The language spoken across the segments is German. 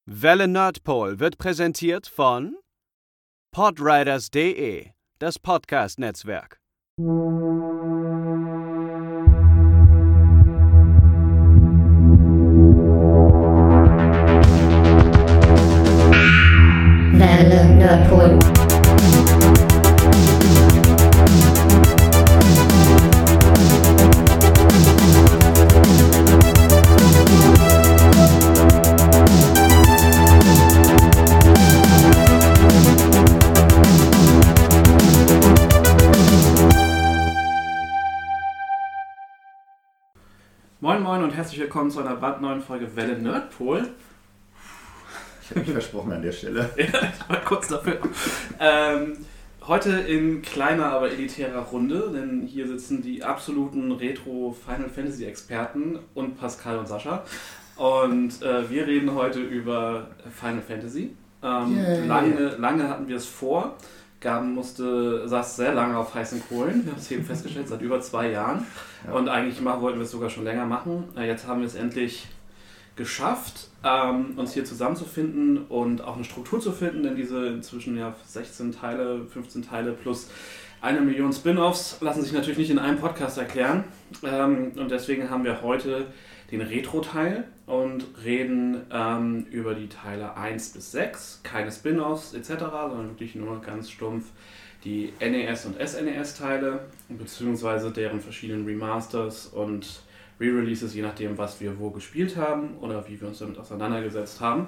Welle Nerdpol wird präsentiert von podriders.de, das Podcast-Netzwerk. Welle Nerdpol. Moin Moin und herzlich willkommen zu einer brandneuen Folge Welle Nerdpol. Ich habe mich versprochen an der Stelle. Ja, ich war kurz dafür. Heute in kleiner, aber elitärer Runde, denn hier sitzen die absoluten Retro-Final Fantasy-Experten und Pascal und Sascha. Und wir reden heute über Final Fantasy. Lange hatten wir es vor. Gaben saß sehr lange auf heißen Kohlen. Wir haben es eben festgestellt, seit über 2 Jahren. Ja. Und eigentlich wollten wir es sogar schon länger machen. Jetzt haben wir es endlich geschafft, uns hier zusammenzufinden und auch eine Struktur zu finden, denn diese inzwischen 16 Teile, 15 Teile plus 1 Million Spin-Offs lassen sich natürlich nicht in einem Podcast erklären. Und deswegen haben wir heute den Retro-Teil und reden über die Teile 1 bis 6, keine Spin-Offs etc., sondern wirklich nur ganz stumpf die NES- und SNES-Teile, beziehungsweise deren verschiedenen Remasters und Re-Releases, je nachdem, was wir wo gespielt haben oder wie wir uns damit auseinandergesetzt haben.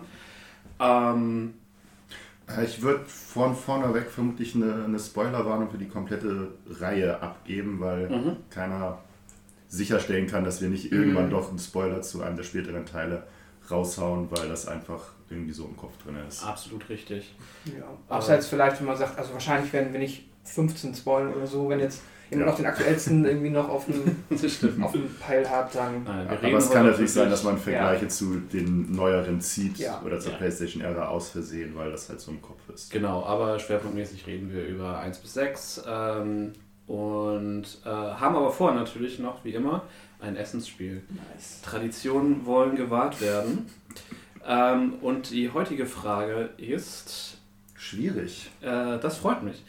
Ich würde vorneweg vermutlich eine Spoilerwarnung für die komplette Reihe abgeben, weil keiner sicherstellen kann, dass wir nicht irgendwann doch einen Spoiler zu einem der späteren Teile raushauen, weil das einfach irgendwie so im Kopf drin ist. Absolut richtig. Ja. Abseits vielleicht, wenn man sagt, also wahrscheinlich werden wir nicht 15 spoilern oder so, wenn jetzt jemand noch den aktuellsten irgendwie noch auf dem Peil hat, dann... Nein, aber es kann natürlich sein, dass man Vergleiche zu den neueren zieht oder zur PlayStation-Ära aus Versehen, weil das halt so im Kopf ist. Genau, aber schwerpunktmäßig reden wir über 1 bis 6 und haben aber vor natürlich noch, wie immer, ein Essensspiel. Nice. Traditionen wollen gewahrt werden. Und die heutige Frage ist... Schwierig. Das freut mich.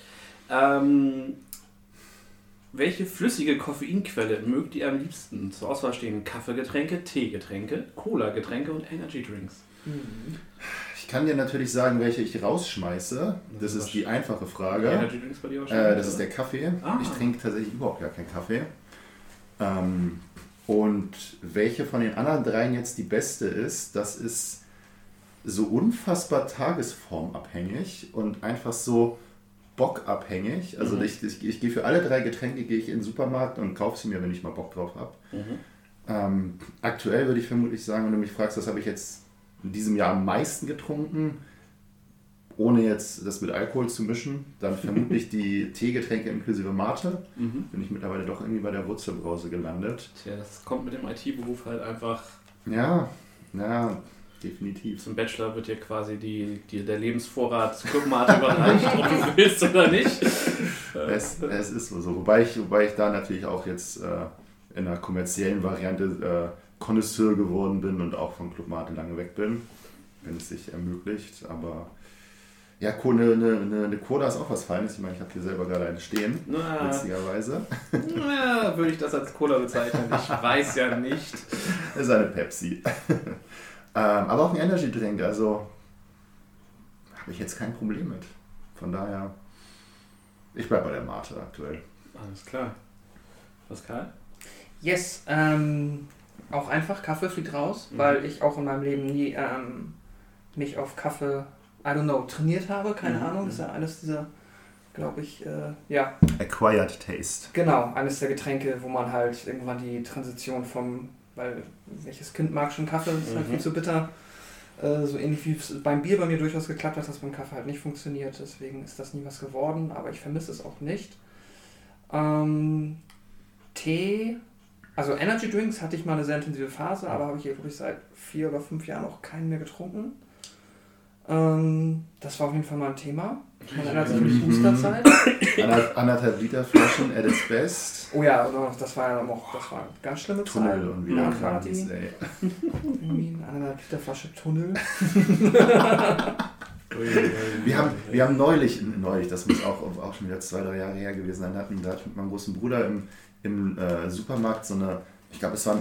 Welche flüssige Koffeinquelle mögt ihr am liebsten? Zur Auswahl stehen Kaffeegetränke, Teegetränke, Cola-Getränke und Energy-Drinks. Ich kann dir natürlich sagen, welche ich rausschmeiße. Das ist die einfache Frage. Energy-Drinks bei dir wahrscheinlich? Das ist der Kaffee. Ah. Ich trinke tatsächlich überhaupt gar keinen Kaffee. Und welche von den anderen dreien jetzt die beste ist, das ist so unfassbar tagesformabhängig und einfach so bockabhängig. Also ich gehe für alle 3 Getränke in den Supermarkt und kaufe sie mir, wenn ich mal Bock drauf habe. Aktuell würde ich vermutlich sagen, wenn du mich fragst, was habe ich jetzt in diesem Jahr am meisten getrunken, ohne jetzt das mit Alkohol zu mischen, dann vermutlich die Teegetränke inklusive Mate. Bin ich mittlerweile doch irgendwie bei der Wurzelbrause gelandet. Tja, das kommt mit dem IT-Beruf halt einfach... Ja, definitiv. Zum Bachelor wird dir quasi der Lebensvorrat Clubmate überreicht, ob du willst oder nicht. Es ist so. Wobei ich da natürlich auch jetzt in einer kommerziellen Variante Connoisseur geworden bin und auch von Clubmate lange weg bin, wenn es sich ermöglicht. Aber ja, eine Cola ist auch was Feines. Ich meine, ich habe hier selber gerade eine stehen, witzigerweise. Würde ich das als Cola bezeichnen? Ich weiß ja nicht. Das ist eine Pepsi. Aber auch ein Energy-Drink, also habe ich jetzt kein Problem mit. Von daher, ich bleibe bei der Mate aktuell. Alles klar. Pascal? Yes, auch einfach, Kaffee fliegt raus, weil ich auch in meinem Leben nie mich auf Kaffee, trainiert habe, keine Ahnung. Das ist ja eines dieser, glaube ich, Acquired Taste. Genau, eines der Getränke, wo man halt irgendwann die Transition weil welches Kind mag schon Kaffee, das ist halt viel zu bitter. So ähnlich wie es beim Bier bei mir durchaus geklappt hat, dass beim Kaffee halt nicht funktioniert. Deswegen ist das nie was geworden, aber ich vermisse es auch nicht. Tee, also Energy Drinks hatte ich mal eine sehr intensive Phase, aber habe ich hier wirklich seit 4 oder 5 Jahren auch keinen mehr getrunken. Das war auf jeden Fall mal ein Thema. Man erinnert sich an die Boosterzeit. 1,5 Liter Flaschen at its best. Oh ja, das war ja auch, das war eine ganz schlimme Zeit. Tunnel und wieder Party. Irgendwie 1,5 Liter Flasche Tunnel. Wir haben neulich, das muss auch schon wieder 2-3 Jahre her gewesen sein, da hatte ich mit meinem großen Bruder im Supermarkt so eine, ich glaube es waren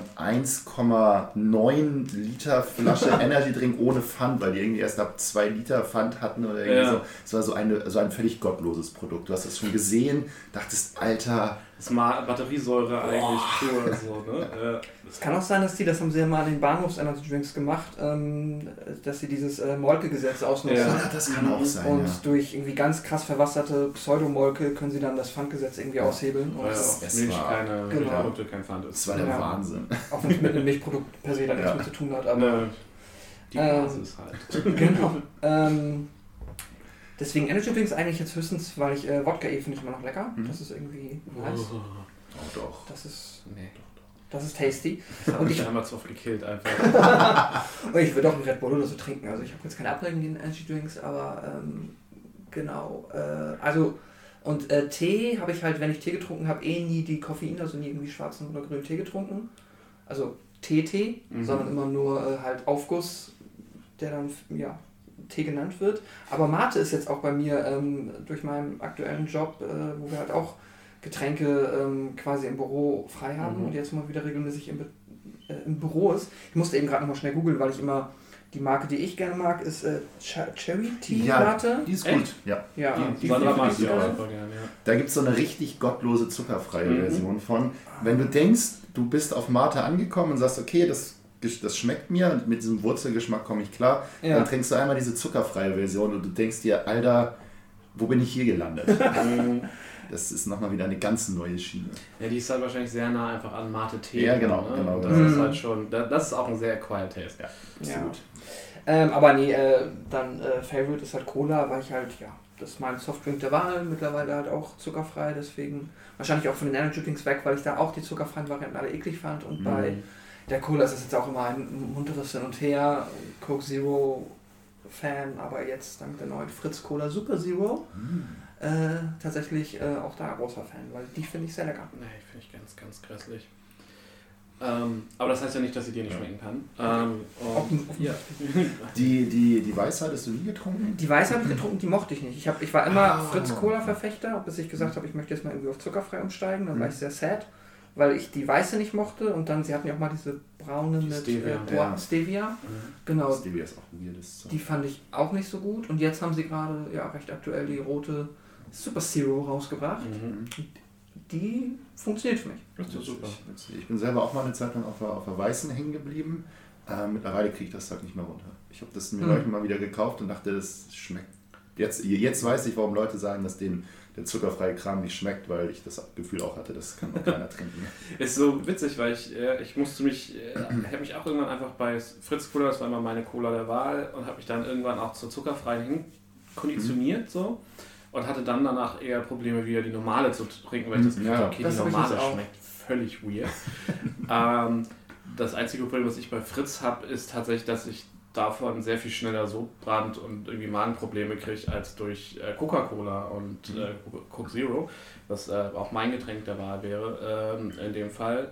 1,9 Liter Flasche Energy Drink ohne Pfand, weil die irgendwie erst ab 2 Liter Pfand hatten oder irgendwie so. Es war so ein völlig gottloses Produkt. Du hast das schon gesehen, dachtest, Alter. Das ist mal Batteriesäure eigentlich pur. So, ne? Es kann auch sein, dass das haben sie ja mal an den Bahnhofs-Energy Drinks gemacht, dass sie dieses Molke-Gesetz ausnutzen. Ja, das kann auch sein. Und durch irgendwie ganz krass verwasserte Pseudomolke können sie dann das Pfandgesetz irgendwie aushebeln. Weil auch Milch keine Produkte, kein Pfand ist. Das war der Wahnsinn. Auch wenn es mit einem Milchprodukt per se dann nichts mehr zu tun hat. Aber die Basis halt. Genau. Deswegen Energy Drinks eigentlich jetzt höchstens, weil ich Wodka finde ich immer noch lecker. Das ist irgendwie nice. Oh, doch. Das ist tasty. Das hat mich einmal zu oft gekillt einfach. Und ich würde auch einen Red Bull oder so trinken. Also ich habe jetzt keine Abneigung gegen Energy Drinks, aber genau. Und Tee habe ich halt, wenn ich Tee getrunken habe, nie die Koffein, also nie irgendwie schwarzen oder grünen Tee getrunken. Also Tee, sondern immer nur halt Aufguss, der dann Tee genannt wird. Aber Mate ist jetzt auch bei mir durch meinen aktuellen Job, wo wir halt auch Getränke quasi im Büro frei haben und jetzt mal wieder regelmäßig im Büro ist. Ich musste eben gerade nochmal schnell googeln, weil ich immer, die Marke, die ich gerne mag, ist Cherry Tea Mate. Die ist gut. Ja. Die mag ich auch super gerne, Da gibt es so eine richtig gottlose zuckerfreie Version von. Wenn du denkst, du bist auf Mate angekommen und sagst, okay, das schmeckt mir und mit diesem Wurzelgeschmack komme ich klar, dann trinkst du einmal diese zuckerfreie Version und du denkst dir, Alter, wo bin ich hier gelandet? Das ist nochmal wieder eine ganz neue Schiene. Ja, die ist halt wahrscheinlich sehr nah einfach an Mate-Tee. Ja, genau. Ne? genau. Das ist halt schon, das ist auch ein sehr acquired Taste. Ja, absolut. Aber nee, dann Favorite ist halt Cola, weil ich halt, das ist mein Softdrink der Wahl, mittlerweile halt auch zuckerfrei, deswegen wahrscheinlich auch von den Energy Drinks weg, weil ich da auch die zuckerfreien Varianten alle eklig fand und bei der Cola ist das jetzt auch immer ein munteres Hin und Her. Coke Zero Fan, aber jetzt dank der neuen Fritz Cola Super Zero tatsächlich auch da großer Fan, weil die finde ich sehr lecker. Nee, finde ich ganz, ganz grässlich. Aber das heißt ja nicht, dass sie dir nicht schmecken kann. Die Weiße hattest du nie getrunken? Die Weiße habe ich getrunken, die mochte ich nicht. Ich war immer Fritz Cola Verfechter, bis ich gesagt habe, ich möchte jetzt mal irgendwie auf zuckerfrei umsteigen, dann war ich sehr sad. Weil ich die Weiße nicht mochte und dann, sie hatten ja auch mal diese braune mit Stevia. Genau. Stevia ist auch weirdes Zeug. Die fand ich auch nicht so gut und jetzt haben sie gerade recht aktuell die rote Super Zero rausgebracht. Die funktioniert für mich. Das ist super. Ich bin selber auch mal eine Zeit lang auf der Weißen hängen geblieben. Mittlerweile kriege ich das Zeug nicht mehr runter. Ich habe das mir neulich mal wieder gekauft und dachte, das schmeckt. Jetzt weiß ich, warum Leute sagen, dass denen der zuckerfreie Kram nicht schmeckt, weil ich das Gefühl auch hatte, das kann noch keiner trinken. Ist so witzig, weil ich habe mich auch irgendwann einfach bei Fritz Cola, das war immer meine Cola der Wahl, und habe mich dann irgendwann auch zur zuckerfreien hin konditioniert so und hatte dann danach eher Probleme, wieder die normale zu trinken, weil ich das Gefühl hatte, okay, die normale schmeckt völlig weird. Das einzige Problem, was ich bei Fritz habe, ist tatsächlich, dass ich davon sehr viel schneller Sodbrand und irgendwie Magenprobleme kriege als durch Coca-Cola und Coke Zero, was auch mein Getränk der Wahl wäre in dem Fall.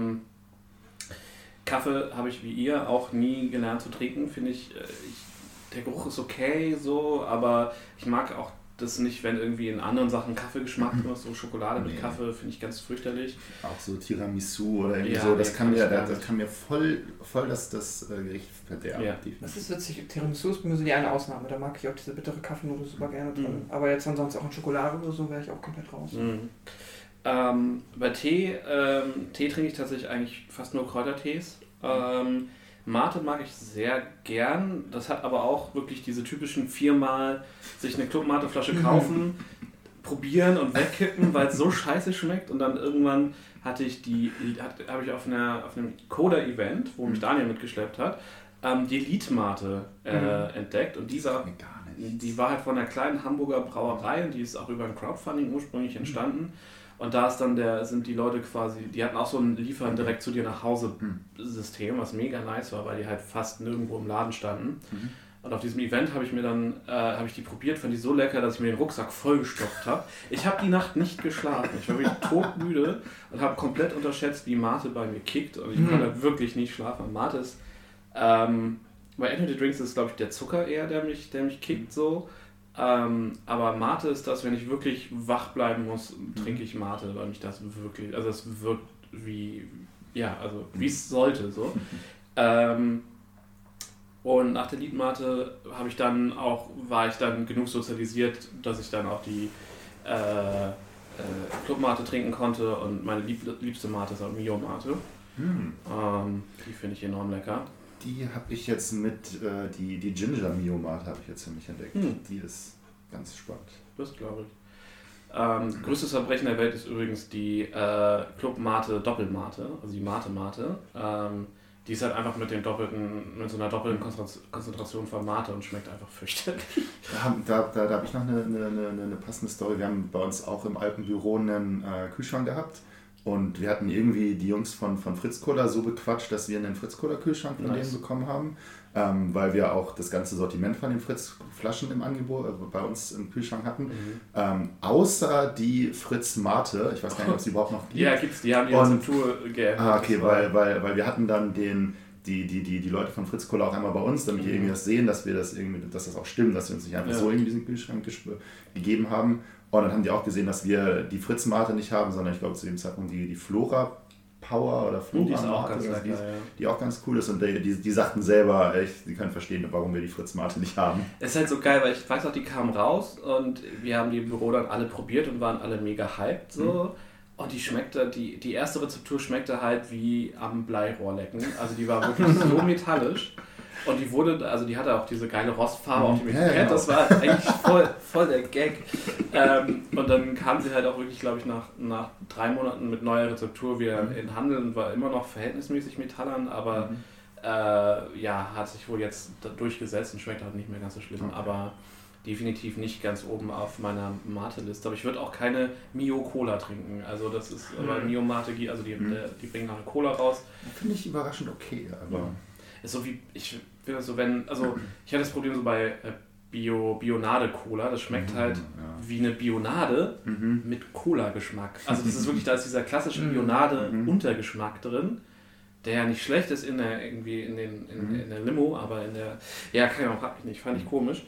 Kaffee habe ich wie ihr auch nie gelernt zu trinken, finde ich. Der Geruch ist okay so, aber ich mag auch das nicht, wenn irgendwie in anderen Sachen Kaffeegeschmack drin ist, so Schokolade mit Kaffee, finde ich ganz fürchterlich. Auch so Tiramisu oder irgendwie so, das kann mir voll das Gericht verderben. Ja. Das ist witzig, Tiramisu ist bei mir so die eine Ausnahme, da mag ich auch diese bittere Kaffeenote super gerne drin. Aber jetzt ansonsten auch in Schokolade oder so wäre ich auch komplett raus. Bei Tee trinke ich tatsächlich eigentlich fast nur Kräutertees. Mate mag ich sehr gern, das hat aber auch wirklich diese typischen 4-mal sich eine Club-Mate-Flasche kaufen, probieren und wegkippen, weil es so scheiße schmeckt, und dann irgendwann habe ich auf einem Coda-Event, wo mich Daniel mitgeschleppt hat, die Elite-Mate entdeckt, und die war halt von einer kleinen Hamburger Brauerei und die ist auch über ein Crowdfunding ursprünglich entstanden. Und da ist dann sind die Leute quasi, die hatten auch so ein Liefern direkt zu dir nach Hause System, was mega nice war, weil die halt fast nirgendwo im Laden standen. Und auf diesem Event habe ich mir dann die probiert, fand die so lecker, dass ich mir den Rucksack vollgestopft habe. Ich habe die Nacht nicht geschlafen. Ich war wirklich todmüde und habe komplett unterschätzt, wie Mate bei mir kickt. Und ich konnte wirklich nicht schlafen. Mate ist, bei Energy Drinks ist, glaube ich, der Zucker eher, der mich kickt so. Aber Mate ist das, wenn ich wirklich wach bleiben muss, trinke ich Mate, weil mich das wirklich, also es wirkt wie es sollte so. Und nach der Liedmate war ich dann genug sozialisiert, dass ich dann auch die Clubmate trinken konnte und meine liebste Mate ist auch Mio Mate. Die finde ich enorm lecker. Die habe ich jetzt die Ginger Mio Mate habe ich jetzt für mich entdeckt. Die ist ganz spannend. Das glaube ich. Größtes Verbrechen der Welt ist übrigens die Club Mate Doppelmate, also die Mate Mate. Die ist halt einfach mit so einer doppelten Konzentration von Mate und schmeckt einfach fürchterlich. Da habe ich noch eine passende Story. Wir haben bei uns auch im Alpenbüro einen Kühlschrank gehabt und wir hatten irgendwie die Jungs von Fritz Cola so bequatscht, dass wir einen Fritz Cola Kühlschrank von denen bekommen haben, weil wir auch das ganze Sortiment von den Fritz Flaschen im Angebot bei uns im Kühlschrank hatten. Außer die Fritz Mate, ich weiß gar nicht, ob es die überhaupt noch gibt. Ja, gibt's, die haben die Rezeptur geändert. Okay, weil wir hatten dann die Leute von Fritz Cola auch einmal bei uns, damit die irgendwie das sehen, dass das auch stimmt, dass wir uns nicht einfach so in diesen Kühlschrank gegeben haben. Und dann haben die auch gesehen, dass wir die Fritz Mate nicht haben, sondern ich glaube zu dem Zeitpunkt die Flora Power oder Flora die ist auch Mate, ganz lecker, die auch ganz cool ist. Und die sagten selber, sie können verstehen, warum wir die Fritz Mate nicht haben. Es ist halt so geil, weil ich weiß auch, die kamen raus und wir haben die im Büro dann alle probiert und waren alle mega hyped so. Und die erste Rezeptur schmeckte halt wie am Bleirohr lecken. Also die war wirklich so metallisch. Und die hatte auch diese geile Rostfarbe auf dem Etikett. Genau. Das war eigentlich voll der Gag. Und dann kam sie halt auch wirklich, glaube ich, nach 3 Monaten mit neuer Rezeptur wieder in den Handel und war immer noch verhältnismäßig metallern, aber hat sich wohl jetzt durchgesetzt und schmeckt halt nicht mehr ganz so schlimm. Aber definitiv nicht ganz oben auf meiner Mate-Liste. Aber ich würde auch keine Mio Cola trinken. Also das ist, aber Mio Mate, also die bringen noch eine Cola raus. Finde ich überraschend okay, aber... Ist so wie, ich finde das so, ich hatte das Problem so bei Bionade-Cola, das schmeckt halt wie eine Bionade mit Cola-Geschmack. Also das ist wirklich, da ist dieser klassische Bionade-Untergeschmack drin, der ja nicht schlecht ist in der Limo, aber fand ich komisch.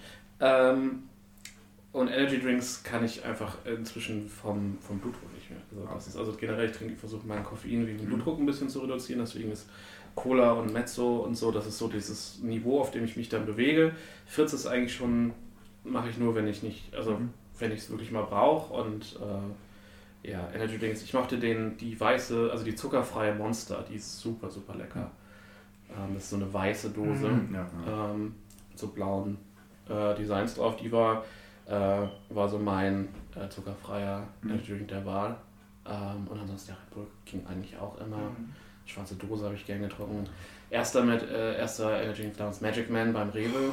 Und Energy Drinks kann ich einfach inzwischen vom Blutdruck nicht mehr. Also generell, ich versuche meinen Koffein wegen dem Blutdruck ein bisschen zu reduzieren, deswegen ist Cola und Mezzo und so, das ist so dieses Niveau, auf dem ich mich dann bewege. Fritz ist eigentlich schon, mache ich nur, wenn ich es wirklich mal brauche. Und Energy Drinks, ich mochte die weiße, also die zuckerfreie Monster, die ist super, super lecker. Das ist so eine weiße Dose, so blauen Designs drauf, die war so mein zuckerfreier Energy Drink der Wahl. Und ansonsten der Red Bull ging eigentlich auch immer. Schwarze Dose habe ich gern getrunken. Erster Energy Drink damals Magic Man beim Rewe.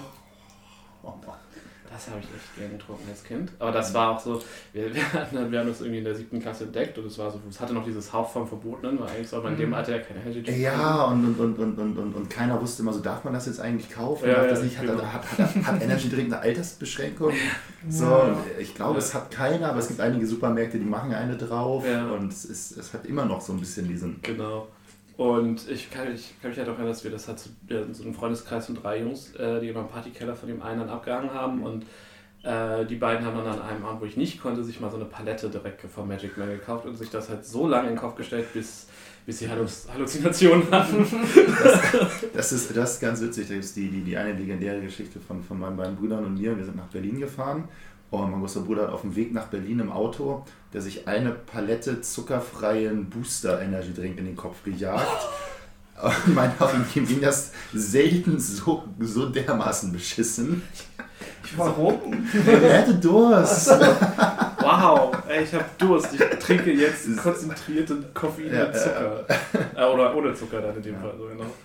Das habe ich echt gern getrunken als Kind. Aber das war auch so, wir haben das irgendwie in der 7. Klasse entdeckt und es hatte noch dieses Hauch vom Verbotenen, weil eigentlich soll man in dem Alter ja keine Energy Drink Ja, und keiner wusste immer so, darf man das jetzt eigentlich kaufen? Darf das nicht? Hat Energy Drink eine Altersbeschränkung? So, ich glaube, es hat keiner, aber es gibt einige Supermärkte, die machen eine drauf und es hat immer noch so ein bisschen diesen... Genau. Und ich kann mich halt auch erinnern, dass wir das halt so einen Freundeskreis von 3 Jungs, die immer im Partykeller von dem einen dann abgehangen haben und die beiden haben dann an einem Abend, wo ich nicht konnte, sich mal so eine Palette direkt von Magic Man gekauft und sich das halt so lange in den Kopf gestellt, bis sie Halluzinationen hatten. Das ist ganz witzig, das ist die eine legendäre Geschichte von meinen beiden Brüdern und mir. Wir sind nach Berlin gefahren. Und mein großer Bruder hat auf dem Weg nach Berlin im Auto, der sich eine Palette zuckerfreien Booster-Energy Drink in den Kopf gejagt. Und meinte auch, ihm ging das selten so dermaßen beschissen. Warum? Er hätte Durst. Wow, ey, ich habe Durst. Ich trinke jetzt konzentrierten Koffein mit Zucker. Oder ohne Zucker dann in dem Fall. So, genau.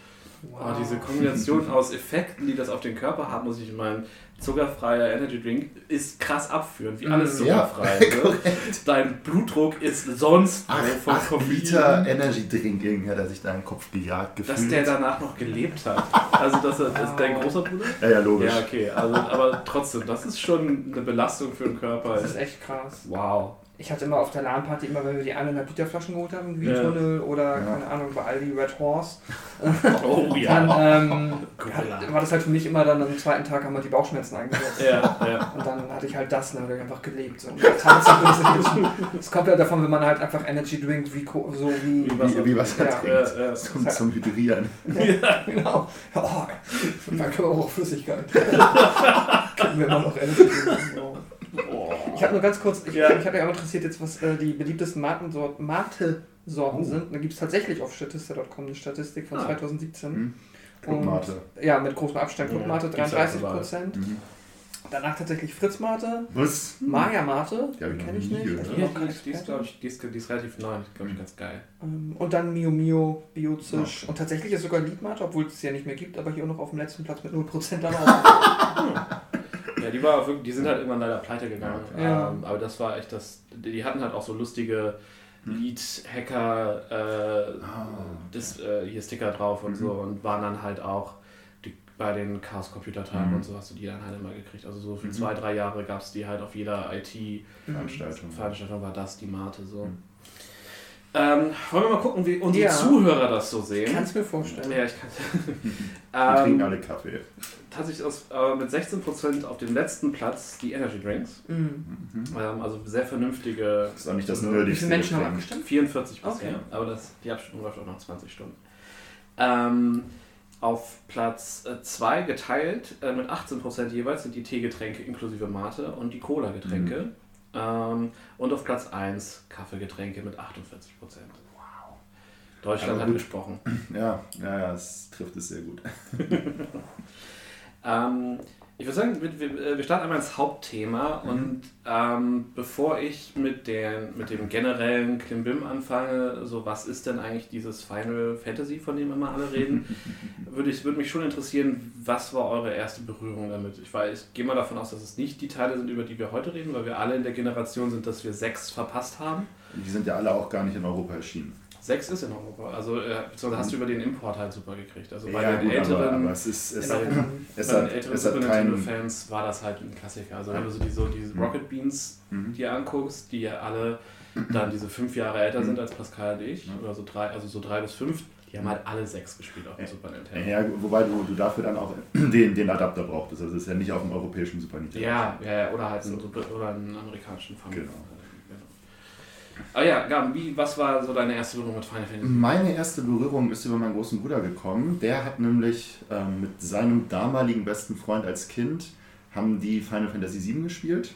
Oh, diese Kombination aus Effekten, die das auf den Körper hat, muss ich meinen, zuckerfreier Energy Drink ist krass abführend, wie alles zuckerfrei. Ne? Dein Blutdruck ist sonst 8 Liter Energy Drink hat er sich da in den Kopf gejagt gefühlt. Dass der danach noch gelebt hat. Also das ist dein großer Bruder? Ja, logisch. Ja, okay. Also, aber trotzdem, das ist schon eine Belastung für den Körper. Das ist echt krass. Wow. Ich hatte immer auf der LAN-Party, wenn wir die 1,5 Liter Flaschen geholt haben, wie Tunnel oder, keine Ahnung, bei Aldi Red Horse, Oh ja. dann war das halt für mich immer dann am zweiten Tag haben wir die Bauchschmerzen eingesetzt. Ja. Und dann hatte ich halt das, ne, oder einfach gelebt. So. Und der Tanzen, das kommt ja davon, wenn man halt einfach Energy Drink wie Wasser trinkt. Zum Hydrieren. Ja, genau. Oh, dann können wir auch Flüssigkeit. Können wir immer noch Energy Drink. Ich habe nur ganz kurz, ich habe mich auch interessiert jetzt, was die beliebtesten Mate-Sorten sind. Da gibt es tatsächlich auf Statista.com eine Statistik von 2017. Clubmate. Ja, mit großem Abstand. Clubmate 33%. Danach tatsächlich Fritz Mate. Was? Maya Mate, Ja, die kenne ich nicht. Die ist relativ neu, glaube ich, ganz geil. Und dann Mio Mio, Biozisch. Und tatsächlich ist sogar Liedmate, obwohl es ja nicht mehr gibt, aber hier noch auf dem letzten Platz mit 0% dann auch. Ja, die sind halt irgendwann leider pleite gegangen. Ja. Aber das war echt die hatten halt auch so lustige Lead-Hacker, hier Sticker drauf und so und waren dann halt auch bei den Chaos Computer Tagen und so hast du die dann halt immer gekriegt. Also so für 2-3 Jahre gab es die halt auf jeder IT-Veranstaltung war das die Mate so. Wollen wir mal gucken, wie unsere Zuhörer das so sehen? Kannst du mir vorstellen. Ja, ich kann. Wir trinken alle Kaffee. Tatsächlich mit 16% auf dem letzten Platz die Energy Drinks. Also sehr vernünftige. Das ist auch nicht das Nerdigste. Wie viele Menschen haben abgestimmt? 44 bisher, okay. aber die Abstimmung läuft auch noch 20 Stunden. Auf Platz 2 geteilt mit 18% jeweils sind die Teegetränke inklusive Mate und die Cola-Getränke. Und auf Platz 1 Kaffeegetränke mit 48%. Wow. Deutschland hat gesprochen. Ja, das trifft es sehr gut. Ich würde sagen, wir starten einmal ins Hauptthema und bevor ich mit dem generellen Klimbim anfange, so was ist denn eigentlich dieses Final Fantasy, von dem immer alle reden, würde mich schon interessieren, was war eure erste Berührung damit? Ich gehe mal davon aus, dass es nicht die Teile sind, über die wir heute reden, weil wir alle in der Generation sind, dass wir 6 verpasst haben. Die sind ja alle auch gar nicht in Europa erschienen. 6 ist in Europa, also beziehungsweise hast du über den Import halt super gekriegt. Also bei ja, den gut, älteren, aber es hat Super keinen Nintendo-Fans war das halt ein Klassiker. Also wenn du so diese Rocket Beans dir anguckst, die ja alle dann diese 5 Jahre älter sind als Pascal und ich, oder so 3 bis 5, die haben halt alle 6 gespielt auf dem Super Nintendo. Ja, wobei du dafür dann auch den Adapter brauchtest. Also das ist ja nicht auf dem europäischen Super Nintendo. Ja, oder halt einen amerikanischen Fang. Genau. Ah ja, Gaben, was war so deine erste Berührung mit Final Fantasy? Meine erste Berührung ist über meinen großen Bruder gekommen. Der hat nämlich mit seinem damaligen besten Freund als Kind haben die Final Fantasy 7 gespielt.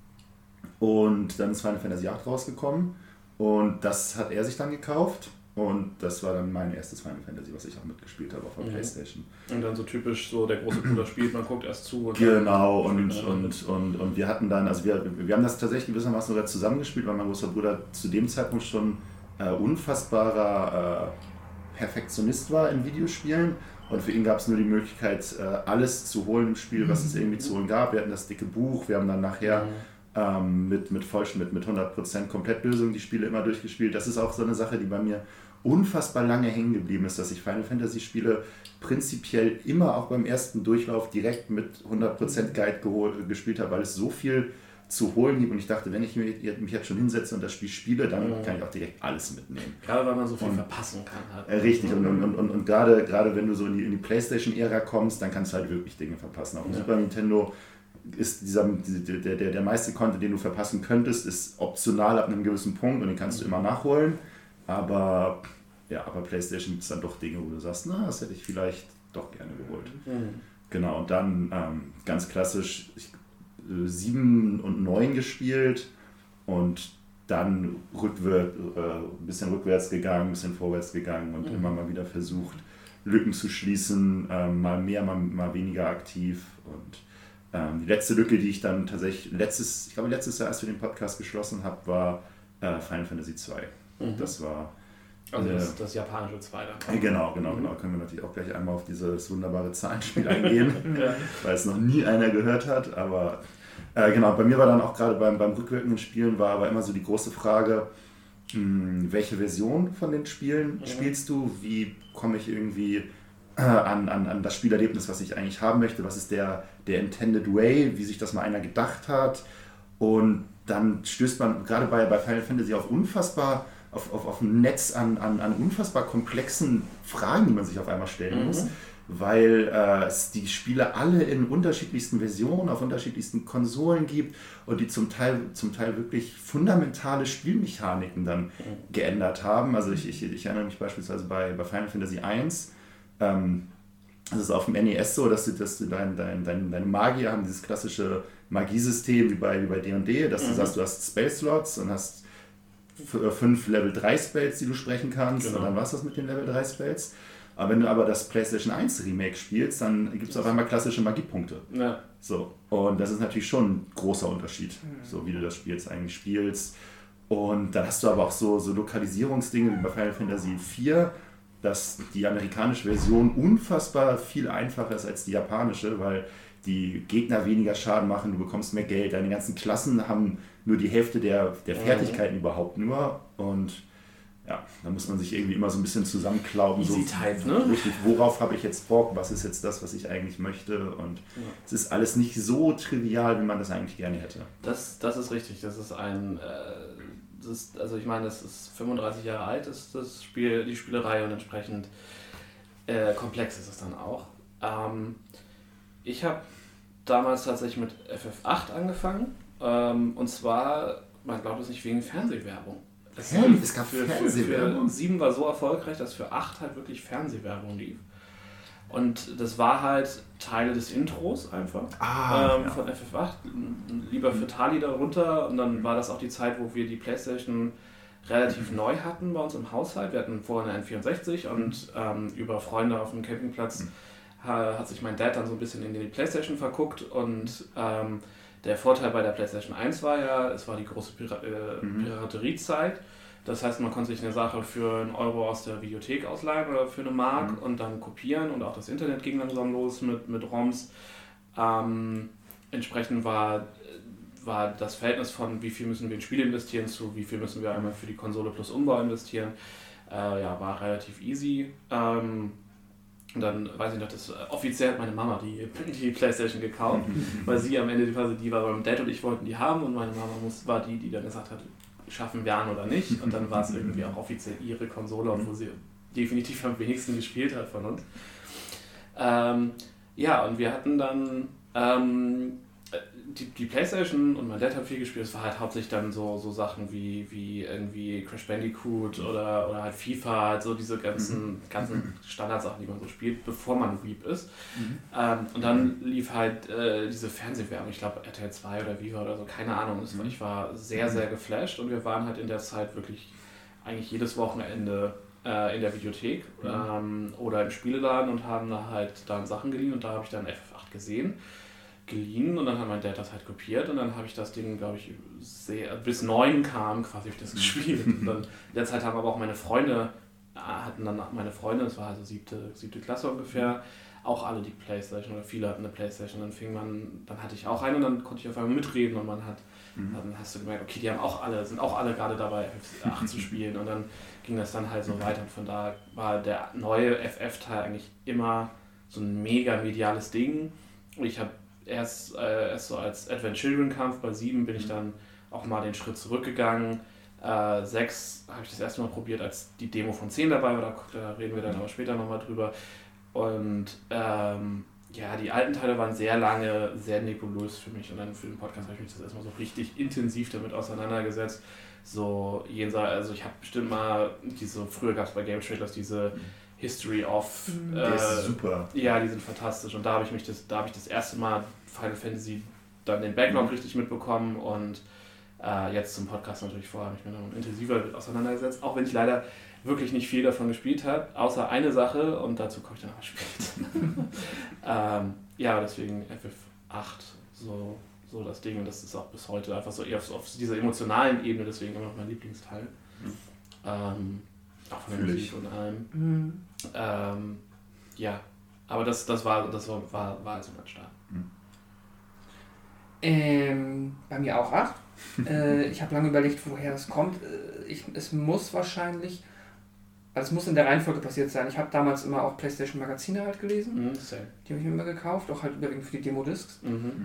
Und dann ist Final Fantasy 8 rausgekommen. Und das hat er sich dann gekauft. Und das war dann mein erstes Final Fantasy, was ich auch mitgespielt habe auf der Playstation. Und dann so typisch, so der große Bruder spielt, man guckt erst zu. Und genau, und wir hatten dann, also wir haben das tatsächlich gewissermaßen sogar zusammengespielt, weil mein großer Bruder zu dem Zeitpunkt schon unfassbarer Perfektionist war in Videospielen. Und für ihn gab es nur die Möglichkeit, alles zu holen im Spiel, was es irgendwie zu holen gab. Wir hatten das dicke Buch, wir haben dann nachher mit 100% Komplettlösung die Spiele immer durchgespielt. Das ist auch so eine Sache, die bei mir unfassbar lange hängen geblieben ist, dass ich Final Fantasy Spiele prinzipiell immer auch beim ersten Durchlauf direkt mit 100% Guide gespielt habe, weil es so viel zu holen gibt und ich dachte, wenn ich mich jetzt schon hinsetze und das Spiel spiele, dann kann ich auch direkt alles mitnehmen. Gerade weil man so viel verpassen kann. Halt. Richtig, und gerade wenn du so in die Playstation-Ära kommst, dann kannst du halt wirklich Dinge verpassen. Auch im Super Nintendo ist der meiste Content, den du verpassen könntest, ist optional ab einem gewissen Punkt und den kannst du immer nachholen. Aber PlayStation gibt es dann doch Dinge, wo du sagst, na, das hätte ich vielleicht doch gerne geholt. Genau, und dann ganz klassisch 7 und 9 gespielt und dann ein bisschen rückwärts gegangen, ein bisschen vorwärts gegangen und immer mal wieder versucht, Lücken zu schließen, mal mehr, mal weniger aktiv. Und die letzte Lücke, die ich dann tatsächlich letztes Jahr, als wir den Podcast geschlossen haben, war Final Fantasy 2. Das war Also das japanische 2 dann. Genau. Können wir natürlich auch gleich einmal auf dieses wunderbare Zahlenspiel eingehen, weil es noch nie einer gehört hat. Aber genau, bei mir war dann auch gerade beim rückwirkenden Spielen war aber immer so die große Frage, welche Version von den Spielen spielst du? Wie komme ich irgendwie an das Spielerlebnis, was ich eigentlich haben möchte? Was ist der Intended Way, wie sich das mal einer gedacht hat? Und dann stößt man gerade bei Final Fantasy auf ein Netz an unfassbar komplexen Fragen, die man sich auf einmal stellen muss, weil es die Spiele alle in unterschiedlichsten Versionen, auf unterschiedlichsten Konsolen gibt und die zum Teil wirklich fundamentale Spielmechaniken dann geändert haben. Also ich erinnere mich beispielsweise bei Final Fantasy 1, das ist auf dem NES so, dass du deine Magier haben dieses klassische Magiesystem wie bei D&D, dass du sagst, du hast Spell-Slots und hast 5 Level 3 Spells, die du sprechen kannst, und dann war es das mit den Level 3 Spells. Aber wenn du aber das PlayStation 1 Remake spielst, dann gibt es auf einmal klassische Magiepunkte. Ja. So. Und das ist natürlich schon ein großer Unterschied, so wie du das Spiel eigentlich spielst. Und dann hast du aber auch so Lokalisierungsdinge wie bei Final Fantasy 4, dass die amerikanische Version unfassbar viel einfacher ist als die japanische, weil die Gegner weniger Schaden machen, du bekommst mehr Geld, deine ganzen Klassen haben nur die Hälfte der Fertigkeiten überhaupt nur, und ja, da muss man sich irgendwie immer so ein bisschen zusammenklauben. Easy so Type, ne? Richtig, worauf habe ich jetzt Bock, was ist jetzt das, was ich eigentlich möchte, und es ist alles nicht so trivial, wie man das eigentlich gerne hätte. Das ist richtig, das ist also ich meine, das ist 35 Jahre alt, ist das Spiel, die Spielerei, und entsprechend komplex ist es dann auch. Ich habe damals tatsächlich mit FF8 angefangen, und zwar, man glaubt es nicht, wegen Fernsehwerbung. Es gab Fernsehwerbung? Für 7 war so erfolgreich, dass für 8 halt wirklich Fernsehwerbung lief. Und das war halt Teile des Intros einfach von FF8, lieber für Tali darunter, und dann war das auch die Zeit, wo wir die PlayStation relativ neu hatten bei uns im Haushalt. Wir hatten vorher eine N64 und über Freunde auf dem Campingplatz hat sich mein Dad dann so ein bisschen in die PlayStation verguckt, und der Vorteil bei der PlayStation 1 war ja, es war die große Pirateriezeit. Das heißt, man konnte sich eine Sache für 1 Euro aus der Videothek ausleihen oder für 1 Mark und dann kopieren, und auch das Internet ging langsam los mit ROMs. Entsprechend war das Verhältnis von wie viel müssen wir in Spiele investieren zu wie viel müssen wir einmal für die Konsole plus Umbau investieren, war relativ easy. Und dann weiß ich noch, dass offiziell hat meine Mama die PlayStation gekauft, weil sie am Ende die war beim Dad und ich wollten die haben, und meine Mama war die dann gesagt hat, schaffen wir an oder nicht, und dann war es irgendwie auch offiziell ihre Konsole, obwohl sie definitiv am wenigsten gespielt hat von uns. Und wir hatten dann die PlayStation, und mein Dad hat viel gespielt. Es war halt hauptsächlich dann so Sachen wie irgendwie Crash Bandicoot oder halt FIFA, halt so diese ganzen Standardsachen, die man so spielt, bevor man Weeb ist. Und dann lief halt diese Fernsehwerbung, ich glaube RTL 2 oder Viva oder so, keine Ahnung. Ich war sehr, sehr geflasht, und wir waren halt in der Zeit wirklich eigentlich jedes Wochenende in der Videothek oder im Spieleladen und haben da halt dann Sachen geliehen, und da habe ich dann FF8 geliehen, und dann hat mein Dad das halt kopiert, und dann habe ich das Ding, glaube ich, bis 9 kam, quasi habe ich das gespielt. Und dann, in der Zeit haben aber auch meine Freunde, das war also 7. Klasse ungefähr, auch alle die Playstation, oder viele hatten eine Playstation, dann hatte ich auch eine, und dann konnte ich auf einmal mitreden, und dann hast du gemerkt, okay, sind auch alle gerade dabei, FF8 zu spielen, und dann ging das dann halt so weiter, und von da war der neue FF-Teil eigentlich immer so ein mega mediales Ding, und ich habe erst so als Advent Children Kampf, bei 7 bin ich dann auch mal den Schritt zurückgegangen. 6 habe ich das erste Mal probiert, als die Demo von 10 dabei war, da reden wir dann aber später nochmal drüber. Und die alten Teile waren sehr lange sehr nebulös für mich, und dann für den Podcast habe ich mich das erstmal so richtig intensiv damit auseinandergesetzt. So jenseits, also ich habe bestimmt mal früher gab es bei Game Trailers diese History of. Der ist super. Ja, die sind fantastisch, und da habe ich das erste Mal Final Fantasy dann den Backlog richtig mitbekommen, und jetzt zum Podcast natürlich vorher habe ich mir noch intensiver auseinandergesetzt, auch wenn ich leider wirklich nicht viel davon gespielt habe, außer eine Sache, und dazu komme ich dann aber später. Deswegen FF8 so das Ding, und das ist auch bis heute einfach so eher auf dieser emotionalen Ebene, deswegen immer noch mein Lieblingsteil. Auch von der Musik und allem. Ja, aber das war also mein Start. Bei mir auch 8. Ich habe lange überlegt, woher es kommt. Es muss wahrscheinlich, also es muss in der Reihenfolge passiert sein. Ich habe damals immer auch PlayStation Magazine halt gelesen. Die habe ich mir immer gekauft, auch halt überwiegend für die Demo-Discs.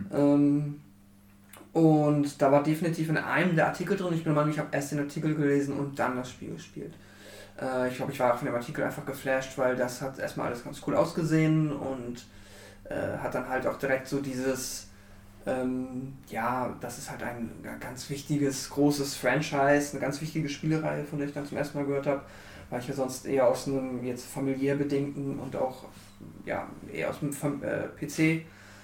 Und da war definitiv in einem der Artikel drin. Ich bin der Meinung, ich habe erst den Artikel gelesen und dann das Spiel gespielt. Ich glaube, ich war von dem Artikel einfach geflasht, weil das hat erstmal alles ganz cool ausgesehen und hat dann halt auch direkt so dieses, das ist halt ein ganz wichtiges, großes Franchise, eine ganz wichtige Spielereihe, von der ich dann zum ersten Mal gehört habe, weil ich ja sonst eher aus einem jetzt familiär bedingten und auch eher aus dem PC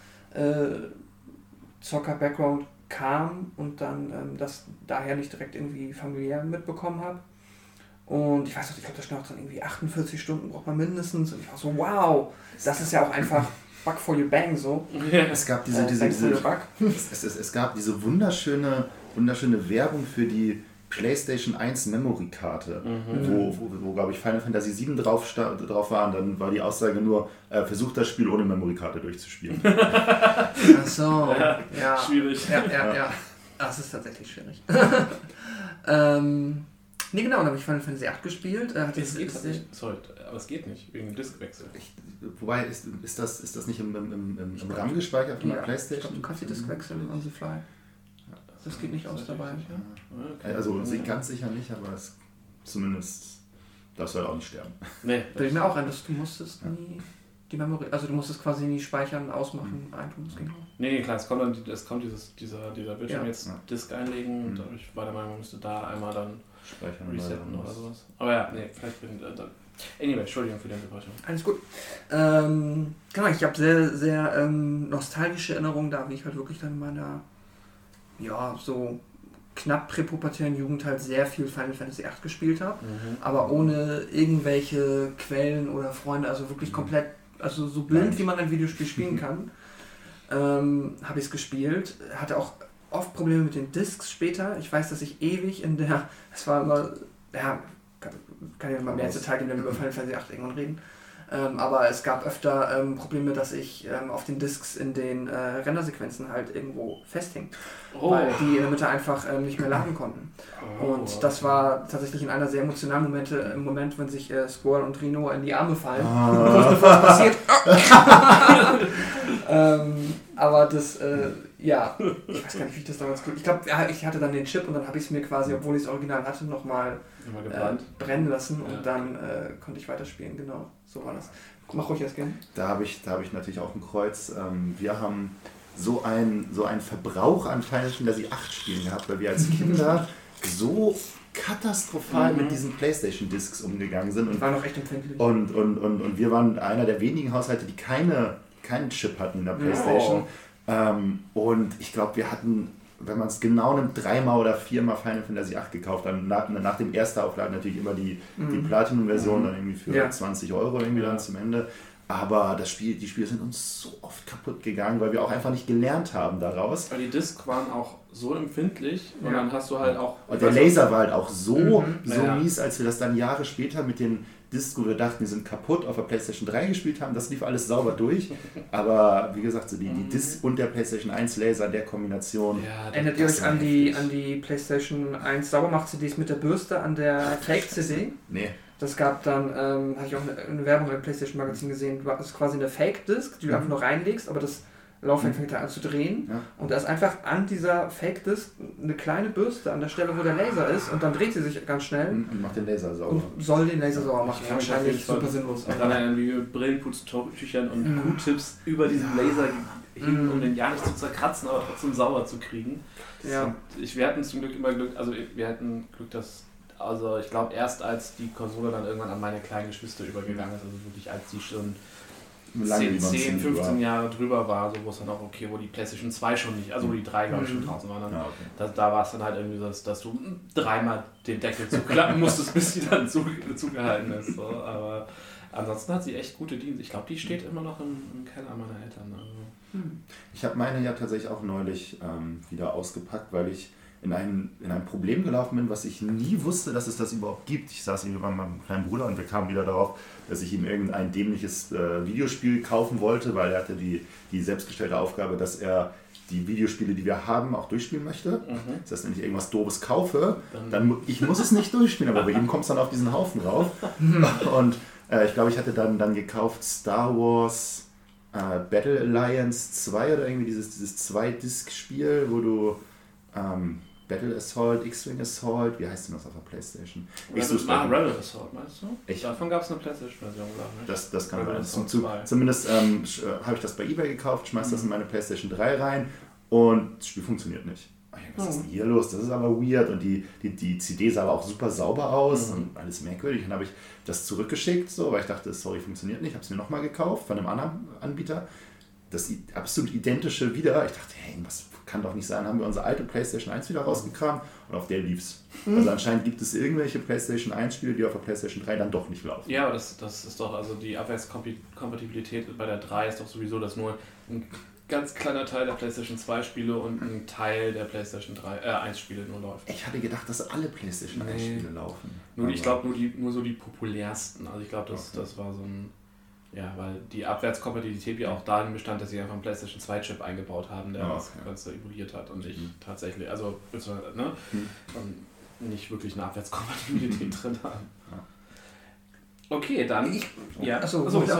Zocker-Background kam und dann das daher nicht direkt irgendwie familiär mitbekommen habe. Und ich weiß noch, ich glaube, da stand auch dran, irgendwie 48 Stunden braucht man mindestens. Und ich war so, wow, das ist ja auch einfach Bug for you bang so. Es gab es gab diese wunderschöne Werbung für die PlayStation 1 Memory-Karte, wo glaube ich, Final Fantasy 7 drauf war, und dann war die Aussage nur, versucht das Spiel ohne Memory-Karte durchzuspielen. Ach so, ja. Schwierig. Ja. Das ist tatsächlich schwierig. Nee, genau, dann habe ich Final Fantasy 8 gespielt. Aber es geht nicht, wegen dem Diskwechsel. Wobei, ist das nicht im RAM gespeichert von der PlayStation? Ich glaube, du kannst die Disk wechseln on the fly. Das geht nicht aus dabei. Okay. Also ganz sicher nicht, aber es zumindest darfst du halt auch nicht sterben. Nee. Will ich mir auch ein, dass du musstest nie die Memory, also du musstest quasi nie speichern, ausmachen, eintun, das ging auch. Nee, klar, es kommt dieser Bildschirm jetzt Disk einlegen und ich war der Meinung, man müsste da einmal dann speichern resetten oder sowas. Aber ja, nee, vielleicht bin anyway, Entschuldigung für die Unterbrechung. Alles gut. Genau, ich habe sehr, sehr nostalgische Erinnerungen da, wie ich halt wirklich dann in meiner so knapp präpubertären Jugend halt sehr viel Final Fantasy 8 gespielt habe, aber ohne irgendwelche Quellen oder Freunde, also wirklich komplett, also so blind, wie man ein Videospiel spielen kann, habe ich es gespielt. Hatte auch oft Probleme mit den Discs später. Ich weiß, dass ich ewig es war immer, kann ich mal mehr Detail geben, wenn wir über Final Fantasy 8 irgendwann reden. Aber es gab öfter Probleme, dass ich auf den Discs in den Rendersequenzen halt irgendwo festhing, weil die in der Mitte einfach nicht mehr laden konnten. Und das war tatsächlich in einer sehr emotionalen Moment, wenn sich Squall und Rino in die Arme fallen. Kurz bevor es passiert. Aber das, ich weiß gar nicht, wie ich das damals... Ich glaube, ich hatte dann den Chip und dann habe ich es mir quasi, obwohl ich das Original hatte, nochmal brennen lassen und dann konnte ich weiterspielen, genau. So war das. Mach ruhig erst gern. Da habe ich natürlich auch ein Kreuz. Wir haben so einen Verbrauch an Final Fantasy 8 Spielen gehabt, weil wir als Kinder so katastrophal mit diesen PlayStation-Discs umgegangen sind. Und war noch echt empfindlich. Und wir waren einer der wenigen Haushalte, die keinen Chip hatten in der PlayStation. Und ich glaube, wir hatten, wenn man es genau nimmt, 3-mal oder 4-mal Final Fantasy 8 gekauft. Dann nach dem Erstaufladen natürlich immer die Platinum-Version, dann irgendwie für 20 € irgendwie dann zum Ende. Aber die Spiele sind uns so oft kaputt gegangen, weil wir auch einfach nicht gelernt haben daraus. Weil die Discs waren auch so empfindlich und dann hast du halt auch... Und der Laser war halt auch so mies, als wir das dann Jahre später mit den Discs, wo wir dachten, die sind kaputt, auf der PlayStation 3 gespielt haben. Das lief alles sauber durch. Aber wie gesagt, so die Disc und der PlayStation 1 Laser, der Kombination... Erinnert ihr euch an die PlayStation 1 Saubermach-CDs mit der Bürste an der Fake-CD? Nee. Das gab dann, hatte ich auch eine Werbung im PlayStation Magazin gesehen, das ist quasi eine Fake-Disc, die du einfach nur reinlegst, aber das Laufwerk fängt an zu drehen und da ist einfach an dieser Fake-Disc eine kleine Bürste an der Stelle, wo der Laser ist und dann dreht sie sich ganz schnell und macht den Laser sauber. Und soll den Laser sauber machen, wahrscheinlich super sinnlos. Dann irgendwie mit Brillenputztüchern und Q-Tips über diesen Laser hingen, um den ja nicht zu zerkratzen, aber trotzdem sauber zu kriegen. Ja. Wir hatten zum Glück immer Glück, dass... Also ich glaube erst als die Konsole dann irgendwann an meine kleinen Geschwister übergegangen ist, also wirklich als die schon 10, 15 Jahre drüber war, so wo es dann auch wo die PlayStation 2 schon nicht, also wo die 3 glaube ich schon draußen waren, da war es dann halt irgendwie so, dass du 3-mal den Deckel zuklappen musstest, bis die dann zugehalten ist. So. Aber ansonsten hat sie echt gute Dienste. Ich glaube, die steht immer noch im Keller meiner Eltern. Also. Ich habe meine ja tatsächlich auch neulich wieder ausgepackt, weil ich in ein Problem gelaufen bin, was ich nie wusste, dass es das überhaupt gibt. Ich saß irgendwie bei meinem kleinen Bruder und wir kamen wieder darauf, dass ich ihm irgendein dämliches Videospiel kaufen wollte, weil er hatte die selbstgestellte Aufgabe, dass er die Videospiele, die wir haben, auch durchspielen möchte. Das heißt, wenn ich irgendwas Doofes kaufe, dann ich muss es nicht durchspielen, aber bei ihm kommt es dann auf diesen Haufen rauf. Und ich glaube, ich hatte dann gekauft Star Wars Battle Alliance 2 oder irgendwie dieses 2-Disc-Spiel, wo du Battle Assault, X-Wing Assault, wie heißt denn das auf der Playstation? Rebel Assault, meinst du? Davon gab es eine Playstation-Version, glaube ich. Das kann sein. Zumindest habe ich das bei eBay gekauft, schmeiß das in meine Playstation 3 rein und das Spiel funktioniert nicht. Was ist denn hier los? Das ist aber weird und die CD sah aber auch super sauber aus und alles merkwürdig. Und dann habe ich das zurückgeschickt, so, weil ich dachte, sorry, funktioniert nicht. Ich habe es mir nochmal gekauft von einem anderen Anbieter. Das absolut identische wieder. Ich dachte, hey, was kann doch nicht sein. Haben wir unsere alte PlayStation 1 wieder rausgekramt und auf der lief's. Also anscheinend gibt es irgendwelche PlayStation 1 Spiele, die auf der PlayStation 3 dann doch nicht laufen. Ja, aber das ist doch, also die Abwärtskompatibilität bei der 3 ist doch sowieso, dass nur ein ganz kleiner Teil der PlayStation 2 Spiele und ein Teil der PlayStation 1 Spiele nur läuft. Ich hatte gedacht, dass alle PlayStation 1 Spiele laufen. Ich glaube nur so die populärsten. Also ich glaube, das war so ein... Ja, weil die Abwärtskompatibilität ja auch darin bestand, dass sie einfach einen PlayStation 2 Chip eingebaut haben, der das Ganze emuliert hat und nicht tatsächlich, also und nicht wirklich eine Abwärtskompatibilität drin haben. Okay, dann... Ich wollte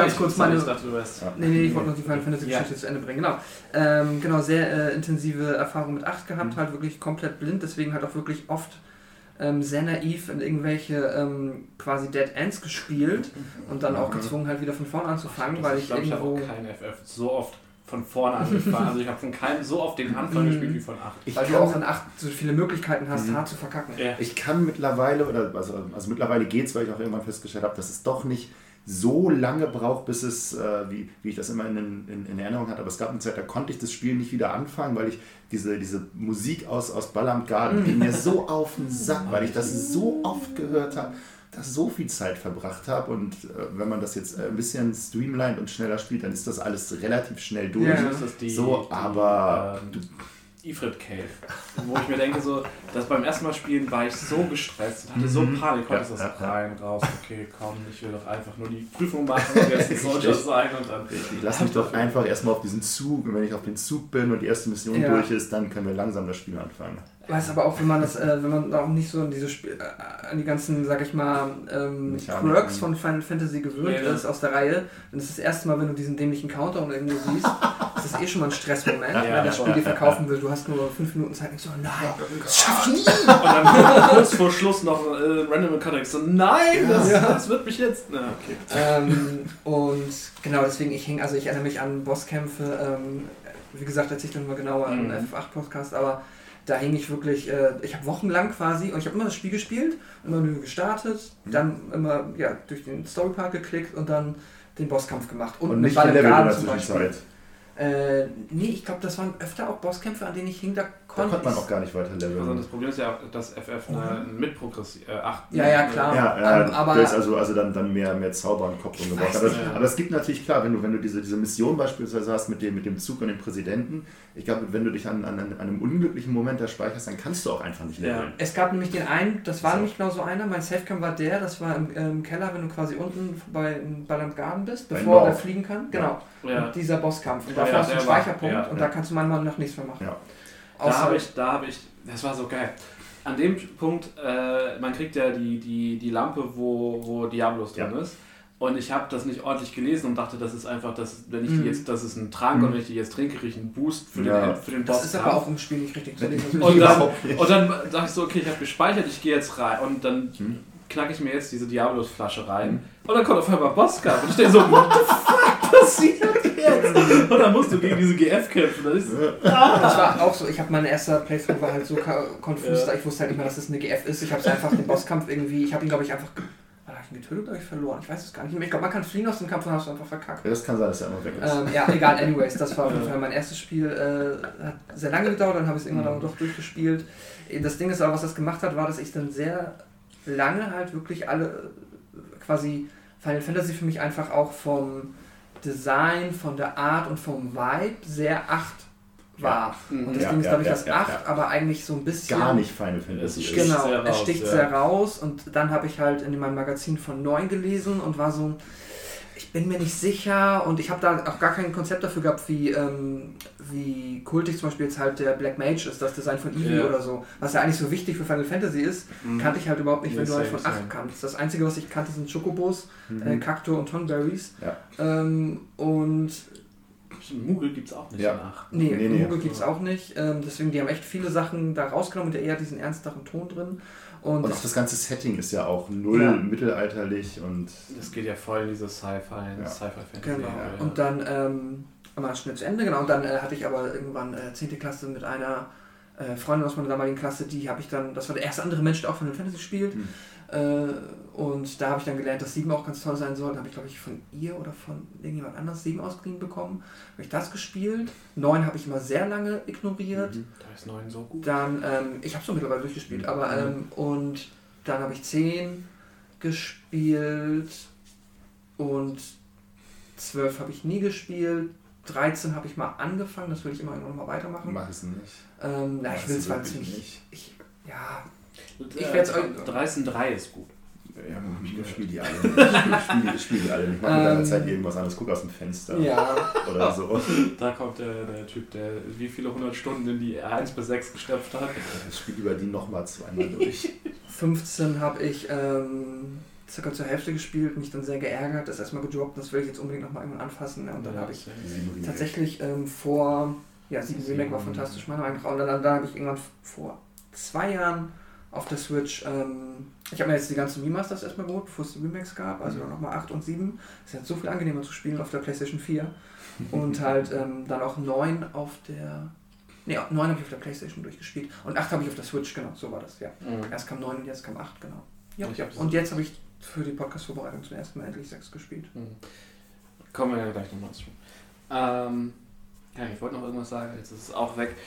noch die Final Fantasy Geschichte zu Ende bringen. Genau, sehr intensive Erfahrung mit 8 gehabt, halt wirklich komplett blind, deswegen halt auch wirklich oft sehr naiv in irgendwelche quasi Dead Ends gespielt und dann auch gezwungen halt wieder von vorne anzufangen, weil ich irgendwo... Ich habe auch kein FF so oft von vorne angefangen, also ich habe von keinem so oft den Anfang gespielt wie von 8. Weil du auch in 8 so viele Möglichkeiten hast, hart zu verkacken. Ja. Ich kann mittlerweile, also mittlerweile geht's, weil ich auch irgendwann festgestellt habe, dass es doch nicht so lange braucht, bis es, wie ich das immer in Erinnerung hatte, aber es gab eine Zeit, da konnte ich das Spiel nicht wieder anfangen, weil ich diese Musik aus Balamb Garden ging mir so auf den Sack, weil ich das so oft gehört habe, dass so viel Zeit verbracht habe und wenn man das jetzt ein bisschen streamlined und schneller spielt, dann ist das alles relativ schnell durch. Ja. Ifrit Cave, wo ich mir denke, so, dass beim ersten Mal spielen war ich so gestresst und hatte so Panik, konnte das rein, raus, okay, komm, ich will doch einfach nur die Prüfung machen und jetzt soll das sein und dann... Ich lasse mich doch einfach erstmal auf diesen Zug und wenn ich auf den Zug bin und die erste Mission durch ist, dann können wir langsam das Spiel anfangen. Weiß aber auch, wenn man auch nicht so an diese an die ganzen, sag ich mal, Quirks von Final Fantasy gewöhnt ist aus der Reihe, dann ist das erste Mal, wenn du diesen dämlichen Counter und irgendwo siehst, ist das schon mal ein Stressmoment, wenn das Spiel dir verkaufen will, du hast nur 5 Minuten Zeit und so, nein, das schaff ich nie! Und dann kurz vor Schluss noch Random Mechanics, so, nein, das wird mich jetzt... Na, okay. Und genau, deswegen, ich erinnere mich an Bosskämpfe, wie gesagt, erzähle ich dann mal genauer im FF8-Podcast, aber da hing ich wirklich, ich habe wochenlang quasi, und ich habe immer das Spiel gespielt, immer nur gestartet, dann immer durch den Storypart geklickt und dann den Bosskampf gemacht. Und nicht den Level zum Beispiel. Nee, ich glaube, das waren öfter auch Bosskämpfe, an denen ich hing, da konnte man auch gar nicht weiter leveln. Also das Problem ist ja, dass FF mit Progress 8... Ja, klar. Aber das ist also dann mehr Zauber und Kopf umgebracht. Aber es gibt natürlich, klar, wenn du diese Mission beispielsweise hast mit dem Zug und dem Präsidenten, ich glaube, wenn du dich an einem unglücklichen Moment da speicherst, dann kannst du auch einfach nicht leveln. Es gab nämlich den einen, das war nämlich genau so einer, mein Safecam war das war im Keller, wenn du quasi unten bei Balamb Garden bist, bevor er fliegen kann. Genau. Ja. Und dieser Bosskampf. Und dafür hast du einen Speicherpunkt und da kannst du manchmal noch nichts mehr machen. Ja. Da habe ich, das war so geil. An dem Punkt, man kriegt ja die Lampe, wo Diablos drin ist. Und ich habe das nicht ordentlich gelesen und dachte, das ist einfach, das ist ein Trank und wenn ich die jetzt trinke, kriege ich einen Boost für den Boss. Das ist aber auch im Spiel nicht richtig zu lesen. Und dann dachte ich so, okay, ich habe gespeichert, ich gehe jetzt rein und dann knacke ich mir jetzt diese Diablos-Flasche rein und dann kommt auf einmal Bosskampf und ich denke so, what the fuck passiert jetzt? Und dann musst du gegen diese GF kämpfen. Das war auch so, mein erster Playthrough war halt so konfus, ich wusste halt nicht mehr, dass das eine GF ist. Ich habe es einfach, den Bosskampf irgendwie, ich habe ihn glaube ich einfach... getötet oder verloren? Ich weiß es gar nicht mehr. Ich glaube, man kann fliehen aus dem Kampf und hast du einfach verkackt. Ja, das kann sein, dass er immer weg ist. Ja, egal, anyways. Das war auf jeden Fall mein erstes Spiel. Hat sehr lange gedauert, dann habe ich es irgendwann doch durchgespielt. Das Ding ist aber, was das gemacht hat, war, dass ich dann sehr lange halt wirklich alle quasi Final Fantasy für mich einfach auch vom Design, von der Art und vom Vibe sehr 8 war. Und das Ja, Ding ist, glaube ich, ja, das ja, 8, ja. aber eigentlich so ein bisschen... Gar nicht Final Fantasy ist. Genau, sehr es raus, sticht ja. sehr raus und dann habe ich halt in meinem Magazin von 9 gelesen und war so, ich bin mir nicht sicher und ich habe da auch gar kein Konzept dafür gehabt, wie kultig zum Beispiel jetzt halt der Black Mage ist, das Design von Eevee oder so, was ja eigentlich so wichtig für Final Fantasy ist, kannte ich halt überhaupt nicht, wenn du halt von 8 kannst. Das Einzige, was ich kannte, sind Chocobos, Cacto und Tonberries und Moogle gibt es auch nicht Ja. in 8. Nee. Moogle gibt es auch nicht. Deswegen, die haben echt viele Sachen da rausgenommen und eher diesen ernsteren Ton drin. Und auch das ganze Setting ist ja auch null mittelalterlich und... Das geht ja voll in diese Sci-Fi-Fantasy. Genau. Und dann, mal schnell zu Ende, genau. Und dann hatte ich aber irgendwann 10. Klasse mit einer Freundin aus meiner damaligen Klasse, die habe ich dann, das war der erste andere Mensch, der auch Final Fantasy spielt. Und da habe ich dann gelernt, dass 7 auch ganz toll sein soll. Dann habe ich, glaube ich, von ihr oder von irgendjemand anders 7 ausgeliehen bekommen. Habe ich das gespielt. 9 habe ich immer sehr lange ignoriert. Da ist 9 so gut. Dann, ich habe es mittlerweile durchgespielt, aber und dann habe ich 10 gespielt und 12 habe ich nie gespielt. 13 habe ich mal angefangen, das will ich immer noch mal weitermachen. Mach es nicht. Ich will es halt ziemlich. nicht. Ich Ich werd's 13.3 ist gut. Ja, ich spiele die alle nicht. Ich spiele die alle nicht. Ich mache in deiner Zeit irgendwas anderes. Guck aus dem Fenster. Ja. Oder so. Da kommt der Typ, der wie viele 100 Stunden in die 1 bis 6 gestopft hat. Ich spiele über die nochmal zweimal durch. 15 habe ich circa zur Hälfte gespielt, mich dann sehr geärgert, das erstmal gedroppt, das will ich jetzt unbedingt nochmal irgendwann anfassen. Und dann habe ich tatsächlich 7 Remake war fantastisch, meiner Meinung nach. Und dann habe ich irgendwann vor 2 Jahren auf der Switch, ich habe mir jetzt die ganzen Remasters erstmal geholt, bevor es die Remakes gab, also nochmal 8 und 7. Es ist jetzt so viel angenehmer zu spielen auf der PlayStation 4. Und halt dann auch 9 auf der... Ne, 9 habe ich auf der PlayStation durchgespielt und 8 habe ich auf der Switch, genau, so war das, ja. Erst kam 9 und jetzt kam 8, genau. Ja. Und jetzt habe ich für die Podcast-Vorbereitung zum ersten Mal endlich 6 gespielt. Kommen wir ja gleich nochmal zu. Ich wollte noch irgendwas sagen, jetzt ist es auch weg.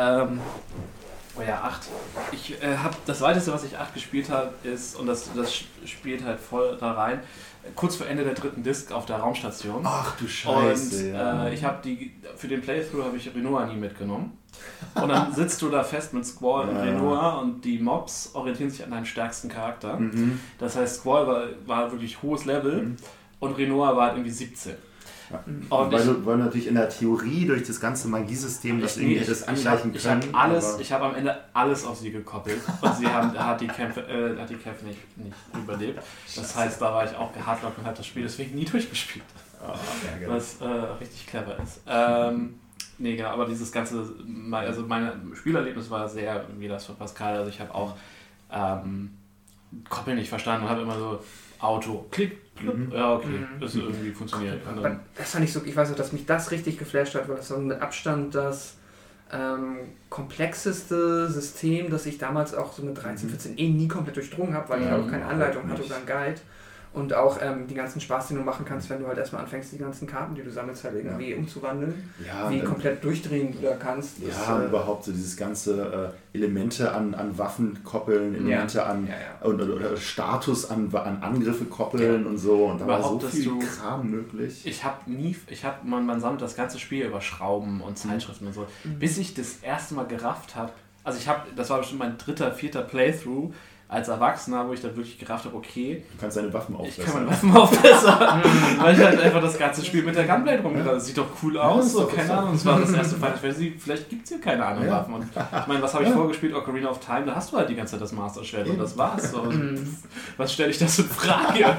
8. Ich habe das weiteste, was ich 8 gespielt habe, ist, und das spielt halt voll da rein, kurz vor Ende der 3. Disc auf der Raumstation. Ach du Scheiße. Und ich habe für den Playthrough habe ich Rinoa nie mitgenommen. Und dann sitzt du da fest mit Squall und Rinoa und die Mobs orientieren sich an deinen stärksten Charakter. Das heißt, Squall war wirklich hohes Level und Rinoa war halt irgendwie 17. Weil du natürlich in der Theorie durch das ganze Magiesystem das irgendwie hättest angleichen können. Ich habe am Ende alles auf sie gekoppelt und sie hat die Kämpfe nicht überlebt. Das heißt, da war ich auch gehardlockt und habe das Spiel deswegen nie durchgespielt. Was richtig clever ist. Genau, aber dieses ganze, also mein Spielerlebnis war sehr wie das von Pascal. Also ich habe auch Koppeln nicht verstanden und habe immer so Auto, Klick, plupp, ja okay, das irgendwie funktioniert. Aber das fand ich so, ich weiß noch, dass mich das richtig geflasht hat, weil das so mit Abstand das komplexeste System, das ich damals auch so mit 13, 14 nie komplett durchdrungen habe, weil ich auch keine Anleitung hatte oder einen Guide. Und auch den ganzen Spaß, den du machen kannst, wenn du halt erstmal anfängst, die ganzen Karten, die du sammelst, halt irgendwie umzuwandeln, wie komplett durchdrehen du da kannst. Überhaupt so dieses ganze Elemente an Waffen koppeln, Elemente an oder Status an Angriffe koppeln und so. Und da war so viel Kram möglich. Man sammelt das ganze Spiel über Schrauben und Zeitschriften und so. Bis ich das erste Mal gerafft habe, also das war bestimmt mein 3., 4. Playthrough, als Erwachsener, wo ich dann wirklich gerafft habe, okay, du kannst deine Waffen aufbessern. Ich kann meine Waffen aufbessern, weil ich halt einfach das ganze Spiel mit der Gunblade rumgedacht. Das sieht doch cool aus, so, keine Ahnung. Das war das erste Final Fantasy, vielleicht gibt es hier keine anderen Waffen. Und ich meine, was habe ich vorgespielt? Ocarina of Time, da hast du halt die ganze Zeit das Master Schwert und das war's. So. Was stelle ich das in Frage?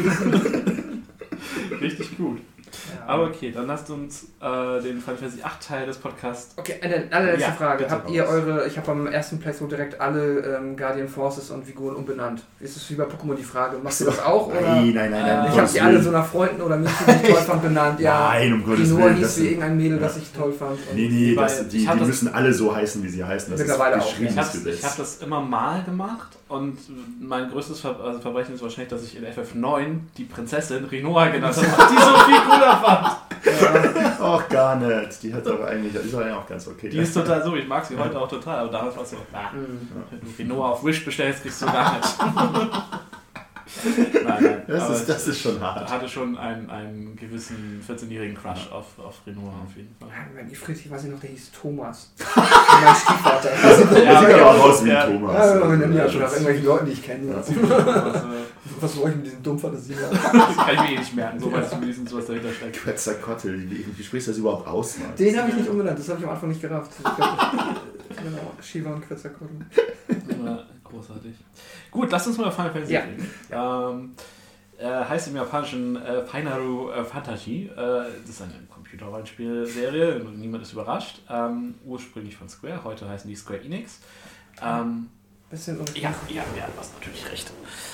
Richtig gut. Ja. Aber okay, dann lasst uns den Final Fantasy 8 Teil des Podcasts... Okay, eine allerletzte Frage. Habt ihr ich habe am ersten Playthrough direkt alle Guardian Forces und Figuren umbenannt. Ist es wie bei Pokémon die Frage? Machst du das auch? Oder? Nein. Ich habe die alle so nach Freunden oder Mädchen, die ich toll fand, benannt. Ja, nein, um Gottes Willen. Die Willen. hieß wie irgendein Mädel, das ich toll fand. Nee, die müssen alle so heißen, wie sie heißen. Das mittlerweile auch. Ich habe das immer mal gemacht und mein größtes Verbrechen ist wahrscheinlich, dass ich in FF9 die Prinzessin Rinoa genannt habe, weil die so viel cooler fand. Auch gar nicht. Die hat aber eigentlich, ist aber auch ganz okay. Die ist total so, ich mag sie heute auch total, aber damals war es so, wenn du Rinoa auf Wish bestellst, kriegst du gar nicht. Nein. Das ist schon hart. Hatte schon einen gewissen 14-jährigen Crush auf Renoir auf jeden Fall. Mein Ifrit, weiß ich noch, der hieß Thomas. Mein Stiefvater. Der sieht aber auch aus wie ein Thomas. Ja, wir nennen ja schon nach irgendwelchen Leuten, die ich kenne. Was soll ich mit diesem dummen Fantasie machen? Das kann ich mir nicht merken, so weißt du wenigstens, was dahinter steckt. Quetzalcoatl, wie sprichst du das überhaupt aus? Mann? Den habe ich nicht umgenannt, das habe ich am Anfang nicht gerafft. Genau, Shiva und Quetzalcoatl. Großartig. Gut, lass uns mal Final Fantasy reden. Heißt im Japanischen Final Fantasy. Das ist eine Computerrollenspielserie, niemand ist überrascht. Ursprünglich von Square, heute heißen die Square Enix. Bisschen ja, du hast natürlich recht.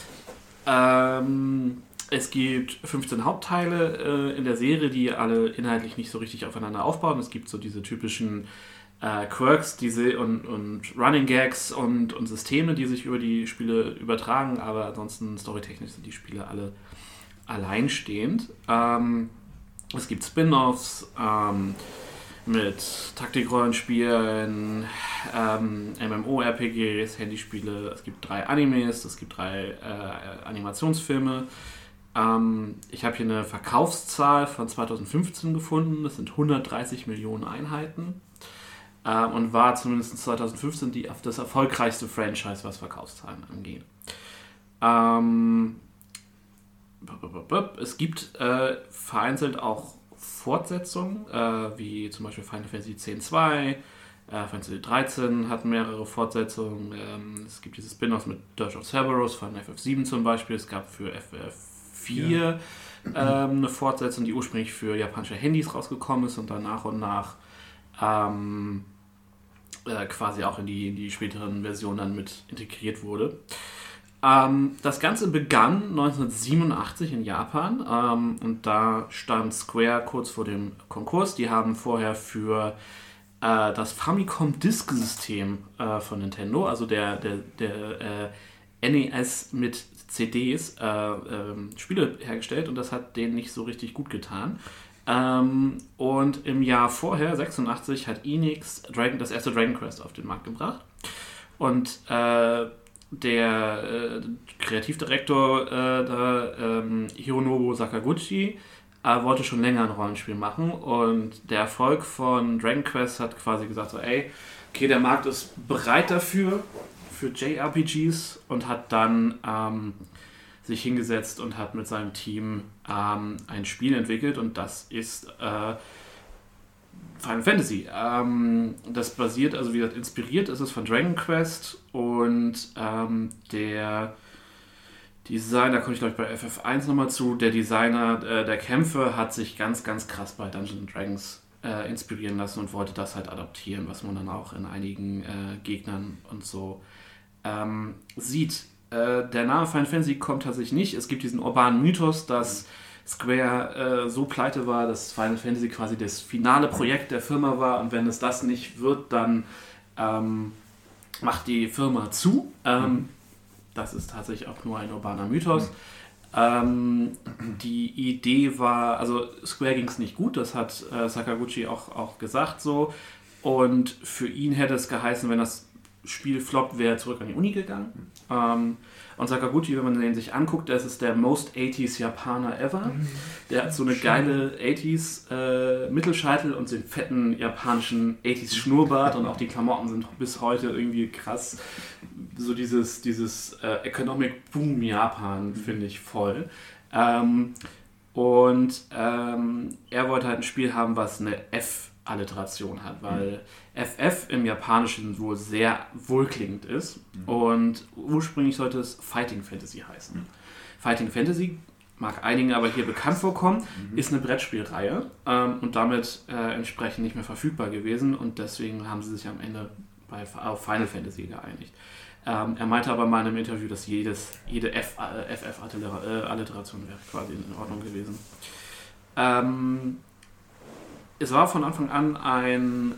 Es gibt 15 Hauptteile in der Serie, die alle inhaltlich nicht so richtig aufeinander aufbauen. Es gibt so diese typischen Quirks und Running Gags und Systeme, die sich über die Spiele übertragen, aber ansonsten storytechnisch sind die Spiele alle alleinstehend. Es gibt Spin-Offs mit Taktikrollenspielen, MMORPGs, Handyspiele, es gibt 3 Animes, es gibt 3 Animationsfilme. Ich habe hier eine Verkaufszahl von 2015 gefunden, das sind 130 Millionen Einheiten. Und war zumindest 2015 das erfolgreichste Franchise, was Verkaufszahlen angeht. Es gibt vereinzelt auch Fortsetzungen, wie zum Beispiel Final Fantasy X-2, Final Fantasy 13 hatten mehrere Fortsetzungen. Es gibt diese Spin-offs mit Dirge of Cerberus von FF7 zum Beispiel. Es gab für FF4 eine Fortsetzung, die ursprünglich für japanische Handys rausgekommen ist und dann nach und nach quasi auch in die späteren Versionen dann mit integriert wurde. Das Ganze begann 1987 in Japan und da stand Square kurz vor dem Konkurs. Die haben vorher für das Famicom Disk-System von Nintendo, also der NES mit CDs, Spiele hergestellt und das hat denen nicht so richtig gut getan. Und im Jahr vorher, 86, hat Enix das erste Dragon Quest auf den Markt gebracht. Und der Kreativdirektor Hironobu Sakaguchi wollte schon länger ein Rollenspiel machen. Und der Erfolg von Dragon Quest hat quasi gesagt, so, okay, der Markt ist bereit dafür, für JRPGs und hat dann sich hingesetzt und hat mit seinem Team ein Spiel entwickelt und das ist Final Fantasy. Das basiert, also wie gesagt, inspiriert ist es von Dragon Quest und der Designer, da komme ich glaube ich bei FF1 nochmal zu, der Designer der Kämpfe hat sich ganz, ganz krass bei Dungeons & Dragons inspirieren lassen und wollte das halt adaptieren, was man dann auch in einigen Gegnern und so sieht. Der Name Final Fantasy kommt tatsächlich nicht. Es gibt diesen urbanen Mythos, dass Square so pleite war, dass Final Fantasy quasi das finale Projekt der Firma war und wenn es das nicht wird, dann macht die Firma zu. Das ist tatsächlich auch nur ein urbaner Mythos. Die Idee war, also Square ging es nicht gut, das hat Sakaguchi auch gesagt so und für ihn hätte es geheißen, wenn das Spiel floppt, wäre zurück an die Uni gegangen. Und Sakaguchi, wenn man den sich anguckt, das ist der most 80s Japaner ever. Der hat so eine geile 80s Mittelscheitel und so einen fetten japanischen 80s Schnurrbart und auch die Klamotten sind bis heute irgendwie krass. So dieses Economic Boom Japan finde ich voll. Er wollte halt ein Spiel haben, was eine F-Alliteration hat, weil FF im Japanischen wohl sehr wohlklingend ist und ursprünglich sollte es Fighting Fantasy heißen. Fighting Fantasy mag einigen aber hier bekannt vorkommen, ist eine Brettspielreihe und damit entsprechend nicht mehr verfügbar gewesen und deswegen haben sie sich am Ende auf Final Fantasy geeinigt. Er meinte aber mal in einem Interview, dass jede FF-Alliteration wäre quasi in Ordnung gewesen. Es war von Anfang an ein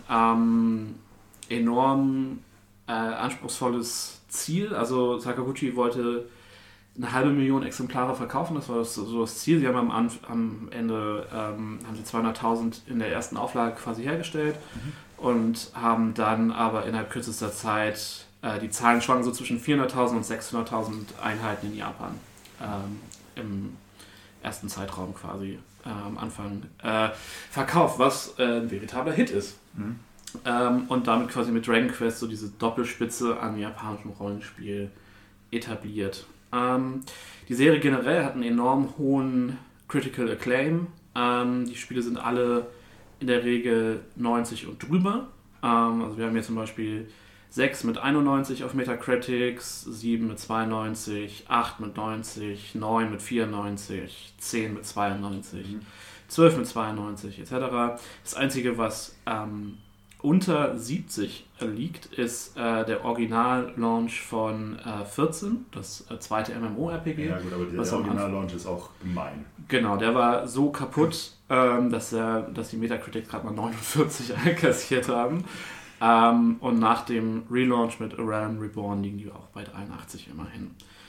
enorm anspruchsvolles Ziel. Also Sakaguchi wollte 500.000 Exemplare verkaufen, das war so das Ziel. Sie haben am Ende haben sie 200.000 in der ersten Auflage quasi hergestellt und haben dann aber innerhalb kürzester Zeit, die Zahlen schwanken so zwischen 400.000 und 600.000 Einheiten in Japan im ersten Zeitraum quasi am Anfang verkauft, was ein veritabler Hit ist. Und damit quasi mit Dragon Quest so diese Doppelspitze an japanischem Rollenspiel etabliert. Die Serie generell hat einen enorm hohen Critical Acclaim. Die Spiele sind alle in der Regel 90 und drüber. Also wir haben hier zum Beispiel 6 mit 91 auf Metacritics, 7 mit 92, 8 mit 90, 9 mit 94, 10 mit 92, 12 mit 92 etc. Das Einzige, was unter 70 liegt, ist der Original-Launch von 14, das zweite MMORPG. Ja gut, aber der Original-Launch ist auch gemein. Genau, der war so kaputt, dass die Metacritics gerade mal 49 einkassiert haben. Und nach dem Relaunch mit A Realm Reborn liegen die auch bei 83 immerhin.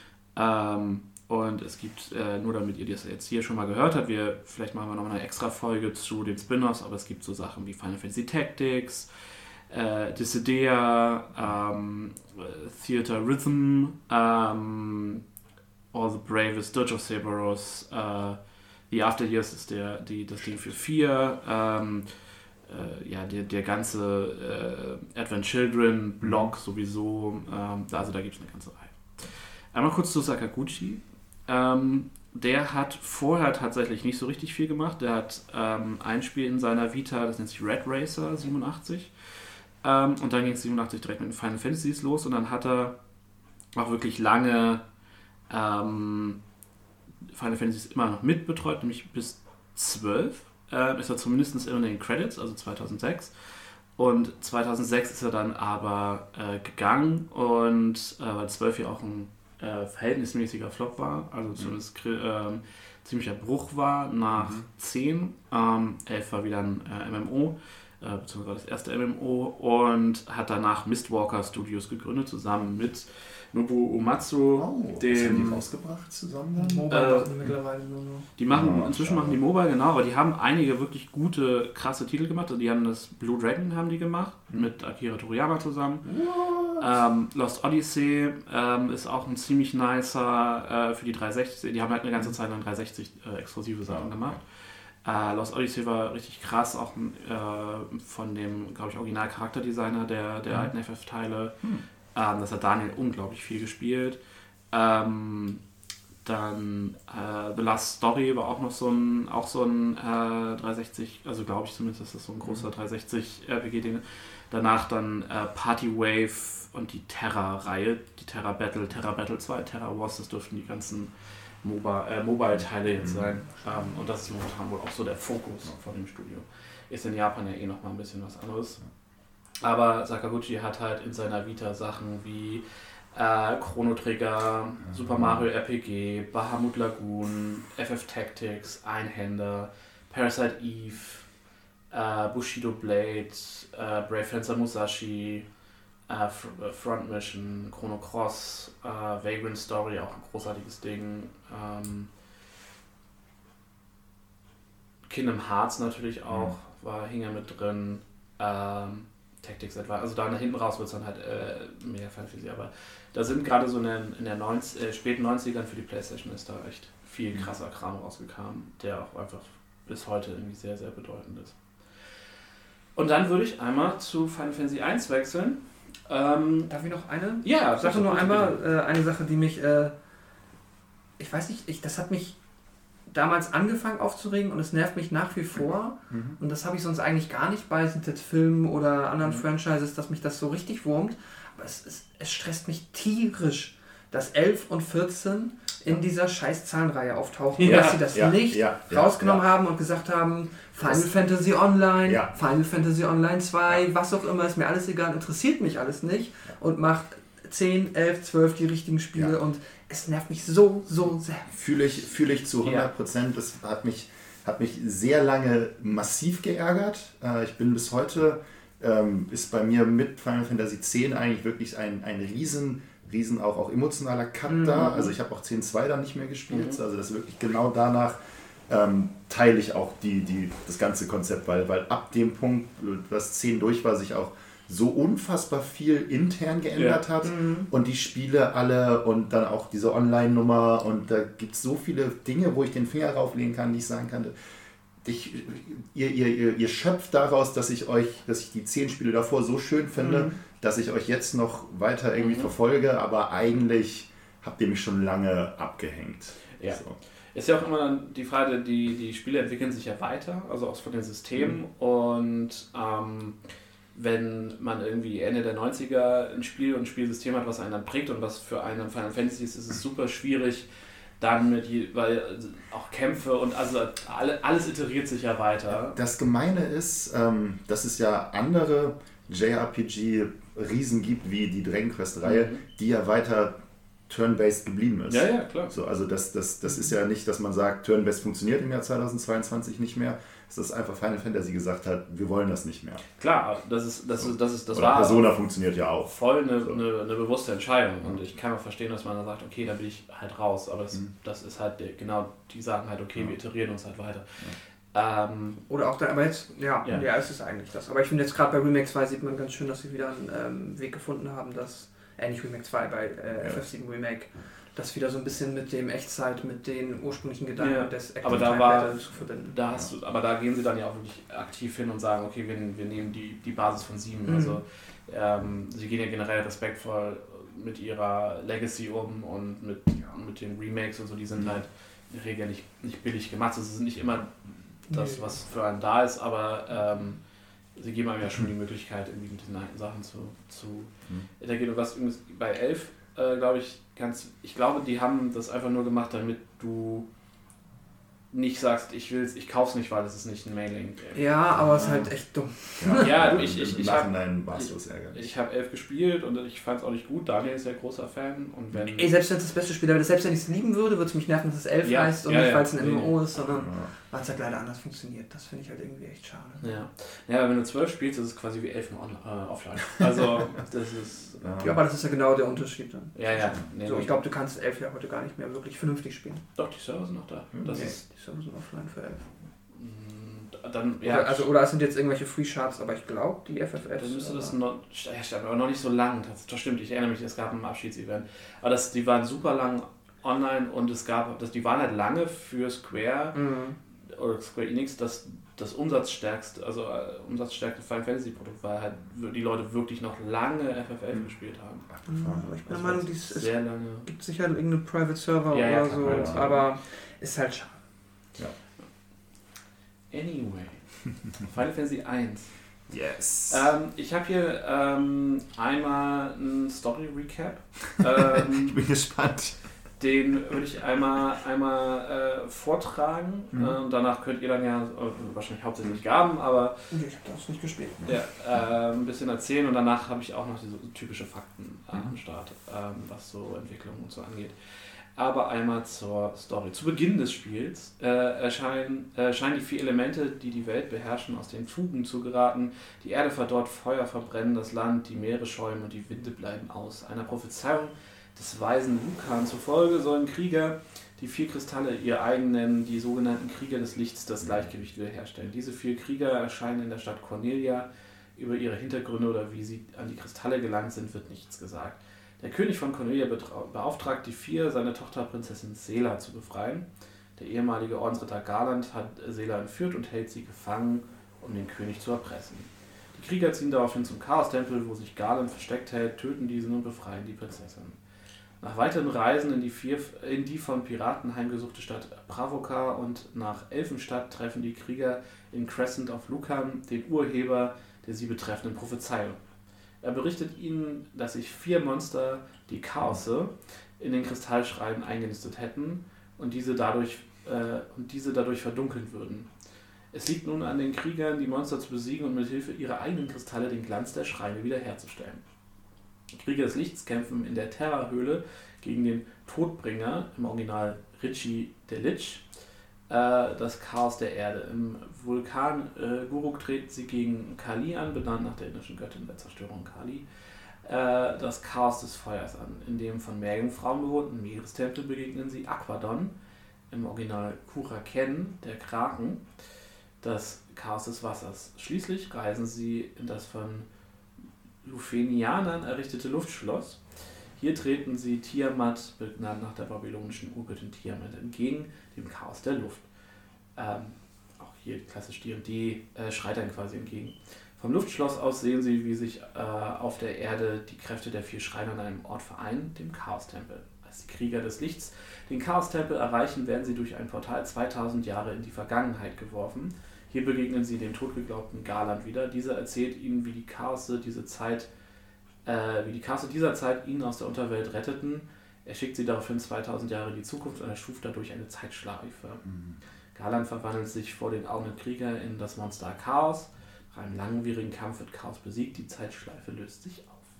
Und es gibt, nur damit ihr das jetzt hier schon mal gehört habt, vielleicht machen wir noch eine extra Folge zu den Spin-offs, aber es gibt so Sachen wie Final Fantasy Tactics, Dissidia, Theater Rhythm, All the Bravest, Dirge of Cerberus, The After Years ist das Ding für 4, der ganze Advent Children Blog sowieso, also da gibt es eine ganze Reihe. Einmal kurz zu Sakaguchi. Der hat vorher tatsächlich nicht so richtig viel gemacht. Der hat ein Spiel in seiner Vita, das nennt sich Red Racer 87. Und dann ging es 87 direkt mit den Final Fantasies los und dann hat er auch wirklich lange Final Fantasies immer noch mitbetreut, nämlich bis 12. Ist er zumindest in den Credits, also 2006. Und 2006 ist er dann aber gegangen und weil 12 ja auch ein verhältnismäßiger Flop war, also zumindest ziemlicher Bruch war nach 10. 11 war wieder ein MMO, beziehungsweise das erste MMO und hat danach Mistwalker Studios gegründet, zusammen mit Nobuo Uematsu. Was haben die rausgebracht zusammen dann? Mobile machen die mittlerweile nur noch. Inzwischen machen die Mobile, genau, aber die haben einige wirklich gute, krasse Titel gemacht. Also die haben das Blue Dragon gemacht, mit Akira Toriyama zusammen. Lost Odyssey ist auch ein ziemlich nicer für die 360. Die haben halt eine ganze Zeit lang 360 exklusive Sachen gemacht. Lost Odyssey war richtig krass, auch von dem, glaube ich, Original-Charakterdesigner der alten FF-Teile. Das hat Daniel unglaublich viel gespielt. Dann The Last Story war auch noch so ein 360, also glaube ich zumindest, dass das so ein großer 360 RPG-Ding. Danach dann Party Wave und die Terra-Reihe, die Terra Battle 2, Terra Wars, das dürften die ganzen Mobile-Teile jetzt sein. Und das ist momentan wohl auch so der Fokus von dem Studio. Ist in Japan ja nochmal ein bisschen was anderes. Aber Sakaguchi hat halt in seiner Vita Sachen wie Chrono Trigger, Super Mario RPG, Bahamut Lagoon, FF Tactics, Einhänder, Parasite Eve, Bushido Blade, Brave Fencer Musashi, Front Mission, Chrono Cross, Vagrant Story, auch ein großartiges Ding. Kingdom Hearts natürlich auch, hing ja mit drin. Tactics etwa, also da nach hinten raus wird es dann halt mehr Fantasy, aber da sind gerade so in der späten 90ern für die Playstation ist da echt viel krasser Kram rausgekommen, der auch einfach bis heute irgendwie sehr, sehr bedeutend ist. Und dann würde ich einmal zu Final Fantasy 1 wechseln. Darf ich noch eine? Ja, Sache nur einmal, eine Sache, die mich, ich weiß nicht, das hat mich damals angefangen aufzuregen und es nervt mich nach wie vor. Und das habe ich sonst eigentlich gar nicht bei Filmen oder anderen Franchises, dass mich das so richtig wurmt. Aber es stresst mich tierisch, dass 11 und 14 in dieser scheiß Zahlenreihe auftauchen. Und dass sie das nicht rausgenommen haben und gesagt haben, Final Fantasy Online, Final Fantasy Online 2, was auch immer, ist mir alles egal, interessiert mich alles nicht und macht 10, 11, 12 die richtigen Spiele und es nervt mich so sehr. Fühle ich zu 100%. Das hat mich sehr lange massiv geärgert. Ich bin bis heute, ist bei mir mit Final Fantasy X eigentlich wirklich ein riesen auch emotionaler Cut da. Also ich habe auch 10.2 dann nicht mehr gespielt. Also das ist wirklich genau danach teile ich auch das ganze Konzept, weil ab dem Punkt, was 10 durch war, sich auch so unfassbar viel intern geändert hat und die Spiele alle und dann auch diese Online-Nummer und da gibt es so viele Dinge, wo ich den Finger rauflegen kann, die ich sagen kann, ihr schöpft daraus, dass ich die 10 Spiele davor so schön finde, dass ich euch jetzt noch weiter irgendwie verfolge, aber eigentlich habt ihr mich schon lange abgehängt. Ja. So. Ist ja auch immer dann die Frage, die Spiele entwickeln sich ja weiter, also auch von den Systemen und wenn man irgendwie Ende der 90er ein Spiel und ein Spielsystem hat, was einen dann prägt und was für einen Final Fantasy ist es super schwierig, dann weil auch Kämpfe und also alles iteriert sich ja weiter. Das Gemeine ist, dass es ja andere JRPG-Riesen gibt, wie die Dragon Quest-Reihe, die ja weiter turn-based geblieben ist. Ja, klar. So, also das ist ja nicht, dass man sagt, turn-based funktioniert im Jahr 2022 nicht mehr. Es ist einfach Final Fantasy gesagt hat, wir wollen das nicht mehr. Klar, das Oder war Persona funktioniert ja auch. voll eine bewusste Entscheidung und ich kann auch verstehen, dass man dann sagt, okay, da bin ich halt raus, aber das ist halt genau, die sagen halt, okay, wir iterieren uns halt weiter. Oder auch da, aber jetzt, ja, ist es eigentlich das. Aber ich finde jetzt gerade bei Remake 2 sieht man ganz schön, dass sie wieder einen Weg gefunden haben, dass, nicht Remake 2, bei FF7 Remake, das wieder so ein bisschen mit dem Echtzeit, mit den ursprünglichen Gedanken des Active Time Battle zu verbinden. Aber da gehen sie dann ja auch wirklich aktiv hin und sagen, okay, wir nehmen die Basis von 7. Also sie gehen ja generell respektvoll mit ihrer Legacy um und mit den Remakes und so, die sind halt in der Regel nicht billig gemacht. Also es ist nicht immer das, was für einen da ist, aber sie geben einem ja schon die Möglichkeit, irgendwie mit diesen alten Sachen zu interagieren. Und was übrigens bei 11, glaube ich glaube, die haben das einfach nur gemacht, damit du nicht sagst, ich kauf's nicht, weil es ist nicht ein Mainlink. Ja, aber es ist halt echt dumm. Ja, du, ich habe 11 gespielt und ich fand es auch nicht gut. Daniel ist ja großer Fan. Und selbst wenn es das beste Spiel wäre, selbst wenn ich es lieben würde, würde es mich nerven, dass es 11 heißt und nicht, weil es ein MMO ist, sondern weil es halt leider anders funktioniert. Das finde ich halt irgendwie echt schade. Ja, aber wenn du 12 spielst, ist es quasi wie 11 offline. Also, das ist... Ja, aber das ist ja genau der Unterschied dann. Ja. So, ich glaube, du kannst 11 ja heute gar nicht mehr wirklich vernünftig spielen. Doch, die Server sind noch da. Die Server sind offline für 11. Dann, oder es sind jetzt irgendwelche Free-Shards, aber ich glaube, die FFS... Dann müsste das noch... Ja, stimmt, aber noch nicht so lang. Das stimmt, ich erinnere mich, es gab ein Abschiedsevent. Aber die waren super lang online und die waren halt lange für Square oder Square Enix das umsatzstärkste Final Fantasy Produkt, weil halt die Leute wirklich noch lange FF11 gespielt haben. Aber ich bin der Meinung, sehr lange. Gibt sicher irgendeine Private Server oder so, aber ist halt schade. Ja. Anyway, Final Fantasy 1. Yes. Ich habe hier einmal einen Story-Recap. Ich bin gespannt. Den würde ich einmal vortragen. Danach könnt ihr dann ja wahrscheinlich hauptsächlich Gaben, aber ich habe das nicht gespielt. Ja, ein bisschen erzählen und danach habe ich auch noch diese typische Fakten am Start, was so Entwicklung und so angeht. Aber einmal zur Story. Zu Beginn des Spiels scheinen die 4 Elemente, die die Welt beherrschen, aus den Fugen zu geraten. Die Erde verdorrt, Feuer verbrennen das Land, die Meere schäumen und die Winde bleiben aus. Einer Prophezeiung des weisen Lucan zufolge sollen Krieger, die 4 Kristalle ihr eigen nennen, die sogenannten Krieger des Lichts, das Gleichgewicht wiederherstellen. Diese 4 Krieger erscheinen in der Stadt Cornelia. Über ihre Hintergründe oder wie sie an die Kristalle gelangt sind, wird nichts gesagt. Der König von Cornelia beauftragt die 4, seine Tochter Prinzessin Sela zu befreien. Der ehemalige Ordensritter Garland hat Sela entführt und hält sie gefangen, um den König zu erpressen. Die Krieger ziehen daraufhin zum Chaos-Tempel, wo sich Garland versteckt hält, töten diesen und befreien die Prinzessin. Nach weiteren Reisen in die von Piraten heimgesuchte Stadt Pravoka und nach Elfenstadt treffen die Krieger in Crescent of Lucan den Urheber der sie betreffenden Prophezeiung. Er berichtet ihnen, dass sich 4 Monster, die Chaose, in den Kristallschreien eingenistet hätten und diese dadurch verdunkeln würden. Es liegt nun an den Kriegern, die Monster zu besiegen und mit Hilfe ihrer eigenen Kristalle den Glanz der Schreine wiederherzustellen. Die Krieger des Lichts kämpfen in der Terrorhöhle gegen den Todbringer, im Original Richie der Lich, das Chaos der Erde. Im Vulkan Guruk treten sie gegen Kali an, benannt nach der indischen Göttin der Zerstörung Kali, das Chaos des Feuers an. In dem von Meerjungfrauen bewohnten Meerestempel begegnen sie Aquadon, im Original Kuraken, der Kraken, das Chaos des Wassers. Schließlich reisen sie in das von Lufenianern errichtete Luftschloss. Hier treten sie Tiamat, benannt nach der babylonischen Urgöttin Tiamat, entgegen, dem Chaos der Luft. Auch hier klassisch D&D schreit dann quasi entgegen. Vom Luftschloss aus sehen sie, wie sich auf der Erde die Kräfte der 4 Schreiner an einem Ort vereinen, dem Chaostempel. Als die Krieger des Lichts den Chaostempel erreichen, werden sie durch ein Portal 2000 Jahre in die Vergangenheit geworfen. Hier begegnen sie dem totgeglaubten Garland wieder. Dieser erzählt ihnen, wie die Chaosse dieser Zeit ihnen aus der Unterwelt retteten. Er schickt sie daraufhin 2000 Jahre in die Zukunft und erstuft dadurch eine Zeitschleife. Garland verwandelt sich vor den Augen der Krieger in das Monster Chaos. Nach einem langwierigen Kampf wird Chaos besiegt, die Zeitschleife löst sich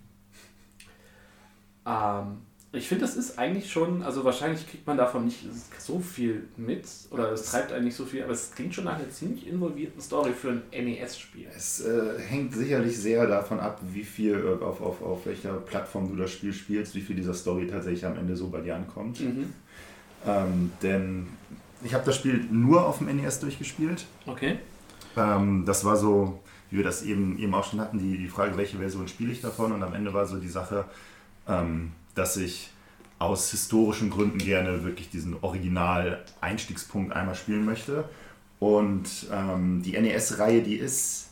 auf. Ich finde, das ist eigentlich schon, also wahrscheinlich kriegt man davon nicht so viel mit oder es treibt eigentlich so viel, aber es klingt schon nach einer ziemlich involvierten Story für ein NES-Spiel. Es hängt sicherlich sehr davon ab, wie viel auf welcher Plattform du das Spiel spielst, wie viel dieser Story tatsächlich am Ende so bei dir ankommt. Denn ich habe das Spiel nur auf dem NES durchgespielt. Okay. Das war so, wie wir das eben auch schon hatten, die Frage, welche Version spiele ich davon, und am Ende war so die Sache, dass ich aus historischen Gründen gerne wirklich diesen Original-Einstiegspunkt einmal spielen möchte. Und die NES-Reihe, die ist,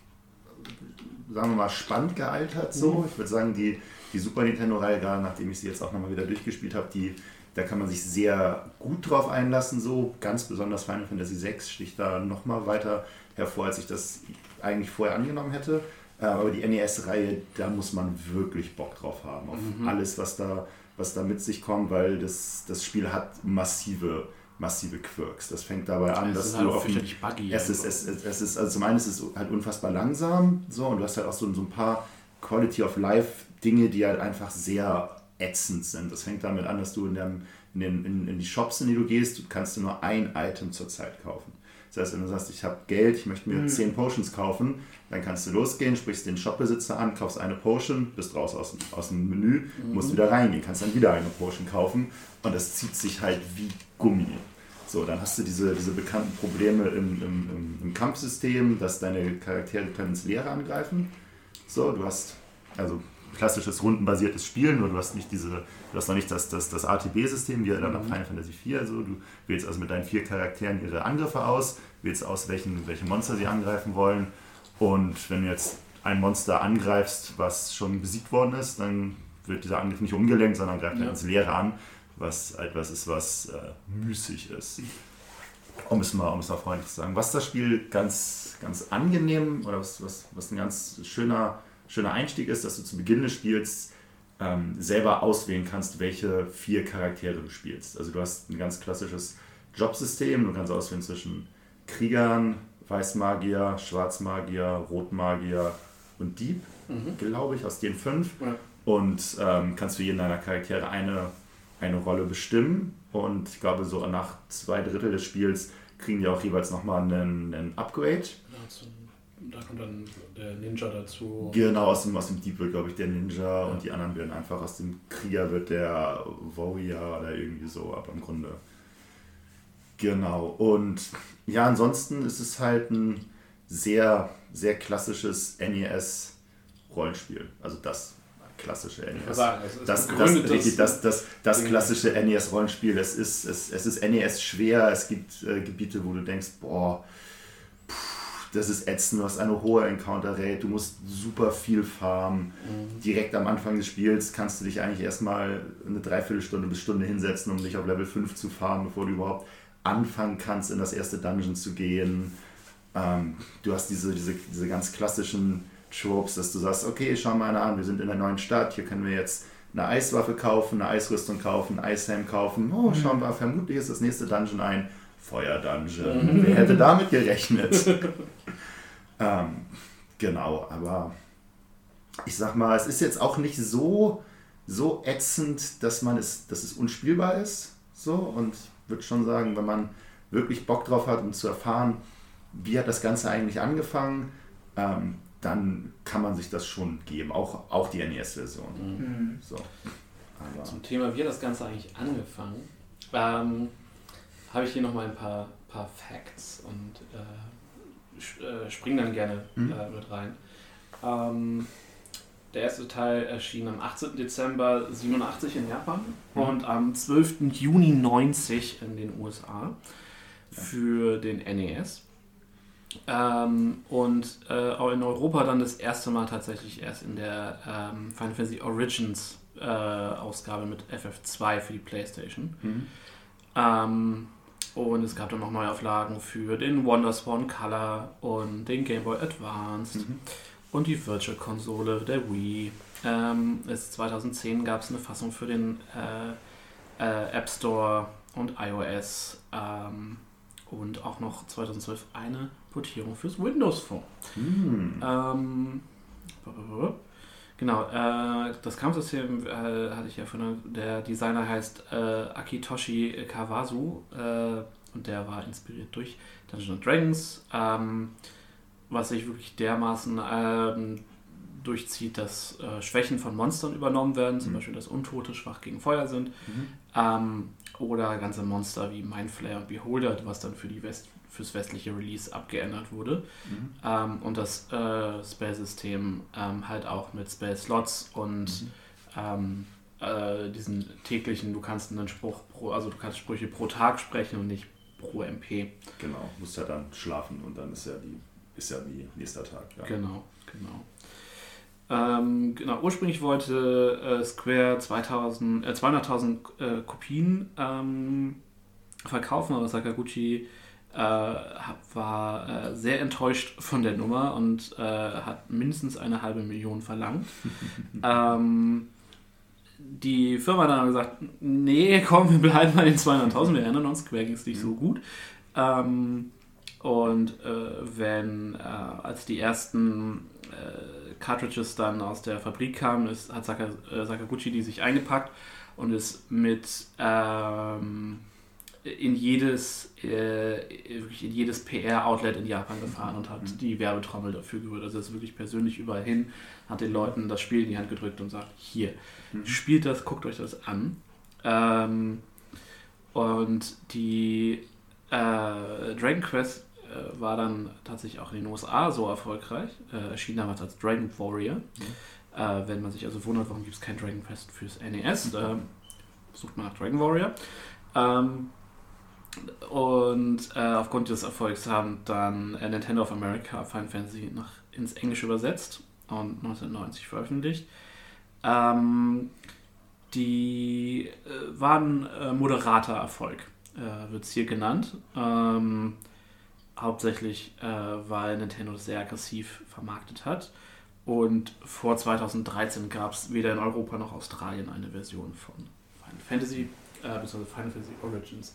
sagen wir mal, spannend gealtert so. Ich würde sagen, die Super Nintendo-Reihe, gerade nachdem ich sie jetzt auch nochmal wieder durchgespielt habe, da kann man sich sehr gut drauf einlassen. So. Ganz besonders Final Fantasy VI sticht da nochmal weiter hervor, als ich das eigentlich vorher angenommen hätte. Aber die NES-Reihe, da muss man wirklich Bock drauf haben, auf alles, was da mit sich kommt, weil das Spiel hat massive Quirks. Das fängt dabei an, dass du auf es ist also zum einen ist es halt unfassbar langsam, so, und du hast halt auch so ein paar Quality of Life Dinge, die halt einfach sehr ätzend sind. Das fängt damit an, dass du in die Shops, in die du gehst, kannst du nur ein Item zur Zeit kaufen. Das heißt, wenn du sagst, ich habe Geld, ich möchte mir 10 Potions kaufen, dann kannst du losgehen, sprichst den Shopbesitzer an, kaufst eine Potion, bist raus aus dem Menü, musst wieder reingehen, kannst dann wieder eine Potion kaufen, und das zieht sich halt wie Gummi. So, dann hast du diese bekannten Probleme im Kampfsystem, dass deine Charaktere können ins Leere angreifen. So, du hast also klassisches rundenbasiertes Spielen, nur du hast noch nicht das ATB-System, wie dann auf Final Fantasy IV. Also du wählst also mit deinen 4 Charakteren ihre Angriffe aus, wählst aus, welche Monster sie angreifen wollen, und wenn du jetzt ein Monster angreifst, was schon besiegt worden ist, dann wird dieser Angriff nicht umgelenkt, sondern greift dann ins Leere an, was etwas ist, was müßig ist. Um es mal freundlich zu sagen. Was das Spiel ganz angenehm, oder was ein ganz schöner Einstieg ist, dass du zu Beginn des Spiels selber auswählen kannst, welche 4 Charaktere du spielst. Also du hast ein ganz klassisches Jobsystem, du kannst auswählen zwischen Kriegern, Weißmagier, Schwarzmagier, Rotmagier und Dieb, glaube ich, aus den 5. Ja. Und kannst für jeden deiner Charaktere eine Rolle bestimmen, und ich glaube, so nach 2/3 des Spiels kriegen die auch jeweils nochmal einen Upgrade. Da kommt dann der Ninja dazu. Genau, aus dem Dieb wird, glaube ich, der Ninja, und die anderen werden einfach, aus dem Krieger wird der Warrior oder irgendwie so, aber im Grunde. Genau, und ja, ansonsten ist es halt ein sehr, sehr klassisches NES-Rollenspiel. Also das klassische NES. Das klassische NES-Rollenspiel. Es ist NES schwer, es gibt Gebiete, wo du denkst, boah, das ist ätzend, du hast eine hohe Encounter-Rate, du musst super viel farmen. Direkt am Anfang des Spiels kannst du dich eigentlich erstmal eine Dreiviertelstunde bis Stunde hinsetzen, um dich auf Level 5 zu farmen, bevor du überhaupt anfangen kannst, in das erste Dungeon zu gehen. Du hast diese ganz klassischen Tropes, dass du sagst, okay, schau mal einer an, wir sind in der neuen Stadt, hier können wir jetzt eine Eiswaffe kaufen, eine Eisrüstung kaufen, einen Eishelm kaufen. Oh, schauen wir, vermutlich ist das nächste Dungeon ein Feuer-Dungeon. Wer hätte damit gerechnet? Genau, aber ich sag mal, es ist jetzt auch nicht so ätzend, dass es unspielbar ist. So, und ich würde schon sagen, wenn man wirklich Bock drauf hat, um zu erfahren, wie hat das Ganze eigentlich angefangen, dann kann man sich das schon geben, auch die NES-Version. So. Aber zum Thema, wie hat das Ganze eigentlich angefangen, habe ich hier nochmal ein paar Facts und springe dann gerne mit rein. Der erste Teil erschien am 18. Dezember 87 in Japan und am 12. Juni 90 in den USA für den NES. Und auch in Europa dann das erste Mal tatsächlich erst in der Final Fantasy Origins Ausgabe mit FF2 für die PlayStation. Und es gab dann noch Neuauflagen für den WonderSwan Color und den Game Boy Advanced und die Virtual-Konsole der Wii. 2010 gab es eine Fassung für den App Store und iOS und auch noch 2012 eine Portierung fürs Windows Phone. Genau, das Kampfsystem hatte ich ja von der Designer heißt Akitoshi Kawasu und der war inspiriert durch Dungeons & Dragons, was sich wirklich dermaßen durchzieht, dass Schwächen von Monstern übernommen werden, zum Beispiel, dass Untote schwach gegen Feuer sind, oder ganze Monster wie Mindflayer und Beholder, was dann fürs westliche Release abgeändert wurde. Und das Spell-System halt auch mit Spell-Slots und diesen täglichen, du kannst Sprüche pro Tag sprechen und nicht pro MP. Genau, musst ja dann schlafen und dann ist ja wie nächster Tag. Ja. Genau. Ursprünglich wollte Square 200.000 Kopien verkaufen, aber Sakaguchi war sehr enttäuscht von der Nummer und hat mindestens 500.000 verlangt. Die Firma hat dann gesagt, nee, komm, wir bleiben bei den 200.000, wir erinnern uns, Square ging es nicht so gut. Als die ersten Cartridges dann aus der Fabrik kamen, hat Sakaguchi die sich eingepackt und ist mit in jedes PR-Outlet in Japan gefahren und hat die Werbetrommel dafür gerührt. Also ist wirklich persönlich überall hin, hat den Leuten das Spiel in die Hand gedrückt und sagt, hier, spielt das, guckt euch das an. Und die Dragon Quest war dann tatsächlich auch in den USA so erfolgreich, erschien damals als Dragon Warrior. Wenn man sich also wundert, warum gibt es kein Dragon Quest fürs NES, sucht man nach Dragon Warrior. Aufgrund des Erfolgs haben dann Nintendo of America Final Fantasy ins Englische übersetzt und 1990 veröffentlicht. Die waren moderater Erfolg, wird es hier genannt. Hauptsächlich, weil Nintendo das sehr aggressiv vermarktet hat. Und vor 2013 gab es weder in Europa noch Australien eine Version von Final Fantasy, beziehungsweise Final Fantasy Origins.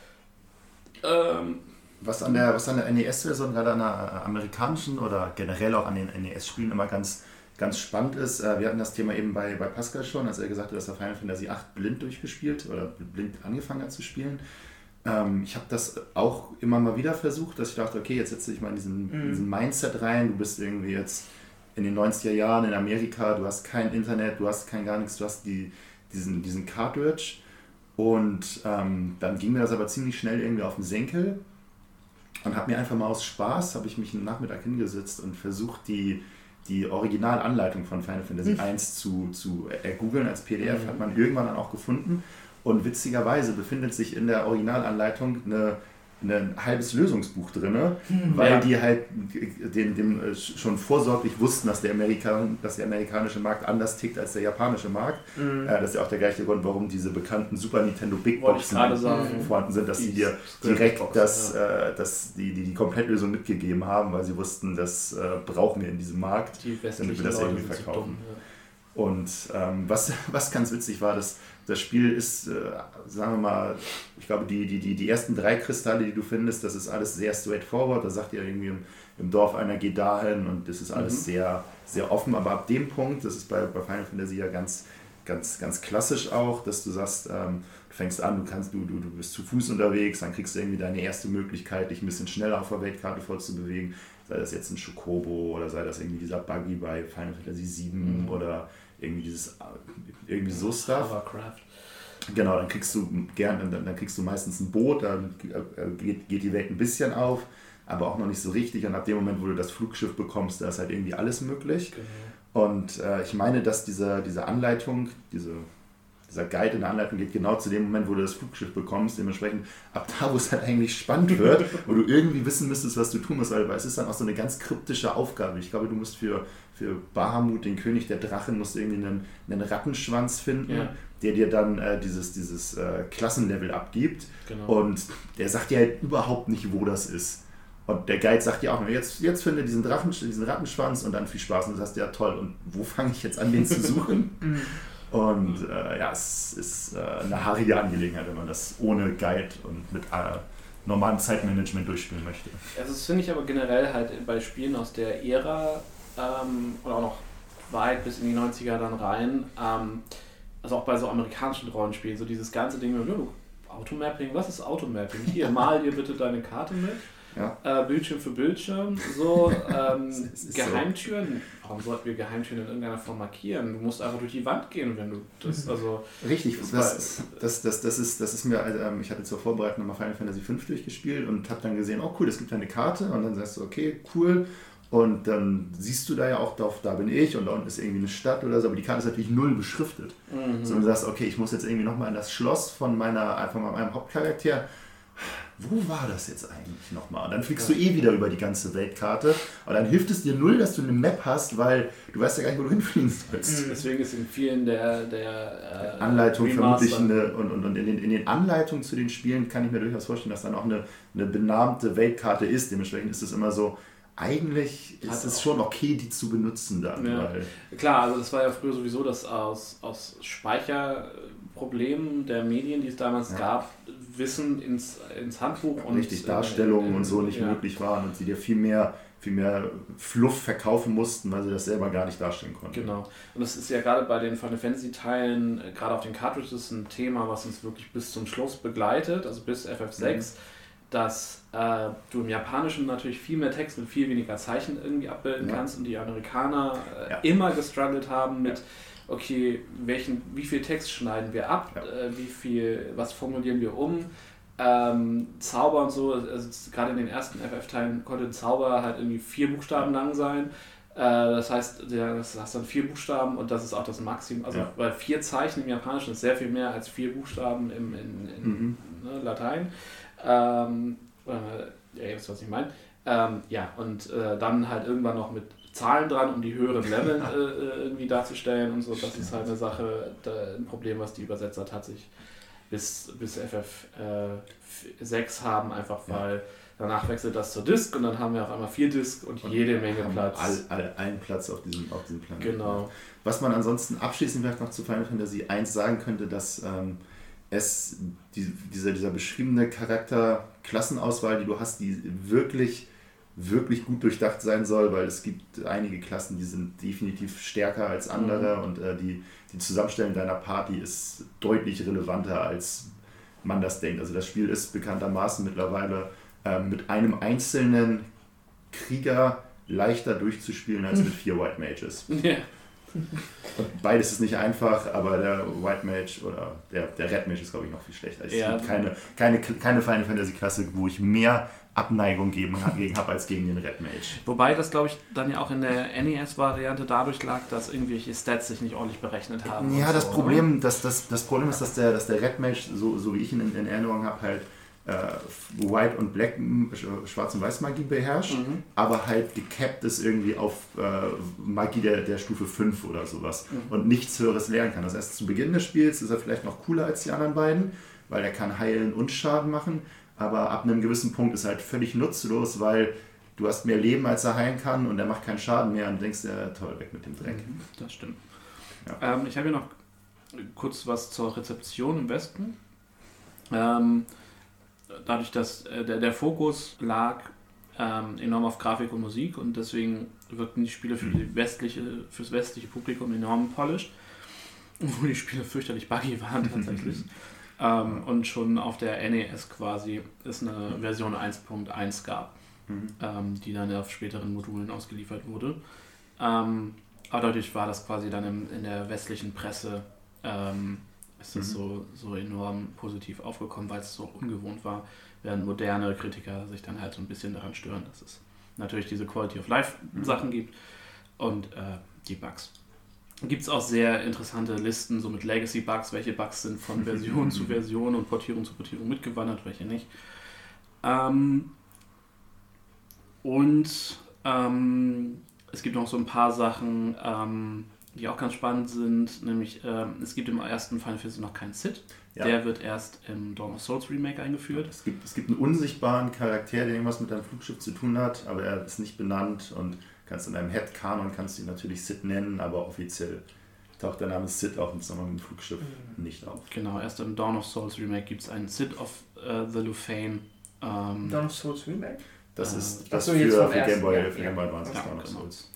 Was an der NES-Version, gerade an der amerikanischen oder generell auch an den NES-Spielen immer ganz spannend ist, wir hatten das Thema eben bei Pascal schon, als er gesagt hat, dass er Final Fantasy 8 blind durchgespielt oder blind angefangen hat zu spielen. Ich habe das auch immer mal wieder versucht, dass ich dachte, okay, jetzt setze ich mal in diesen Mindset rein, du bist irgendwie jetzt in den 90er Jahren in Amerika, du hast kein Internet, du hast gar nichts, du hast diesen Cartridge und dann ging mir das aber ziemlich schnell irgendwie auf den Senkel und habe mir einfach mal aus Spaß, habe ich mich einen Nachmittag hingesetzt und versucht, die Originalanleitung von Final Fantasy 1 zu googeln als PDF, hat man irgendwann dann auch gefunden. Und witzigerweise befindet sich in der Originalanleitung ein halbes Lösungsbuch drin, weil die halt dem schon vorsorglich wussten, dass der amerikanische Markt anders tickt als der japanische Markt. Das ist ja auch der gleiche Grund, warum diese bekannten Super Nintendo Big Boxen vorhanden sind, dass sie dir direkt die Komplettlösung mitgegeben haben, weil sie wussten, das brauchen wir in diesem Markt, damit wir das irgendwie verkaufen. Und was ganz witzig war, das Spiel ist, sagen wir mal, ich glaube, die ersten 3 Kristalle, die du findest, das ist alles sehr straightforward. Da sagt ihr irgendwie im Dorf einer, geht dahin und das ist alles sehr, sehr offen. Aber ab dem Punkt, das ist bei Final Fantasy ja ganz klassisch auch, dass du sagst, du fängst an, du bist zu Fuß unterwegs, dann kriegst du irgendwie deine erste Möglichkeit, dich ein bisschen schneller auf der Weltkarte vorzubewegen. Sei das jetzt ein Chocobo oder sei das irgendwie dieser Buggy bei Final Fantasy 7 oder irgendwie so Stuff. Hovercraft. Genau, dann kriegst du meistens ein Boot, dann geht die Welt ein bisschen auf, aber auch noch nicht so richtig. Und ab dem Moment, wo du das Flugschiff bekommst, da ist halt irgendwie alles möglich. Und ich meine, dass diese Anleitung, dieser Guide in der Anleitung geht genau zu dem Moment, wo du das Flugschiff bekommst, dementsprechend ab da, wo es halt eigentlich spannend wird, wo du irgendwie wissen müsstest, was du tun musst, weil es ist dann auch so eine ganz kryptische Aufgabe. Ich glaube, du musst für Bahamut, den König der Drachen, musst du irgendwie einen Rattenschwanz finden, der dir dann dieses Klassenlevel abgibt. Genau. Und der sagt dir halt überhaupt nicht, wo das ist. Und der Guide sagt dir auch nur, jetzt finde diesen Rattenschwanz und dann viel Spaß. Und du sagst, ja toll, und wo fange ich jetzt an, den zu suchen? Und es ist eine haarige Angelegenheit, wenn man das ohne Guide und mit normalem Zeitmanagement durchspielen möchte. Also das finde ich aber generell halt bei Spielen aus der Ära oder auch noch weit bis in die 90er dann rein, also auch bei so amerikanischen Rollenspielen, so dieses ganze Ding, Automapping, was ist Automapping? Hier, mal dir bitte deine Karte mit. Ja. Bildschirm für Bildschirm, so Geheimtüren. So. Warum sollten wir Geheimtüren in irgendeiner Form markieren? Du musst einfach durch die Wand gehen, wenn du das. Also richtig, das ist mir. Ich hatte zur Vorbereitung nochmal Final Fantasy V durchgespielt und habe dann gesehen, oh cool, es gibt eine Karte und dann sagst du, okay, cool. Und dann siehst du da ja auch, da bin ich und da unten ist irgendwie eine Stadt oder so, aber die Karte ist natürlich null beschriftet. So, und du sagst, okay, ich muss jetzt irgendwie nochmal in das Schloss von meinem Hauptcharakter. Wo war das jetzt eigentlich nochmal? Und dann fliegst du wieder über die ganze Weltkarte. Und dann hilft es dir null, dass du eine Map hast, weil du weißt ja gar nicht, wo du hinfliegen sollst. Deswegen ist in vielen der Anleitung vermutlich und in den Anleitungen zu den Spielen kann ich mir durchaus vorstellen, dass dann auch eine benannte Weltkarte ist. Dementsprechend ist es immer so, eigentlich ist es schon okay, die zu benutzen dann. Ja. Weil klar, also das war ja früher sowieso, dass aus Speicherproblemen der Medien, die es damals gab, Wissen ins Handbuch und richtig Darstellungen und so nicht möglich waren und sie dir viel mehr Fluff verkaufen mussten, weil sie das selber gar nicht darstellen konnten. Genau. Und das ist ja gerade bei den Final Fantasy Teilen, gerade auf den Cartridges, ein Thema, was uns wirklich bis zum Schluss begleitet, also bis FF6, dass du im Japanischen natürlich viel mehr Text mit viel weniger Zeichen irgendwie abbilden kannst und die Amerikaner immer gestruggelt haben mit okay, wie viel Text schneiden wir ab, was formulieren wir um, Zauber und so, also gerade in den ersten FF-Teilen konnte ein Zauber halt irgendwie 4 Buchstaben lang sein, das heißt, das hast dann 4 Buchstaben und das ist auch das Maximum, also weil 4 Zeichen im Japanischen ist sehr viel mehr als 4 Buchstaben in Latein, ihr wisst, was ich meine, und dann halt irgendwann noch mit Zahlen dran, um die höheren Level irgendwie darzustellen und so. Das ist halt eine Sache, ein Problem, was die Übersetzer tatsächlich bis FF6 haben, einfach weil danach wechselt das zur Disk und dann haben wir auf einmal 4 Disk und jede Menge Platz. Allen Platz auf diesem Planeten. Genau. Was man ansonsten abschließend vielleicht noch zu Final Fantasy 1 sagen könnte, dass dieser beschriebene Charakter-Klassenauswahl, die du hast, die wirklich gut durchdacht sein soll, weil es gibt einige Klassen, die sind definitiv stärker als andere und die Zusammenstellung deiner Party ist deutlich relevanter, als man das denkt. Also das Spiel ist bekanntermaßen mittlerweile mit einem einzelnen Krieger leichter durchzuspielen als mit 4 White Mages. Yeah. Und beides ist nicht einfach, aber der White Mage oder der Red Mage ist, glaube ich, noch viel schlechter. Es gibt keine Final Fantasy Klasse, wo ich mehr Abneigung gegen habe als gegen den Red Mage. Wobei das, glaube ich, dann ja auch in der NES-Variante dadurch lag, dass irgendwelche Stats sich nicht ordentlich berechnet haben. Ja, das Problem ist, dass der Red Mage, so wie ich ihn in Erinnerung habe, halt White und Black, Schwarz- und Weiß-Magie beherrscht, aber halt gekappt ist irgendwie auf Magie der Stufe 5 oder sowas und nichts Höheres lernen kann. Das heißt, zu Beginn des Spiels ist er vielleicht noch cooler als die anderen beiden, weil er kann heilen und Schaden machen, aber ab einem gewissen Punkt ist er halt völlig nutzlos, weil du hast mehr Leben, als er heilen kann und er macht keinen Schaden mehr und du denkst, toll, weg mit dem Dreck. Das stimmt. Ja. Ich habe hier noch kurz was zur Rezeption im Westen. Dadurch, dass der Fokus lag enorm auf Grafik und Musik und deswegen wirkten die Spiele fürs westliche Publikum enorm polished, obwohl die Spiele fürchterlich buggy waren tatsächlich. Und schon auf der NES quasi es eine Version 1.1 gab, die dann auf späteren Modulen ausgeliefert wurde. Aber dadurch war das quasi dann in der westlichen Presse ist das so enorm positiv aufgekommen, weil es so ungewohnt war, während moderne Kritiker sich dann halt so ein bisschen daran stören, dass es natürlich diese Quality of Life Sachen gibt und die Bugs. Gibt es auch sehr interessante Listen, so mit Legacy-Bugs, welche Bugs sind von Version zu Version und Portierung zu Portierung mitgewandert, welche nicht. Es gibt noch so ein paar Sachen, die auch ganz spannend sind, nämlich es gibt im ersten Final Fantasy noch keinen Cid. Ja. Der wird erst im Dawn of Souls Remake eingeführt. Es gibt einen unsichtbaren Charakter, der irgendwas mit deinem Flugschiff zu tun hat, aber er ist nicht benannt und kannst in deinem Headcanon kannst du ihn natürlich Cid nennen, aber offiziell taucht der Name Cid auch mit dem Flugschiff nicht auf. Genau, erst im Dawn of Souls Remake gibt es einen Cid of the Lufane. Dawn of Souls Remake? Das ist das für Game Boy Advance, Dawn of Souls.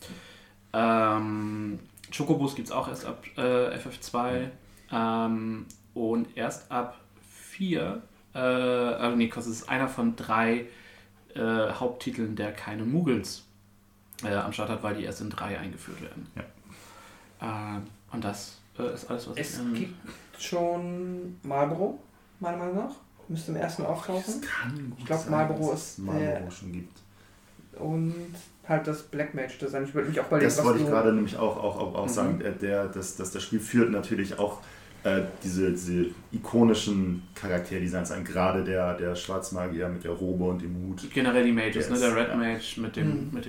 Chocobos gibt es auch erst ab FF2 und erst ab 4, es ist einer von 3 Haupttiteln, der keine Muggels am Start hat, weil die erst in 3 eingeführt werden. Ja. Und das ist alles, was es gibt schon Marlboro, meiner Meinung nach. Müsste im ersten auftauchen. Ich glaube, Marlboro ist Marlboro schon gibt. Und halt das Black Mage Design. Ich würde mich auch überlegen, das wollte ich gerade nämlich auch sagen. Das Spiel führt natürlich auch diese ikonischen Charakterdesigns an. Gerade der Schwarzmagier mit der Robe und dem Hut. Generell die Mages, der Red Mage mit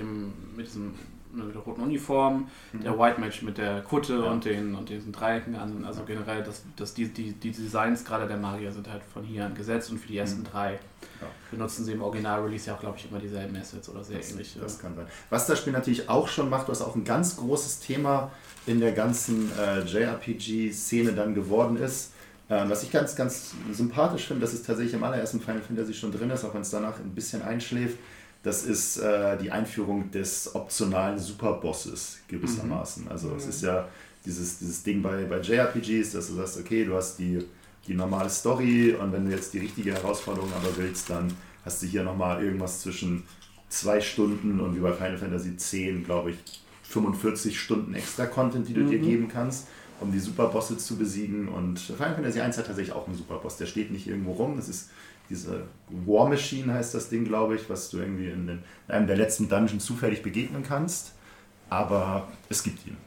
der roten Uniform, der White Mage mit der Kutte und diesen Dreiecken an. Also generell, die Designs gerade der Magier sind halt von hier an gesetzt und für die ersten 3 benutzen sie im Original-Release ja auch, glaube ich, immer dieselben Assets oder sehr ähnlich. Das kann sein. Was das Spiel natürlich auch schon macht, was auch ein ganz großes Thema in der ganzen JRPG-Szene dann geworden ist, was ich ganz, ganz sympathisch finde, dass es tatsächlich im allerersten Final Fantasy schon drin ist, auch wenn es danach ein bisschen einschläft. Das ist die Einführung des optionalen Superbosses gewissermaßen. Also es ist ja dieses Ding bei JRPGs, dass du sagst, okay, du hast die normale Story und wenn du jetzt die richtige Herausforderung aber willst, dann hast du hier nochmal irgendwas zwischen 2 Stunden und wie bei Final Fantasy 10, glaube ich, 45 Stunden extra Content, die du dir geben kannst, um die Superbosse zu besiegen. Und Final Fantasy 1 hat tatsächlich auch einen Superboss, der steht nicht irgendwo rum, das ist diese War Machine heißt das Ding, glaube ich, was du irgendwie in einem der letzten Dungeons zufällig begegnen kannst. Aber es gibt ihn.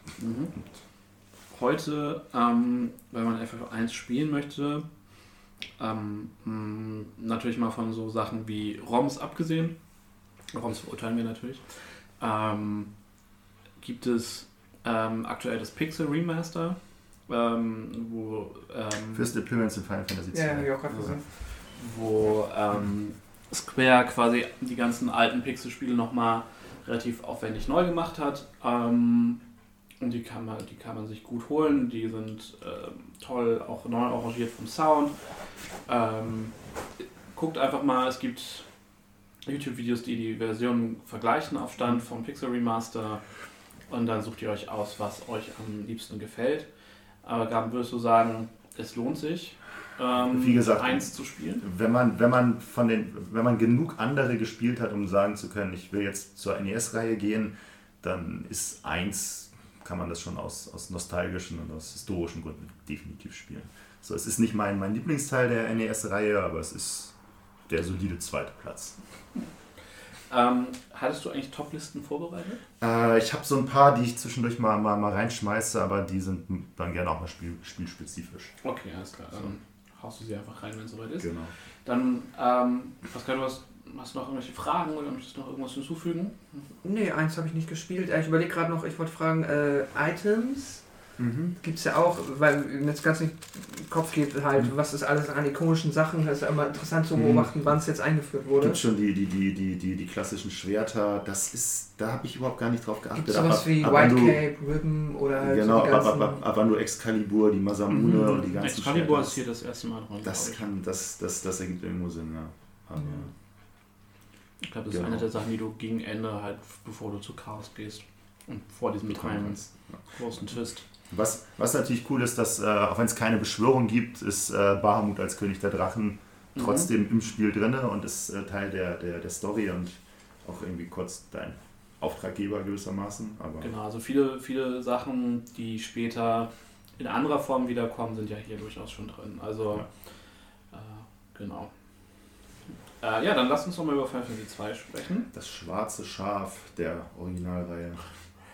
Heute, wenn man FF1 spielen möchte, natürlich mal von so Sachen wie ROMs abgesehen, ROMs verurteilen wir natürlich, gibt es aktuell das Pixel Remaster, wo First Appearance in Final Fantasy 2. Ja, habe ich auch gerade gesehen. Wo Square quasi die ganzen alten Pixel-Spiele nochmal relativ aufwendig neu gemacht hat. Und die kann man sich gut holen. Die sind toll, auch neu arrangiert vom Sound. Guckt einfach mal, es gibt YouTube-Videos, die Versionen vergleichen auf Stand vom Pixel Remaster. Und dann sucht ihr euch aus, was euch am liebsten gefällt. Aber Gaben, würdest du sagen, es lohnt sich, wie gesagt, 1 zu spielen? Wenn man genug andere gespielt hat, um sagen zu können, ich will jetzt zur NES-Reihe gehen, dann ist 1, kann man das schon aus nostalgischen und aus historischen Gründen definitiv spielen. So, es ist nicht mein Lieblingsteil der NES-Reihe, aber es ist der solide 2. Platz. Hattest du eigentlich Top-Listen vorbereitet? Ich habe so ein paar, die ich zwischendurch mal reinschmeiße, aber die sind dann gerne auch mal spielspezifisch. Okay, alles klar. Dann haust du sie einfach rein, wenn es soweit ist. Genau. Dann, Pascal, hast du noch irgendwelche Fragen oder möchtest du noch irgendwas hinzufügen? Nee, 1 habe ich nicht gespielt. Ich überlege gerade noch, ich wollte fragen, Items gibt es ja auch, weil mir jetzt ganz nicht im Kopf geht, halt, was ist alles an ikonischen Sachen. Das ist ja immer interessant zu beobachten, wann es jetzt eingeführt wurde. Es gibt schon die klassischen Schwerter, da habe ich überhaupt gar nicht drauf geachtet. Gibt es sowas wie White Cape, Ribbon oder halt genau, so die ganzen... ab wann du Excalibur, die Masamune und die ganzen Excalibur ist hier das erste Mal drin. Das ergibt irgendwo Sinn, ja. Aber ich glaube, das ist eine der Sachen, die du gegen Ende halt, bevor du zu Chaos gehst und vor diesem kleinen großen Twist. Was natürlich cool ist, dass, auch wenn es keine Beschwörung gibt, ist Bahamut als König der Drachen trotzdem im Spiel drin und ist Teil der Story und auch irgendwie kurz dein Auftraggeber gewissermaßen. Aber genau, also viele Sachen, die später in anderer Form wiederkommen, sind ja hier durchaus schon drin. Also, genau. Ja, dann lass uns noch mal über Final Fantasy 2 sprechen. Das schwarze Schaf der Originalreihe.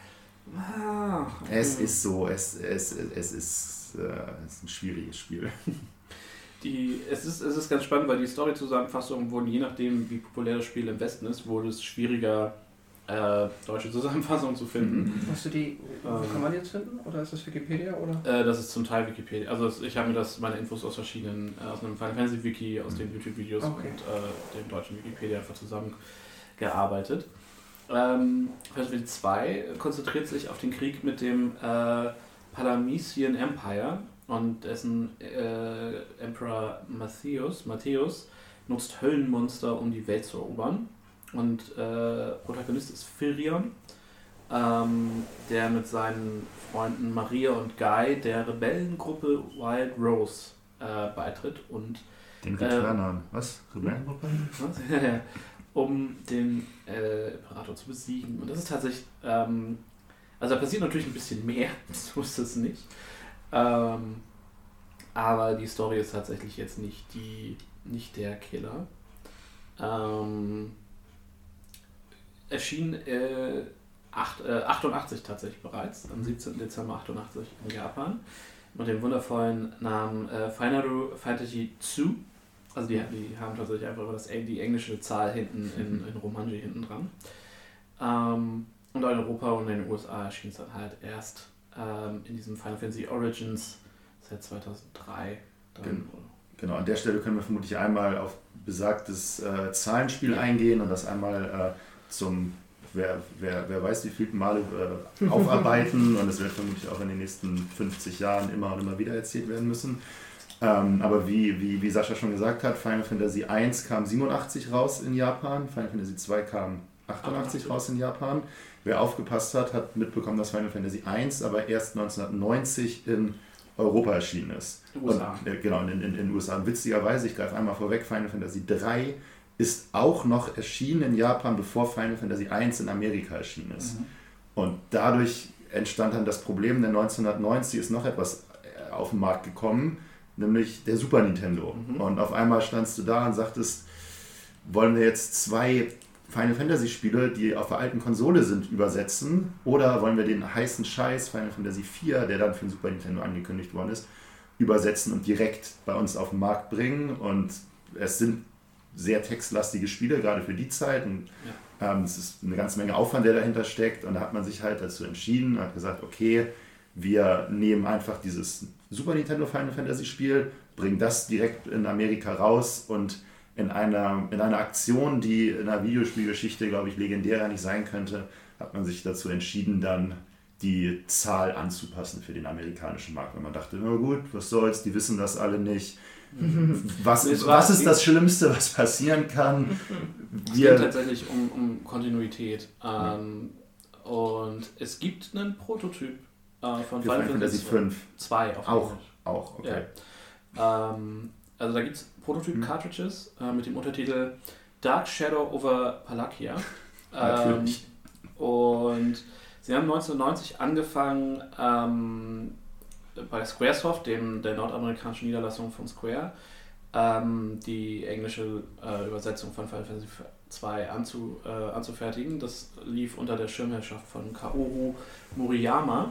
Es ist so, es ist ein schwieriges Spiel. Es ist ganz spannend, weil die Story-Zusammenfassungen wurden, je nachdem wie populär das Spiel im Westen ist, wurde es schwieriger, deutsche Zusammenfassungen zu finden. Hast du die, wo kann man jetzt finden? Oder ist das Wikipedia? Oder? Das ist zum Teil Wikipedia. Also ich habe mir meine Infos aus einem Final Fantasy Wiki, aus den YouTube-Videos und dem deutschen Wikipedia einfach zusammengearbeitet. Final Fantasy 2 konzentriert sich auf den Krieg mit dem Palamician Empire und dessen Emperor Matthäus nutzt Höllenmonster, um die Welt zu erobern. Und Protagonist ist Firion, der mit seinen Freunden Maria und Guy der Rebellengruppe Wild Rose beitritt und den Returnern. Was? Rebellengruppe? um den Imperator zu besiegen. Und das ist tatsächlich, also da passiert natürlich ein bisschen mehr, so ist es nicht. Aber die Story ist tatsächlich jetzt nicht der Killer. Erschien 88 tatsächlich bereits, am 17. Dezember 88 in Japan, mit dem wundervollen Namen Final Fantasy 2. Also die haben tatsächlich einfach die englische Zahl hinten in Romanji hinten dran. Und in Europa und in den USA erschien es dann halt erst in diesem Final Fantasy Origins seit 2003. Genau, an der Stelle können wir vermutlich einmal auf besagtes Zahlenspiel eingehen und das einmal zum, wer weiß wie viele Male aufarbeiten und es wird vermutlich auch in den nächsten 50 Jahren immer und immer wieder erzählt werden müssen. Aber wie Sascha schon gesagt hat, Final Fantasy 1 kam 87 raus in Japan, Final Fantasy 2 kam 88 raus in Japan. Wer aufgepasst hat mitbekommen, dass Final Fantasy 1 aber erst 1990 in Europa erschienen ist. USA. Und, genau, in den USA. Und witzigerweise, ich greife einmal vorweg, Final Fantasy 3 ist auch noch erschienen in Japan, bevor Final Fantasy 1 in Amerika erschienen ist. Und dadurch entstand dann das Problem, denn 1990 ist noch etwas auf den Markt gekommen, nämlich der Super Nintendo. Und auf einmal standst du da und sagtest, wollen wir jetzt 2 Final Fantasy Spiele, die auf der alten Konsole sind, übersetzen, oder wollen wir den heißen Scheiß Final Fantasy 4, der dann für den Super Nintendo angekündigt worden ist, übersetzen und direkt bei uns auf den Markt bringen. Und es sind sehr textlastige Spiele, gerade für die Zeit. Und, es ist eine ganze Menge Aufwand, der dahinter steckt. Und da hat man sich halt dazu entschieden und hat gesagt, okay, wir nehmen einfach dieses Super Nintendo Final Fantasy Spiel, bringen das direkt in Amerika raus und in einer Aktion, die in einer Videospielgeschichte, glaube ich, legendärer nicht sein könnte, hat man sich dazu entschieden, dann die Zahl anzupassen für den amerikanischen Markt. Weil man dachte, na gut, was soll's, die wissen das alle nicht. Was ist das Schlimmste, was passieren kann? Es geht tatsächlich um Kontinuität. Und es gibt einen Prototyp von Final Fantasy 5. 2 auch, okay. Ja. Also da gibt es Prototyp-Cartridges mit dem Untertitel Dark Shadow over Palakia. Natürlich. Und sie haben 1990 angefangen bei Squaresoft, der nordamerikanischen Niederlassung von Square, die englische Übersetzung von Final Fantasy 2 anzufertigen. Das lief unter der Schirmherrschaft von Kaoru Murayama,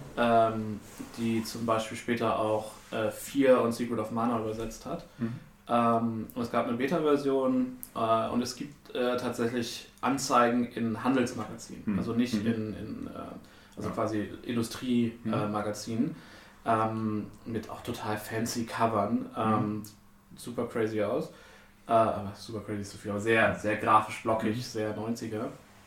die zum Beispiel später auch 4 und Secret of Mana übersetzt hat. Und es gab eine Beta-Version und es gibt tatsächlich Anzeigen in Handelsmagazinen, also nicht also quasi Industriemagazinen, mit auch total fancy Covern, super crazy aus. Aber super crazy ist zu viel, aber sehr, sehr grafisch blockig, sehr 90er.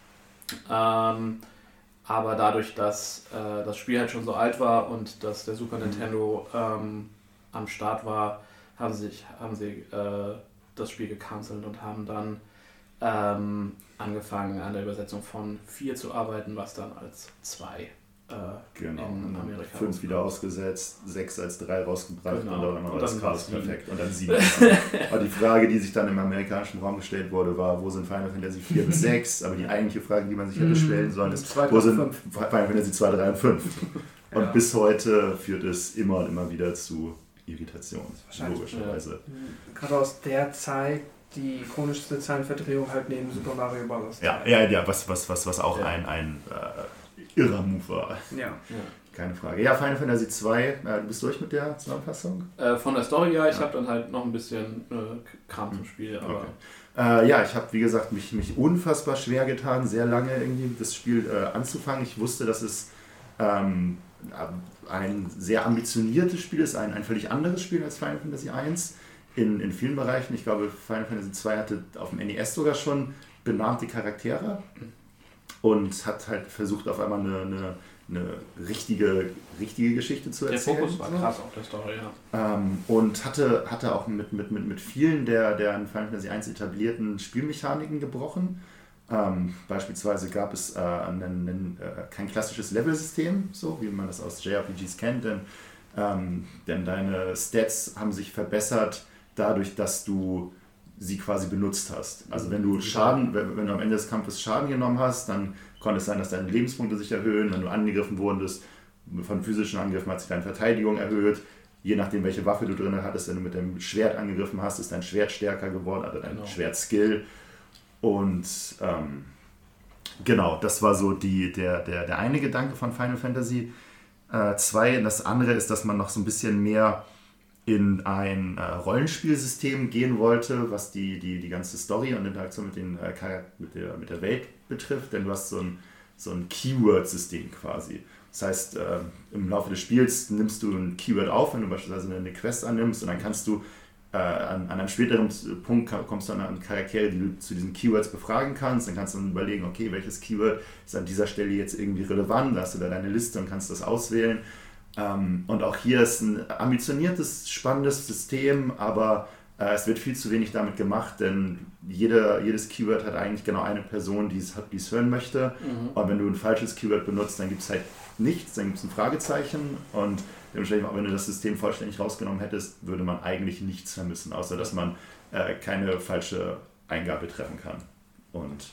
Aber dadurch, dass das Spiel halt schon so alt war und dass der Super Nintendo am Start war, haben sie das Spiel gecancelt und haben dann angefangen, an der Übersetzung von 4 zu arbeiten, was dann als 2 in Amerika 5 wieder ausgesetzt, 6 als 3 rausgebracht und dann war das Chaos perfekt. Und dann 7. Aber die Frage, die sich dann im amerikanischen Raum gestellt wurde, war, wo sind Final Fantasy 4 bis 6? Aber die eigentliche Frage, die man sich hätte stellen sollen, ist, wo sind Final Fantasy 2, 3 und 5? Und bis heute führt es immer und immer wieder zu Irritation, logischerweise. Gerade aus der Zeit die chronischste Zahlenverdrehung halt neben Super Mario Bros. Ja, was auch ein irrer Move war. Ja. Keine Frage. Ja, Final Fantasy 2, du bist durch mit der Zusammenfassung? Von der Story ja, ich habe dann halt noch ein bisschen Kram zum Spiel. Aber okay. Ja, ich habe, wie gesagt, mich unfassbar schwer getan, sehr lange irgendwie das Spiel anzufangen. Ich wusste, dass es ein sehr ambitioniertes Spiel ist, ein völlig anderes Spiel als Final Fantasy 1 in vielen Bereichen. Ich glaube, Final Fantasy 2 hatte auf dem NES sogar schon benannte Charaktere und hat halt versucht, auf einmal eine richtige Geschichte zu erzählen. Der Fokus war krass auf der Story, ja. Und hatte auch mit vielen der in Final Fantasy 1 etablierten Spielmechaniken gebrochen. Beispielsweise gab es kein klassisches Level-System, so wie man das aus JRPGs kennt, denn deine Stats haben sich verbessert dadurch, dass du sie quasi benutzt hast. Also wenn du wenn du am Ende des Kampfes Schaden genommen hast, dann konnte es sein, dass deine Lebenspunkte sich erhöhen. Wenn du angegriffen wurdest, von physischen Angriffen hat sich deine Verteidigung erhöht. Je nachdem, welche Waffe du drin hattest, wenn du mit dem Schwert angegriffen hast, ist dein Schwert stärker geworden, also dein Schwertskill. Und genau, das war so der eine Gedanke von Final Fantasy 2. Das andere ist, dass man noch so ein bisschen mehr in ein Rollenspielsystem gehen wollte, was die ganze Story und Interaktion mit der Welt betrifft, denn du hast so ein Keyword-System quasi. Das heißt, im Laufe des Spiels nimmst du ein Keyword auf, wenn du beispielsweise eine Quest annimmst, und dann kannst du an einem späteren Punkt kommst du dann an Charaktere, die du zu diesen Keywords befragen kannst. Dann kannst du dann überlegen, okay, welches Keyword ist an dieser Stelle jetzt irgendwie relevant, da hast du da deine Liste und kannst das auswählen. Und auch hier ist ein ambitioniertes, spannendes System, aber es wird viel zu wenig damit gemacht, denn jedes Keyword hat eigentlich genau eine Person, die es hören möchte. Und wenn du ein falsches Keyword benutzt, dann gibt es halt nichts, dann gibt es ein Fragezeichen, und dementsprechend, auch wenn du das System vollständig rausgenommen hättest, würde man eigentlich nichts vermissen, außer dass man keine falsche Eingabe treffen kann. Und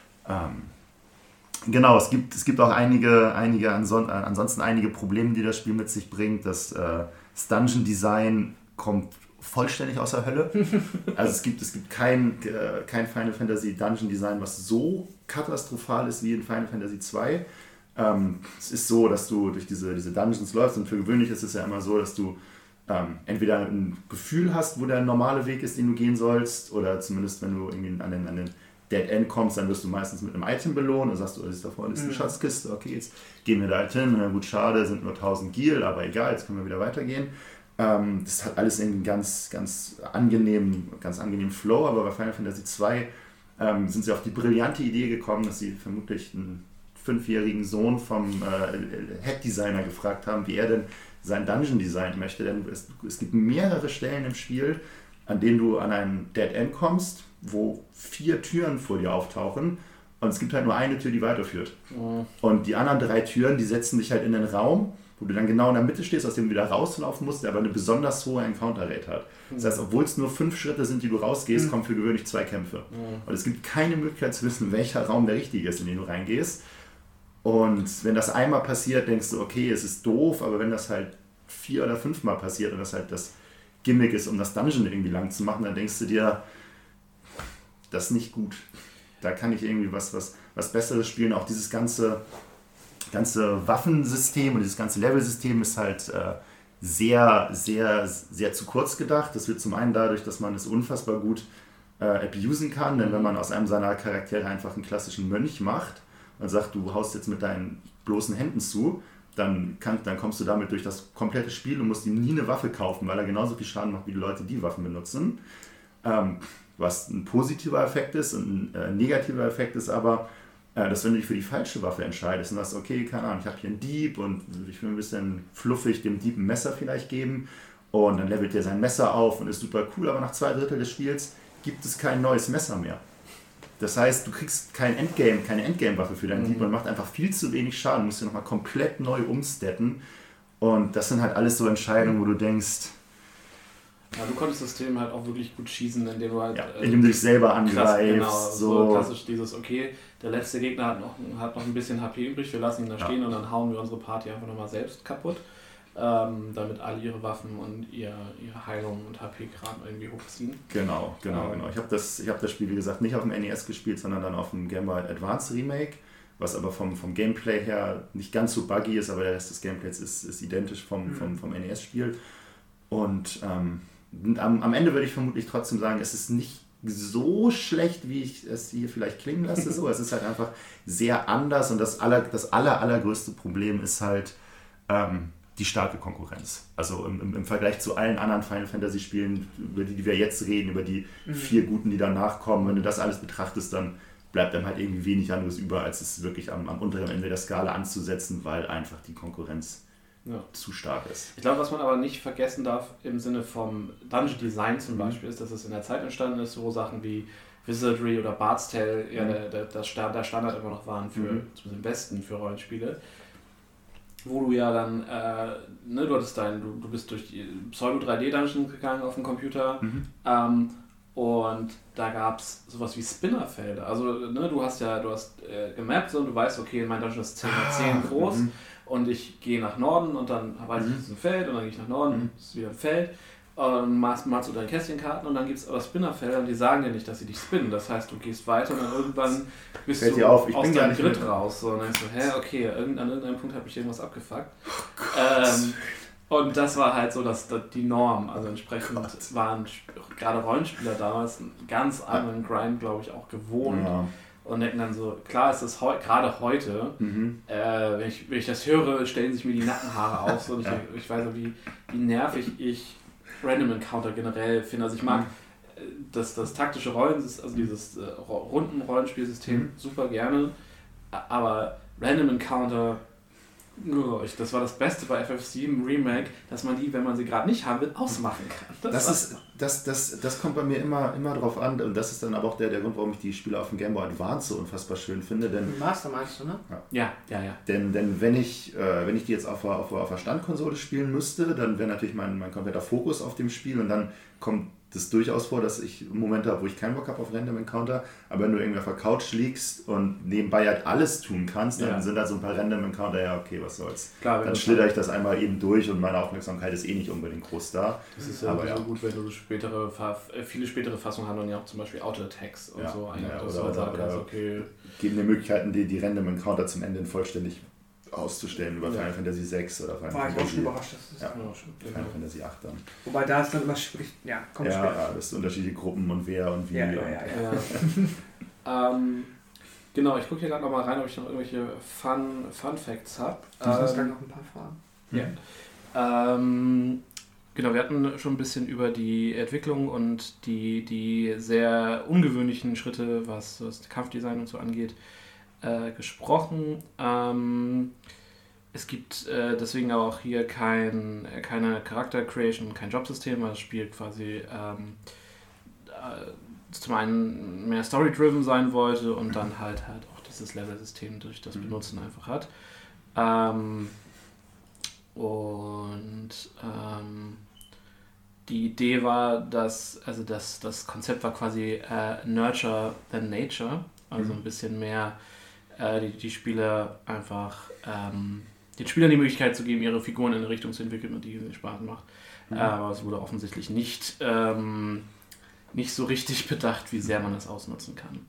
genau, es gibt auch ansonsten einige Probleme, die das Spiel mit sich bringt. Das Dungeon Design kommt vollständig aus der Hölle. Also es gibt kein Final Fantasy Dungeon Design, was so katastrophal ist wie in Final Fantasy 2. Es ist so, dass du durch diese Dungeons läufst, und für gewöhnlich ist es ja immer so, dass du entweder ein Gefühl hast, wo der normale Weg ist, den du gehen sollst, oder zumindest wenn du irgendwie an den Dead End kommst, dann wirst du meistens mit einem Item belohnt. Dann sagst du, oh, da vorne ist eine Schatzkiste, okay, jetzt gehen wir da halt hin. Na gut, schade, sind nur 1000 Gil, aber egal, jetzt können wir wieder weitergehen. Das hat alles irgendwie ganz angenehmen Flow, aber bei Final Fantasy 2 sind sie auf die brillante Idee gekommen, dass sie vermutlich einen 5-jährigen Sohn vom Head-Designer gefragt haben, wie er denn sein Dungeon designen möchte. Denn es gibt mehrere Stellen im Spiel, an denen du an ein Dead End kommst, wo 4 Türen vor dir auftauchen, und es gibt halt nur eine Tür, die weiterführt. Und die anderen 3 Türen, die setzen dich halt in den Raum, wo du dann genau in der Mitte stehst, aus dem du wieder rauslaufen musst, der aber eine besonders hohe Encounter-Rate hat. Das heißt, obwohl es nur 5 Schritte sind, die du rausgehst, kommen für gewöhnlich 2 Kämpfe. Und es gibt keine Möglichkeit zu wissen, welcher Raum der richtige ist, in den du reingehst. Und wenn das einmal passiert, denkst du, okay, es ist doof, aber wenn das halt 4 oder 5 Mal passiert und das halt das Gimmick ist, um das Dungeon irgendwie lang zu machen, dann denkst du dir, das ist nicht gut. Da kann ich irgendwie was Besseres spielen. Auch dieses ganze Waffensystem und dieses ganze Level-System ist halt sehr, sehr, sehr zu kurz gedacht. Das wird zum einen dadurch, dass man es unfassbar gut abusen kann, denn wenn man aus einem seiner Charaktere einfach einen klassischen Mönch macht und sagt, du haust jetzt mit deinen bloßen Händen zu, dann kommst du damit durch das komplette Spiel und musst ihm nie eine Waffe kaufen, weil er genauso viel Schaden macht wie die Leute, die Waffen benutzen. Was ein positiver Effekt ist, und ein negativer Effekt ist aber, dass wenn du dich für die falsche Waffe entscheidest und sagst, okay, keine Ahnung, ich habe hier einen Dieb und ich will ein bisschen fluffig dem Dieb ein Messer vielleicht geben, und dann levelt der sein Messer auf und ist super cool, aber nach 2/3 des Spiels gibt es kein neues Messer mehr. Das heißt, du kriegst keine Endgame-Waffe für deinen Dieb und macht einfach viel zu wenig Schaden, musst du nochmal komplett neu umstatten, und das sind halt alles so Entscheidungen, wo du denkst, ja, du konntest das System halt auch wirklich gut schießen, indem du halt... indem du dich selber angreifst. Genau, so klassisch dieses, okay, der letzte Gegner hat noch ein bisschen HP übrig, wir lassen ihn da stehen und dann hauen wir unsere Party einfach nochmal selbst kaputt, damit alle ihre Waffen und ihre Heilung und HP-Graden irgendwie hochziehen. Genau. Ich habe das Spiel, wie gesagt, nicht auf dem NES gespielt, sondern dann auf dem Game Boy Advance Remake. was aber vom Gameplay her nicht ganz so buggy ist, aber der Rest des Gameplays ist identisch vom NES-Spiel. Und am Ende würde ich vermutlich trotzdem sagen, es ist nicht so schlecht, wie ich es hier vielleicht klingen lasse. So. Es ist halt einfach sehr anders und das allergrößte Problem ist halt die starke Konkurrenz. Also im Vergleich zu allen anderen Final Fantasy Spielen, über die wir jetzt reden, über die 4 guten, die danach kommen, wenn du das alles betrachtest, dann bleibt einem halt irgendwie wenig anderes über, als es wirklich am unteren Ende der Skala anzusetzen, weil einfach die Konkurrenz zu stark ist. Ich glaube, was man aber nicht vergessen darf im Sinne vom Dungeon Design zum Beispiel, ist, dass es in der Zeit entstanden ist, wo Sachen wie Wizardry oder Bard's Tale der Standard immer noch waren, zumindest im Westen für Rollenspiele. Wo du ja dann, du bist durch die Pseudo-3D-Dungeons gegangen auf dem Computer und da gab es sowas wie Spinnerfelder. Also du hast gemappt und du weißt, okay, mein Dungeon ist 10x10 groß und ich gehe nach Norden und dann weiß ich, es ist ein Feld und dann gehe ich nach Norden, es ist wieder ein Feld. Und malst du deine Kästchenkarten und dann gibt es aber Spinnerfelder und die sagen dir nicht, dass sie dich spinnen. Das heißt, du gehst weiter und dann irgendwann bist du aus deinem Grid raus. So, und dann denkst du, okay, an irgendeinem Punkt habe ich irgendwas abgefuckt. Und das war halt so die Norm. Also entsprechend waren gerade Rollenspieler damals einen ganz anderen Grind, glaube ich, auch gewohnt. Ja. Und denken dann so, klar ist das gerade heute, wenn ich das höre, stellen sich mir die Nackenhaare auf. So, und ich weiß so, wie nervig ich Random Encounter generell finde. Also ich mag das taktische also dieses Runden-Rollenspielsystem super gerne, aber Random Encounter, das war das Beste bei FF7 Remake, dass man die, wenn man sie gerade nicht haben will, ausmachen kann. Das kommt bei mir immer drauf an und das ist dann aber auch der Grund, warum ich die Spiele auf dem Game Boy Advance so unfassbar schön finde. Denn Master meinst du, ne? Ja. Denn wenn ich die jetzt auf der Standkonsole spielen müsste, dann wäre natürlich mein kompletter Fokus auf dem Spiel und dann kommt das durchaus vor, dass ich Momente habe, wo ich keinen Bock habe auf Random Encounter, aber wenn du irgendwie auf der Couch liegst und nebenbei halt alles tun kannst, dann sind da so ein paar Random Encounter, ja okay, was soll's. Klar, dann schlitter ich das einmal eben durch und meine Aufmerksamkeit ist eh nicht unbedingt groß da. Das ist aber so gut, wenn du viele spätere Fassungen haben dann ja auch zum Beispiel Auto-Attacks und so. Oder geben dir Möglichkeiten, die Random Encounter zum Ende vollständig auszustellen über Final Fantasy 6 oder Final Fantasy. War ich auch schon überrascht, dass Final Fantasy 8 dann. Wobei da ist dann immer schwierig, kommt später. Ja, das sind unterschiedliche Gruppen und wer und wie. Genau, ich gucke hier gerade nochmal rein, ob ich noch irgendwelche Fun Facts habe. Du hast gleich noch ein paar Fragen. Ja. Genau, wir hatten schon ein bisschen über die Entwicklung und die sehr ungewöhnlichen Schritte, was das Kampfdesign und so angeht, gesprochen. Es gibt deswegen aber auch hier keine Charakter-Creation, kein Jobsystem, weil das Spiel quasi zum einen mehr Story-driven sein wollte und dann halt auch dieses Level-System durch das Benutzen einfach hat. Die Idee war, dass das Konzept war quasi Nurture than Nature, also ein bisschen mehr die Spieler einfach den Spielern die Möglichkeit zu geben, ihre Figuren in eine Richtung zu entwickeln und die ihnen Spaß macht. Aber es wurde offensichtlich nicht so richtig bedacht, wie sehr man das ausnutzen kann.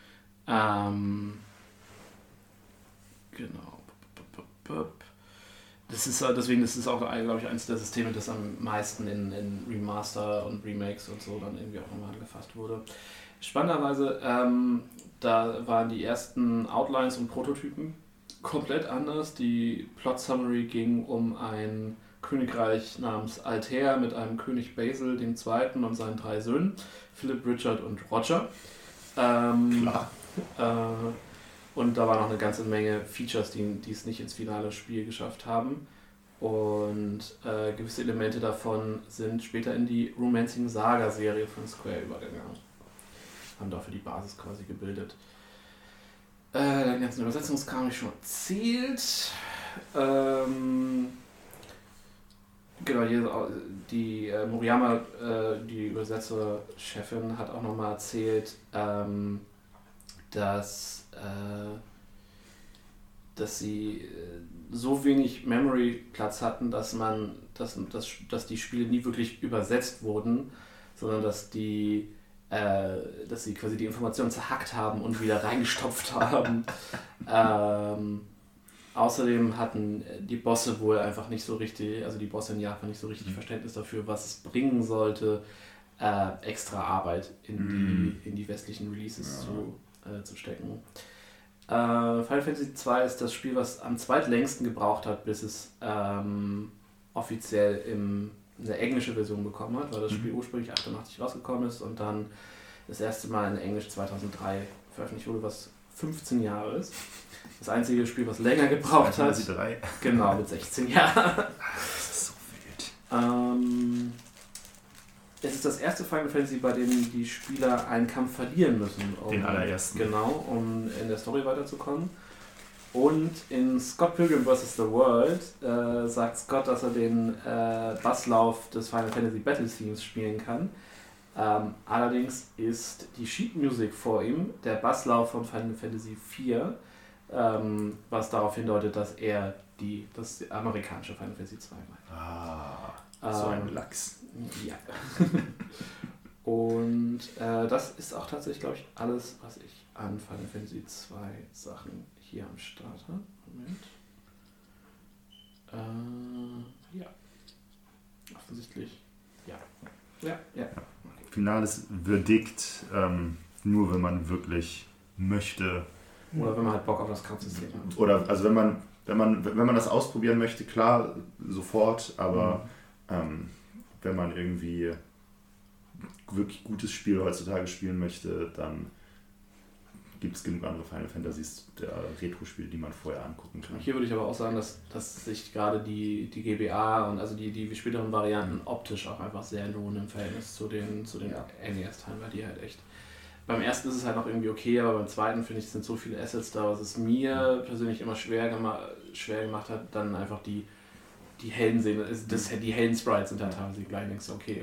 Genau. Das ist auch, glaube ich, eines der Systeme, das am meisten in Remaster und Remakes und so dann irgendwie auch nochmal angefasst wurde. Spannenderweise, da waren die ersten Outlines und Prototypen komplett anders. Die Plot-Summary ging um ein Königreich namens Altair mit einem König Basil II. Und seinen 3 Söhnen, Philipp, Richard und Roger. Klar. Und da war noch eine ganze Menge Features, die es nicht ins finale Spiel geschafft haben. Und gewisse Elemente davon sind später in die Romancing Saga-Serie von Square übergegangen. Haben dafür die Basis quasi gebildet. Den ganzen Übersetzungskram habe ich schon erzählt. Genau, hier die Moriyama, die Übersetzerchefin, hat auch nochmal erzählt, dass sie so wenig Memory-Platz hatten, dass die Spiele nie wirklich übersetzt wurden, sondern dass die dass sie quasi die Informationen zerhackt haben und wieder reingestopft haben. Außerdem hatten die Bosse wohl einfach nicht so richtig, also die Bosse in Japan nicht so richtig Verständnis dafür, was es bringen sollte, extra Arbeit in die westlichen Releases zu stecken. Final Fantasy II ist das Spiel, was am zweitlängsten gebraucht hat, bis es offiziell eine englische Version bekommen hat, weil das Spiel ursprünglich 88 rausgekommen ist und dann das erste Mal in Englisch 2003 veröffentlicht wurde, was 15 Jahre ist. Das einzige Spiel, was länger gebraucht hat. 3. Genau, mit 16 Jahren. Das ist so wild. Es ist das erste Final Fantasy, bei dem die Spieler einen Kampf verlieren müssen. Den allerersten. Genau, um in der Story weiterzukommen. Und in Scott Pilgrim vs. The World sagt Scott, dass er den Basslauf des Final Fantasy Battle Themes spielen kann. Allerdings ist die Sheet Music vor ihm der Basslauf von Final Fantasy IV, was darauf hindeutet, dass er das amerikanische Final Fantasy II meint. So ein Lachs. Ja. Und das ist auch tatsächlich, glaube ich, alles, was ich an Final Fantasy II Sachen hier am Start habe. Moment. Ja. Offensichtlich. Ja. Finales Verdikt, nur wenn man wirklich möchte. Oder wenn man halt Bock auf das Kampfsystem hat. Oder also wenn man das ausprobieren möchte, klar, sofort, aber wenn man irgendwie wirklich gutes Spiel heutzutage spielen möchte, dann gibt es genug andere Final Fantasies, der Retro-Spiele, die man vorher angucken kann. Hier würde ich aber auch sagen, dass sich gerade die GBA und also die späteren Varianten optisch auch einfach sehr lohnen im Verhältnis zu den NES-Teilen, weil die halt echt... Beim ersten ist es halt noch irgendwie okay, aber beim zweiten finde ich, sind so viele Assets da, was es mir persönlich immer schwer gemacht hat, dann einfach die hellen sehen. Die hellen Sprites sind dann teilweise gleich, denkst du, okay.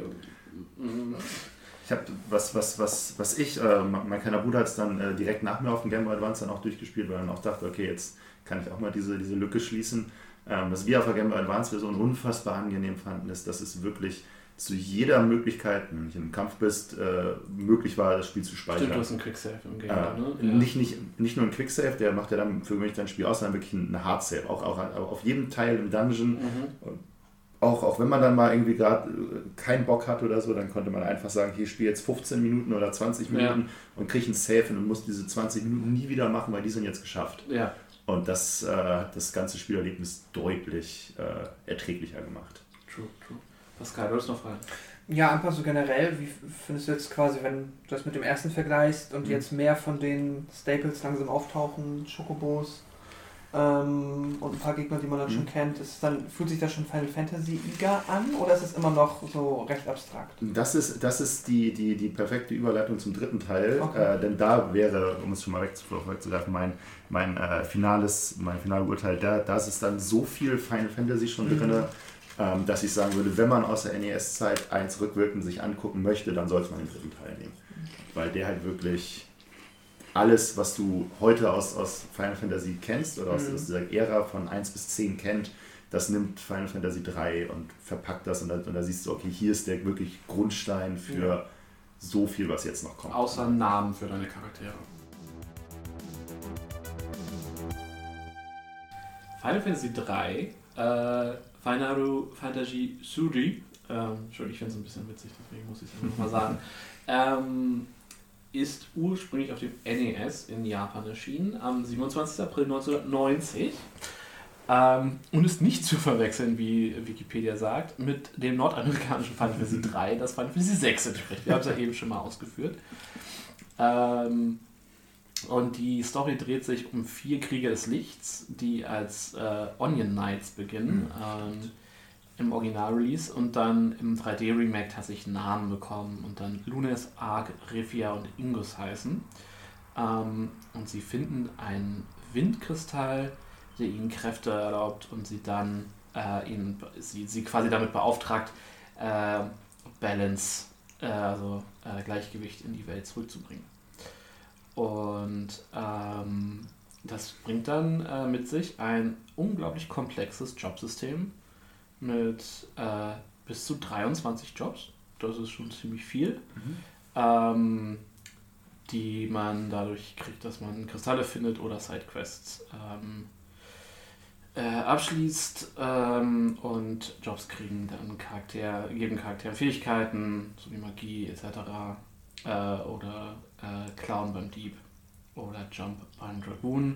Ich habe was ich, mein kleiner Bruder hat es dann direkt nach mir auf dem Game Boy Advance dann auch durchgespielt, weil er dann auch dachte, okay, jetzt kann ich auch mal diese Lücke schließen. Was wir auf der Game Boy Advance Version unfassbar angenehm fanden, ist, dass es wirklich zu jeder Möglichkeit, wenn du im Kampf bist, möglich war, das Spiel zu speichern. Stimmt, du hast einen Quicksave im Game, ne? Ja. Nicht nur ein Quicksave, der macht ja dann für mich dein Spiel aus, sondern wirklich ein Hardsave. Auch auf jedem Teil im Dungeon. Auch wenn man dann mal irgendwie gerade keinen Bock hat oder so, dann konnte man einfach sagen, hier spiel jetzt 15 Minuten oder 20 Minuten und krieg einen Save und muss diese 20 Minuten nie wieder machen, weil die sind jetzt geschafft. Ja. Und das hat das ganze Spielerlebnis deutlich erträglicher gemacht. True. Pascal, du hast noch Fragen? Ja, einfach so generell, wie findest du jetzt quasi, wenn du das mit dem ersten vergleichst und jetzt mehr von den Staples langsam auftauchen, Chocobos und ein paar Gegner, die man dann schon kennt, fühlt sich das schon Final Fantasy-iger an oder ist es immer noch so recht abstrakt? Das ist die perfekte Überleitung zum dritten Teil, okay. Denn da wäre, um es schon mal wegzugreifen, mein finales Urteil, da ist dann so viel Final Fantasy schon drin, dass ich sagen würde, wenn man aus der NES-Zeit 1 rückwirkend sich angucken möchte, dann sollte man den dritten Teil nehmen. Weil der halt wirklich alles, was du heute aus Final Fantasy kennst oder aus dieser Ära von 1 bis 10 kennt, das nimmt Final Fantasy 3 und verpackt das und da siehst du, okay, hier ist der wirklich Grundstein für so viel, was jetzt noch kommt. Außer Namen für deine Charaktere. Final Fantasy 3, Final Fantasy Suri, Entschuldigung, ich finde es ein bisschen witzig, deswegen muss ich es nochmal sagen, ist ursprünglich auf dem NES in Japan erschienen, am 27. April 1990 und ist nicht zu verwechseln, wie Wikipedia sagt, mit dem nordamerikanischen Final Fantasy 3, das Final Fantasy 6 entspricht. Wir haben es ja eben schon mal ausgeführt. Und die Story dreht sich um 4 Krieger des Lichts, die als Onion Knights beginnen im Original-Release und dann im 3D-Remake tatsächlich Namen bekommen und dann Lunes, Ark, Rifia und Ingus heißen. Und sie finden einen Windkristall, der ihnen Kräfte erlaubt und sie dann sie quasi damit beauftragt, Balance, Gleichgewicht in die Welt zurückzubringen. Und das bringt dann mit sich ein unglaublich komplexes Jobsystem mit bis zu 23 Jobs. Das ist schon ziemlich viel. die man dadurch kriegt, dass man Kristalle findet oder Sidequests abschließt und Jobs geben Charakteren Fähigkeiten, so wie Magie etc. Oder Clown beim Dieb oder Jump beim Dragoon.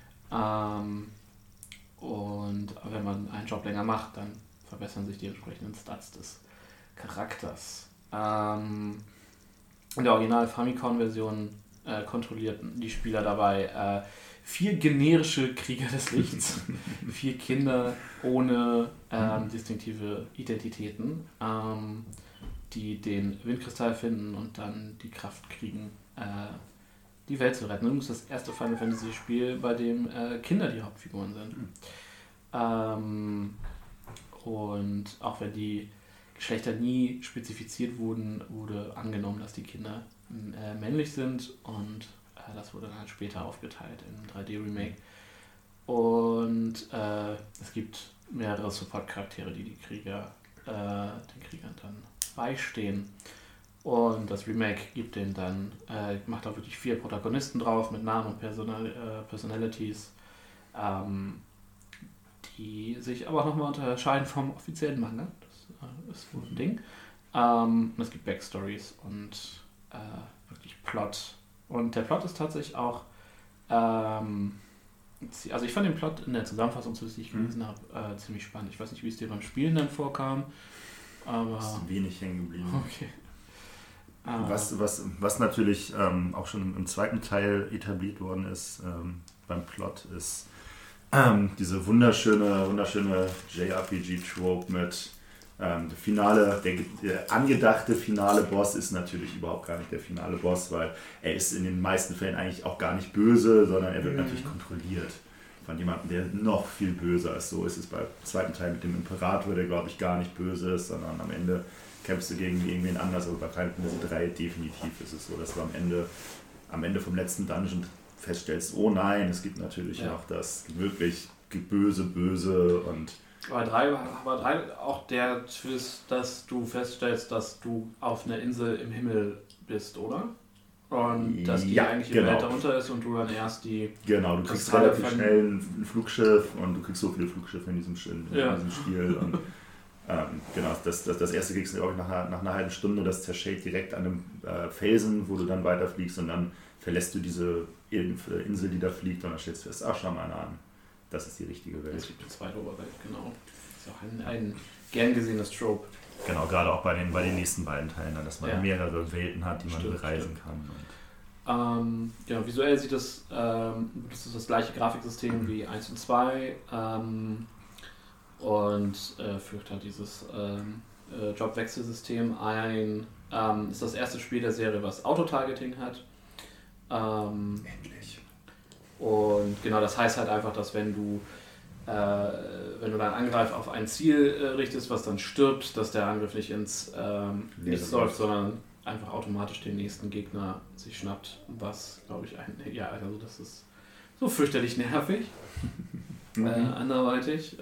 Und wenn man einen Job länger macht, dann verbessern sich die entsprechenden Stats des Charakters. In der Original Famicom-Version kontrollierten die Spieler dabei 4 generische Krieger des Lichts, 4 Kinder ohne distinktive Identitäten, die den Windkristall finden und dann die Kraft kriegen, die Welt zu retten. Und das ist das erste Final Fantasy Spiel, bei dem Kinder die Hauptfiguren sind. Und auch wenn die Geschlechter nie spezifiziert wurden, wurde angenommen, dass die Kinder männlich sind und das wurde dann später aufgeteilt im 3D-Remake. Und es gibt mehrere Support-Charaktere, die den Kriegern dann beistehen. Und das Remake gibt den dann, macht da wirklich 4 Protagonisten drauf mit Namen und Personalities, die sich aber nochmal unterscheiden vom offiziellen Manga. Das ist wohl ein Ding. Und es gibt Backstories und wirklich Plot. Und der Plot ist tatsächlich auch, also ich fand den Plot in der Zusammenfassung, die ich gelesen habe, ziemlich spannend. Ich weiß nicht, wie es dir beim Spielen dann vorkam, aber... Das ist wenig hängen geblieben. Okay. Was natürlich auch schon im zweiten Teil etabliert worden ist beim Plot, ist diese wunderschöne JRPG-Trope mit der angedachte finale Boss ist natürlich überhaupt gar nicht der finale Boss, weil er ist in den meisten Fällen eigentlich auch gar nicht böse, sondern er wird natürlich kontrolliert von jemandem, der noch viel böser ist. So ist es beim zweiten Teil mit dem Imperator, der glaube ich gar nicht böse ist, sondern am Ende kämpfst du gegen irgendwen anders. Aber bei Final Fantasy 3 definitiv ist es so, dass du am Ende vom letzten Dungeon feststellst, oh nein, es gibt natürlich noch das wirklich böse und Aber 3 auch der Twist, dass du feststellst, dass du auf einer Insel im Himmel bist, oder? Und dass die eigentliche Welt darunter ist und du dann erst die... Genau, du kriegst relativ schnell ein Flugschiff und du kriegst so viele Flugschiffe in diesem Spiel. Und genau, das erste kriegst du, glaube ich, nach einer halben Stunde, das zerschellt direkt an einem Felsen, wo du dann weiterfliegst und dann verlässt du diese Insel, die da fliegt und dann stellst du fest, ach, schau mal einer an. Das ist die richtige Welt. Es gibt eine zweite Oberwelt, genau. Das ist auch ein gern gesehenes Trope. Genau, gerade auch bei den nächsten beiden Teilen, dass man mehrere Welten hat, die man bereisen kann. Genau, visuell sieht das ist das gleiche Grafiksystem wie 1 und 2 und führt halt dieses Jobwechselsystem ein. Ist das erste Spiel der Serie, was Autotargeting hat. Endlich. Und genau, das heißt halt einfach, dass wenn du deinen Angriff auf ein Ziel richtest, was dann stirbt, dass der Angriff nicht ins Nichts läuft, sondern einfach automatisch den nächsten Gegner sich schnappt, was, glaube ich, also das ist so fürchterlich nervig, anderweitig.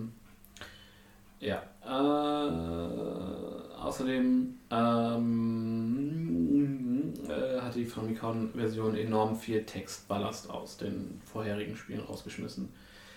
Außerdem hat die Famicom-Version enorm viel Textballast aus den vorherigen Spielen rausgeschmissen.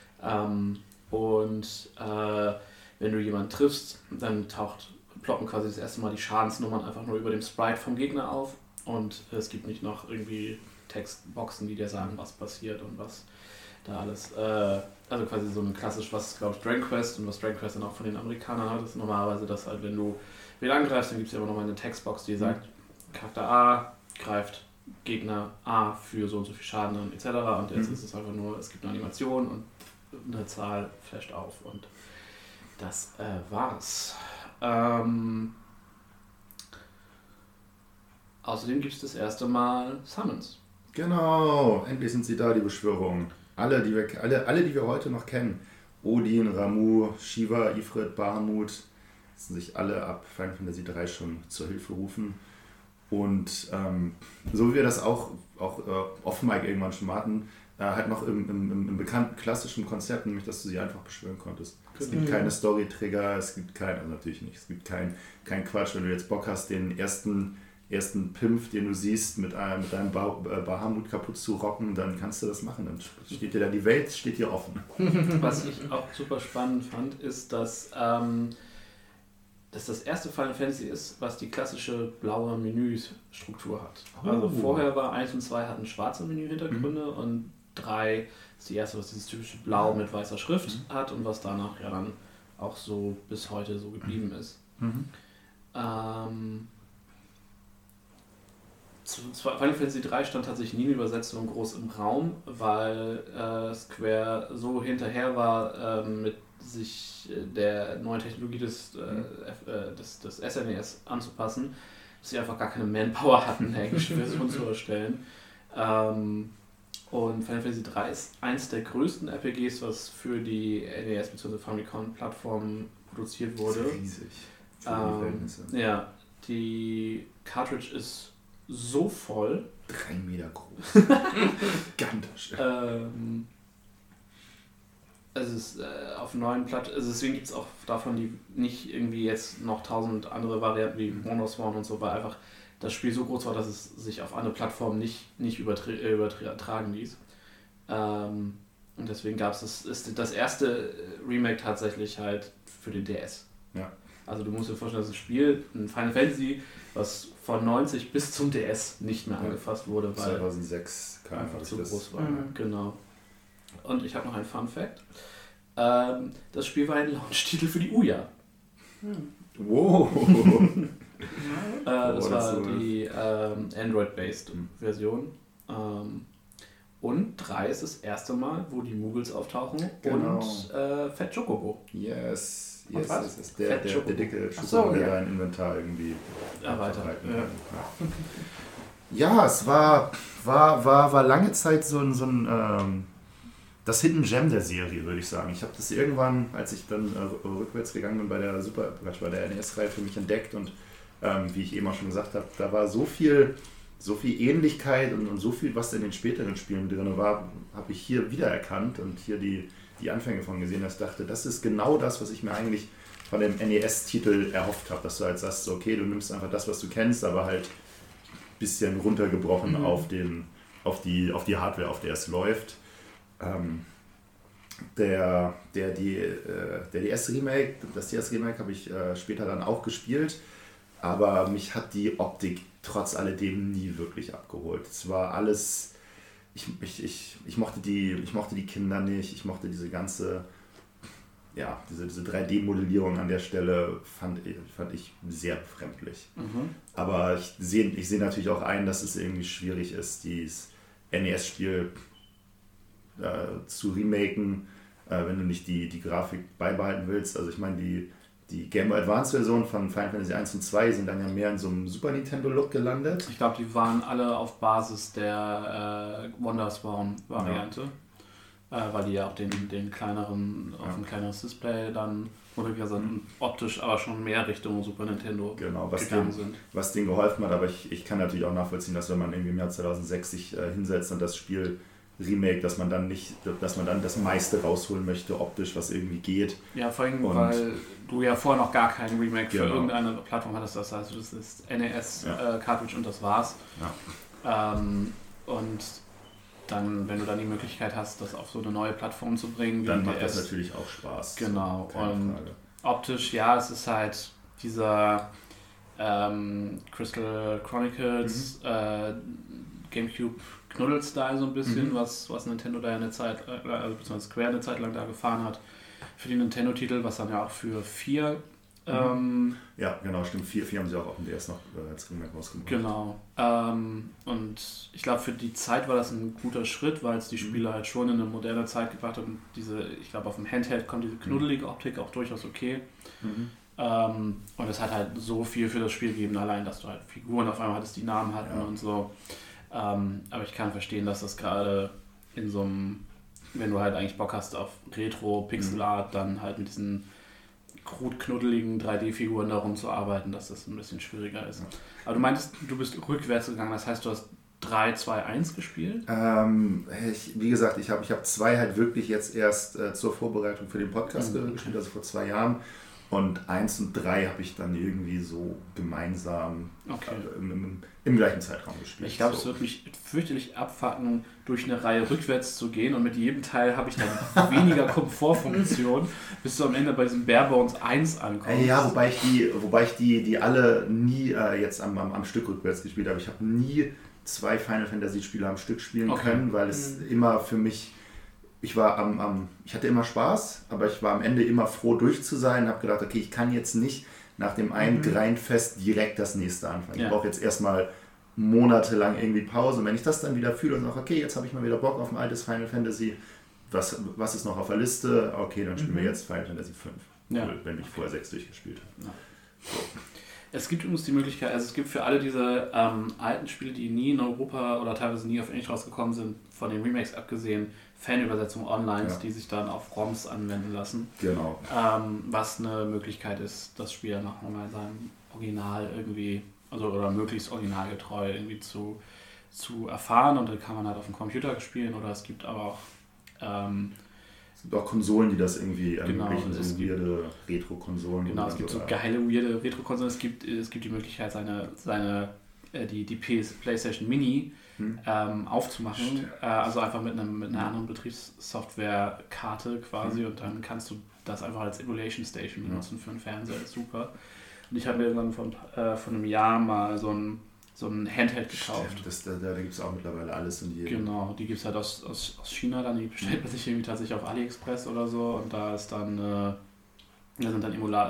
Wenn du jemanden triffst, dann ploppen quasi das erste Mal die Schadensnummern einfach nur über dem Sprite vom Gegner auf und es gibt nicht noch irgendwie Textboxen, die dir sagen, was passiert und was da alles, also quasi so ein klassisch, was glaube ich Dragon Quest und was Dragon Quest dann auch von den Amerikanern hat, ist normalerweise, dass halt, wenn du wen angreifst, dann gibt es ja immer nochmal eine Textbox, die sagt, Charakter A greift Gegner A für so und so viel Schaden an etc. Und jetzt ist es einfach nur, es gibt eine Animation und eine Zahl flasht auf und das war's. Außerdem gibt es das erste Mal Summons. Genau, endlich sind sie da, die Beschwörungen. Alle, die wir heute noch kennen. Odin, Ramuh, Shiva, Ifrit, Bahamut, sind sich alle ab Final Fantasy 3 schon zur Hilfe rufen. Und so wie wir das auch off-mic irgendwann schon hatten, halt noch im bekannten klassischen Konzept, nämlich dass du sie einfach beschwören konntest. Es gibt keine Story-Trigger, es gibt natürlich nicht, es gibt kein Quatsch, wenn du jetzt Bock hast, den ersten ersten Pimpf, den du siehst, mit deinem Bahamut kaputt zu rocken, dann kannst du das machen. Dann steht dir da die Welt, steht dir offen. Was ich auch super spannend fand, ist, dass das erste Final Fantasy ist, was die klassische blaue Menüstruktur hat. Also vorher war 1 und 2 hatten schwarze Menühintergründe und 3 ist die erste, was dieses typische Blau mit weißer Schrift hat und was danach ja dann auch so bis heute so geblieben ist. Final Fantasy 3 stand tatsächlich nie in Übersetzung groß im Raum, weil Square so hinterher war, mit sich der neuen Technologie des SNES anzupassen, dass sie einfach gar keine Manpower hatten, eine englische Version zu erstellen. Und Final Fantasy 3 ist eins der größten RPGs, was für die NES bzw. Famicom-Plattform produziert wurde. Das ist riesig. Ja, die Cartridge ist so voll. 3 Meter groß. Gigantisch. Es ist auf neuen Plattformen, also deswegen gibt es auch davon die nicht irgendwie jetzt noch 1000 andere Varianten wie Wonderswan und so, weil einfach das Spiel so groß war, dass es sich auf andere Plattformen nicht übertragen ließ. Und deswegen gab es das erste Remake tatsächlich halt für den DS. Ja. Also du musst dir vorstellen, das ist ein Spiel, ein Final Fantasy, was von 90 bis zum DS nicht mehr angefasst wurde, weil 2006 einfach zu groß war. Mhm. Genau. Und ich habe noch einen Fun Fact. Das Spiel war ein Launch-Titel für die Ouya. Wow! Das war die Android-based Version. Und 3 ist das erste Mal, wo die Moogles auftauchen und Fett Chocobo. Yes. Und was? Yes. Der dicke ja. Schokobo, der dein Inventar irgendwie erweitert. Ja, es war lange Zeit so ein das Hidden Gem der Serie, würde ich sagen. Ich habe das irgendwann, als ich dann rückwärts gegangen bin, bei der NES-Reihe für mich entdeckt und wie ich eben auch schon gesagt habe, da war so viel Ähnlichkeit und so viel, was in den späteren Spielen drin war, habe ich hier wiedererkannt und hier die Anfänge von gesehen, dass ich dachte, das ist genau das, was ich mir eigentlich von dem NES-Titel erhofft habe, dass du halt sagst, okay, du nimmst einfach das, was du kennst, aber halt ein bisschen runtergebrochen auf die Hardware, auf der es läuft. Das DS-Remake habe ich später dann auch gespielt, aber mich hat die Optik trotz alledem nie wirklich abgeholt. Es war alles, ich mochte die Kinder nicht, ich mochte diese ganze, diese 3D-Modellierung an der Stelle fand ich sehr befremdlich. Aber ich sehe natürlich auch ein, dass es irgendwie schwierig ist, dieses NES-Spiel zu remaken, wenn du nicht die Grafik beibehalten willst. Also ich meine, die Game Boy Advance Version von Final Fantasy 1 und 2 sind dann ja mehr in so einem Super Nintendo Look gelandet. Ich glaube, die waren alle auf Basis der Wonderswan Variante, weil die ja auch den kleineren, auf ein kleineres Display dann runtergegangen sind und optisch aber schon mehr Richtung Super Nintendo gegangen sind. Was denen geholfen hat, aber ich kann natürlich auch nachvollziehen, dass wenn man irgendwie im Jahr 2006 sich hinsetzt und das Spiel Remake, dass man dann das meiste rausholen möchte, optisch, was irgendwie geht. Ja, vor allem, weil du ja vorher noch gar kein Remake für irgendeine Plattform hattest, das heißt, das ist NES Cartridge und das war's. Ja. Und dann, wenn du dann die Möglichkeit hast, das auf so eine neue Plattform zu bringen, wie dann macht das natürlich auch Spaß. Genau. Keine und Frage. Optisch, ja, es ist halt dieser Crystal Chronicles Gamecube Knuddel-Style so ein bisschen, was Nintendo da eine Zeit, beziehungsweise Square eine Zeit lang da gefahren hat für die Nintendo-Titel, was dann ja auch für 4 ja, genau, stimmt. 4 haben sie auch auf dem DS noch als Remake rausgebracht. Genau. Und ich glaube, für die Zeit war das ein guter Schritt, weil es die Spiele halt schon in eine moderne Zeit gebracht hat und ich glaube, auf dem Handheld kommt diese knuddelige Optik auch durchaus okay. Und es hat halt so viel für das Spiel gegeben, allein, dass du halt Figuren auf einmal hattest, die Namen hatten und so. Aber ich kann verstehen, dass das gerade in so einem, wenn du halt eigentlich Bock hast auf Retro-Pixel-Art, dann halt mit diesen knuddeligen 3D-Figuren da rumzuarbeiten, dass das ein bisschen schwieriger ist. Aber du meintest, du bist rückwärts gegangen, das heißt, du hast 3, 2, 1 gespielt? Wie gesagt, ich hab 2 halt wirklich jetzt erst zur Vorbereitung für den Podcast gespielt, also vor 2 Jahren. Und 1 und 3 habe ich dann irgendwie so gemeinsam im gleichen Zeitraum gespielt. Ich glaube, es wird mich fürchterlich abfacken, durch eine Reihe rückwärts zu gehen und mit jedem Teil habe ich dann weniger Komfortfunktion, bis du am Ende bei diesem Barebones 1 ankommst. Ja, wobei ich die alle nie jetzt am Stück rückwärts gespielt habe. Ich habe nie 2 Final Fantasy Spiele am Stück spielen können, weil es immer für mich... Ich hatte immer Spaß, aber ich war am Ende immer froh, durch zu sein. Habe gedacht, okay, ich kann jetzt nicht nach dem einen Grindfest direkt das nächste anfangen. Ich brauche jetzt erstmal monatelang irgendwie Pause. Und wenn ich das dann wieder fühle und sage, okay, jetzt habe ich mal wieder Bock auf ein altes Final Fantasy, was ist noch auf der Liste? Okay, dann spielen wir jetzt Final Fantasy 5, wenn ich vorher 6 durchgespielt habe. Ja. So. Es gibt übrigens die Möglichkeit, also es gibt für alle diese alten Spiele, die nie in Europa oder teilweise nie auf Englisch rausgekommen sind, von den Remakes abgesehen, Fanübersetzungen online, die sich dann auf ROMs anwenden lassen. Genau. Was eine Möglichkeit ist, das Spiel dann auch nochmal in seinem Original irgendwie, oder möglichst originalgetreu irgendwie zu erfahren, und dann kann man halt auf dem Computer spielen, oder es gibt aber auch es gibt auch Konsolen, die das irgendwie ermöglichen, so weirde Retro-Konsolen. Genau, es gibt so geile, weirde Retro-Konsolen. Es gibt die Möglichkeit, die PlayStation Mini aufzumachen. Also einfach mit einer anderen Betriebssoftware-Karte quasi, und dann kannst du das einfach als Emulation Station benutzen für einen Fernseher. Das ist super. Und ich habe mir dann von einem Jahr mal so ein Handheld gekauft. Stimmt, da gibt es auch mittlerweile alles und jedem. Genau, die gibt es halt aus China, dann die bestellt man sich irgendwie tatsächlich auf AliExpress oder so, und da ist dann ist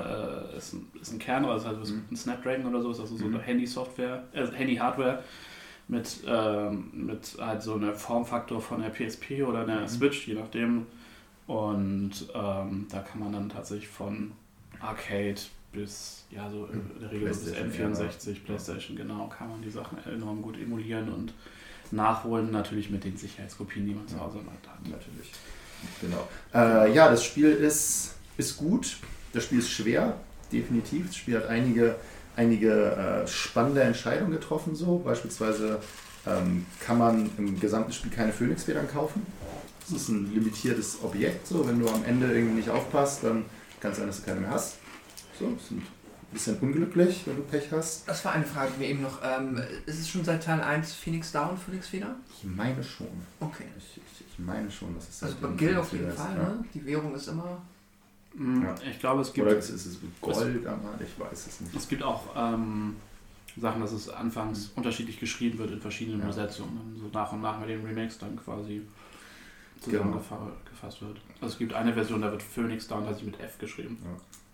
ein Kern, also halt ein Snapdragon oder so, ist also so eine Handy-Software, Handy-Hardware mit halt so einem Formfaktor von der PSP oder der Switch, je nachdem, und da kann man dann tatsächlich von Arcade bis, so in der Regel bis N64, PlayStation, genau, kann man die Sachen enorm gut emulieren und nachholen, natürlich mit den Sicherheitskopien, die man zu Hause hat. Natürlich, genau. Das Spiel ist gut, das Spiel ist schwer, definitiv. Das Spiel hat einige spannende Entscheidungen getroffen, so beispielsweise kann man im gesamten Spiel keine Phönixfedern kaufen. Das ist ein limitiertes Objekt, so wenn du am Ende irgendwie nicht aufpasst, dann kann es sein, dass du keine mehr hast. So, ist ein bisschen unglücklich, wenn du Pech hast. Das war eine Frage, die mir eben noch. Ist es schon seit Teil 1 Phoenix Down, Phönixfeder? Ich meine schon. Okay. Ich meine schon, dass es also bei Gil auf jeden Fall, ne? Die Währung ist immer... Ich glaube, es gibt... Oder ist es Gold einmal? Ich weiß es nicht. Es gibt auch Sachen, dass es anfangs unterschiedlich geschrieben wird in verschiedenen Übersetzungen. So nach und nach mit den Remakes dann quasi zusammengefasst wird. Also es gibt eine Version, da wird Phoenix Down tatsächlich mit F geschrieben. Ja.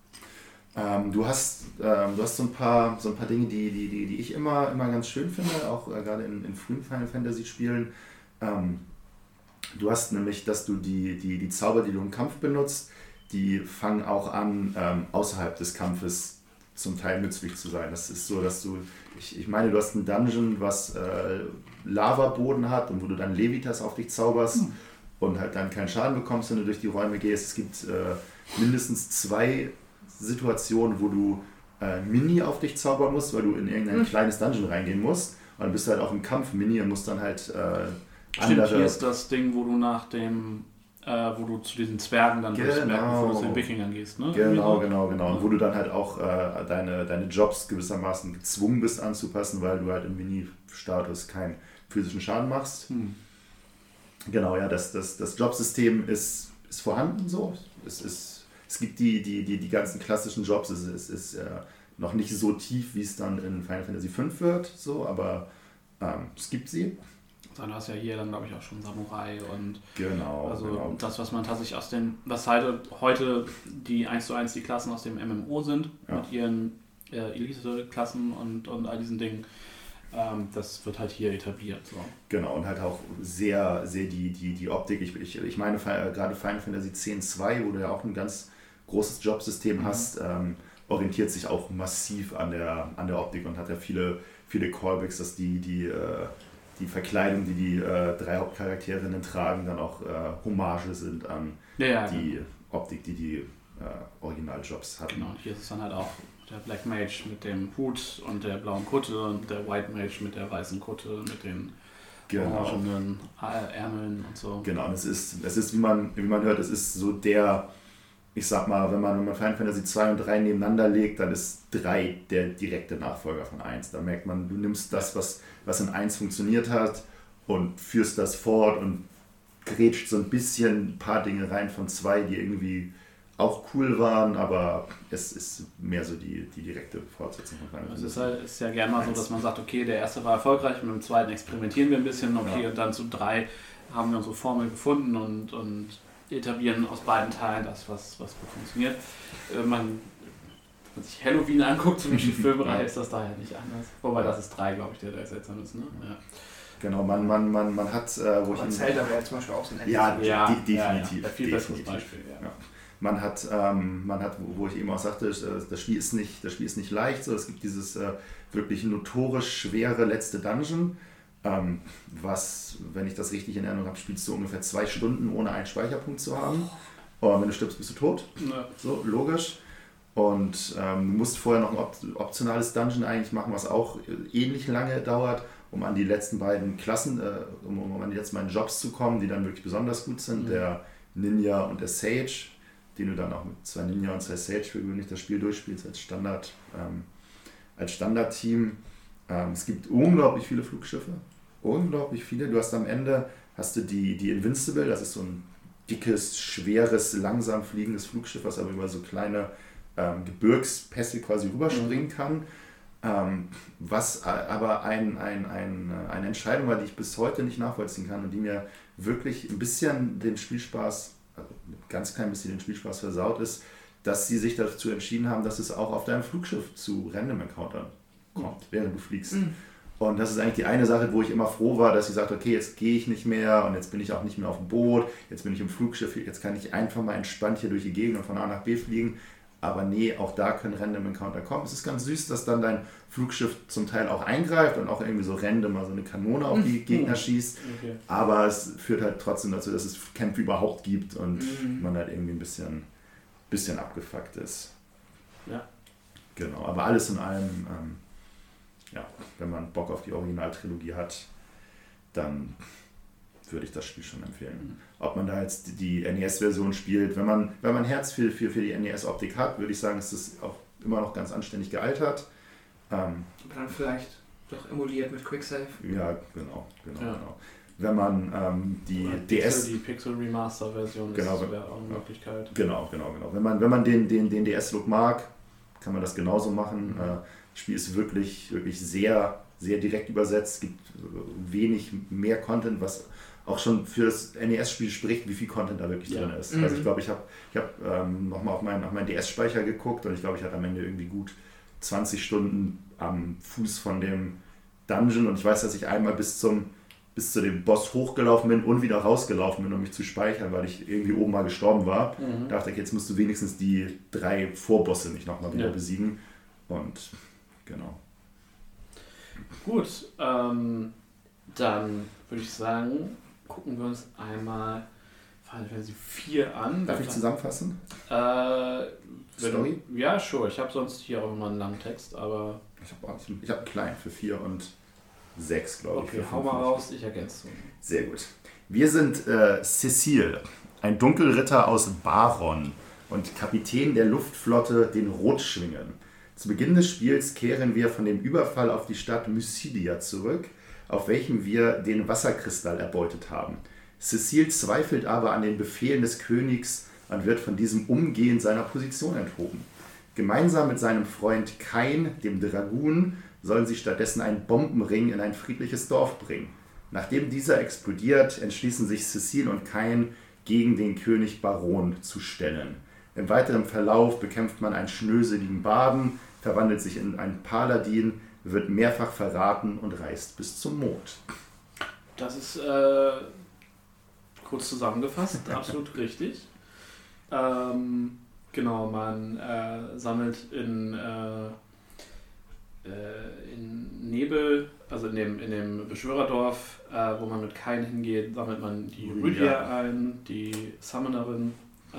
Du hast so ein paar Dinge, die ich immer ganz schön finde, auch gerade in frühen Final Fantasy Spielen. Du hast nämlich, dass du die Zauber, die du im Kampf benutzt, die fangen auch an, außerhalb des Kampfes zum Teil nützlich zu sein. Das ist so, dass ich meine, du hast einen Dungeon, was Lavaboden hat und wo du dann Levitas auf dich zauberst und halt dann keinen Schaden bekommst, wenn du durch die Räume gehst. Es gibt mindestens 2 Situationen, wo du Mini auf dich zaubern musst, weil du in irgendein kleines Dungeon reingehen musst. Und dann bist du halt auch im Kampf Mini und musst dann halt Stimmt, hier ist das Ding, wo du wo du zu diesen Zwergen dann bevor du zu den Wikingern gehst, ne? Genau. Und wo du dann halt auch deine Jobs gewissermaßen gezwungen bist anzupassen, weil du halt im Mini-Status keinen physischen Schaden machst. Genau, ja, das Jobsystem ist vorhanden so. Es gibt die ganzen klassischen Jobs, es ist noch nicht so tief, wie es dann in Final Fantasy V wird, so, aber es gibt sie. Dann hast du ja hier dann, glaube ich, auch schon Samurai und genau. Das, was man tatsächlich was halt heute die 1:1 die Klassen aus dem MMO sind, mit ihren Elite-Klassen und all diesen Dingen, das wird halt hier etabliert. So. Genau, und halt auch sehr, sehr die Optik. Ich meine, gerade Final Fantasy X-2, wo du ja auch ein ganz großes Jobsystem hast, orientiert sich auch massiv an der Optik und hat ja viele Callbacks, dass die Verkleidung, die 3 Hauptcharakterinnen tragen, dann auch Hommage sind an die Optik, die Originaljobs hatten. Genau, und hier ist es dann halt auch der Black Mage mit dem Hut und der blauen Kutte und der White Mage mit der weißen Kutte, mit den orangenen Ärmeln und so. Genau, und es ist wie man hört, es ist so der ich sag mal, wenn man Final Fantasy 2 und 3 nebeneinander legt, dann ist 3 der direkte Nachfolger von 1. Da merkt man, du nimmst das, was in 1 funktioniert hat und führst das fort und grätscht so ein bisschen ein paar Dinge rein von 2, die irgendwie auch cool waren, aber es ist mehr so die direkte Fortsetzung von Final Fantasy. Es ist ja gerne mal so, dass man sagt, okay, der erste war erfolgreich, mit dem zweiten experimentieren wir ein bisschen, okay, und dann zu 3 haben wir unsere Formel gefunden und etablieren aus beiden Teilen das, was gut funktioniert. Wenn man sich Halloween anguckt, zum Beispiel Filmreihe, ist das daher nicht anders. Wobei das ist 3, glaube ich, der seltsam ist. Ne? Ja. Genau, man hat... Zelda wäre zum Beispiel auch so ein definitiv. Ja, viel besseres Beispiel. Ja. Man hat, wo ich eben auch sagte, das Spiel ist nicht leicht. So, es gibt dieses wirklich notorisch schwere letzte Dungeon, was, wenn ich das richtig in Erinnerung habe, spielst du ungefähr 2 Stunden, ohne einen Speicherpunkt zu haben. Und wenn du stirbst, bist du tot. Ja. So, logisch. Und du musst vorher noch ein optionales Dungeon eigentlich machen, was auch ähnlich lange dauert, um an die letzten beiden Klassen, um an die letzten beiden Jobs zu kommen, die dann wirklich besonders gut sind. Der Ninja und der Sage, den du dann auch mit 2 Ninja und 2 Sage für gewöhnlich das Spiel durchspielst als Standardteam. Es gibt unglaublich viele Flugschiffe. Unglaublich viele. Du hast am Ende die Invincible, das ist so ein dickes, schweres, langsam fliegendes Flugschiff, was aber über so kleine Gebirgspässe quasi rüberspringen kann. Was aber eine Entscheidung war, die ich bis heute nicht nachvollziehen kann und die mir wirklich ein bisschen den Spielspaß, also ein ganz klein bisschen den Spielspaß versaut ist, dass sie sich dazu entschieden haben, dass es auch auf deinem Flugschiff zu Random Encountern kommt, während du fliegst. Und das ist eigentlich die eine Sache, wo ich immer froh war, dass sie sagt, okay, jetzt gehe ich nicht mehr und jetzt bin ich auch nicht mehr auf dem Boot, jetzt bin ich im Flugschiff, jetzt kann ich einfach mal entspannt hier durch die Gegend und von A nach B fliegen. Aber nee, auch da können Random Encounter kommen. Es ist ganz süß, dass dann dein Flugschiff zum Teil auch eingreift und auch irgendwie so random mal so eine Kanone auf die Gegner schießt. Okay. Aber es führt halt trotzdem dazu, dass es Kämpfe überhaupt gibt und man halt irgendwie ein bisschen abgefuckt ist. Ja. Genau, aber alles in allem, wenn man Bock auf die Originaltrilogie hat, dann würde ich das Spiel schon empfehlen. Ob man da jetzt die NES-Version spielt, wenn man Herz für die NES-Optik hat, würde ich sagen, ist das auch immer noch ganz anständig gealtert. Aber dann vielleicht doch emuliert mit Quicksave. Ja, genau. Wenn man die DS... Die Pixel-Remaster-Version wäre auch eine Möglichkeit. Genau. Wenn man den DS-Look mag, kann man das genauso machen. Das Spiel ist wirklich, wirklich sehr, sehr direkt übersetzt. Es gibt wenig mehr Content, was auch schon für das NES-Spiel spricht, wie viel Content da wirklich drin ist. Also ich glaube, ich hab nochmal auf meinen DS-Speicher geguckt und ich glaube, ich hatte am Ende irgendwie gut 20 Stunden am Fuß von dem Dungeon und ich weiß, dass ich einmal bis zu dem Boss hochgelaufen bin und wieder rausgelaufen bin, um mich zu speichern, weil ich irgendwie oben mal gestorben war. Da dachte ich, jetzt musst du wenigstens die 3 Vorbosse nicht nochmal wieder besiegen. Und genau. Gut, dann würde ich sagen, gucken wir uns einmal Final Fantasy 4 an. Darf ich zusammenfassen? Story? Ja, sure. Ich habe sonst hier auch immer einen langen Text, aber... Ich habe einen kleinen für 4 und 6, glaube ich. Okay, hau mal raus, ich ergänze. Sehr gut. Wir sind Cecile, ein Dunkelritter aus Baron und Kapitän der Luftflotte, den Rotschwingen. Zu Beginn des Spiels kehren wir von dem Überfall auf die Stadt Mysidia zurück, auf welchem wir den Wasserkristall erbeutet haben. Cecile zweifelt aber an den Befehlen des Königs und wird von diesem umgehend seiner Position enthoben. Gemeinsam mit seinem Freund Kain, dem Dragoon, sollen sie stattdessen einen Bombenring in ein friedliches Dorf bringen. Nachdem dieser explodiert, entschließen sich Cecile und Kain, gegen den König Baron zu stellen. Im weiteren Verlauf bekämpft man einen schnöseligen Barden, verwandelt sich in einen Paladin, wird mehrfach verraten und reist bis zum Mond. Das ist kurz zusammengefasst, absolut richtig. Genau, man sammelt in Nebel, also in dem Beschwörerdorf, wo man mit Kain hingeht, sammelt man die Rydia ein, die Summonerin.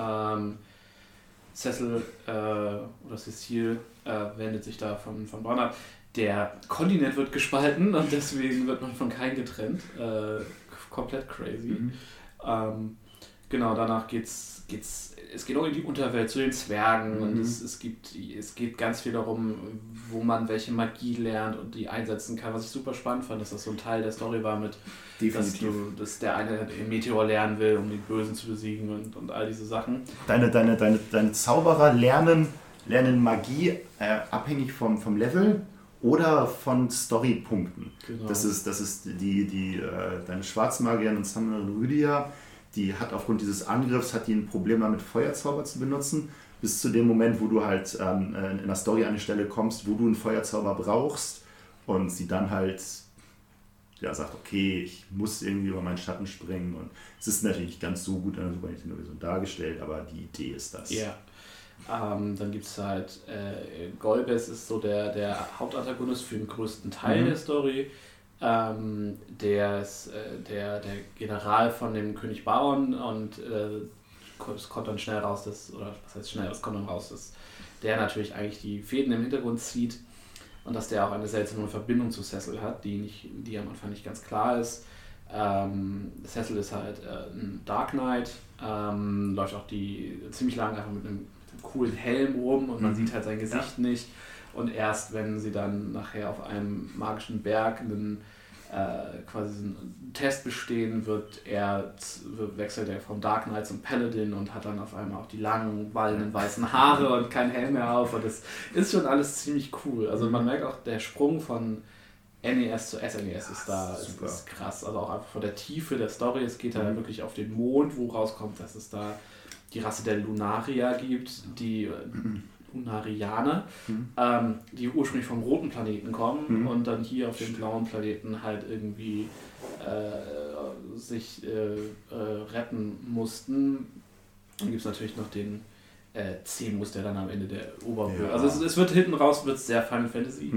Cecil oder Cecile wendet sich da von Braun ab. Der Kontinent wird gespalten und deswegen wird man von Kain getrennt. Komplett crazy. Genau, danach geht's geht auch in die Unterwelt zu den Zwergen und es geht ganz viel darum, wo man welche Magie lernt und die einsetzen kann, was ich super spannend fand, dass das so ein Teil der Story war mit, dass der eine den Meteor lernen will, um den Bösen zu besiegen und all diese Sachen. Deine Zauberer lernen Magie abhängig vom Level oder von Storypunkten. Genau. Das ist deine Schwarzmagierin und Sammlerin Rydia, die hat aufgrund dieses Angriffs ein Problem damit, Feuerzauber zu benutzen, bis zu dem Moment, wo du halt in der Story an eine Stelle kommst, wo du einen Feuerzauber brauchst und sie dann halt sagt, okay, ich muss irgendwie über meinen Schatten springen und es ist natürlich nicht ganz so gut an der Super Nintendo-Version dargestellt, aber die Idee ist das. Ja. Dann gibt es halt Golbez ist so der Hauptantagonist für den größten Teil der Story. Der ist der General von dem König Baron und es kommt dann schnell raus, dass der natürlich eigentlich die Fäden im Hintergrund zieht und dass der auch eine seltsame Verbindung zu Cecil hat, die am Anfang nicht ganz klar ist. Cecil ist halt ein Dark Knight, läuft auch ziemlich lange einfach mit einem coolen Helm rum und man sieht halt sein Gesicht nicht. Und erst wenn sie dann nachher auf einem magischen Berg quasi einen Test bestehen, wechselt er vom Dark Knight zum Paladin und hat dann auf einmal auch die langen, wallenden weißen Haare und keinen Helm mehr auf. Und das ist schon alles ziemlich cool. Also man merkt auch, der Sprung von NES zu SNES ist krass. Also auch einfach von der Tiefe der Story. Es geht da wirklich auf den Mond, wo rauskommt, dass es da die Rasse der Lunarier gibt, die Lunarianer, die ursprünglich vom roten Planeten kommen und dann hier auf dem blauen Planeten halt irgendwie sich retten mussten. Dann gibt es natürlich noch den Cemus, der dann am Ende der Oberhöhe. Ja. Also es wird hinten raus sehr Final Fantasy.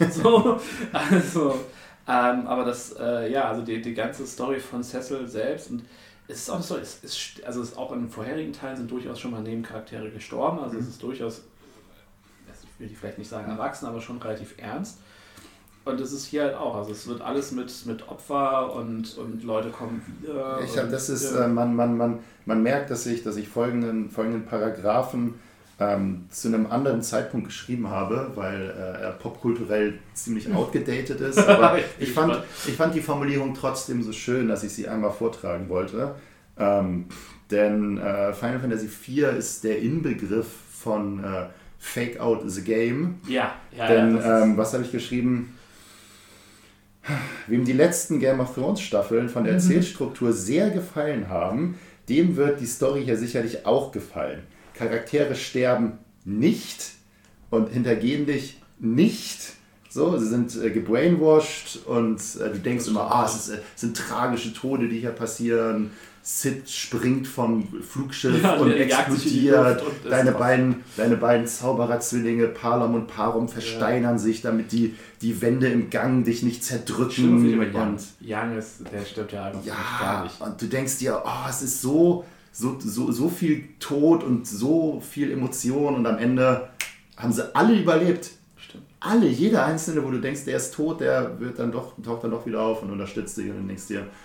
Aber das, also die ganze Story von Cecil selbst und es ist auch so, auch in den vorherigen Teilen sind durchaus schon mal Nebencharaktere gestorben, also es ist durchaus, ich will vielleicht nicht sagen erwachsen, aber schon relativ ernst. Und das ist hier halt auch, also es wird alles mit Opfer und Leute kommen wieder. Man merkt, dass ich folgenden Paragraphen zu einem anderen Zeitpunkt geschrieben habe, weil er popkulturell ziemlich outgedatet ist. Aber ich fand die Formulierung trotzdem so schön, dass ich sie einmal vortragen wollte. Denn Final Fantasy IV ist der Inbegriff von Fake Out the Game. Was habe ich geschrieben? Wem die letzten Game of Thrones Staffeln von der Erzählstruktur sehr gefallen haben, dem wird die Story hier sicherlich auch gefallen. Charaktere sterben nicht und hintergehen dich nicht. So, sie sind gebrainwashed und du denkst immer, es sind tragische Tode, die hier passieren. Sid springt vom Flugschiff und explodiert. Und deine beiden Zaubererzwillinge Palom und Parum versteinern sich, damit die Wände im Gang dich nicht zerdrücken. Young der stirbt ja einfach gar nicht. Und du denkst dir, es ist so viel Tod und so viel Emotion und am Ende haben sie alle überlebt. Stimmt. Alle, jeder Einzelne, wo du denkst, der ist tot, der taucht dann doch wieder auf und unterstützt dich und dann denkst dir,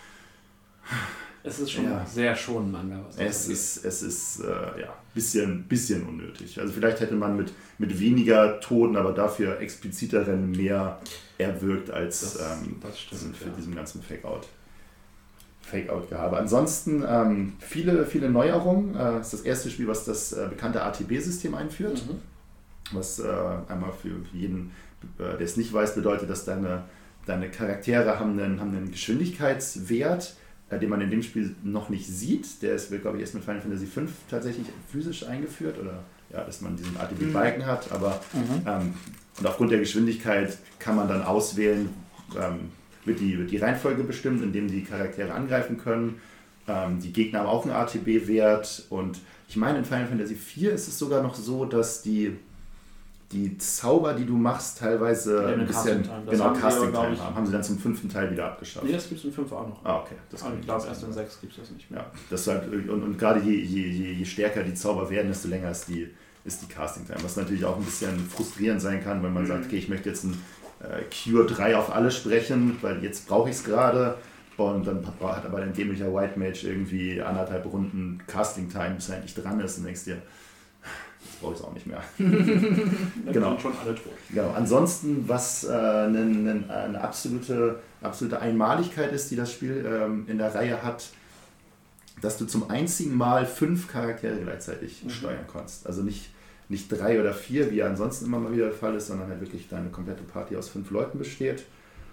es ist schon sehr schon Manga. Es ist bisschen unnötig. Also vielleicht hätte man mit weniger Toten, aber dafür expliziteren mehr erwirkt als das stimmt, für diesen ganzen Fake-Out-Gehabe. Ansonsten viele Neuerungen. Es ist das erste Spiel, was das bekannte ATB-System einführt. Was einmal für jeden, der es nicht weiß, bedeutet, dass deine Charaktere haben einen Geschwindigkeitswert, den man in dem Spiel noch nicht sieht. Der wird, glaube ich, erst mit Final Fantasy V tatsächlich physisch eingeführt, oder dass man diesen ATB-Balken hat. Aber und aufgrund der Geschwindigkeit kann man dann auswählen, wird die Reihenfolge bestimmt, in dem die Charaktere angreifen können. Die Gegner haben auch einen ATB-Wert. Und ich meine, in Final Fantasy IV ist es sogar noch so, dass die Zauber, die du machst, teilweise ein bisschen Casting-Time haben. Haben sie dann zum 5. Teil wieder abgeschafft? Nee, das gibt es im 5 auch noch. Okay. Ich glaube, erst in 6 gibt es das nicht mehr. Ja, das halt, und gerade je stärker die Zauber werden, desto länger ist die Casting-Time. Was natürlich auch ein bisschen frustrierend sein kann, wenn man sagt, okay, ich möchte jetzt ein Cure 3 auf alle sprechen, weil jetzt brauche ich es gerade. Und dann hat aber ein dämlicher White Mage irgendwie 1,5 Runden Casting-Time, bis er endlich dran ist und denkst dir, jetzt brauche ich es auch nicht mehr. Genau. Schon alle tot. Genau. Ansonsten, was eine absolute Einmaligkeit ist, die das Spiel in der Reihe hat, dass du zum einzigen Mal 5 Charaktere gleichzeitig steuern kannst. Also nicht 3 oder 4, wie ja ansonsten immer mal wieder der Fall ist, sondern halt wirklich deine komplette Party aus 5 Leuten besteht.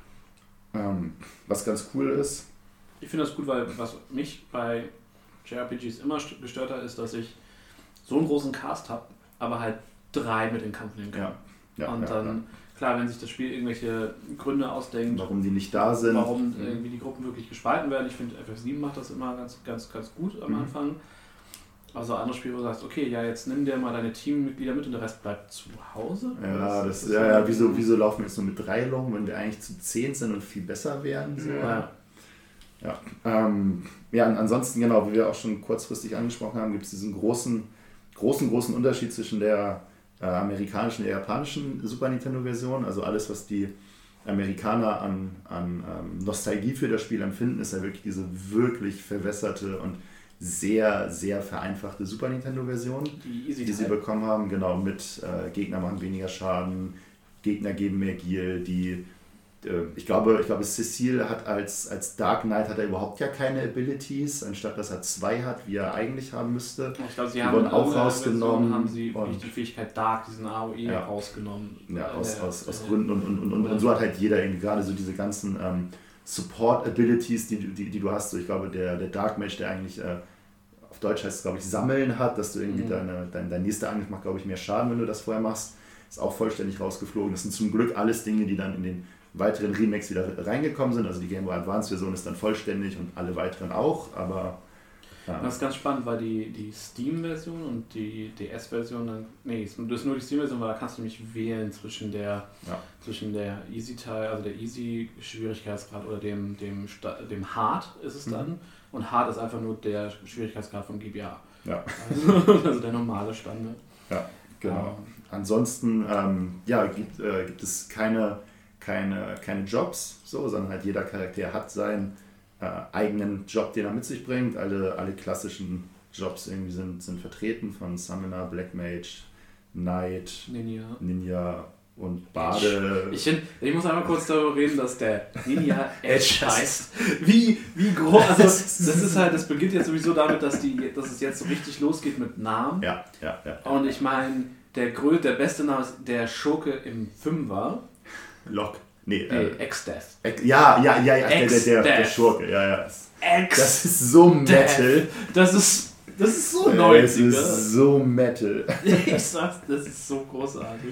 Was ganz cool ist. Ich finde das gut, weil was mich bei JRPGs immer gestört hat, ist, dass ich so einen großen Cast habe, aber halt 3 mit in den Kampf nehmen kann. Klar, wenn sich das Spiel irgendwelche Gründe ausdenkt, warum die nicht da sind, warum irgendwie die Gruppen wirklich gespalten werden. Ich finde, FF7 macht das immer ganz gut am Anfang. Also andere Spiele, wo du sagst, okay, ja, jetzt nimm dir mal deine Teammitglieder mit und der Rest bleibt zu Hause. Wieso laufen wir jetzt nur mit 3 rum, wenn wir eigentlich zu 10 sind und viel besser werden? So. Ansonsten, genau, wie wir auch schon kurzfristig angesprochen haben, gibt es diesen großen Unterschied zwischen der amerikanischen und der japanischen Super Nintendo-Version. Also alles, was die Amerikaner an Nostalgie für das Spiel empfinden, ist ja wirklich diese wirklich verwässerte und sehr, sehr vereinfachte Super Nintendo-Version, die sie bekommen haben. Genau, mit Gegner machen weniger Schaden, Gegner geben mehr Gil, ich glaube, Cecile hat als Dark Knight hat er überhaupt ja keine Abilities, anstatt dass er 2 hat, wie er eigentlich haben müsste. Ich glaube, sie wurden auch rausgenommen. Haben sie die Fähigkeit Dark, diesen AOE, rausgenommen. Ja, aus Gründen und so hat halt jeder irgendwie gerade so diese ganzen Support-Abilities, die du hast. So, ich glaube, der Dark Mage, der eigentlich auf Deutsch heißt es, glaube ich, Sammeln hat, dass du irgendwie dein nächster Angriff macht, glaube ich, mehr Schaden, wenn du das vorher machst, ist auch vollständig rausgeflogen. Das sind zum Glück alles Dinge, die dann in den weiteren Remakes wieder reingekommen sind. Also die Game Boy Advance Version ist dann vollständig und alle weiteren auch, aber... Das ist ganz spannend, weil die Steam-Version und die DS-Version, das ist nur die Steam-Version, weil da kannst du nämlich wählen zwischen der Easy-Teil, also der Easy-Schwierigkeitsgrad oder dem Hard ist es dann. Und Hard ist einfach nur der Schwierigkeitsgrad von GBA. Ja. Also der normale Standard. Ja, genau. Ansonsten gibt es keine Jobs, sondern halt jeder Charakter hat seinen eigenen Job, den er mit sich bringt. Alle klassischen Jobs irgendwie sind vertreten, von Summoner, Black Mage, Knight, Ninja und Bade. Ich muss einmal kurz darüber reden, dass der Ninja Edge heißt. Wie groß, also das beginnt jetzt sowieso damit, dass es jetzt so richtig losgeht mit Namen. Ja. Und ich meine, der beste Name ist der Schurke im 5er. Exdeath. Der Schurke, ja. Das ist so Metal. Das ist so 90er. Es ist so Metal. Ich sag's, das ist so großartig.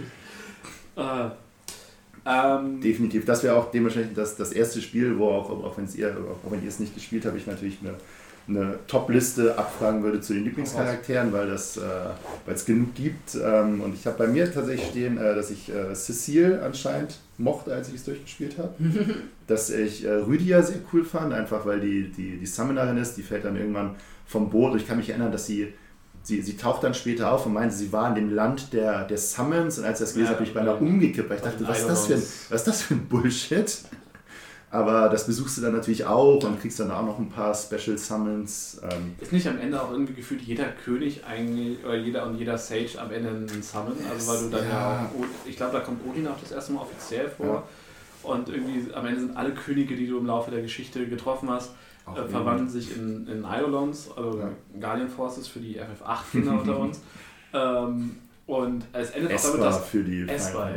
Definitiv. Das wäre auch dementsprechend das erste Spiel, wo auch wenn ihr es nicht gespielt habt, ich natürlich eine Top-Liste abfragen würde zu den Lieblingscharakteren, weil es genug gibt. Und ich habe bei mir tatsächlich stehen, dass ich Cecile anscheinend mochte, als ich es durchgespielt habe. Dass ich Rydia sehr cool fand, einfach weil die Summonerin ist, die fällt dann irgendwann vom Boot. Und ich kann mich erinnern, dass sie taucht dann später auf und meinte, sie war in dem Land der Summons. Und als ich das gelesen habe, bin ich beinahe umgekippt, weil ich dachte, was ist das für ein Bullshit? Aber das besuchst du dann natürlich auch und kriegst dann auch noch ein paar Special Summons. Ist nicht am Ende auch irgendwie gefühlt jeder König eigentlich oder jeder Sage am Ende ein Summon? Also weil du dann ich glaube, da kommt Odin auch das erste Mal offiziell vor. Ja. Und irgendwie am Ende sind alle Könige, die du im Laufe der Geschichte getroffen hast, verwandeln sich in Eidolons, also Guardian Forces für die FF8-Kinder unter uns. Und es endet auch damit, dass... für die Esper,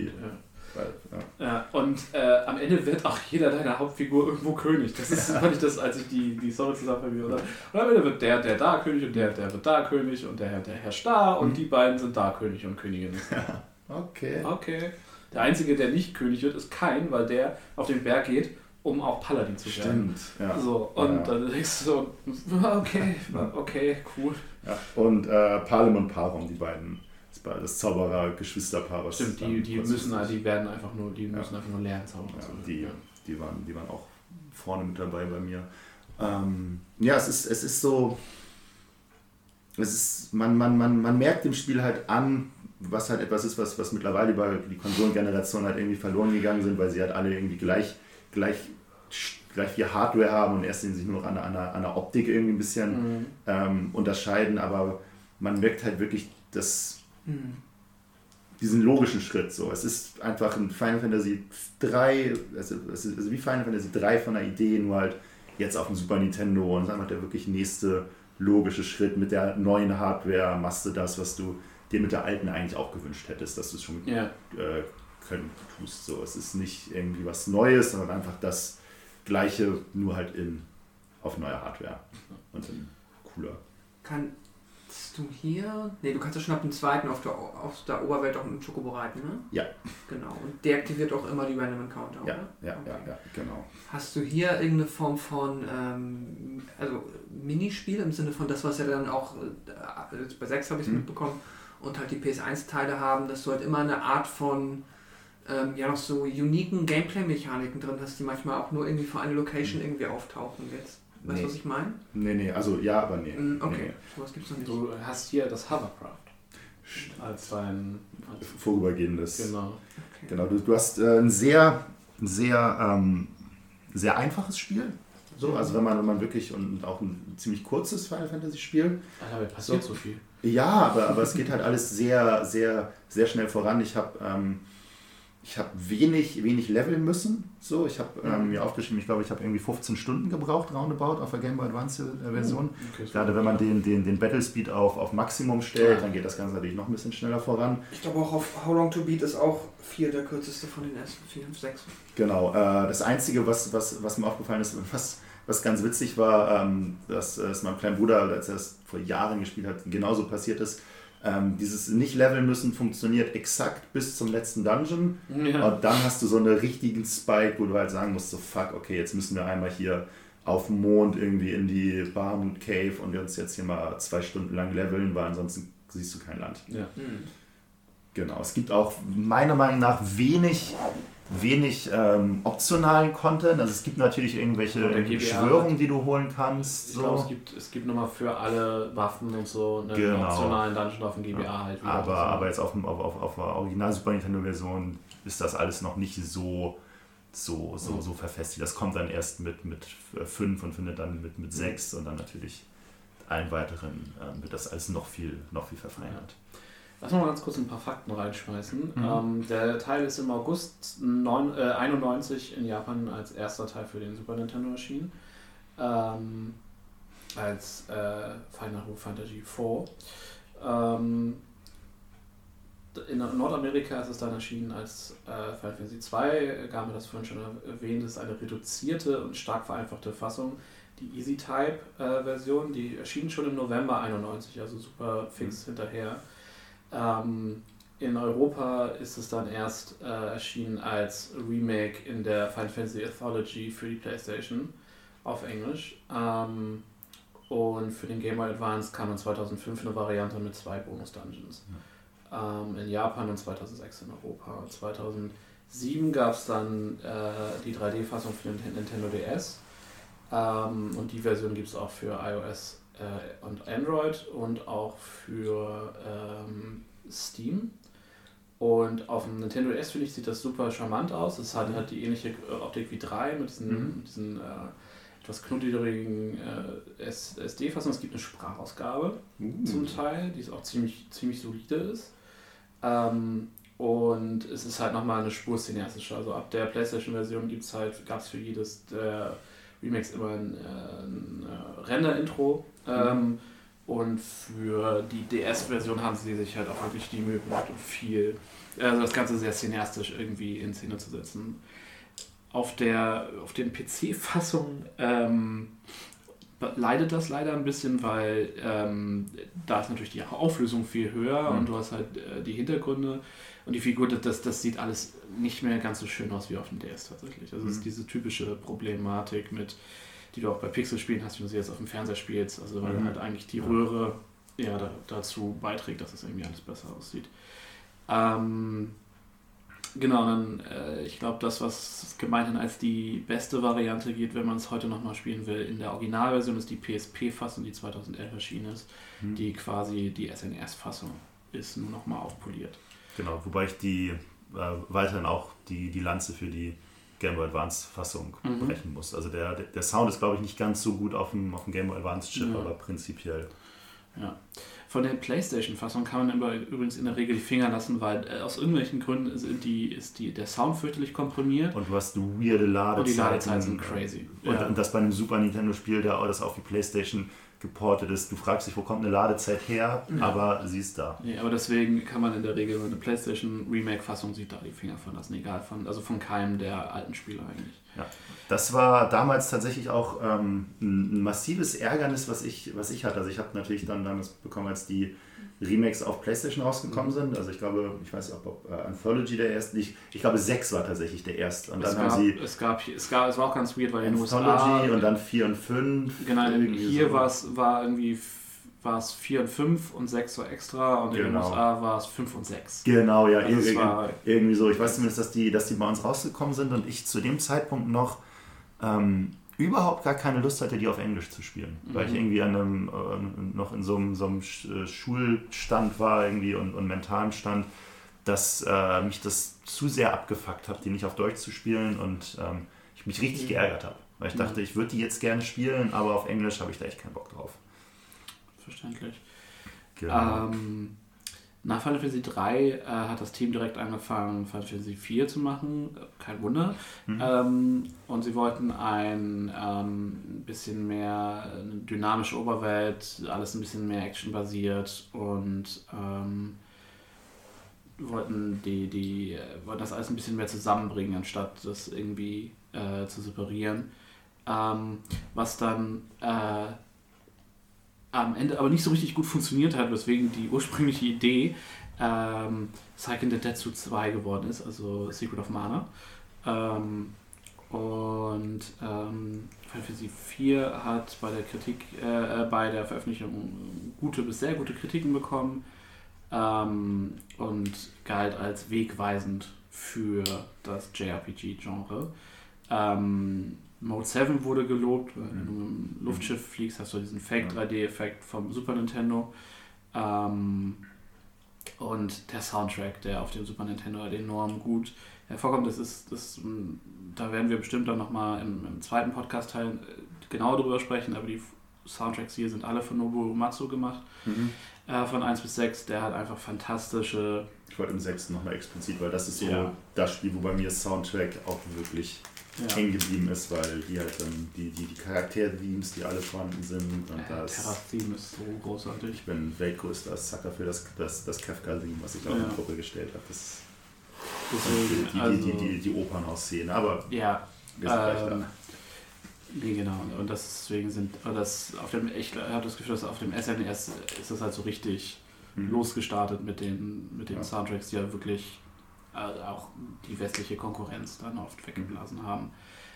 und am Ende wird auch jeder deiner Hauptfigur irgendwo König. Das ist, fand ich das, als ich die Story zusammenfasse. Und am Ende wird der da König und der wird da König und der herrscht da und die beiden sind da König und Königin. Ja, okay. Der Einzige, der nicht König wird, ist Kain, weil der auf den Berg geht, um auch Paladin zu werden. Stimmt, ja. So, und dann denkst du so, okay, cool. Ja. Und Palem und Parom, die beiden. Das Zauberer-Geschwisterpaar. Stimmt, die müssen einfach nur lernen zaubern. Ja, die waren auch vorne mit dabei bei mir. Es ist so, man merkt dem Spiel halt an, was halt etwas ist, was mittlerweile über die Konsolengeneration halt irgendwie verloren gegangen sind, weil sie halt alle irgendwie gleich gleich viel Hardware haben und erst sich nur noch an der Optik irgendwie ein bisschen unterscheiden, aber man merkt halt wirklich diesen logischen Schritt. So. Es ist einfach ein Final Fantasy 3, es ist wie Final Fantasy 3 von der Idee, nur halt jetzt auf dem Super Nintendo und es ist einfach der wirklich nächste logische Schritt. Mit der neuen Hardware machst du das, was du dir mit der alten eigentlich auch gewünscht hättest, dass du es schon können tust. So. Es ist nicht irgendwie was Neues, sondern einfach das Gleiche, nur halt auf neuer Hardware und in cooler. Kannst du hier... Ne, du kannst ja schon ab dem zweiten auf der Oberwelt auch mit dem Chocobo reiten, ne? Ja. Genau. Und deaktiviert auch immer die Random Encounter, ja, oder? Ja, genau. Hast du hier irgendeine Form von Minispiel im Sinne von das, was ja dann auch, bei 6 habe ich es mitbekommen, und halt die PS1-Teile haben, dass du halt immer eine Art von noch so uniken Gameplay-Mechaniken drin hast, die manchmal auch nur irgendwie für eine Location irgendwie auftauchen jetzt. Weißt du, was ich meine? Nee, also ja, aber nee. Okay, nee. sowas gibt's noch nicht. Du hast hier das Hovercraft als dein... Vorübergehendes. Genau. Okay. Genau, du hast ein sehr einfaches Spiel. So, also wenn man wirklich, und auch ein ziemlich kurzes Final Fantasy Spiel. Aber passiert so viel. Ja, aber es geht halt alles sehr, sehr, sehr schnell voran. Ich habe wenig leveln müssen. So, ich habe mir aufgeschrieben, ich glaube, ich habe irgendwie 15 Stunden gebraucht, roundabout, auf der Game Boy Advance Version. Okay, gerade wenn man den Battle Speed auf Maximum stellt, dann geht das Ganze natürlich noch ein bisschen schneller voran. Ich glaube auch auf How Long to Beat ist auch 4 der kürzeste von den ersten 4, 5, 6. Genau, das Einzige, was mir aufgefallen ist, was ganz witzig war, dass es meinem kleinen Bruder, als er es vor Jahren gespielt hat, genauso passiert ist. Dieses Nicht-Leveln müssen funktioniert exakt bis zum letzten Dungeon. Ja. Und dann hast du so einen richtigen Spike, wo du halt sagen musst, so fuck, okay, jetzt müssen wir einmal hier auf dem Mond irgendwie in die Bahamut Cave und wir uns jetzt hier mal 2 Stunden lang leveln, weil ansonsten siehst du kein Land. Ja. Genau, es gibt auch meiner Meinung nach wenig optionalen Content. Also es gibt natürlich irgendwelche Beschwörungen, die du holen kannst. Ich glaube, es gibt nochmal für alle Waffen und so einen optionalen Dungeon auf dem GBA halt. Aber jetzt auf der Original Super Nintendo Version ist das alles noch nicht so verfestigt. Das kommt dann erst mit 5 und findet dann mit 6 und dann natürlich allen weiteren wird das alles noch viel verfeinert. Lass mal ganz kurz ein paar Fakten reinschmeißen. Der Teil ist im August 91 in Japan als erster Teil für den Super Nintendo erschienen. Als Final Fantasy IV. In Nordamerika ist es dann erschienen als Final Fantasy II. Gabe das vorhin schon erwähnt, ist eine reduzierte und stark vereinfachte Fassung. Die Easy-Type-Version, die erschien schon im November 91, also super fix hinterher. In Europa ist es dann erst erschienen als Remake in der Final Fantasy Anthology für die PlayStation auf Englisch. Und für den Game Boy Advance kam in 2005 eine Variante mit 2 Bonus-Dungeons. In Japan und 2006 in Europa. 2007 gab es dann die 3D-Fassung für den Nintendo DS. Und die Version gibt es auch für iOS und Android und auch für Steam. Und auf dem Nintendo DS, finde ich, sieht das super charmant aus. Es hat halt die ähnliche Optik wie 3 mit diesen etwas knudeligen SD-Fassungen. Es gibt eine Sprachausgabe zum Teil, die auch ziemlich solide ist. Und es ist halt nochmal eine Spur cineastischer. Also ab der PlayStation-Version gab es für jedes der Remakes immer ein Render-Intro. Und für die DS-Version haben sie sich halt auch wirklich die Mühe gemacht, um das Ganze sehr cineastisch irgendwie in Szene zu setzen. Auf den PC-Fassungen leidet das leider ein bisschen, weil da ist natürlich die Auflösung viel höher und du hast halt die Hintergründe und die Figur, das sieht alles nicht mehr ganz so schön aus wie auf dem DS tatsächlich. Also es ist diese typische Problematik die du auch bei Pixelspielen hast, wenn du sie jetzt auf dem Fernseher spielst, also weil halt eigentlich die Röhre dazu beiträgt, dass es irgendwie alles besser aussieht. Genau, dann ich glaube, das, was gemeinhin als die beste Variante geht, wenn man es heute nochmal spielen will, in der Originalversion ist die PSP-Fassung, die 2011 erschienen ist, die quasi die SNES-Fassung ist, nur nochmal aufpoliert. Genau, wobei ich die weiterhin auch die Lanze für die Game Boy Advance Fassung brechen muss. Also der Sound ist, glaube ich, nicht ganz so gut auf dem Game Boy Advance Chip, aber prinzipiell. Ja. Von der PlayStation-Fassung kann man übrigens in der Regel die Finger lassen, weil aus irgendwelchen Gründen ist der Sound fürchterlich komprimiert. Und du hast weirde Ladezeiten. Und die Ladezeiten sind crazy. Und das bei einem Super Nintendo-Spiel, das auf die PlayStation geportet ist. Du fragst dich, wo kommt eine Ladezeit her, aber sie ist da. Ja, aber deswegen kann man in der Regel eine PlayStation Remake-Fassung sieht da die Finger von lassen, egal von keinem der alten Spiele eigentlich. Ja. Das war damals tatsächlich auch ein massives Ärgernis, was ich hatte. Also ich habe natürlich dann damals bekommen, als die Remakes auf PlayStation rausgekommen sind. Also ich glaube, ich weiß nicht, ob Anthology der erste, ich glaube 6 war tatsächlich der erste. Und dann es war auch ganz weird, weil in den Anthology und dann 4 und 5. Genau, hier war es 4 und 5 und 6 war extra und in den USA war es 5 und 6. Genau, ja, also irgendwie so. Ich weiß zumindest, dass die bei uns rausgekommen sind und ich zu dem Zeitpunkt noch überhaupt gar keine Lust hatte, die auf Englisch zu spielen. Weil ich irgendwie noch in so einem Schulstand war irgendwie und mentalen Stand, dass mich das zu sehr abgefuckt hat, die nicht auf Deutsch zu spielen und ich mich richtig geärgert habe. Weil ich dachte, ich würde die jetzt gerne spielen, aber auf Englisch habe ich da echt keinen Bock drauf. Verständlich. Genau. Nach Final Fantasy 3 hat das Team direkt angefangen, Final Fantasy 4 zu machen. Kein Wunder. Und sie wollten ein bisschen mehr eine dynamische Oberwelt, alles ein bisschen mehr actionbasiert und wollten das alles ein bisschen mehr zusammenbringen, anstatt das irgendwie zu separieren. Was dann am Ende aber nicht so richtig gut funktioniert hat, weswegen die ursprüngliche Idee Seiken Densetsu 2 geworden ist, also Secret of Mana. Final Fantasy 4 hat bei der Veröffentlichung gute bis sehr gute Kritiken bekommen und galt als wegweisend für das JRPG-Genre. Mode 7 wurde gelobt, weil wenn du mit dem Luftschiff fliegst, hast du diesen Fake 3D-Effekt vom Super Nintendo. Und der Soundtrack, der auf dem Super Nintendo halt enorm gut hervorkommt, da werden wir bestimmt dann nochmal im zweiten Podcast-Teil genau drüber sprechen, aber die Soundtracks hier sind alle von Nobuo Uematsu gemacht, von 1 bis 6, der hat einfach fantastische... Ich wollte im 6. nochmal explizit, weil das ist so das Spiel, wo bei mir Soundtrack auch wirklich hängen geblieben ist, weil die halt dann die Charakter-Themes, die alle vorhanden sind. Und Terra-Theme ist so großartig. Ich bin weltgrößter Sucker für das Kafka-Theme, was ich auf die Gruppe gestellt habe. Die Opernhaus-Szene, aber wir sind gleich da. Nee, genau. Und deswegen ich habe das Gefühl, dass auf dem SNES ist das halt so richtig losgestartet mit den Soundtracks, die ja wirklich auch die westliche Konkurrenz dann oft weggeblasen haben.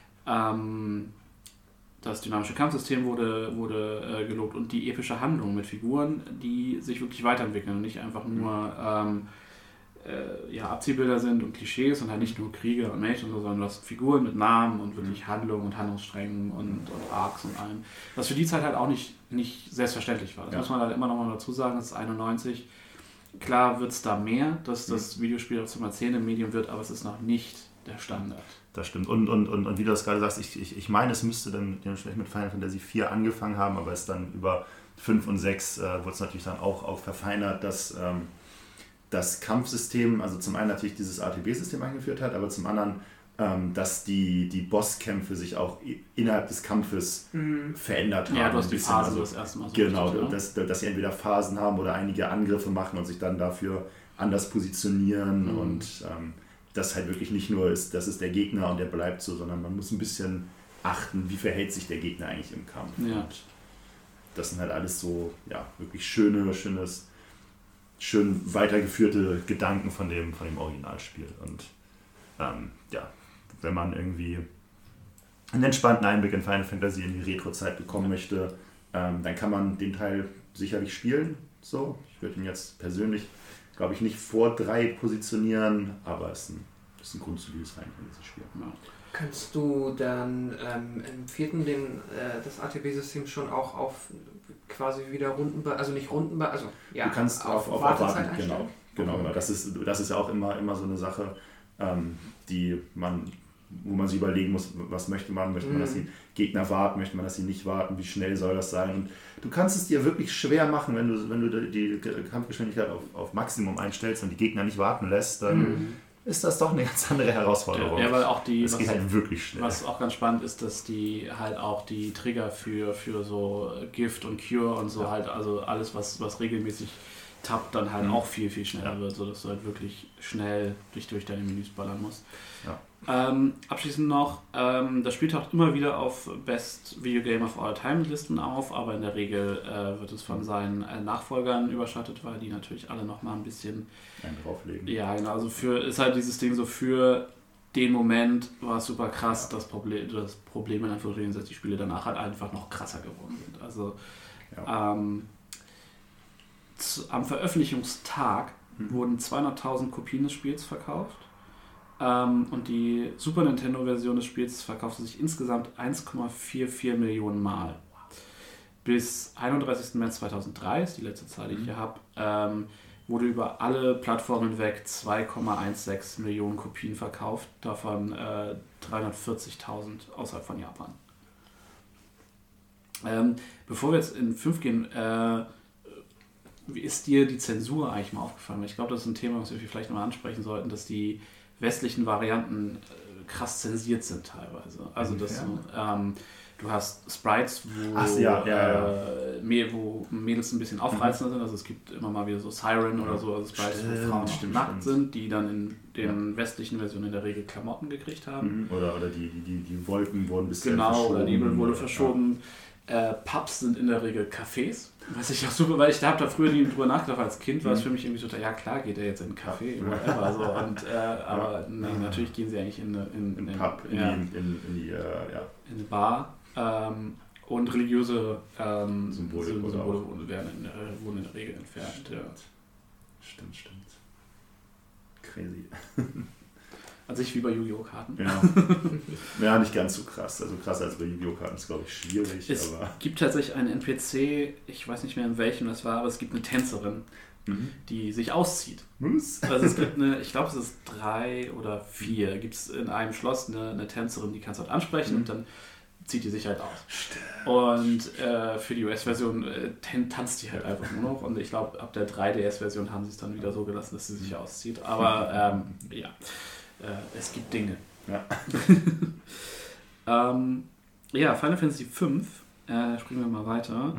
Das dynamische Kampfsystem wurde gelobt und die epische Handlung mit Figuren, die sich wirklich weiterentwickeln und nicht einfach nur Abziehbilder sind und Klischees und halt nicht nur Krieger und Mädchen, sondern du hast Figuren mit Namen und wirklich Handlung und Handlungssträngen und Arcs und allem. Was für die Zeit halt auch nicht selbstverständlich war. Das muss man halt immer noch mal dazu sagen, das ist 91. Klar wird es da mehr, dass das Videospiel zum erzählenden Medium wird, aber es ist noch nicht der Standard. Das stimmt. Und wie du das gerade sagst, ich meine, es müsste dann dementsprechend mit Final Fantasy 4 angefangen haben, aber es dann über 5 und 6 wurde es natürlich dann auch verfeinert, dass das Kampfsystem, also zum einen natürlich dieses ATB-System eingeführt hat, aber zum anderen, dass die Bosskämpfe sich auch innerhalb des Kampfes verändert haben. Ja, du hast die Phasen also, das erste Mal so. Genau, richtig, dass sie entweder Phasen haben oder einige Angriffe machen und sich dann dafür anders positionieren und das halt wirklich nicht nur ist, das ist der Gegner und der bleibt so, sondern man muss ein bisschen achten, wie verhält sich der Gegner eigentlich im Kampf. Ja. Und das sind halt alles so, wirklich schön weitergeführte Gedanken von dem Originalspiel. Und wenn man irgendwie einen entspannten Einblick in Final Fantasy in die Retro-Zeit bekommen möchte, dann kann man den Teil sicherlich spielen. So, ich würde ihn jetzt persönlich, glaube ich, nicht vor 3 positionieren, aber es ist ein grundsolides Final Fantasy-Spiel. Ja. Kannst du dann im 4. das ATB-System schon auch auf quasi wieder Rundenbar, also nicht Rundenbar, also du kannst auf Wartezeit Warten, genau. Das ist ja auch immer so eine Sache, die man wo man sich überlegen muss, was möchte man? Möchte man, dass die Gegner warten? Möchte man, dass sie nicht warten? Wie schnell soll das sein? Und du kannst es dir wirklich schwer machen, wenn du die Kampfgeschwindigkeit auf Maximum einstellst und die Gegner nicht warten lässt, dann ist das doch eine ganz andere Herausforderung. Ja, weil auch es geht halt wirklich schnell. Was auch ganz spannend ist, dass die halt auch die Trigger für so Gift und Cure und so halt, also alles, was regelmäßig tappt, dann halt auch viel, viel schneller wird, sodass du halt wirklich schnell durch deine Menüs ballern musst. Ja. Abschließend noch, das Spiel taucht immer wieder auf Best Video Game of All Time Listen auf, aber in der Regel wird es von seinen Nachfolgern überschattet, weil die natürlich alle nochmal ein bisschen einen drauflegen. Ja, genau, also ist halt dieses Ding so für den Moment war es super krass, das Problem in Anführungsstrichen ist, dass die Spiele danach halt einfach noch krasser geworden sind. Also am Veröffentlichungstag wurden 200.000 Kopien des Spiels verkauft. Und die Super Nintendo-Version des Spiels verkaufte sich insgesamt 1,44 Millionen Mal. Bis 31. März 2003, ist die letzte Zahl, die ich hier habe, wurde über alle Plattformen hinweg 2,16 Millionen Kopien verkauft, davon 340.000 außerhalb von Japan. Bevor wir jetzt in 5 gehen, wie ist dir die Zensur eigentlich mal aufgefallen? Ich glaube, das ist ein Thema, was wir vielleicht mal ansprechen sollten, dass die westlichen Varianten krass zensiert sind teilweise. Also dass du hast Sprites, wo Mädels ein bisschen aufreizender sind. Also es gibt immer mal wieder so Siren oder so, also Sprites, wo Frauen nackt sind, die dann in den westlichen Versionen in der Regel Klamotten gekriegt haben. Oder die Wolken wurden ein bisschen verschoben. Genau, oder Nebel wurde verschoben. Pubs sind in der Regel Cafés, was ich auch super, weil ich habe da früher nie drüber nachgedacht, als Kind war es für mich irgendwie so, ja klar geht er jetzt in einen Café, whatever, so, und, aber nee, natürlich gehen sie eigentlich in den Pub, in eine Bar, und religiöse Symbole wurden in der Regel entfernt. Stimmt. Crazy. An sich wie bei Yu-Gi-Oh! Karten. Ja, nicht ganz so krass. Also krasser als bei Yu-Gi-Oh! Karten ist, glaube ich, schwierig. Es gibt tatsächlich einen NPC, ich weiß nicht mehr in welchem das war, aber es gibt eine Tänzerin, die sich auszieht. Also es gibt ich glaube es ist 3 oder 4, gibt es in einem Schloss eine Tänzerin, die kannst du halt ansprechen und dann zieht die sich halt aus. Und für die US-Version tanzt die halt einfach nur noch und ich glaube ab der 3DS-Version haben sie es dann wieder so gelassen, dass sie sich auszieht. Aber es gibt Dinge. Ja. Final Fantasy V, springen wir mal weiter,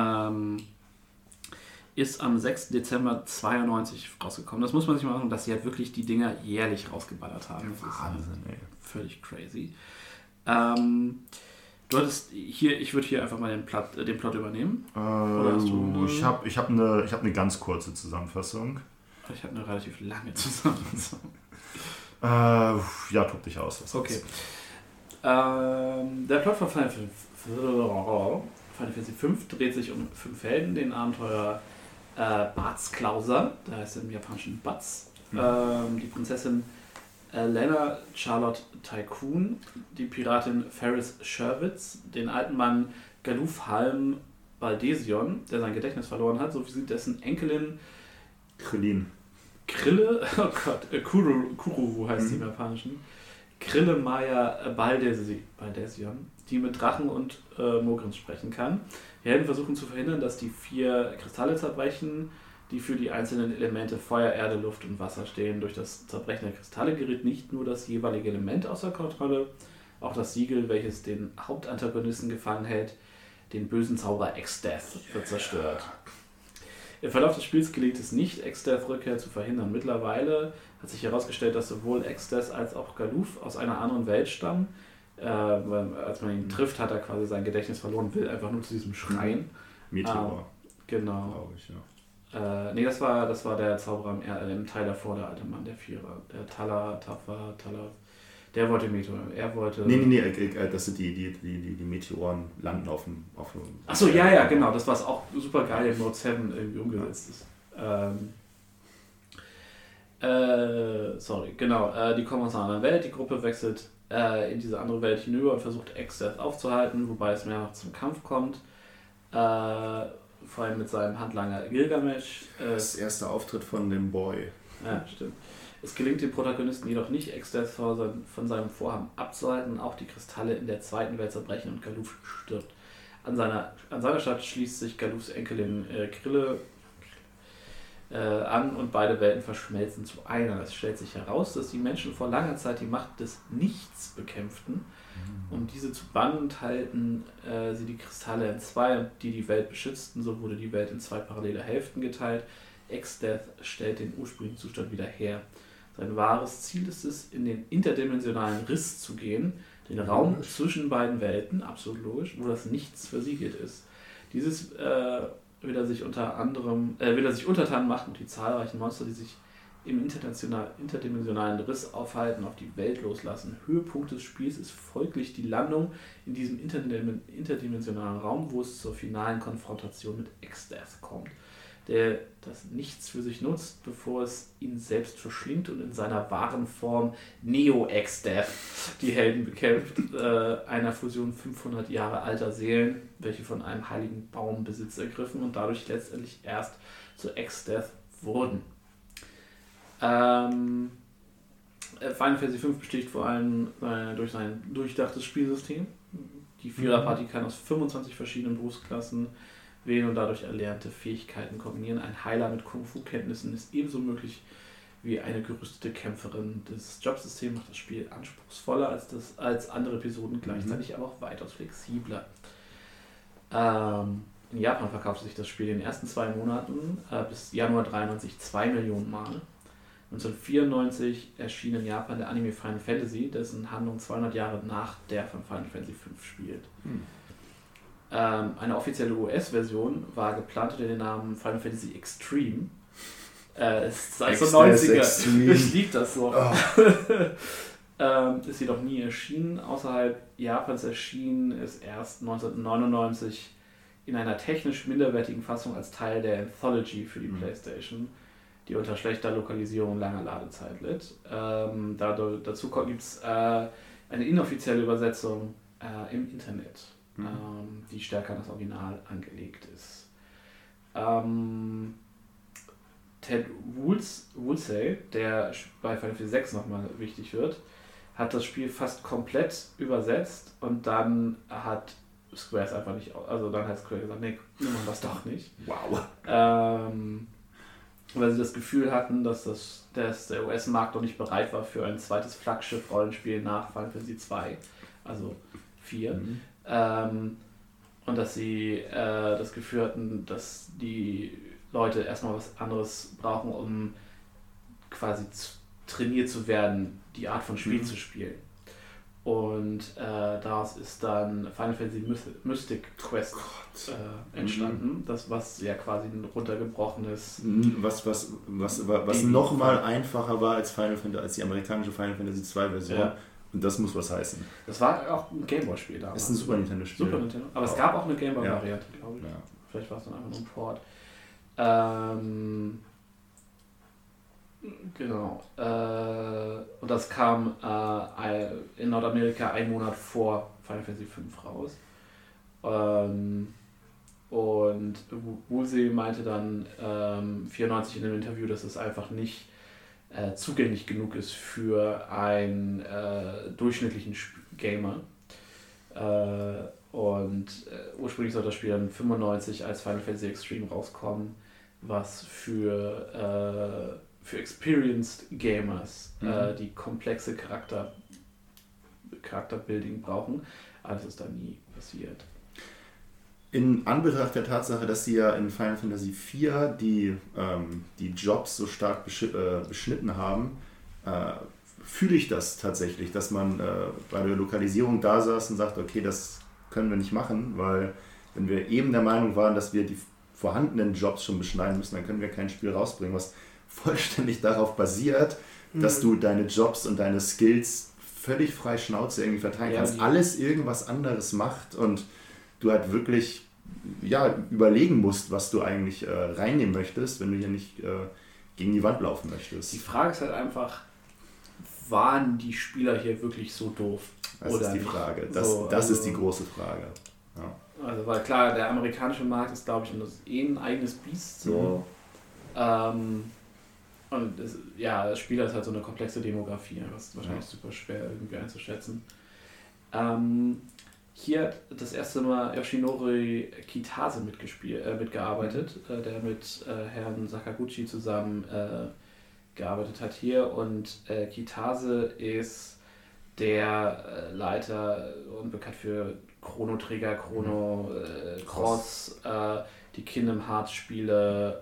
ist am 6. Dezember 92 rausgekommen. Das muss man sich mal sagen, dass sie halt wirklich die Dinger jährlich rausgeballert haben. Das Wahnsinn, ist völlig crazy. Du hattest hier, ich würde hier einfach mal den Plot übernehmen. Oder hast du ich hab eine ganz kurze Zusammenfassung. Ich habe eine relativ lange Zusammenfassung. Tob dich aus. Okay. Der Plot von Final Fantasy V dreht sich um 5 Helden, den Abenteurer Bats Klauser, der heißt im Japanischen Bats, die Prinzessin Lena Charlotte Tycoon, die Piratin Ferris Sherwitz, den alten Mann Galuf Halm Baldesion, der sein Gedächtnis verloren hat, sowie dessen Enkelin Krille, oh Gott, Kururu heißt sie im Japanischen, Krille Maya Baldesion, die mit Drachen und Mogrins sprechen kann. Die Helden versuchen zu verhindern, dass die 4 Kristalle zerbrechen, die für die einzelnen Elemente Feuer, Erde, Luft und Wasser stehen. Durch das Zerbrechen der Kristalle gerät nicht nur das jeweilige Element außer Kontrolle, auch das Siegel, welches den Hauptantagonisten gefangen hält, den bösen Zauberer Exdeath, wird zerstört. Im Verlauf des Spiels gelingt es nicht, Exdeaths Rückkehr zu verhindern. Mittlerweile hat sich herausgestellt, dass sowohl Exdeath als auch Galuf aus einer anderen Welt stammen. Als man ihn trifft, hat er quasi sein Gedächtnis verloren, will einfach nur zu diesem Schrein. Meteor. Genau. Glaube ich, ja. Das war der Zauberer im Teil davor, der alte Mann, der Vierer. Der Tala, der wollte Meteor. Er wollte... Nee, das sind die Meteoren landen auf dem... Achso, ja, genau. Das, was auch super geil in Mode 7 irgendwie umgesetzt ist. Die kommen aus einer anderen Welt. Die Gruppe wechselt in diese andere Welt hinüber und versucht Exdeath aufzuhalten, wobei es mehr noch zum Kampf kommt. Vor allem mit seinem Handlanger Gilgamesh. Das erste Auftritt von dem Boy. Ja, stimmt. Es gelingt dem Protagonisten jedoch nicht, Exdeath von seinem Vorhaben abzuhalten, auch die Kristalle in der zweiten Welt zerbrechen und Galuf stirbt. An seiner Stadt schließt sich Galufs Enkelin Krille an und beide Welten verschmelzen zu einer. Es stellt sich heraus, dass die Menschen vor langer Zeit die Macht des Nichts bekämpften. Um diese zu bannen, teilten sie die Kristalle in zwei, die Welt beschützten. So wurde die Welt in zwei parallele Hälften geteilt. Exdeath stellt den ursprünglichen Zustand wieder her. Sein wahres Ziel ist es, in den interdimensionalen Riss zu gehen, den Raum zwischen beiden Welten, absolut logisch, wo das Nichts versiegelt ist. Dieses will er sich untertan machen und die zahlreichen Monster, die sich im interdimensionalen Riss aufhalten, auf die Welt loslassen. Höhepunkt des Spiels ist folglich die Landung in diesem interdimensionalen Raum, wo es zur finalen Konfrontation mit Exdeath kommt, der das Nichts für sich nutzt, bevor es ihn selbst verschlingt und in seiner wahren Form Neo-Exdeath die Helden bekämpft, einer Fusion 500 Jahre alter Seelen, welche von einem heiligen Baum Besitz ergriffen und dadurch letztendlich erst zu Exdeath wurden. Final Fantasy V besticht vor allem durch sein durchdachtes Spielsystem. Die Viererpartie kann aus 25 verschiedenen Berufsklassen wählen und dadurch erlernte Fähigkeiten kombinieren. Ein Heiler mit Kung-Fu-Kenntnissen ist ebenso möglich wie eine gerüstete Kämpferin. Das Jobsystem macht das Spiel anspruchsvoller als andere Episoden, gleichzeitig aber auch weitaus flexibler. In Japan verkaufte sich das Spiel in den ersten 2 Monaten bis Januar 93 2 Millionen Mal. 1994 erschien in Japan der Anime Final Fantasy, dessen Handlung 200 Jahre nach der von Final Fantasy V spielt. Eine offizielle US-Version war geplant unter dem Namen Final Fantasy Extreme. Es ist also 90er. Ich liebe das so. Oh. Ist jedoch nie erschienen. Außerhalb Japans erschien es erst 1999 in einer technisch minderwertigen Fassung als Teil der Anthology für die PlayStation, die unter schlechter Lokalisierung und langer Ladezeit litt. Dazu gibt es eine inoffizielle Übersetzung im Internet, die stärker an das Original angelegt ist. Ted Woolsey, der bei Final Fantasy VI nochmal wichtig wird, hat das Spiel fast komplett übersetzt und dann hat Square es einfach nicht, also dann hat Square gesagt, nee, wir machen das doch nicht. Wow. Weil sie das Gefühl hatten, dass der US-Markt noch nicht bereit war für ein zweites Flaggschiff-Rollenspiel nach Final Fantasy II, also 4. Und dass sie das Gefühl hatten, dass die Leute erstmal was anderes brauchen, um quasi trainiert zu werden, die Art von Spiel zu spielen. Und daraus ist dann Final Fantasy Mystic Quest entstanden, das was ja quasi ein runtergebrochenes... Was nochmal einfacher war als die amerikanische Final Fantasy 2 Version. Ja. Und das muss was heißen. Das war auch ein Gameboy-Spiel damals. Ist ein Super Nintendo-Spiel. Super Nintendo. Aber es gab auch eine Gameboy-Variante, glaube ich. Ja. Vielleicht war es dann einfach nur ein Port. Genau. Und das kam in Nordamerika 1 Monat vor Final Fantasy V raus. Und Woolsey meinte dann 94 in einem Interview, dass es einfach nicht zugänglich genug ist für einen durchschnittlichen Gamer. Ursprünglich soll das Spiel dann 95 als Final Fantasy Extreme rauskommen, was für experienced Gamers, die komplexe Charakterbuilding brauchen. Aber das ist dann nie passiert. In Anbetracht der Tatsache, dass sie ja in Final Fantasy IV die Jobs so stark beschnitten haben, fühle ich das tatsächlich, dass man bei der Lokalisierung da saß und sagt, okay, das können wir nicht machen, weil wenn wir eben der Meinung waren, dass wir die vorhandenen Jobs schon beschneiden müssen, dann können wir kein Spiel rausbringen, was vollständig darauf basiert, dass du deine Jobs und deine Skills völlig frei Schnauze irgendwie verteilen kannst. Alles irgendwas anderes macht und du halt wirklich überlegen musst, was du eigentlich reinnehmen möchtest, wenn du hier nicht gegen die Wand laufen möchtest. Die Frage ist halt einfach, waren die Spieler hier wirklich so doof? Das ist die Frage. Das ist die große Frage. Ja. Also weil klar, der amerikanische Markt ist, glaube ich, ein eigenes Biest. So. Und Und das Spiel hat halt so eine komplexe Demografie, was wahrscheinlich super schwer irgendwie einzuschätzen. Hier hat das erste Mal Yoshinori Kitase mitgearbeitet, der mit Herrn Sakaguchi zusammen gearbeitet hat hier. Und Kitase ist der Leiter und bekannt für Chrono Trigger, Chrono Cross, die Kingdom Hearts Spiele,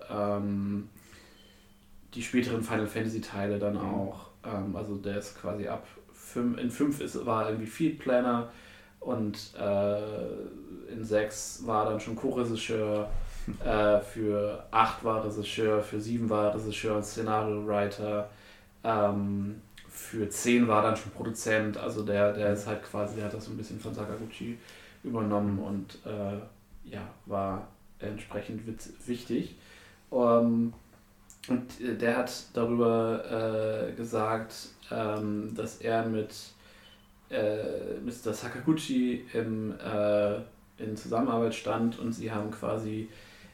die späteren Final Fantasy Teile dann auch. Also der ist quasi in 5 war irgendwie Field Planner und in 6 war dann schon Co-Regisseur, für 8 war Regisseur, für 7 war Regisseur und Scenario Writer, für 10 war dann schon Produzent, also der ist halt quasi, der hat das so ein bisschen von Sakaguchi übernommen und war entsprechend wichtig. Und der hat darüber gesagt, dass er mit Mr. Sakaguchi in Zusammenarbeit stand und sie haben quasi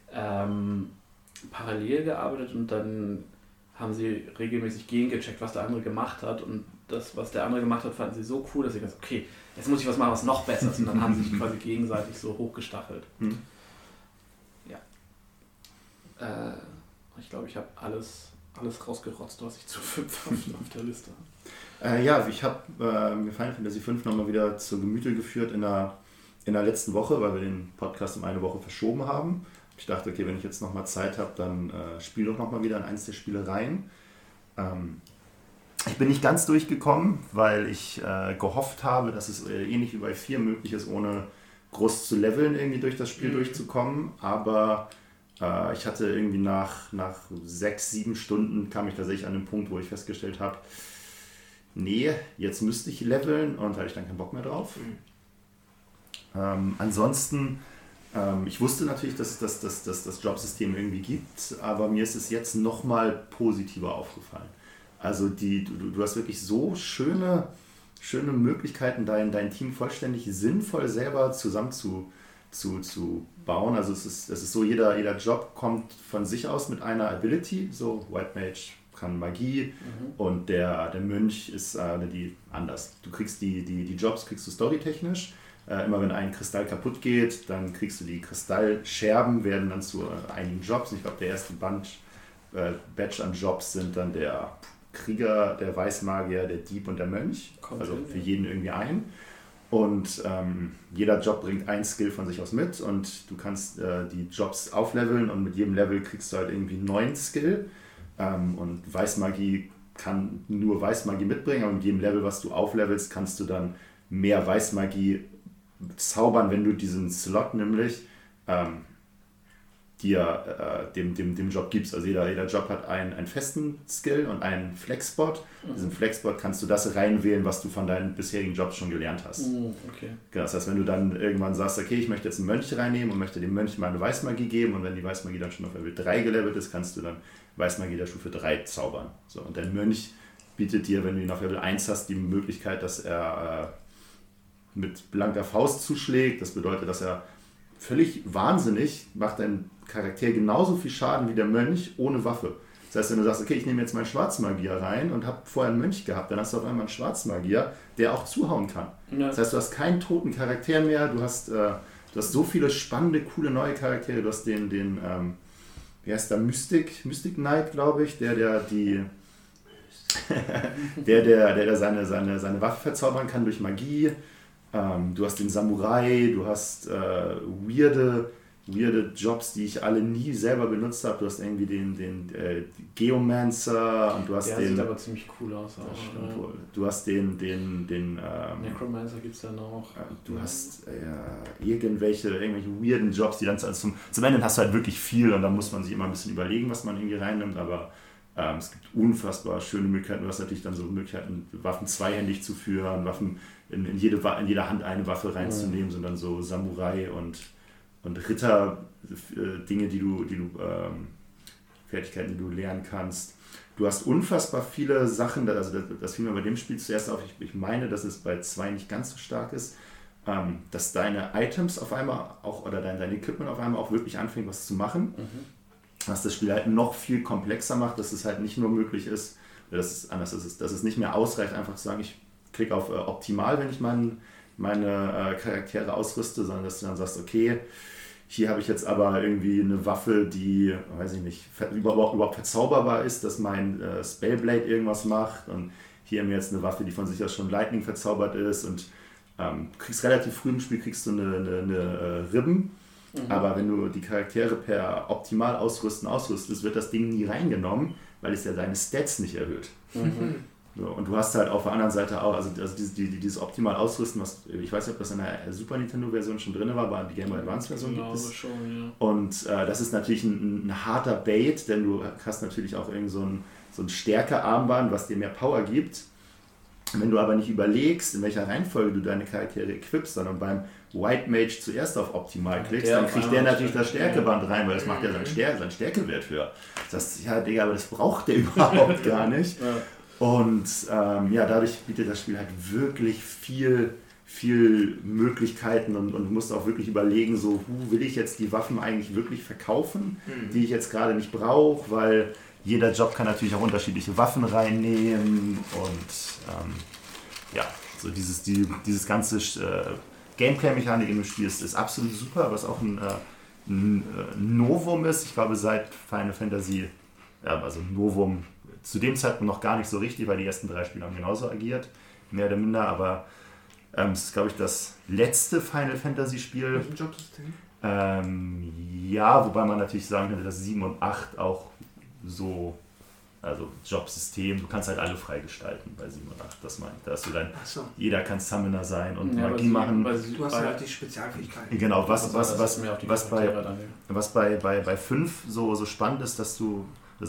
parallel gearbeitet und dann haben sie regelmäßig gegengecheckt, was der andere gemacht hat, und das, was der andere gemacht hat, fanden sie so cool, dass sie gesagt haben, okay, jetzt muss ich was machen, was noch besser ist, und dann haben sie sich quasi gegenseitig so hochgestachelt. Ich glaube, ich habe alles rausgerotzt, was ich zu 5 auf der Liste habe. Ich habe mir Final Fantasy 5 nochmal wieder zu Gemüte geführt in der letzten Woche, weil wir den Podcast um eine Woche verschoben haben. Ich dachte, okay, wenn ich jetzt nochmal Zeit habe, dann spiele doch nochmal wieder in eines der Spiele rein. Ich bin nicht ganz durchgekommen, weil ich gehofft habe, dass es ähnlich wie bei 4 möglich ist, ohne groß zu leveln, irgendwie durch das Spiel durchzukommen. Aber ich hatte irgendwie nach 6-7 Stunden kam ich tatsächlich an den Punkt, wo ich festgestellt habe, nee, jetzt müsste ich leveln, und da hatte ich dann keinen Bock mehr drauf. Ansonsten, ich wusste natürlich, dass das Jobsystem irgendwie gibt, aber mir ist es jetzt nochmal positiver aufgefallen. Also du hast wirklich so schöne Möglichkeiten, dein Team vollständig sinnvoll selber zusammen zu bauen. Also es ist so, jeder Job kommt von sich aus mit einer Ability, so White Mage kann Magie und der Mönch ist anders. Du kriegst die Jobs storytechnisch. Immer wenn ein Kristall kaputt geht, dann kriegst du die Kristallscherben, werden dann zu einigen Jobs. Ich glaube, der erste Batch an Jobs sind dann der Krieger, der Weißmagier, der Dieb und der Mönch. Also für jeden irgendwie ein. Und jeder Job bringt ein Skill von sich aus mit, und du kannst die Jobs aufleveln, und mit jedem Level kriegst du halt irgendwie einen neuen Skill. Und Weißmagie kann nur Weißmagie mitbringen, aber mit jedem Level, was du auflevelst, kannst du dann mehr Weißmagie zaubern, wenn du diesen Slot nämlich dem Job gibst. Also jeder Job hat einen festen Skill und einen Flexspot. In diesem Flexspot kannst du das reinwählen, was du von deinen bisherigen Jobs schon gelernt hast. Okay. Das heißt, wenn du dann irgendwann sagst, okay, ich möchte jetzt einen Mönch reinnehmen und möchte dem Mönch meine Weißmagie geben, und wenn die Weißmagie dann schon auf Level 3 gelevelt ist, kannst du dann Weißmagie der Stufe 3 zaubern. So, und der Mönch bietet dir, wenn du ihn auf Level 1 hast, die Möglichkeit, dass er mit blanker Faust zuschlägt. Das bedeutet, dass er völlig wahnsinnig macht, dein Charakter genauso viel Schaden wie der Mönch ohne Waffe. Das heißt, wenn du sagst, okay, ich nehme jetzt meinen Schwarzmagier rein und habe vorher einen Mönch gehabt, dann hast du auf einmal einen Schwarzmagier, der auch zuhauen kann. Ja. Das heißt, du hast keinen toten Charakter mehr, du hast so viele spannende, coole neue Charaktere. Du hast den wie heißt der, Mystic Knight, glaube ich, der seine Waffe verzaubern kann durch Magie. Du hast den Samurai, du hast weirde Jobs, die ich alle nie selber benutzt habe. Du hast irgendwie den Geomancer, und du hast der sieht aber ziemlich cool aus. Auch, du hast den Necromancer gibt es ja noch. Du hast irgendwelche weirden Jobs, die dann zum Ende hast du halt wirklich viel, und da muss man sich immer ein bisschen überlegen, was man irgendwie reinnimmt, aber es gibt unfassbar schöne Möglichkeiten. Du hast natürlich dann so Möglichkeiten, Waffen zweihändig zu führen, Waffen in jeder Hand eine Waffe reinzunehmen, sondern so Samurai und Ritter, Dinge, die du Fertigkeiten, die du lernen kannst. Du hast unfassbar viele Sachen, also das fiel mir bei dem Spiel zuerst auf, ich meine, dass es bei 2 nicht ganz so stark ist, dass deine Items auf einmal auch, oder dein Equipment auf einmal auch wirklich anfängt, was zu machen. was das Spiel halt noch viel komplexer macht, dass es halt nicht nur möglich ist, dass es nicht mehr ausreicht, einfach zu sagen, ich klicke auf optimal, wenn ich meine Charaktere ausrüste, sondern dass du dann sagst, okay, hier habe ich jetzt aber irgendwie eine Waffe, die, weiß ich nicht, überhaupt verzauberbar ist, dass mein Spellblade irgendwas macht, und hier haben wir jetzt eine Waffe, die von sich aus schon Lightning verzaubert ist, und kriegst relativ früh im Spiel eine Ribben, aber wenn du die Charaktere per optimal ausrüstest, wird das Ding nie reingenommen, weil es ja deine Stats nicht erhöht. So, und du hast halt auf der anderen Seite auch, also dieses optimal Ausrüsten, ich weiß nicht, ob das in der Super Nintendo-Version schon drin war, aber die Game Boy Advance-Version gibt es. Schon, ja. Und das ist natürlich ein harter Bait, denn du hast natürlich auch irgend so ein Stärke-Armband, was dir mehr Power gibt. Wenn du aber nicht überlegst, in welcher Reihenfolge du deine Charaktere equipst, sondern beim White Mage zuerst auf optimal klickst, dann kriegt der natürlich das Stärkeband rein, weil das macht ja seinen Stärkewert für. Das heißt, ja Digga, aber das braucht der überhaupt gar nicht. Ja. Und dadurch bietet das Spiel halt wirklich viel Möglichkeiten, und du musst auch wirklich überlegen, so, will ich jetzt die Waffen eigentlich wirklich verkaufen, die ich jetzt gerade nicht brauche, weil jeder Job kann natürlich auch unterschiedliche Waffen reinnehmen, und so dieses ganze Gameplay-Mechanik im Spiel ist absolut super, was auch ein Novum ist. Ich glaube, seit Final Fantasy, also Novum zu dem Zeitpunkt noch gar nicht so richtig, weil die ersten 3 Spiele haben genauso agiert, mehr oder minder, aber es ist, glaube ich, das letzte Final Fantasy Spiel. Mit dem Jobsystem? Wobei man natürlich sagen könnte, dass 7 und 8 auch so, also Jobsystem, du kannst halt alle freigestalten bei 7 und 8, das meine ich. Da hast du dann, jeder kann Summoner sein und Magie machen. Du hast halt die Spezialfähigkeiten. Genau, was bei 5 so spannend ist, dass du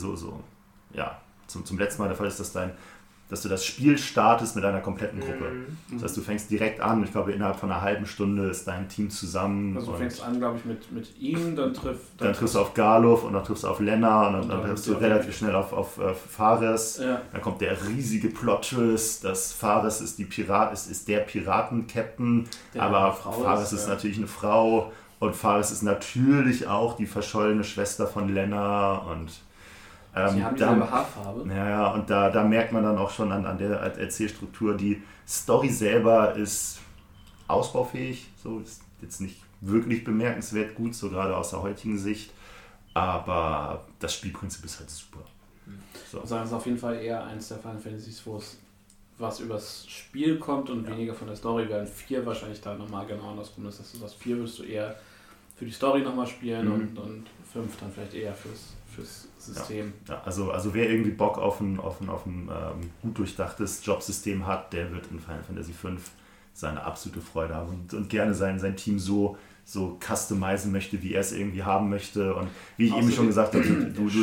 zum letzten Mal der Fall ist, dass du das Spiel startest mit einer kompletten Gruppe. Das heißt, du fängst direkt an, ich glaube, innerhalb von einer halben Stunde ist dein Team zusammen. Also du fängst an, glaube ich, mit ihm, dann triffst du auf Garluf, und dann triffst du auf Lena, und dann triffst du relativ schnell auf Fares. Ja. Dann kommt der riesige Plot-Twist, dass Fares ist der Piraten-Captain, aber Fares ist natürlich eine Frau, und Fares ist natürlich auch die verschollene Schwester von Lena, und sie haben dieselbe Haarfarbe. Ja, und da merkt man dann auch schon an der Erzählstruktur, die Story selber ist ausbaufähig, so ist jetzt nicht wirklich bemerkenswert gut, so gerade aus der heutigen Sicht, aber das Spielprinzip ist halt super. So. Also das ist auf jeden Fall eher eins der Final Fantasies, wo es was übers Spiel kommt und weniger von der Story, während 4 wahrscheinlich da nochmal genau andersrum ist, dass du sagst, 4 wirst du eher für die Story nochmal spielen und 5 dann vielleicht eher fürs System. Ja, also wer irgendwie Bock auf ein gut durchdachtes Jobsystem hat, der wird in Final Fantasy V seine absolute Freude haben und gerne sein Team so customizen möchte, wie er es irgendwie haben möchte. Und wie ich eben schon gesagt habe,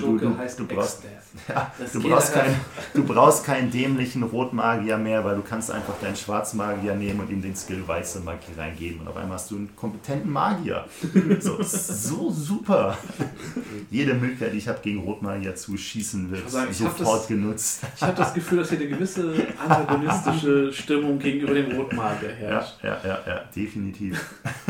du brauchst keinen dämlichen Rotmagier mehr, weil du kannst einfach deinen Schwarzmagier nehmen und ihm den Skill weiße Magie reingeben. Und auf einmal hast du einen kompetenten Magier. So super. Jede Möglichkeit, die ich habe, gegen Rotmagier zu schießen, wird sofort genutzt. Ich habe das Gefühl, dass hier eine gewisse antagonistische Stimmung gegenüber dem Rotmagier herrscht. Ja, definitiv.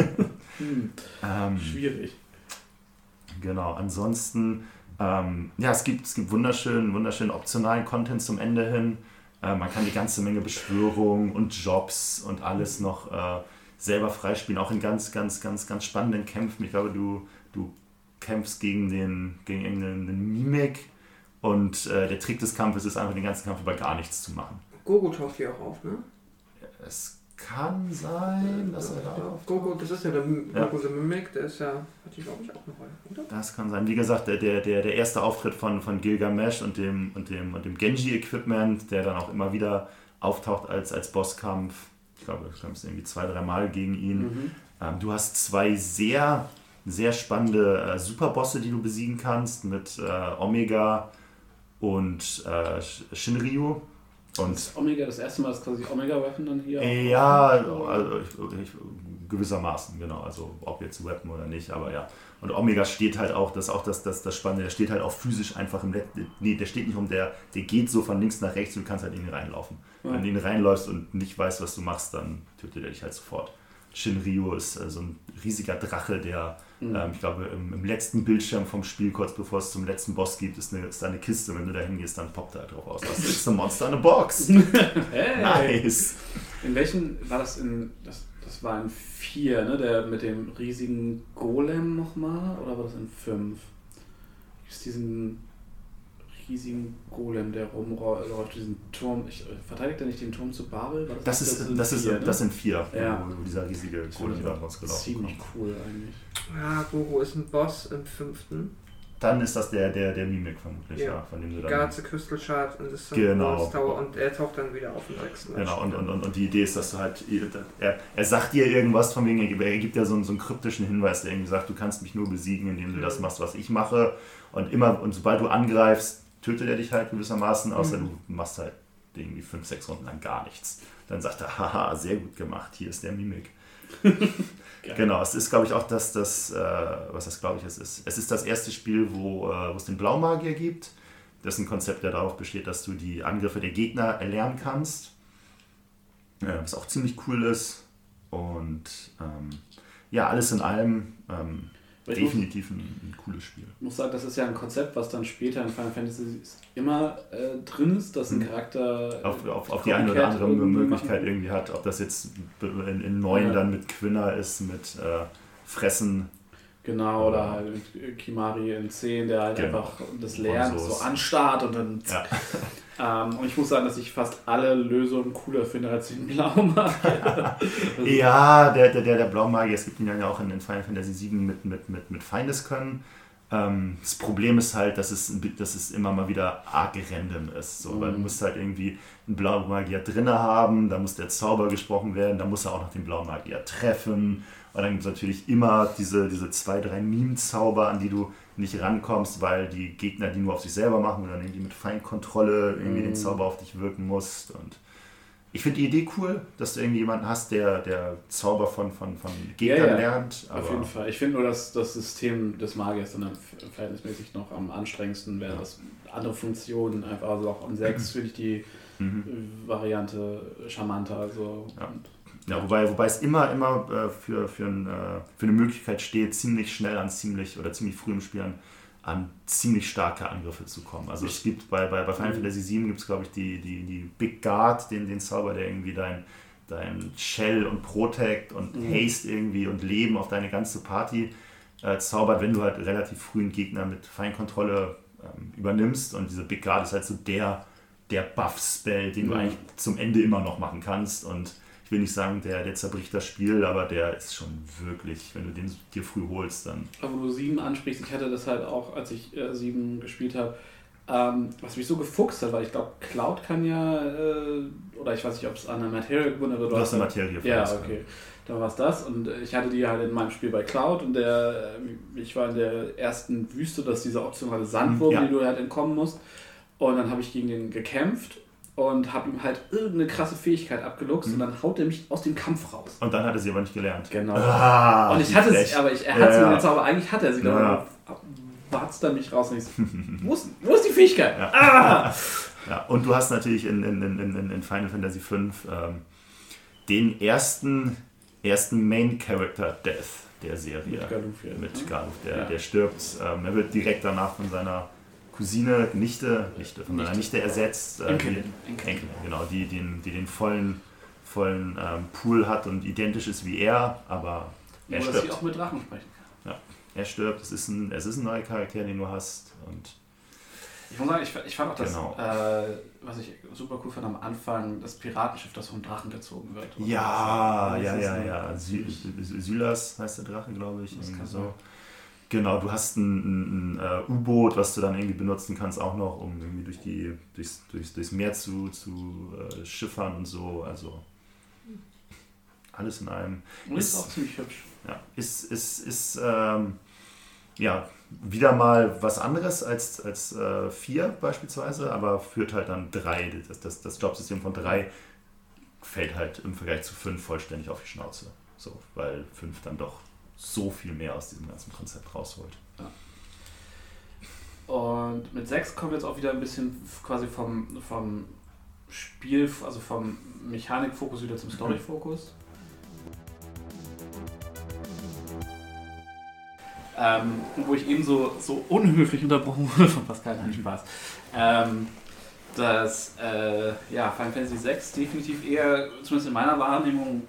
Schwierig. Genau, ansonsten es gibt wunderschönen optionalen Content zum Ende hin. Man kann die ganze Menge Beschwörungen und Jobs und alles noch selber freispielen, auch in ganz spannenden Kämpfen. Ich glaube, du kämpfst gegen irgendeinen Mimik, und der Trick des Kampfes ist einfach, den ganzen Kampf über gar nichts zu machen. Gogo taucht hier auch auf, ne? Es kann sein, dass er da auf... Gogo, das ist ja der Gogo the Mimic, der ist ja, hat die glaube ich auch eine Rolle, oder? Das kann sein. Wie gesagt, der erste Auftritt von Gilgamesh und dem Genji-Equipment, der dann auch immer wieder auftaucht als Bosskampf. Ich glaube, du kämpfst irgendwie 2-3 Mal gegen ihn. Du hast 2 sehr, sehr spannende Superbosse, die du besiegen kannst, mit Omega und Shinryu. Und ist Omega das erste Mal, dass quasi Omega-Weapon dann hier? Ja, also gewissermaßen, genau. Also ob jetzt Weapon oder nicht, aber ja. Und Omega steht halt auch, das ist auch das Spannende, der steht halt auch physisch einfach im der steht nicht der geht so von links nach rechts und du kannst halt in ihn reinlaufen. Ja. Wenn du in ihn reinläufst und nicht weißt, was du machst, dann tötet er dich halt sofort. Shinryu ist so ein riesiger Drache, der, ich glaube, im letzten Bildschirm vom Spiel, kurz bevor es zum letzten Boss geht, ist da eine Kiste. Wenn du da hingehst, dann poppt da drauf aus. Das ist ein Monster in a Box. Hey. Nice. In welchen war das das war in 4, ne? Der mit dem riesigen Golem nochmal? Oder war das in 5? Gibt es diesen riesigen Golem, der rumläuft, diesen Turm? Verteidigt er nicht den Turm zu Babel? War Das sind 4, ja. wo dieser riesige Golem da rausgelaufen ziemlich cool eigentlich. Ja, Goro ist ein Boss im 5. Dann ist das der Mimik vermutlich, Ja. von dem du dann... Guards the Crystal Shard und das Genau. Tower und er taucht dann wieder auf dem 6. Genau, und die Idee ist, dass du halt, er sagt dir irgendwas von wegen, er gibt ja so einen kryptischen Hinweis, der irgendwie sagt, du kannst mich nur besiegen, indem du das machst, was ich mache. Und sobald du angreifst, tötet er dich halt gewissermaßen, außer du machst halt irgendwie 5-6 Runden lang gar nichts. Dann sagt er, haha, sehr gut gemacht, hier ist der Mimik. Genau, es ist, glaube ich, auch was das, glaube ich, es ist. Es ist das erste Spiel, wo es den Blaumagier gibt. Das ist ein Konzept, der darauf besteht, dass du die Angriffe der Gegner erlernen kannst. Was auch ziemlich cool ist. Und alles in allem definitiv ein cooles Spiel. Ich muss sagen, das ist ja ein Konzept, was dann später in Final Fantasy immer drin ist, dass ein Charakter auf die eine oder andere Möglichkeit irgendwie hat. Ob das jetzt in 9 dann mit Quina ist, mit Fressen. Genau, oder halt mit Kimari in 10, der halt einfach das lernt, so anstarrt und dann... Ja. Und ich muss sagen, dass ich fast alle Lösungen cooler finde als den Blaumagier. Ja, der Blaumagier, es gibt ihn ja auch in Final Fantasy VII mit Feindeskönnen. Das Problem ist halt, dass es immer mal wieder arg random ist. So, weil du musst halt irgendwie einen Blaumagier drin haben, da muss der Zauber gesprochen werden, da muss er auch noch den Blaumagier treffen. Und dann gibt es natürlich immer diese 2-3 Meme-Zauber, an die du nicht rankommst, weil die Gegner die nur auf sich selber machen und dann irgendwie mit Feinkontrolle irgendwie den Zauber auf dich wirken musst. Und ich finde die Idee cool, dass du irgendwie jemanden hast, der Zauber von Gegnern lernt. Aber auf jeden Fall. Ich finde nur, dass das System des Magiers dann verhältnismäßig noch am anstrengendsten wäre. Das andere Funktionen, einfach also auch am 6 finde ich die Variante charmanter. Also, ja, wobei es immer für eine Möglichkeit steht, ziemlich schnell ziemlich früh im Spiel an ziemlich starke Angriffe zu kommen. Also es gibt bei Final Fantasy VII gibt es, glaube ich, die Big Guard, den Zauber, der irgendwie dein Shell und Protect und Haste irgendwie und Leben auf deine ganze Party zaubert, wenn du halt relativ früh einen Gegner mit Feinkontrolle übernimmst. Und diese Big Guard ist halt so der Buff-Spell, den du eigentlich zum Ende immer noch machen kannst. Und ich will nicht sagen, der zerbricht das Spiel, aber der ist schon wirklich, wenn du den dir früh holst, dann... Aber wo du 7 ansprichst, ich hatte das halt auch, als ich 7 gespielt habe, was mich so gefuchst hat, weil ich glaube, Cloud kann ja, oder ich weiß nicht, ob es an der Materie gebunden ist. Du hast eine Materie. Ja, okay. Dann war es das und ich hatte die halt in meinem Spiel bei Cloud und ich war in der ersten Wüste, das ist dieser optionale Sandwurm, die du halt entkommen musst. Und dann habe ich gegen den gekämpft und habe ihm halt irgendeine krasse Fähigkeit abgeluchst und dann haut er mich aus dem Kampf raus. Und dann hat er sie aber nicht gelernt. Genau. Und ich hatte sie, aber er hat sie mit dem Zauber, eigentlich hat er sie, dann warzt er mich raus und ich so, wo ist die Fähigkeit? Ja. Ja, und du hast natürlich in Final Fantasy V den ersten Main Character Death der Serie. Mit Galuf, der stirbt. Er wird direkt danach von seiner Cousine, Nichte ersetzt. Enkelin, genau, die den vollen Pool hat und identisch ist wie er, aber er stirbt. Dass sie auch mit Drachen sprechen kann. Ja, er stirbt, es ist ein neuer Charakter, den du hast. Und ich muss sagen, ich fand auch das, was ich super cool fand am Anfang, das Piratenschiff, das vom Drachen gezogen wird. Ja. Sylas heißt der Drache, glaube ich. Das irgendwie so. Sein. Genau, du hast ein U-Boot, was du dann irgendwie benutzen kannst, auch noch, um irgendwie durchs Meer zu schiffern und so. Also alles in allem. Und ist auch ziemlich hübsch. Ja, ist wieder mal was anderes als 4 beispielsweise, aber führt halt dann 3. Das Jobsystem von 3 fällt halt im Vergleich zu 5 vollständig auf die Schnauze. So, weil 5 dann doch so viel mehr aus diesem ganzen Konzept rausholt. Ja. Und mit 6 kommt jetzt auch wieder ein bisschen quasi vom Spiel, also vom Mechanikfokus wieder zum Storyfokus. wo ich eben so unhöflich unterbrochen wurde von Pascal, nein, Spaß. Dass Final Fantasy VI definitiv eher, zumindest in meiner Wahrnehmung,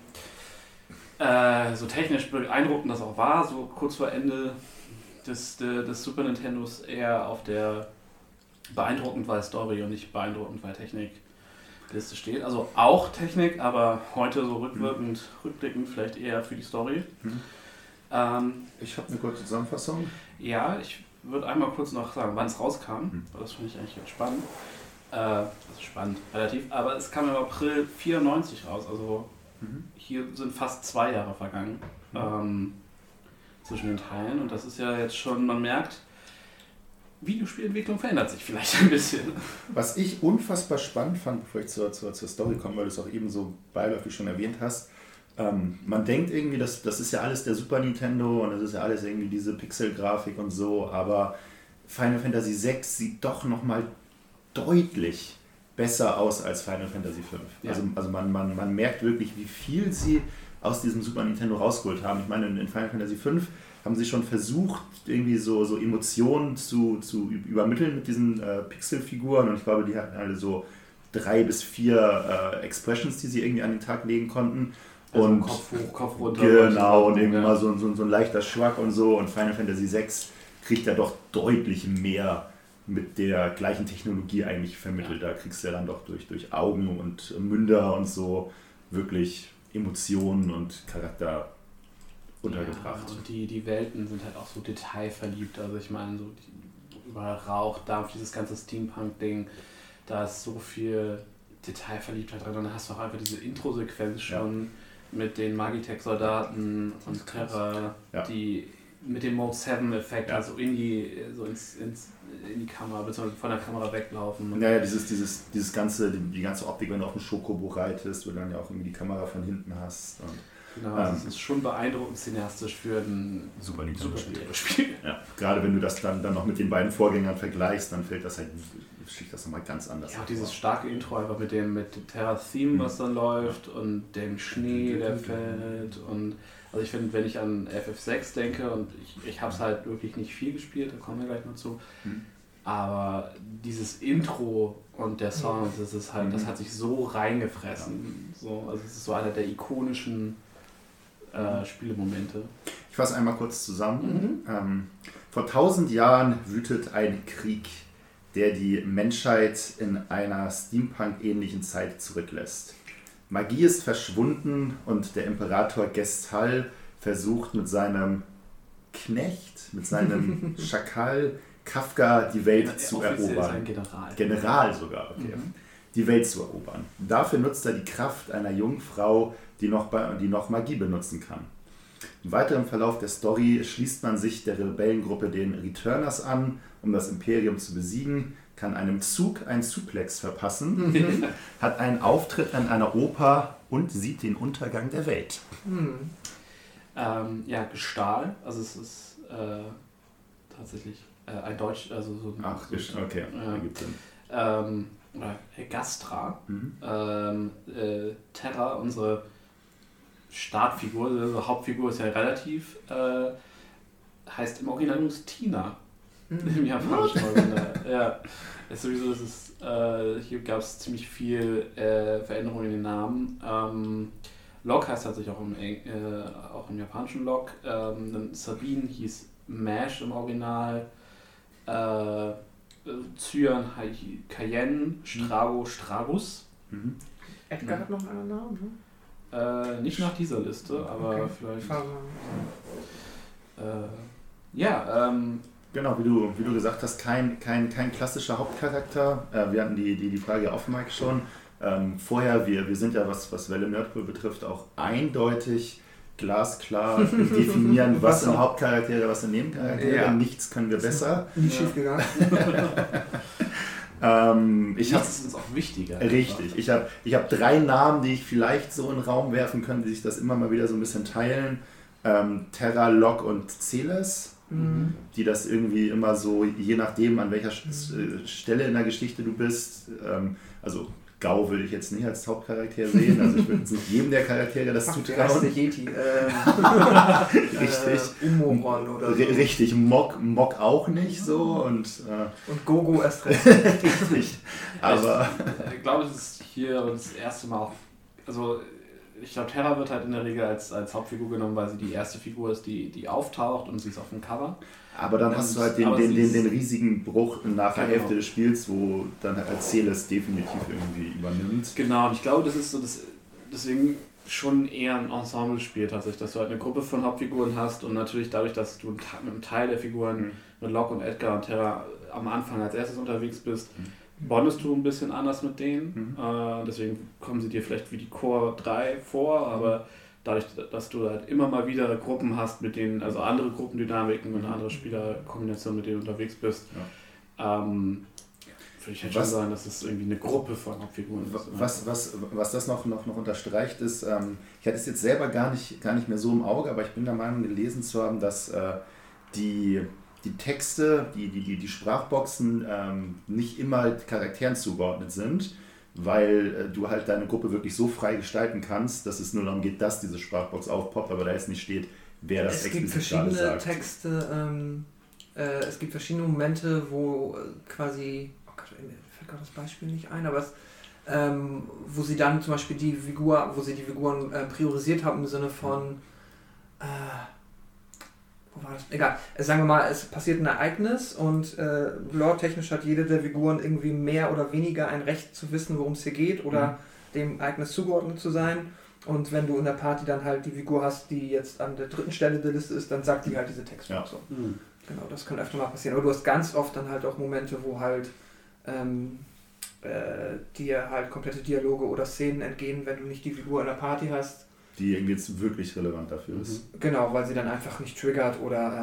so technisch beeindruckend das auch war, so kurz vor Ende des Super Nintendos eher auf der beeindruckend weil Story und nicht beeindruckend weil Technik Liste steht. Also auch Technik, aber heute so rückblickend vielleicht eher für die Story. Ich habe eine kurze Zusammenfassung. Ja, ich würde einmal kurz noch sagen, wann es rauskam. Das finde ich eigentlich ganz spannend. Spannend, relativ. Aber es kam im April 94 raus. Also hier sind fast 2 Jahre vergangen zwischen den Teilen. Und das ist ja jetzt schon, man merkt, Videospielentwicklung verändert sich vielleicht ein bisschen. Was ich unfassbar spannend fand, bevor ich zur Story komme, weil du es auch eben so beiläufig schon erwähnt hast, man denkt irgendwie, das ist ja alles der Super Nintendo und das ist ja alles irgendwie diese Pixel-Grafik und so, aber Final Fantasy VI sieht doch nochmal deutlich besser aus als Final Fantasy V. Ja. Also man merkt wirklich, wie viel sie aus diesem Super Nintendo rausgeholt haben. Ich meine, in Final Fantasy V haben sie schon versucht, irgendwie so Emotionen zu übermitteln mit diesen Pixelfiguren und ich glaube, die hatten alle so 3 bis 4 Expressions, die sie irgendwie an den Tag legen konnten. Also und Kopf hoch, Kopf runter. Genau, und irgendwie mal so ein leichter Schwack und so. Und Final Fantasy VI kriegt ja doch deutlich mehr mit der gleichen Technologie eigentlich vermittelt. Da kriegst du ja dann doch durch Augen und Münder und so wirklich Emotionen und Charakter untergebracht. Ja, und die Welten sind halt auch so detailverliebt. Also ich meine, so überall Rauch, Dampf, dieses ganze Steampunk-Ding, da ist so viel Detailverliebtheit drin. Und dann hast du auch einfach diese Intro-Sequenz schon mit den Magitech-Soldaten und Terra, die mit dem Mode 7-Effekt also in die Kamera, beziehungsweise von der Kamera weglaufen. Ja, die ganze Optik, wenn du auf dem Schokobo reitest, wo du dann ja auch irgendwie die Kamera von hinten hast. Und genau, das ist schon beeindruckend cineastisch für ein Super Nintendo-Spiel. Ja, gerade wenn du das dann noch mit den beiden Vorgängern vergleichst, dann sticht das nochmal ganz anders. Ja, auch dieses starke Intro einfach mit Terra's Theme, was dann läuft und dem Schnee, der fällt. Und also ich finde, wenn ich an FF6 denke, und ich habe es halt wirklich nicht viel gespielt, da kommen wir gleich noch zu, aber dieses Intro und der Sound, das ist halt, das hat sich so reingefressen. So, also es ist so einer der ikonischen Spielemomente. Ich fasse einmal kurz zusammen. Vor 1000 Jahren wütet ein Krieg, der die Menschheit in einer Steampunk-ähnlichen Zeit zurücklässt. Magie ist verschwunden und der Imperator Gestahl versucht mit seinem Knecht, mit seinem Schakal Kafka die Welt zu erobern. Ein General. General sogar, okay. Die Welt zu erobern. Dafür nutzt er die Kraft einer jungen Frau, die noch Magie benutzen kann. Im weiteren Verlauf der Story schließt man sich der Rebellengruppe den Returners an, um das Imperium zu besiegen, kann einem Zug einen Suplex verpassen, hat einen Auftritt an einer Oper und sieht den Untergang der Welt. Gestahl, also es ist tatsächlich ein Deutsch, also so ein... Ach, okay, ergibt Sinn. Oder Gastra, Terra, unsere Startfigur, also Hauptfigur ist ja relativ, heißt im Original übrigens Tina. Im japanischen Original. Ja, ist sowieso, das ist, hier gab es ziemlich viel Veränderungen in den Namen. Locke heißt tatsächlich auch im japanischen Locke. Dann Sabine hieß Mash im Original. Cyan Cayenne, Strago Stragus. Edgar hat noch einen Namen, ne? Nicht nach dieser Liste, aber okay. Vielleicht. Genau, wie du gesagt hast, kein klassischer Hauptcharakter. Wir hatten die Frage auf Mike schon. Vorher, wir sind ja, was Welle Nerdpool betrifft, auch eindeutig glasklar definieren, was sind Hauptcharaktere, was sind Nebencharaktere. Ja. Nichts können wir besser. Nie schief gegangen. Nichts ist uns auch wichtiger. Richtig. Ich hab 3 Namen, die ich vielleicht so in den Raum werfen könnte, die sich das immer mal wieder so ein bisschen teilen. Terra, Locke und Celes. Die das irgendwie immer so, je nachdem an welcher Stelle in der Geschichte du bist, also Gao würde ich jetzt nicht als Hauptcharakter sehen, also ich würde jetzt nicht jedem der Charaktere das zutrauen. Der Yeti. Richtig. Umoron oder so. Richtig, Mok auch nicht so und Gogo erst recht. richtig. Aber Ich glaube, es ist hier das erste Mal auch, also ich glaube, Terra wird halt in der Regel als Hauptfigur genommen, weil sie die erste Figur ist, die auftaucht und sie ist auf dem Cover. Aber dann hast du halt den riesigen Bruch nach der Hälfte des Spiels, wo dann halt Celes definitiv irgendwie übernimmt. Genau, und ich glaube, das ist so deswegen schon eher ein Ensemble-Spiel tatsächlich, dass du halt eine Gruppe von Hauptfiguren hast und natürlich dadurch, dass du mit einem Teil der Figuren, mit Locke und Edgar und Terra am Anfang als erstes unterwegs bist, bondest du ein bisschen anders mit denen. Deswegen kommen sie dir vielleicht wie die Core 3 vor, aber dadurch, dass du halt immer mal wieder Gruppen hast, mit denen, also andere Gruppendynamiken und andere Spielerkombinationen, mit denen du unterwegs bist, würde ich halt schon sagen, dass es irgendwie eine Gruppe von Hauptfiguren ist. Was das noch unterstreicht ist, ich hatte es jetzt selber gar nicht mehr so im Auge, aber ich bin der Meinung, gelesen zu haben, dass die Texte, die Sprachboxen nicht immer Charakteren zugeordnet sind, weil du halt deine Gruppe wirklich so frei gestalten kannst, dass es nur darum geht, dass diese Sprachbox aufpoppt, aber da jetzt nicht steht, wer das explizit gerade sagt. Es gibt verschiedene Momente, wo quasi, oh Gott, mir fällt gerade das Beispiel nicht ein, aber wo sie dann zum Beispiel die Figuren priorisiert haben im Sinne von wo war das? Egal. Sagen wir mal, es passiert ein Ereignis und lore-technisch hat jede der Figuren irgendwie mehr oder weniger ein Recht zu wissen, worum es hier geht oder dem Ereignis zugeordnet zu sein. Und wenn du in der Party dann halt die Figur hast, die jetzt an der 3. Stelle der Liste ist, dann sagt die halt diese Textfunktion. Ja. Genau, das kann öfter mal passieren. Aber du hast ganz oft dann halt auch Momente, wo halt dir halt komplette Dialoge oder Szenen entgehen, wenn du nicht die Figur in der Party hast. Die irgendwie jetzt wirklich relevant dafür ist. Genau, weil sie dann einfach nicht triggert oder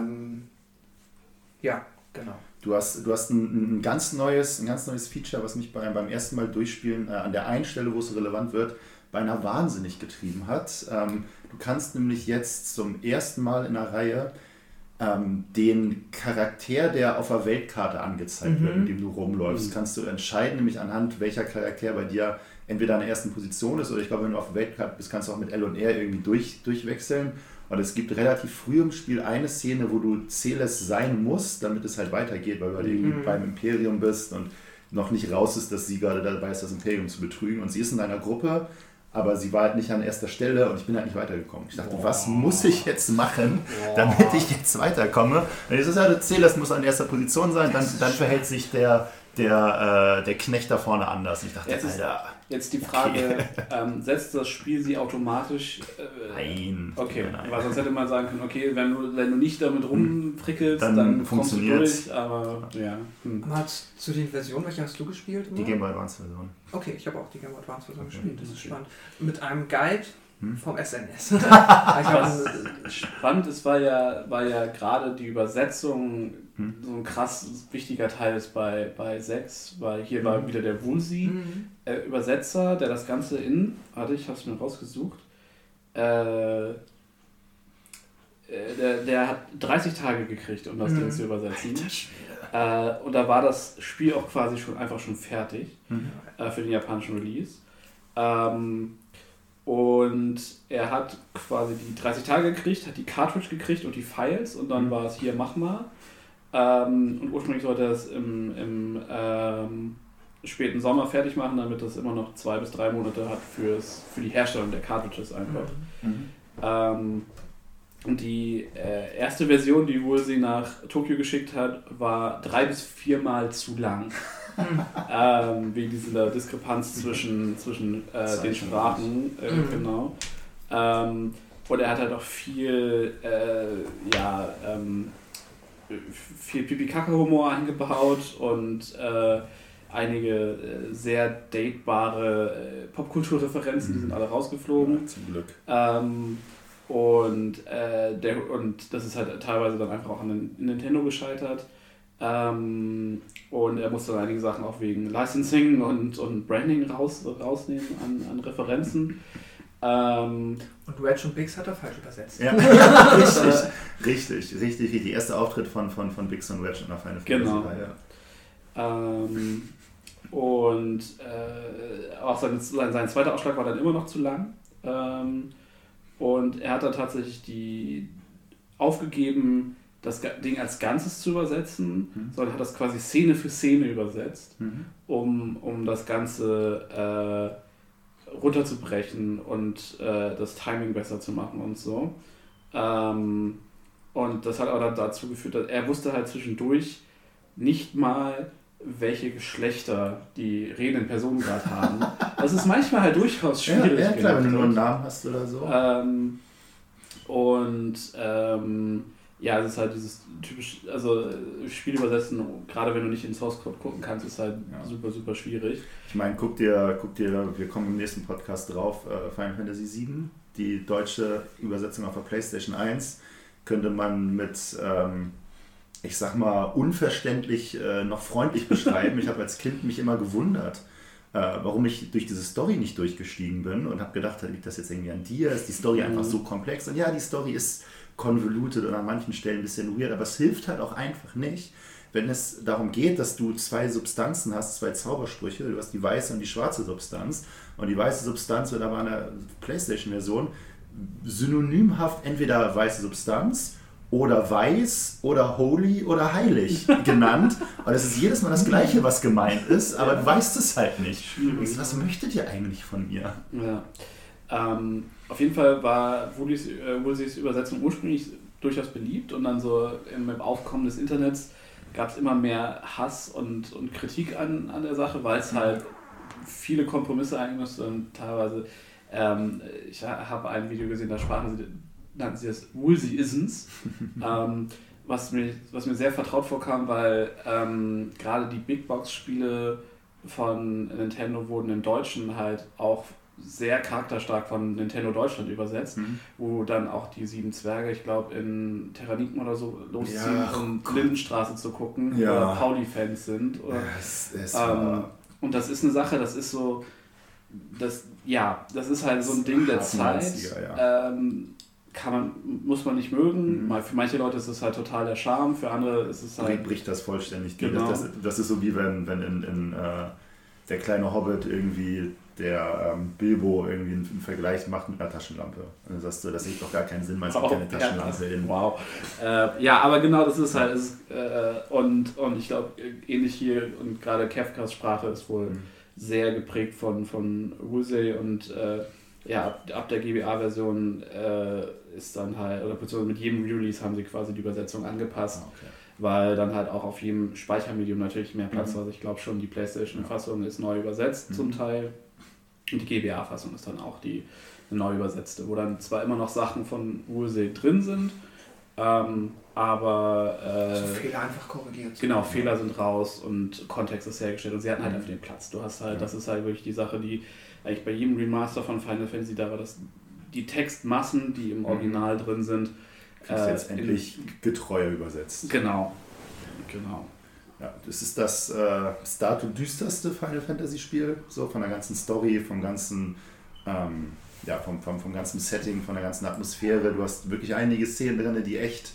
genau. Du hast ein ganz neues Feature, was mich beim ersten Mal durchspielen an der einen Stelle, wo es relevant wird, beinahe wahnsinnig getrieben hat. Du kannst nämlich jetzt zum ersten Mal in der Reihe den Charakter, der auf der Weltkarte angezeigt wird, mit dem du rumläufst, kannst du entscheiden, nämlich anhand welcher Charakter bei dir entweder an der ersten Position ist oder ich glaube, wenn du auf der Weltkarte bist, kannst du auch mit L und R irgendwie durchwechseln. Und es gibt relativ früh im Spiel eine Szene, wo du Celes sein musst, damit es halt weitergeht, weil du halt irgendwie beim Imperium bist und noch nicht raus ist, dass sie gerade dabei ist, das Imperium zu betrügen. Und sie ist in einer Gruppe, aber sie war halt nicht an erster Stelle und ich bin halt nicht weitergekommen. Ich dachte, was muss ich jetzt machen, damit ich jetzt weiterkomme? Und jetzt ist ja, Celes muss an erster Position sein, dann verhält sich der Knecht da vorne anders. Ich dachte, Jetzt die Frage, setzt das Spiel sie automatisch? Nein. Okay, nein. Weil sonst hätte man sagen können, okay, wenn du nicht damit rumprickelst, dann funktioniert es. Aber ja. Mal zu den Versionen, welche hast du gespielt? Die Game Boy Advance Version. Okay, ich habe auch die Game Boy Advance Version gespielt, das ist spannend. Mit einem Guide vom SNS. Spannend ist, weil ja gerade die Übersetzung so ein krass wichtiger Teil ist bei 6, weil hier war wieder der Woolsey Übersetzer, der das Ganze warte, ich habe es mir rausgesucht, der hat 30 Tage gekriegt, um das Ding zu übersetzen. Und da war das Spiel auch quasi schon fertig für den japanischen Release. Und er hat quasi die 30 Tage gekriegt, hat die Cartridge gekriegt und die Files und dann war es hier, mach mal. Und ursprünglich sollte er es im späten Sommer fertig machen, damit das immer noch 2 bis 3 Monate hat für die Herstellung der Cartridges einfach. Und die erste Version, die Woolsey nach Tokio geschickt hat, war 3 bis 4 Mal zu lang. Wegen dieser Diskrepanz zwischen den Sprachen. Genau. Und er hat halt auch viel Pipi-Kacke-Humor eingebaut und einige sehr datebare Popkulturreferenzen, die sind alle rausgeflogen. Ja, zum Glück. Und das ist halt teilweise dann einfach auch an Nintendo gescheitert. Und er musste dann einige Sachen auch wegen Licensing und Branding rausnehmen an Referenzen. Und Wedge und Biggs hat er falsch übersetzt. Ja, richtig. Der erste Auftritt von Biggs und Wedge in der Final Fantasy. Genau. Und auch sein zweiter Aufschlag war dann immer noch zu lang. Und er hat dann tatsächlich aufgegeben, das Ding als Ganzes zu übersetzen, sondern hat das quasi Szene für Szene übersetzt, um das Ganze runterzubrechen und das Timing besser zu machen und so. Und das hat auch dann dazu geführt, dass er wusste halt zwischendurch nicht mal, welche Geschlechter die redenden Personen gerade haben. Das ist manchmal halt durchaus schwierig. Ja, klar, wenn du nur einen Namen hast oder so. Ja, es ist halt dieses typisch, also Spiel übersetzen, gerade wenn du nicht in Source Code gucken kannst, ist halt super, super schwierig. Ich meine, guck dir, wir kommen im nächsten Podcast drauf, Final Fantasy VII, die deutsche Übersetzung auf der PlayStation 1, könnte man mit, ich sag mal, unverständlich noch freundlich beschreiben. Ich habe als Kind mich immer gewundert, warum ich durch diese Story nicht durchgestiegen bin und habe gedacht, liegt das jetzt irgendwie an dir? Ist die Story einfach so komplex? Und ja, die Story ist convoluted und an manchen Stellen ein bisschen weird, aber es hilft halt auch einfach nicht, wenn es darum geht, dass du zwei Substanzen hast, zwei Zaubersprüche, du hast die weiße und die schwarze Substanz und die weiße Substanz wird aber in der PlayStation-Version synonymhaft entweder weiße Substanz oder weiß oder holy oder heilig genannt, und es ist jedes Mal das Gleiche, was gemeint ist, aber du weißt es halt nicht. Was möchtet ihr eigentlich von mir? Ja. Auf jeden Fall war Woolseys Übersetzung ursprünglich durchaus beliebt und dann so im Aufkommen des Internets gab es immer mehr Hass und Kritik an der Sache, weil es halt viele Kompromisse eingehen musste und teilweise, ich habe ein Video gesehen, da nannten sie das Woolsey-Isms, was mir sehr vertraut vorkam, weil gerade die Big Box-Spiele von Nintendo wurden im Deutschen halt auch sehr charakterstark von Nintendo Deutschland übersetzt, wo dann auch die 7 Zwerge, ich glaube, in Terranigma oder so losziehen, um Lindenstraße zu gucken, oder Pauli-Fans sind. Oder, und das ist eine Sache, das ist so, das ist halt so ein Ding der Zeit. Muss man nicht mögen. Für manche Leute ist es halt total der Charme, für andere ist es halt... Bricht das vollständig. Genau. Das ist so wie wenn in der kleine Hobbit irgendwie der Bilbo irgendwie einen Vergleich macht mit einer Taschenlampe. Und dann sagst du, das ergibt doch gar keinen Sinn, weil es gibt keine Taschenlampe in. Wow. Ja, aber genau das ist halt, und ich glaube, ähnlich hier, und gerade Kefkas Sprache ist wohl sehr geprägt von Woolsey und ab der GBA-Version ist dann halt, oder beziehungsweise mit jedem Release haben sie quasi die Übersetzung angepasst. Okay. Weil dann halt auch auf jedem Speichermedium natürlich mehr Platz war. Also ich glaube schon, die PlayStation-Fassung ist neu übersetzt zum Teil. Und die GBA-Fassung ist dann auch die neu übersetzte, wo dann zwar immer noch Sachen von Woolsey drin sind, aber... Fehler einfach korrigiert. Genau, Fehler sind raus und Kontext ist hergestellt und sie hatten halt einfach den Platz. Du hast halt, das ist halt wirklich die Sache, die eigentlich bei jedem Remaster von Final Fantasy, da war das die Textmassen, die im Original drin sind, jetzt endlich getreuer übersetzt. Genau. Ja, das ist das bis dato düsterste Final Fantasy Spiel, so von der ganzen Story, vom ganzen vom ganzen Setting, von der ganzen Atmosphäre. Du hast wirklich einige Szenen drin, die echt,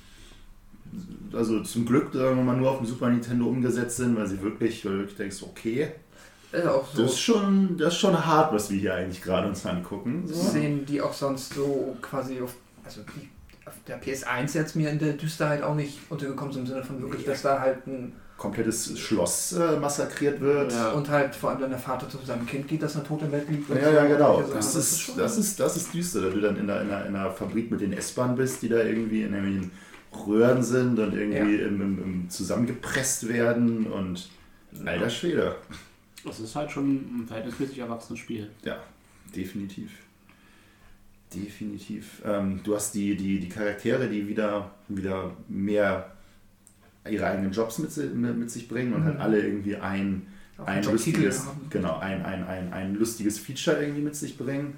also zum Glück sagen wir mal, nur auf dem Super Nintendo umgesetzt sind, weil du wirklich denkst, okay, auch so. das ist schon hart, was wir hier eigentlich gerade uns angucken. So. Szenen, die auch sonst so quasi auf der PS1 jetzt mir in der Düsterheit auch nicht untergekommen sind, im Sinne von wirklich, dass da halt ein komplettes Schloss massakriert wird. Ja. Und halt vor allem, wenn der Vater zu seinem Kind geht, das dann tot im Bett liegt. Ja, genau. Das ist düster, dass du dann in einer Fabrik mit den S-Bahnen bist, die da irgendwie in irgendwelchen Röhren sind und irgendwie im zusammengepresst werden und alter Schwede. Das ist halt schon ein verhältnismäßig erwachsenes Spiel. Ja, definitiv. Du hast die Charaktere, die wieder mehr ihre eigenen Jobs mit sich bringen und halt alle irgendwie ein lustiges Feature irgendwie mit sich bringen.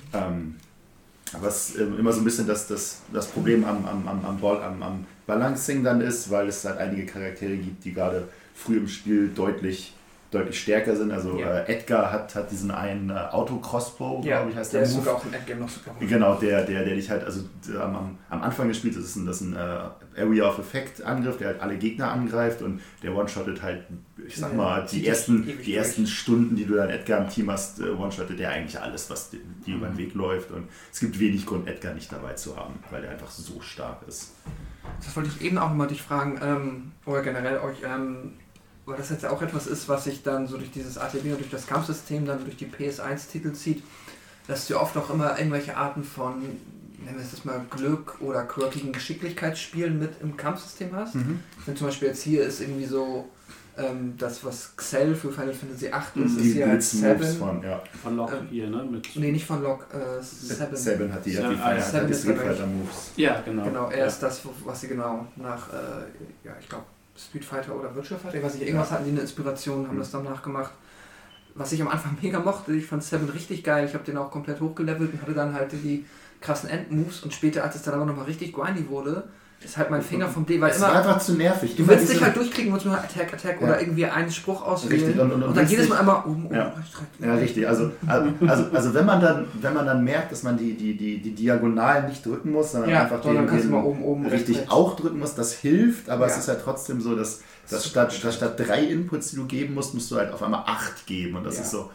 Was immer so ein bisschen das Problem am Balancing dann ist, weil es halt einige Charaktere gibt, die gerade früh im Spiel deutlich deutlich stärker sind. Also Edgar hat diesen einen Auto-Crossbow, glaube ich, heißt der. Der ist Move. sogar auch im Endgame noch super gut. Genau, der dich halt, also am Anfang des Spiels ist ein Area of Effect Angriff, der halt alle Gegner angreift und der one-shottet halt, ich sag mal, die ersten Stunden, die du dann Edgar im Team hast, one-shottet der eigentlich alles, was dir über den Weg läuft und es gibt wenig Grund, Edgar nicht dabei zu haben, weil der einfach so stark ist. Das wollte ich eben auch mal dich fragen, oder generell euch, weil das jetzt ja auch etwas ist, was sich dann so durch dieses ATB und durch das Kampfsystem dann durch die PS1-Titel zieht, dass du oft auch immer irgendwelche Arten von, nennen wir es das mal, Glück oder quirkigen Geschicklichkeitsspielen mit im Kampfsystem hast. Ich finde zum Beispiel jetzt hier ist irgendwie so, das was Xel für Final Fantasy 8 ist hier halt Seven. Von Locke hier, ne? Nee, nicht von Locke, Seven. Seven hat die Street Fighter Moves. Ja, genau. Genau, er ist das, was sie genau nach, ich glaube, Street Fighter oder Virtual Fighter, ich weiß nicht, irgendwas hatten die eine Inspiration, haben das dann nachgemacht. Was ich am Anfang mega mochte, ich fand Seven richtig geil, ich habe den auch komplett hochgelevelt und hatte dann halt die krassen Endmoves und später, als es dann aber nochmal richtig grindy wurde, ist halt mein Finger vom D, weil es immer... war einfach zu nervig. Du willst dich halt durchklicken, musst nur Attack oder irgendwie einen Spruch auswählen richtig. Und dann jedes Mal einmal Ja, richtig. Also wenn man dann merkt, dass man die Diagonalen nicht drücken muss, sondern einfach den oben richtig rechts. Auch drücken muss, das hilft, aber es ist halt trotzdem so, dass statt 3 Inputs, die du geben musst du halt auf einmal 8 geben und das ist so...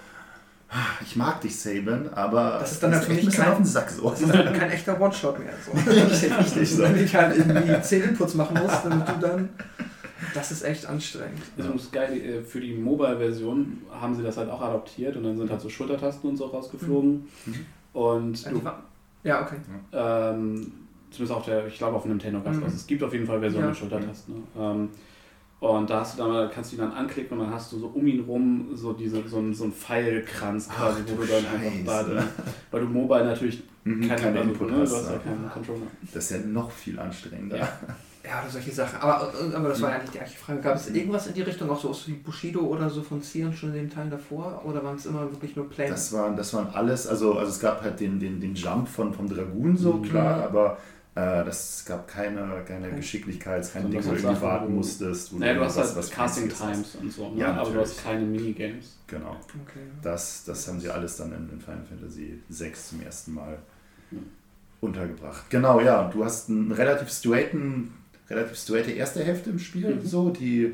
Ich mag dich, Saban, aber das ist dann natürlich ein bisschen auf den Sack so. Das ist dann kein echter One-Shot mehr. So. Richtig so. Wenn ich halt irgendwie 10 Inputs machen muss, damit du dann... Das ist echt anstrengend. Also das ist geil, für die Mobile-Version haben sie das halt auch adaptiert und dann sind halt so Schultertasten und so rausgeflogen. Und ja, okay. Zumindest auf ich glaube auf dem Nintendo gab es gibt auf jeden Fall Versionen mit Schultertasten. Ne? Und da kannst du ihn dann anklicken und dann hast du so um ihn rum so einen Pfeilkranz quasi, wo du dann einfach weil du Mobile natürlich keine Input hast. Du hast ja keinen Controller. Das ist ja noch viel anstrengender. Ja, oder solche Sachen. Aber das war ja nicht die eigentliche Frage. Gab es irgendwas in die Richtung, auch so wie Bushido oder so von Sion schon in den Teilen davor? Oder waren es immer wirklich nur Planes? Das waren alles, also es gab halt den Jump vom Dragoon so, klar, aber es gab keine Geschicklichkeit, keine Dinge, wo du irgendwie warten musstest. Du hast halt Casting Times und so, ne? Aber du hast keine Minigames. Genau. Okay. Das haben sie alles dann in Final Fantasy 6 zum ersten Mal untergebracht. Genau, ja. Du hast einen relativ straighte erste Hälfte im Spiel, so, die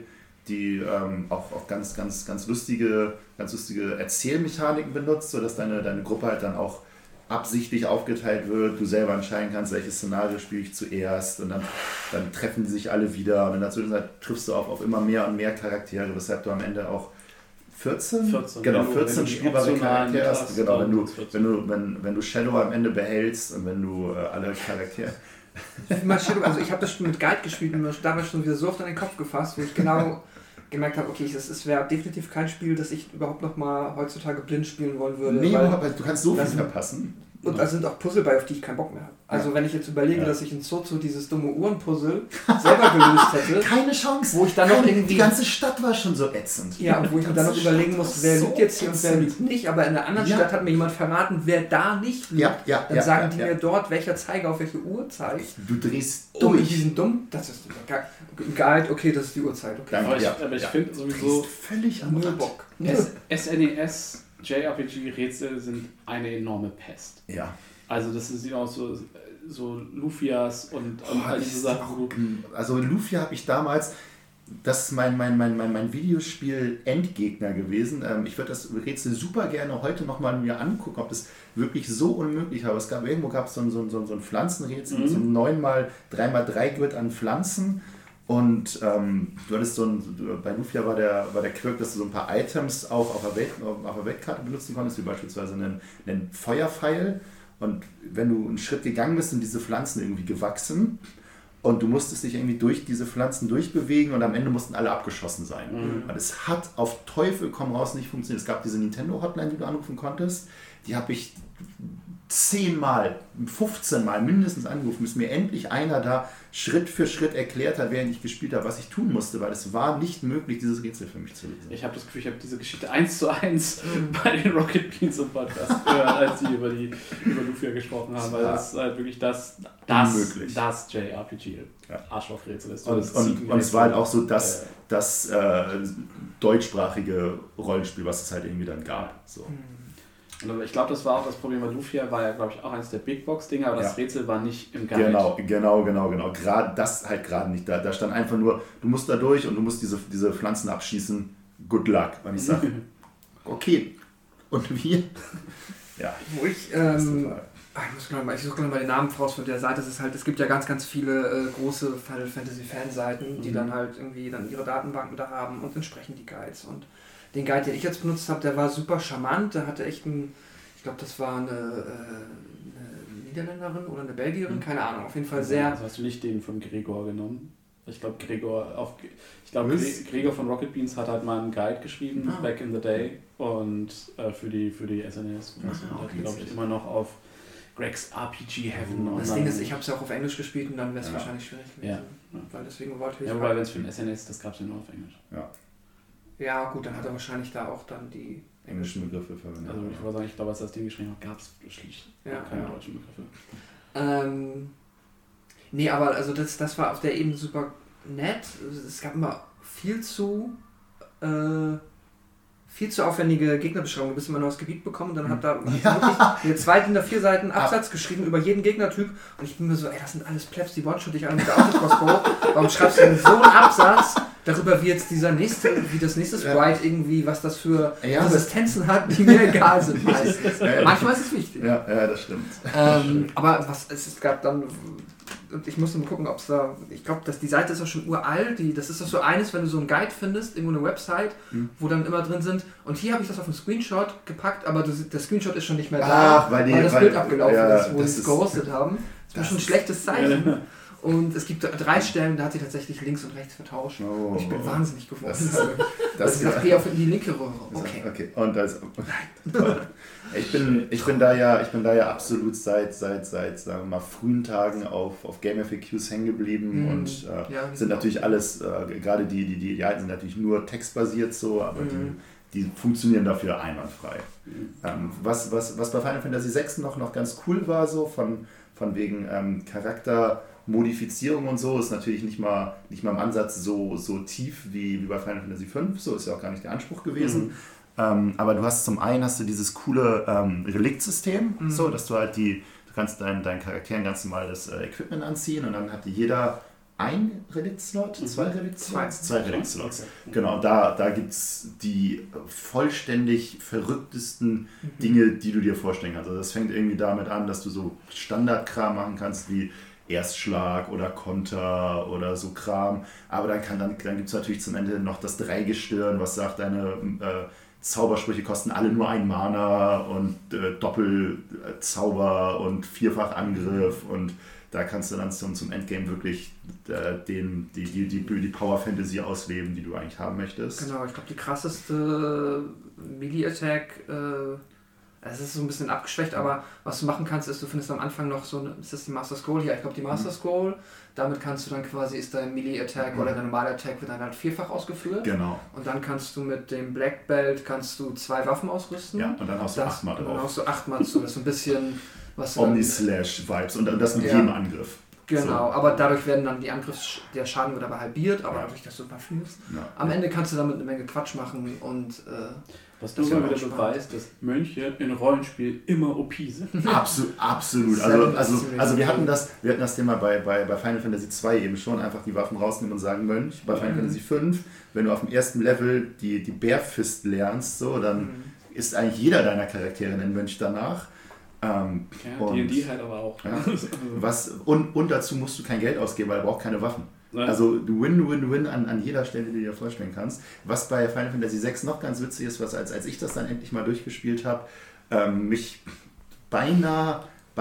auch ganz lustige Erzählmechaniken benutzt, sodass deine Gruppe halt dann auch absichtlich aufgeteilt wird, du selber entscheiden kannst, welches Szenario spiele ich zuerst und dann treffen die sich alle wieder und in der Zwischenzeit triffst du auf immer mehr und mehr Charaktere, weshalb du am Ende auch 14 spielbare Charaktere hast. Genau, wenn du Shadow am Ende behältst und wenn du alle Charaktere... Also ich habe das Spiel mit Guide gespielt und damals schon wieder so oft an den Kopf gefasst, wo ich genau gemerkt habe, okay, es wäre definitiv kein Spiel, das ich überhaupt noch mal heutzutage blind spielen wollen würde. Nee, aber du kannst so viel verpassen. Und da sind auch Puzzle bei, auf die ich keinen Bock mehr habe. Also wenn ich jetzt überlege, dass ich in Zozo dieses dumme Uhrenpuzzle selber gelöst hätte. Keine Chance. Wo ich dann noch irgendwie... Die ganze Stadt war schon so ätzend. Ja, und wo ich mir dann noch überlegen muss, wer liegt jetzt hier und wer liegt nicht. Aber in der anderen Stadt hat mir jemand verraten, wer da nicht liegt. Dann sagen die mir dort, welcher Zeiger auf welche Uhr zeigt. Du drehst dumm durch. Die sind dumm. Das ist Guide, okay, das ist die Uhrzeit. Okay. Aber ich finde sowieso... Völlig am Bock. SNES... JRPG-Rätsel sind eine enorme Pest. Ja. Also das sind auch so Lufias und all diese Sachen. Also Lufia habe ich damals, das ist mein Videospiel-Endgegner gewesen. Ich würde das Rätsel super gerne heute nochmal mir angucken, ob das wirklich so unmöglich war. Irgendwo gab es so ein Pflanzenrätsel mit so einem 9x3x3 Grid an Pflanzen. Und du hattest bei Lufia war der Quirk, dass du so ein paar Items auch auf der Weltkarte benutzen konntest, wie beispielsweise einen Feuerpfeil. Und wenn du einen Schritt gegangen bist, sind diese Pflanzen irgendwie gewachsen. Und du musstest dich irgendwie durch diese Pflanzen durchbewegen und am Ende mussten alle abgeschossen sein. Und es hat auf Teufel komm raus nicht funktioniert. Es gab diese Nintendo-Hotline, die du anrufen konntest. Die habe ich 10-mal, 15-mal mindestens angerufen, bis mir endlich einer da Schritt für Schritt erklärt hat, während ich gespielt habe, was ich tun musste, weil es war nicht möglich, dieses Rätsel für mich zu lösen. Ich habe das Gefühl, ich habe diese Geschichte 1:1 bei den Rocket Beans im Podcast gehört, als sie über Lufia gesprochen haben, weil das halt wirklich das JRPG Arschlochrätsel ist. Und es war halt auch so das deutschsprachige Rollenspiel, was es halt irgendwie dann gab. So. Und ich glaube, das war auch das Problem, weil Lufia war ja, glaube ich, auch eines der Big Box-Dinger, aber das Rätsel war nicht im Guide. Genau. Gerade das halt gerade nicht da. Da stand einfach nur, du musst da durch und du musst diese Pflanzen abschießen. Good luck. Und ich sage, okay. Und wie? Ja. Wo ich suche mal den Namen raus von der Seite. Es gibt ja ganz, ganz viele große Final Fantasy Fanseiten, die dann halt irgendwie dann ihre Datenbanken da haben und entsprechend die Guides. Und den Guide, den ich jetzt benutzt habe, der war super charmant. Der hatte echt ich glaube, das war eine Niederländerin oder eine Belgierin, keine Ahnung. Auf jeden Fall sehr. Also hast du nicht den von Gregor genommen? Ich glaube, Gregor von Rocket Beans hat halt mal einen Guide geschrieben, back in the day, und für die SNES. Okay, glaube ich, immer noch auf Greg's RPG Heaven. Das Ding ist, ich habe es ja auch auf Englisch gespielt und dann wäre es wahrscheinlich schwierig gewesen. Ja. Weil deswegen wollte ich. Ja, wobei, wenn es für den SNES, das gab es ja nur auf Englisch. Ja, gut, dann hat er wahrscheinlich da auch dann die englischen Begriffe verwendet. Also ich würde sagen, ich glaube, als das Ding geschrieben hat, gab es schlicht keine deutschen Begriffe. Nee, aber also das war auf der Ebene super nett. Es gab immer viel zu aufwendige Gegnerbeschreibungen. Du bist immer ein neues Gebiet bekommen und dann hat da wirklich eine 2 DIN A4 Seiten Absatz geschrieben über jeden Gegnertyp und ich bin mir so, das sind alles Plebs, die one-shot dich alle mit der Autocrossbow. Warum schreibst du denn so einen Absatz darüber, wie jetzt das nächste Sprite irgendwie, was das für Resistenzen hat, die mir egal sind meistens. Manchmal ist es wichtig. Ja, das stimmt. Aber es gab dann, und ich musste mal gucken, ob es da, ich glaube, die Seite ist auch schon uralt, das ist doch so eines, wenn du so einen Guide findest, irgendwo eine Website, wo dann immer drin sind, und hier habe ich das auf einen Screenshot gepackt, aber der Screenshot ist schon nicht mehr da, weil das Bild abgelaufen ist, wo sie es gehostet haben. Das ist schon ein schlechtes Zeichen. Und es gibt 3 Stellen, da hat sie tatsächlich links und rechts vertauscht. Und ich bin wahnsinnig geworden. Sie sagt, geh auf die linke Röhre. Okay. Und ich bin da ja absolut seit sagen wir mal frühen Tagen auf GameFAQs hängen geblieben und sind natürlich alles, gerade die alten sind natürlich nur textbasiert so, aber die funktionieren dafür einwandfrei. Was bei Final Fantasy VI noch ganz cool war, so von wegen Charaktermodifizierung und so, ist natürlich nicht mal im Ansatz so tief wie bei Final Fantasy V, so ist ja auch gar nicht der Anspruch gewesen. Aber du hast dieses coole Reliktsystem, so dass du halt du kannst deinen Charakteren ganz normal das Equipment anziehen und dann hat jeder ein Reliktslot, 2 Reliktslots? 2 Reliktslots. Okay. Genau, da gibt es die vollständig verrücktesten Dinge, die du dir vorstellen kannst. Also das fängt irgendwie damit an, dass du so Standardkram machen kannst wie Erstschlag oder Konter oder so Kram. Aber dann gibt es natürlich zum Ende noch das Dreigestirn, was sagt, deine Zaubersprüche kosten alle nur 1 Mana und Doppelzauber und Vierfachangriff, und da kannst du dann zum Endgame wirklich die Power Fantasy ausleben, die du eigentlich haben möchtest. Genau, ich glaube die krasseste Melee-Attack, es ist so ein bisschen abgeschwächt, aber was du machen kannst, ist, du findest am Anfang noch ist das die Master Scroll hier? Ich glaube die Master Scroll, damit kannst du dann quasi, ist dein Melee-Attack oder dein normale Attack wird dann halt 4-fach ausgeführt. Genau. Und dann kannst du mit dem Black Belt 2 Waffen ausrüsten. Ja, und dann hast du 8 Mal drauf. Und dann hast du 8 Mal zu, das ist so ein bisschen Omni-Slash-Vibes und das mit jedem Angriff. Genau, so. Aber dadurch werden dann der Schaden wird aber halbiert, aber dadurch, dass du verfügst. Am Ende kannst du damit eine Menge Quatsch machen und was du immer wieder beweist, dass Mönche in Rollenspiel immer OP sind. Absolut. Also wir hatten das Thema bei Final Fantasy 2 eben schon, einfach die Waffen rausnehmen und sagen Mönch. Bei Final Fantasy 5, wenn du auf dem ersten Level die Bear Fist lernst, so, dann ist eigentlich jeder deiner Charaktere ein Mönch danach. D&D halt aber auch. Ja, und dazu musst du kein Geld ausgeben, weil er braucht keine Waffen. Ja. Also du win an jeder Stelle, die du dir vorstellen kannst. Was bei Final Fantasy VI noch ganz witzig ist, als ich das dann endlich mal durchgespielt habe, mich beinahe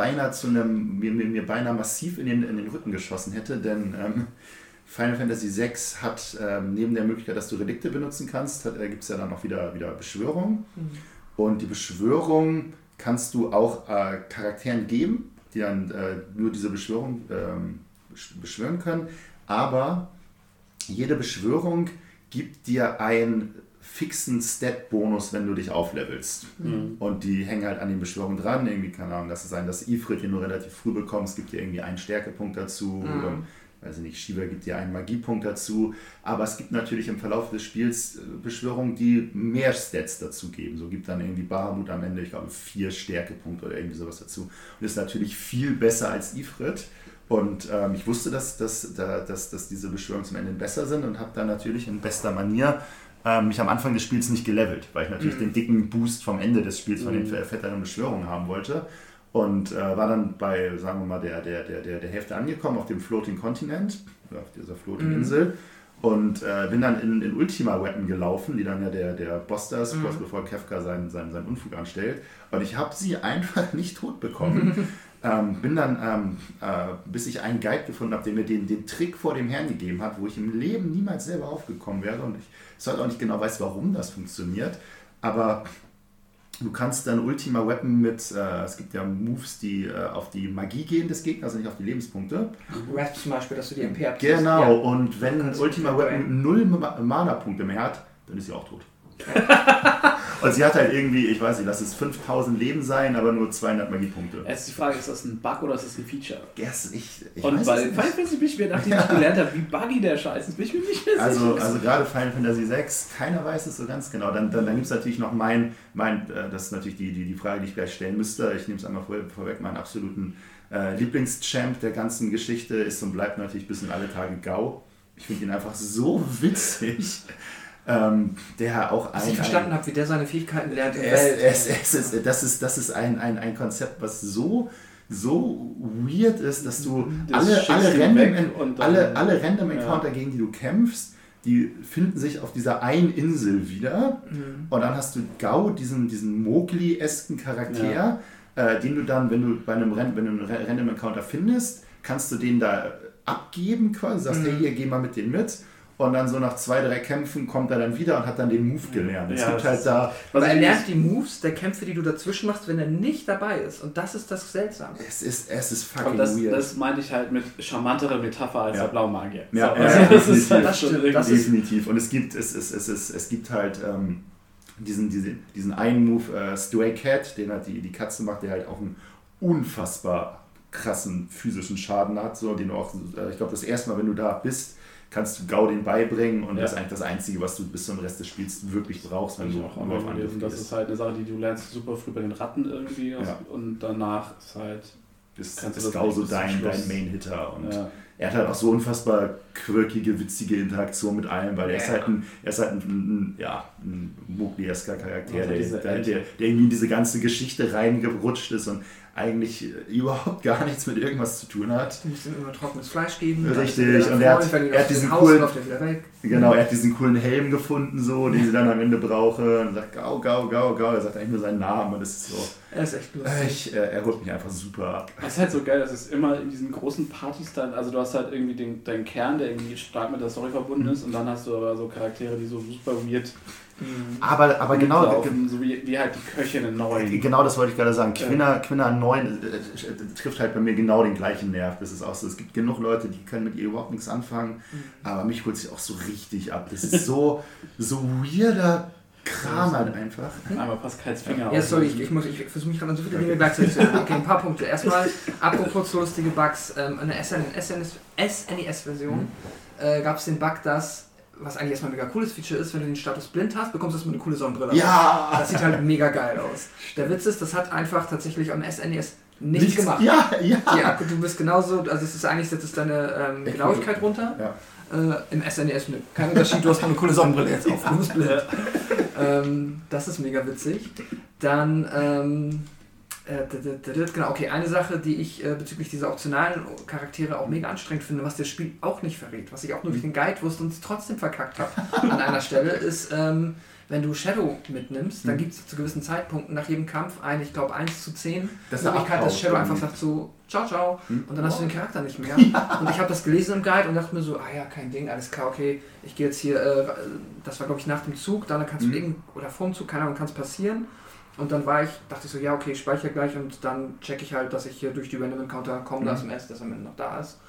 mir beinahe massiv in den Rücken geschossen hätte, denn Final Fantasy VI hat neben der Möglichkeit, dass du Relikte benutzen kannst, gibt es ja dann noch wieder Beschwörung. Und die Beschwörung kannst du auch Charakteren geben, die dann nur diese Beschwörung beschwören können, aber jede Beschwörung gibt dir einen fixen Stat-Bonus, wenn du dich auflevelst. Und die hängen halt an den Beschwörungen dran. Irgendwie, keine Ahnung, lass es sein, dass Ifrit, den du relativ früh bekommst, gibt dir irgendwie einen Stärkepunkt dazu. Weiß ich nicht, Shiva gibt dir einen Magiepunkt dazu. Aber es gibt natürlich im Verlauf des Spiels Beschwörungen, die mehr Stats dazu geben. So gibt dann irgendwie Bahamut am Ende, ich glaube, 4 Stärkepunkte oder irgendwie sowas dazu. Und ist natürlich viel besser als Ifrit. Und ich wusste, dass diese Beschwörungen zum Ende besser sind und habe dann natürlich in bester Manier mich am Anfang des Spiels nicht gelevelt, weil ich natürlich den dicken Boost vom Ende des Spiels von den fetteren Beschwörungen haben wollte. Und war dann bei, sagen wir mal, der Hälfte angekommen auf dem Floating Continent, auf dieser Floating Insel. Und bin dann in Ultima Weapon gelaufen, die dann ja der Boss da ist, kurz bevor Kefka seinen Unfug anstellt. Und ich habe sie einfach nicht tot bekommen. Bin dann, bis ich einen Guide gefunden habe, der mir den Trick vor dem Herrn gegeben hat, wo ich im Leben niemals selber aufgekommen wäre. Und ich halt auch nicht genau weiß, warum das funktioniert. Aber du kannst dann Ultima Weapon mit, es gibt ja Moves, die auf die Magie gehen des Gegners, also nicht auf die Lebenspunkte. Rasp zum Beispiel, dass du die MP abziehst. Genau, ja. Und wenn Ultima Weapon 0 Mana-Punkte mehr hat, dann ist sie auch tot. Und sie hat halt irgendwie, ich weiß nicht, lass es 5000 Leben sein, aber nur 200 Magiepunkte. Jetzt ist die Frage, ist das ein Bug oder ist das ein Feature? Ich und weiß bei Final Fantasy bin ich mir, nachdem ich gelernt habe, wie buggy der Scheiß ist, bin ich mir nicht mehr sicher. Also gerade Final Fantasy 6, keiner weiß es so ganz genau. Dann gibt es natürlich noch das ist natürlich die Frage, die ich gleich stellen müsste. Ich nehme es einmal vorweg, meinen absoluten Lieblingschamp der ganzen Geschichte ist und bleibt natürlich bis in alle Tage Gau. Ich finde ihn einfach so witzig. Der auch ich verstanden habe, wie der seine Fähigkeiten lernt. Das ist ein Konzept, was so weird ist, dass du alle Random Encounter, gegen die du kämpfst, die finden sich auf dieser einen Insel wieder. Und dann hast du Gau, diesen Mowgli-esken Charakter, den du dann, wenn du einen Random Encounter findest, kannst du den da abgeben quasi, sagst, hey, hier, geh mal mit denen mit. Und dann so nach 2-3 Kämpfen kommt er dann wieder und hat dann den Move gelernt. Es gibt halt da... Aber er lernt die Moves der Kämpfe, die du dazwischen machst, wenn er nicht dabei ist. Und das ist das Seltsame. Es ist fucking weird. Das meinte ich halt mit charmantere Metapher als der Blaumagier. Ja, so, das stimmt. Definitiv. Und es gibt halt diesen einen Move, Stray Cat, den halt die Katze macht, der halt auch einen unfassbar krassen physischen Schaden hat. So, den du auch, ich glaube, das erste Mal, wenn du da bist, kannst du Gau den beibringen und das ist eigentlich das Einzige, was du bis zum Rest des Spiels wirklich brauchst, wenn du auch auf Angriff gehst. Das ist halt eine Sache, die du lernst super früh bei den Ratten irgendwie und danach ist halt... Ist Gau so dein Main-Hitter und er hat halt auch so unfassbar quirkige, witzige Interaktion mit allem, weil er ist halt ein Mowgli-esker Charakter, der irgendwie in diese ganze Geschichte reingerutscht ist und eigentlich überhaupt gar nichts mit irgendwas zu tun hat. Du musst ihm immer trockenes Fleisch geben. Richtig, und er hat diesen coolen Helm gefunden, so, den sie dann am Ende brauchen und sagt Gau, Gau, Gau, Gau. Er sagt eigentlich nur seinen Namen und das ist so... Er ist echt lustig. Er holt mich einfach super ab. Das ist halt so geil, das ist immer in diesen großen Partys dann, also du hast halt irgendwie deinen Kern, der irgendwie stark mit der Story verbunden ist und dann hast du aber so Charaktere, die so super weird aber genau so wie halt die Köchin in 9. Genau, das wollte ich gerade sagen. Quina 9 trifft halt bei mir genau den gleichen Nerv. Das ist auch so, es gibt genug Leute, die können mit ihr überhaupt nichts anfangen, aber mich holt sie auch so richtig ab. Das ist so weirder Kram halt einfach. Einmal Pascals Finger. Ja, sorry, ich versuche mich gerade an so viele Dinge gleichzeitig zu erinnern. Okay, ein paar Punkte. Erstmal, apropos so lustige Bugs, in der SNES-Version gab es den Bug, dass, was eigentlich erstmal ein mega cooles Feature ist, wenn du den Status blind hast, bekommst du erstmal eine coole Sonnenbrille. Ja! Das sieht halt mega geil aus. Der Witz ist, das hat einfach tatsächlich am SNES nichts gemacht. Ja! Du bist genauso, also es ist eigentlich, setzt es deine Genauigkeit runter. Ja. Im SNES kein Unterschied, du hast nur eine coole Sonnenbrille jetzt auf, du bist blind. Das ist mega witzig. Dann, genau, okay, eine Sache, die ich bezüglich dieser optionalen Charaktere auch mega anstrengend finde, was das Spiel auch nicht verrät, was ich auch nur durch den Guide wusste und es trotzdem verkackt habe an einer Stelle, ist, wenn du Shadow mitnimmst, dann gibt es zu gewissen Zeitpunkten nach jedem Kampf ich glaube 1/10 Möglichkeit, dass Shadow einfach sagt so, ciao, ciao, und dann hast du den Charakter nicht mehr. Ja. Und ich habe das gelesen im Guide und dachte mir so, kein Ding, alles klar, okay, ich gehe jetzt hier, das war glaube ich nach dem Zug, dann kannst du oder vor dem Zug, keine Ahnung, kann es passieren. Und dann dachte ich so, ja okay, ich speichere gleich und dann checke ich halt, dass ich hier durch die Random Encounter komme, das SMS, das am Ende noch da ist.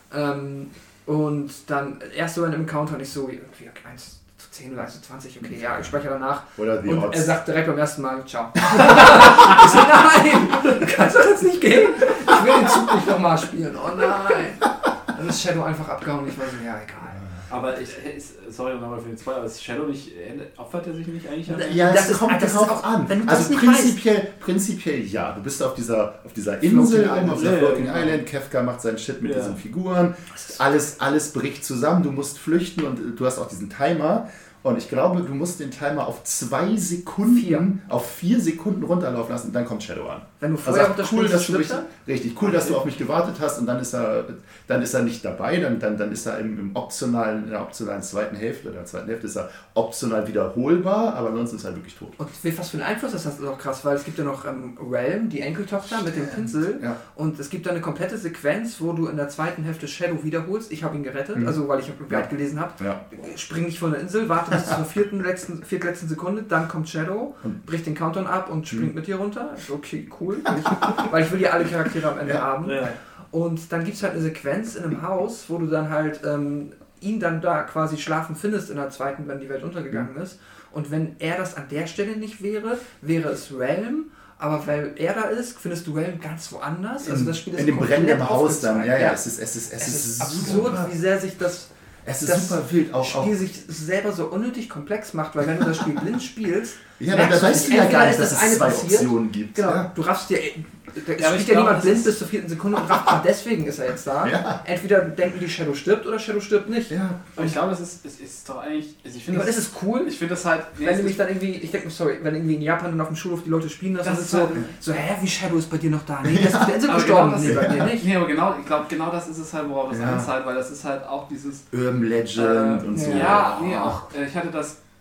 Und dann erste Random Encounter und ich so, irgendwie 1:10 oder 1:20, okay, ja, ich speichere danach. Oder die und Odds. er sagt direkt beim ersten Mal, ciao. Ich so, nein, du kannst doch jetzt nicht gehen. Ich will den Zug nicht nochmal spielen, oh nein. Dann ist Shadow einfach abgehauen und ich war so, ja, egal. Aber sorry nochmal für den Spoiler, aber ist Shadow nicht, opfert er sich nicht eigentlich an? Ja, Das es kommt ist darauf auch, an. wenn du das Also nicht prinzipiell ja. Du bist auf dieser Insel, Floating auf der Island. Floating Ja, genau. Island. Kefka macht seinen Shit mit diesen Figuren. Alles bricht zusammen. Du musst flüchten und du hast auch diesen Timer. Und ich glaube, du musst den Timer auf 2 Sekunden, auf 4 Sekunden runterlaufen lassen und dann kommt Shadow an. Wenn du vorher Also cool, dass du cool, dass du auf mich gewartet hast und dann ist er nicht dabei, dann ist er in der optionalen zweiten Hälfte ist er optional wiederholbar, aber ansonsten ist er wirklich tot. Und was für einen Einfluss ist das auch krass, weil es gibt ja noch Realm, die Enkeltochter mit dem Pinsel, Ja. und es gibt da eine komplette Sequenz, wo du in der zweiten Hälfte Shadow wiederholst. Ich habe ihn gerettet, also weil ich im Guide gelesen habe. Ja. Spring nicht von der Insel, warte bis zur viertletzten Sekunde, dann kommt Shadow, bricht den Countdown ab und springt mit dir runter. Ist okay, cool. Weil ich will ja alle Charaktere am Ende haben. Ja. Und dann gibt es halt eine Sequenz in einem Haus, wo du dann halt ihn dann da quasi schlafen findest in der zweiten, wenn die Welt untergegangen ist. Und wenn er das an der Stelle nicht wäre, wäre es Realm. Aber weil er da ist, findest du Realm ganz woanders. Also das Spiel ist in dem brennenden komplett Haus dann. aufgezeigt. Ja, es ist absurd, super. wie sehr sich das Super wild. Auch Spiel sich selber so unnötig komplex macht, weil wenn du das Spiel blind spielst, ja, dann merkst weißt du nicht, ja gar entweder nicht, dass ist es 2 passiert, Optionen gibt. Genau, Ja. du raffst dir, da aber spielt ich ja glaub, niemand das blind ist- bis zur 4. Sekunde und rafft, deswegen ist er jetzt da. Ja. Entweder denken die, Shadow stirbt oder Shadow stirbt nicht. Ja. Aber ich glaube, es ist doch eigentlich, also ich finde Aber das ist cool, ich finde das halt, wenn nämlich dann irgendwie, ich denke, wenn irgendwie in Japan dann auf dem Schulhof die Leute spielen lassen, Das ist ist so, halt- so, hä, wie Shadow ist bei dir noch da? Nee, der ist auf der Insel aber gestorben. genau Nee, das- bei dir nicht. Nee, aber ich glaube, genau das ist es halt, worauf das Ja. einzahlt, weil das ist halt auch dieses... Urban Legend und so. Ja, nee, auch, ich hatte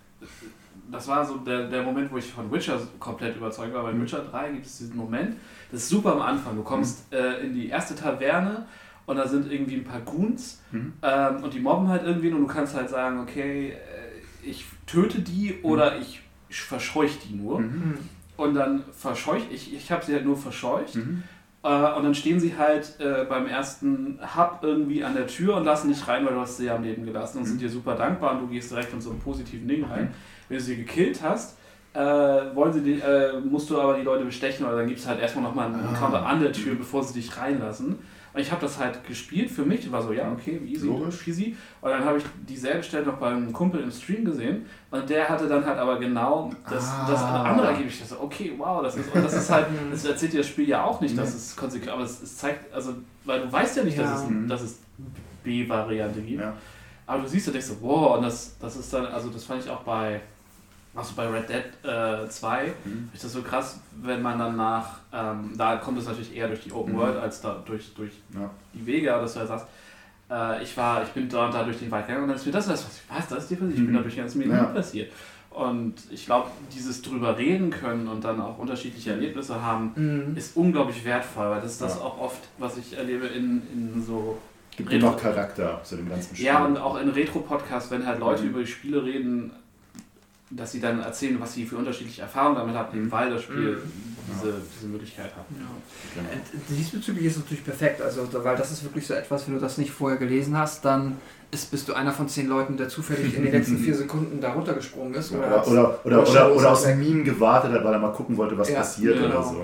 das war so der Moment, wo ich von Witcher komplett überzeugt war. Bei Witcher 3 gibt es diesen Moment, das ist super am Anfang. Du kommst in die erste Taverne und da sind irgendwie ein paar Goons und die mobben halt irgendwie und du kannst halt sagen, okay, ich töte die oder ich verscheuche die nur. Und dann ich habe sie halt nur verscheucht. Und dann stehen sie halt beim ersten Hub irgendwie an der Tür und lassen dich rein, weil du hast sie ja am Leben gelassen und sind dir super dankbar und du gehst direkt mit so einem positiven Ding rein. Wenn du sie gekillt hast, musst du aber die Leute bestechen oder dann gibt es halt erstmal nochmal einen Encounter an der Tür, bevor sie dich reinlassen. Und ich habe das halt gespielt für mich, war so, ja, okay, easy, peasy. Und dann habe ich dieselbe Stelle noch beim Kumpel im Stream gesehen und der hatte dann halt aber genau das andere Ergebnis. Ich dachte, okay, wow, das ist halt, das erzählt dir das Spiel ja auch nicht, dass es konsequent, aber es zeigt, also, weil du weißt ja nicht, dass es B-Variante gibt. Ja. Aber du siehst ja, denkst so, wow, und das ist dann, also das fand ich auch bei Red Dead 2, ist das so krass, wenn man dann da kommt es natürlich eher durch die Open World als da durch die Wege, aber dass du ja sagst, ich bin da und da durch den Wald gegangen und dann ist mir das ist dir passiert, ich bin da durch die ganzen Menü passiert. Und ich glaube, dieses drüber reden können und dann auch unterschiedliche Erlebnisse haben, ist unglaublich wertvoll, weil das ist das auch oft, was ich erlebe in so... Gibt dir noch Charakter zu dem ganzen Spiel. Ja, und auch in Retro-Podcasts, wenn halt Leute über die Spiele reden, dass sie dann erzählen, was sie für unterschiedliche Erfahrungen damit hatten, weil das Spiel diese Möglichkeit hat. Ja. Diesbezüglich ist es natürlich perfekt, also, weil das ist wirklich so etwas, wenn du das nicht vorher gelesen hast, dann bist du einer von 10 Leuten, der zufällig in den letzten 4 Sekunden da runtergesprungen ist. Oder aus dem Meme gewartet hat, weil er mal gucken wollte, was passiert oder so.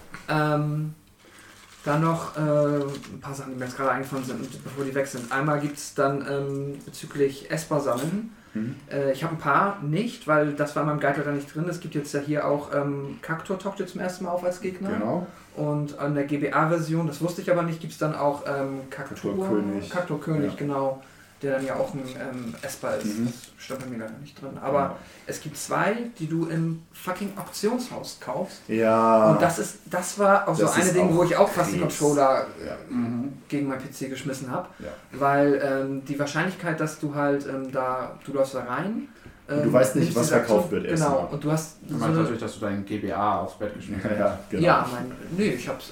Dann noch ein paar Sachen, die mir jetzt gerade eingefallen sind, bevor die weg sind. Einmal gibt es dann bezüglich Esper sammeln. Ich habe ein paar nicht, weil das war in meinem Guide leider nicht drin. Es gibt jetzt ja hier auch Kaktor taucht jetzt zum ersten Mal auf als Gegner. Genau. Und an der GBA-Version, das wusste ich aber nicht, gibt es dann auch Kaktor König, genau. Der dann ja auch ein Esper ist. Das stand bei mir leider nicht drin. Aber es gibt 2, die du im fucking Auktionshaus kaufst. Ja. Und das war auch so eine Ding, wo ich auch fast den Controller gegen mein PC geschmissen habe. Ja. Weil die Wahrscheinlichkeit, dass du halt du läufst da rein. Du weißt nicht, was verkauft wird erst. Genau. Und du hast. Du meinst natürlich, dass du dein GBA aufs Bett geschmissen hast. Ja, genau. Ja, ich hab's.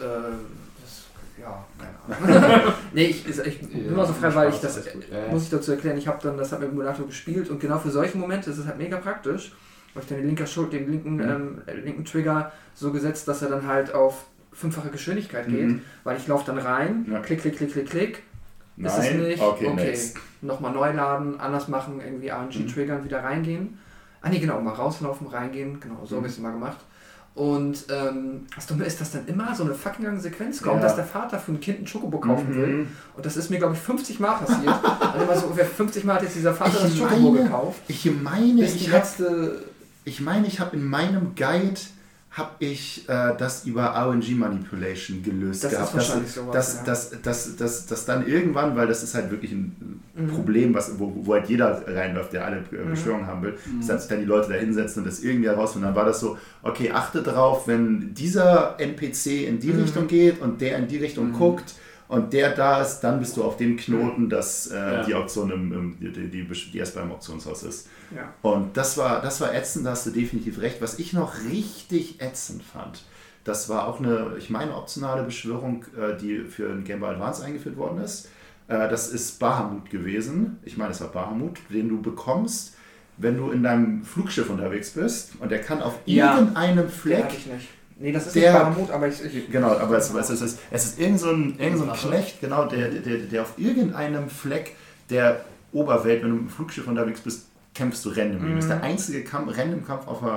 Keine Ahnung. Nee, ich bin immer so frei, weil ich das, muss ich dazu erklären, ich habe dann das halt mit dem Emulator gespielt und genau für solche Momente ist es halt mega praktisch, habe ich dann den linken Trigger so gesetzt, dass er dann halt auf 5-fache Geschwindigkeit geht, weil ich laufe dann rein, klick, klick, klick, klick, klick. Nein. Ist es nicht? Okay. Nochmal neu laden, anders machen, irgendwie RNG triggern, wieder reingehen. Mal rauslaufen, reingehen, genau, so habe ich es mal gemacht. Und das Dumme ist, dass dann immer so eine fucking lange Sequenz kommt, dass der Vater für ein Kind einen Schokobo kaufen will. Und das ist mir, glaube ich, 50 Mal passiert. Und immer so ungefähr 50 Mal hat jetzt dieser Vater das Schokobo gekauft. Ich meine, ich habe in meinem Guide das über RNG Manipulation gelöst das gehabt. Ist wahrscheinlich sowas, dass dann irgendwann, weil das ist halt wirklich ein Problem, wo halt jeder reinläuft, der alle Beschwörungen haben will, ist, dass sich dann die Leute da hinsetzen und das irgendwie herausfinden. Dann war das so, okay, achte drauf, wenn dieser NPC in die Richtung geht und der in die Richtung guckt und der da ist, dann bist du auf dem Knoten, dass die Auktion die erst beim Auktionshaus ist. Ja. Und das war ätzend, da hast du definitiv recht. Was ich noch richtig ätzend fand, das war auch eine, ich meine, optionale Beschwörung, die für den Game Boy Advance eingeführt worden ist. Das ist Bahamut gewesen. Ich meine, es war Bahamut, den du bekommst, wenn du in deinem Flugschiff unterwegs bist und der kann auf irgendeinem Fleck... Den hatte ich nicht. Nee, das ist nicht Bahamut, aber ich... Genau, aber es ist irgend so ein Knecht, genau, der auf irgendeinem Fleck der Oberwelt, wenn du mit dem Flugschiff unterwegs bist, kämpfst du random. Das ist der einzige Random-Kampf auf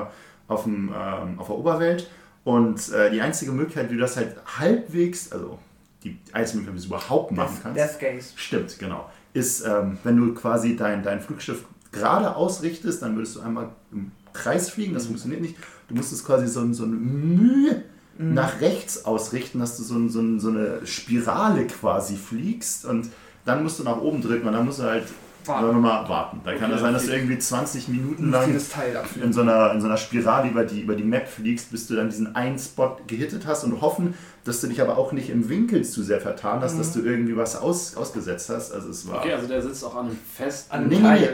der Oberwelt und die einzige Möglichkeit, wie du das halt halbwegs, also die einzige Möglichkeit, wie du es überhaupt machen kannst. Death Gaze. Stimmt, genau. Ist, wenn du quasi dein Flugschiff gerade ausrichtest, dann würdest du einmal im Kreis fliegen, das funktioniert nicht. Du musst es quasi so eine Mühe nach rechts ausrichten, dass du so eine Spirale quasi fliegst und dann musst du nach oben drücken und dann musst du halt warten. Da kann es sein, dass du irgendwie 20 Minuten lang in so einer Spirale über die Map fliegst, bis du dann diesen einen Spot gehittet hast und hoffen, dass du dich aber auch nicht im Winkel zu sehr vertan hast, dass du irgendwie was ausgesetzt hast. Also es war... Okay, also der sitzt auch an einem festen... An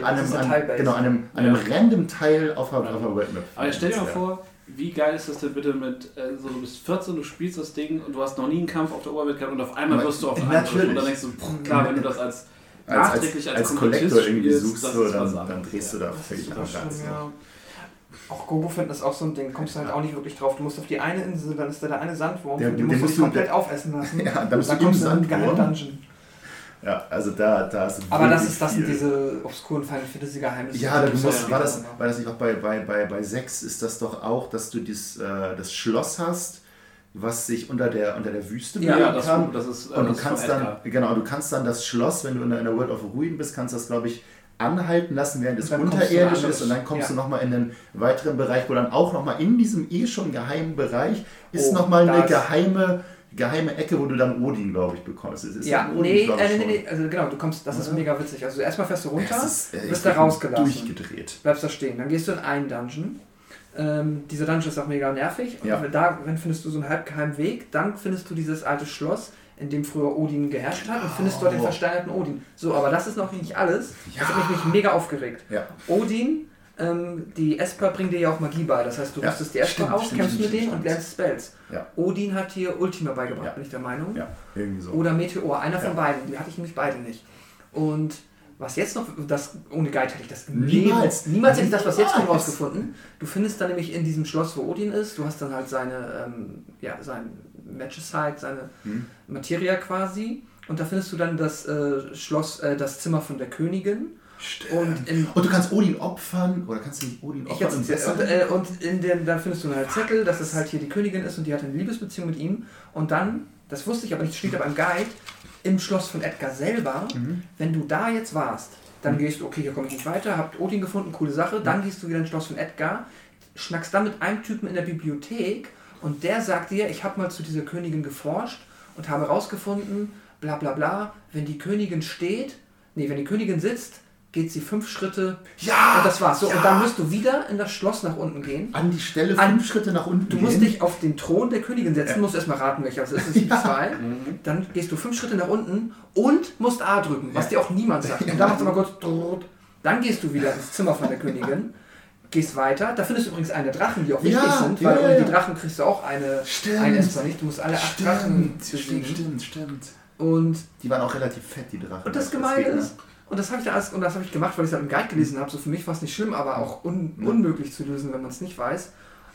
einem random Teil auf der Worldmap. Aber stell dir mal vor, wie geil ist das denn bitte mit, du bist 14, du spielst das Ding und du hast noch nie einen Kampf auf der Oberwelt gehabt und auf einmal wirst du auf einen Angriff und dann denkst du, klar, wenn du das als Collector irgendwie suchst, spielst, dann drehst du da völlig am Ganzen. Ja. Auch Gogo finden ist auch so ein Ding, kommst du halt auch nicht wirklich drauf. Du musst auf die eine Insel, dann ist da der eine Sandwurm, den musst du dich komplett aufessen lassen. Ja, dann kommst du in einen geheimen Dungeon. Ja, also da ist aber das sind diese obskuren Final Fantasy Geheimnisse. Ja, war das nicht auch bei 6 ist das doch auch, dass du das Schloss hast, was sich unter der Wüste bewegen kann. Das ist, und du kannst dann das Schloss, wenn du in der World of Ruin bist, kannst das, glaube ich, anhalten lassen, während es unterirdisch ist und dann kommst du nochmal in einen weiteren Bereich, wo dann auch nochmal in diesem schon geheimen Bereich ist nochmal eine geheime Ecke, wo du dann Odin, glaube ich, bekommst. Nee, also genau, du kommst, das ist mega witzig. Also erstmal fährst du runter, wirst da rausgelassen. Durchgedreht. Bleibst da stehen. Dann gehst du in einen Dungeon. Dieser Dungeon ist auch mega nervig. Und dann findest du so einen halbgeheimen Weg. Dann findest du dieses alte Schloss, in dem früher Odin geherrscht hat und findest dort den versteinerten Odin. So, aber das ist noch nicht alles. Das hat mich mega aufgeregt. Ja. Odin, die Esper bringt dir ja auch Magie bei. Das heißt, du rüstest die Esper aus, kämpfst mit denen und lernst Spells. Ja. Odin hat dir Ultima beigebracht, bin ich der Meinung. Ja, irgendwie so. Oder Meteor, einer von beiden. Die hatte ich nämlich beide nicht. Und was jetzt noch, ohne Guide hätte ich das niemals hätte ich das, was jetzt kommt, rausgefunden. Du findest dann nämlich in diesem Schloss, wo Odin ist, du hast dann halt sein Magicite, seine Materia quasi. Und da findest du dann das Schloss, das Zimmer von der Königin. Und du kannst Odin opfern, oder kannst du nicht Odin opfern? Dann findest du einen Zettel, dass das halt hier die Königin ist und die hat eine Liebesbeziehung mit ihm. Und dann, das wusste ich aber nicht, steht aber im Guide, im Schloss von Edgar selber, wenn du da jetzt warst, dann gehst du, okay, hier komme ich nicht weiter, habt Odin gefunden, coole Sache, dann gehst du wieder ins Schloss von Edgar, schnackst dann mit einem Typen in der Bibliothek und der sagt dir, ich habe mal zu dieser Königin geforscht und habe herausgefunden, bla bla bla, wenn die Königin sitzt, geht sie 5 Schritte und das war's. So, und dann musst du wieder in das Schloss nach unten gehen. An die Stelle 5 Schritte nach unten gehen. Du musst dich auf den Thron der Königin setzen, musst erstmal raten, welcher es ist. Es ist 2. Dann gehst du 5 Schritte nach unten und musst A drücken, was dir auch niemand sagt. Und dann machst du mal kurz. Dann gehst du wieder ins Zimmer von der Königin, gehst weiter. Da findest du übrigens eine Drachen, die auch wichtig sind, weil ohne die Drachen kriegst du auch eine Esper nicht. Du musst alle 8 Drachen besiegen. Stimmt. Und die waren auch relativ fett, die Drachen. Und das Gemeine ist, Und das habe ich gemacht, weil ich es halt im Guide gelesen habe. So für mich war es nicht schlimm, aber auch unmöglich zu lösen, wenn man es nicht weiß.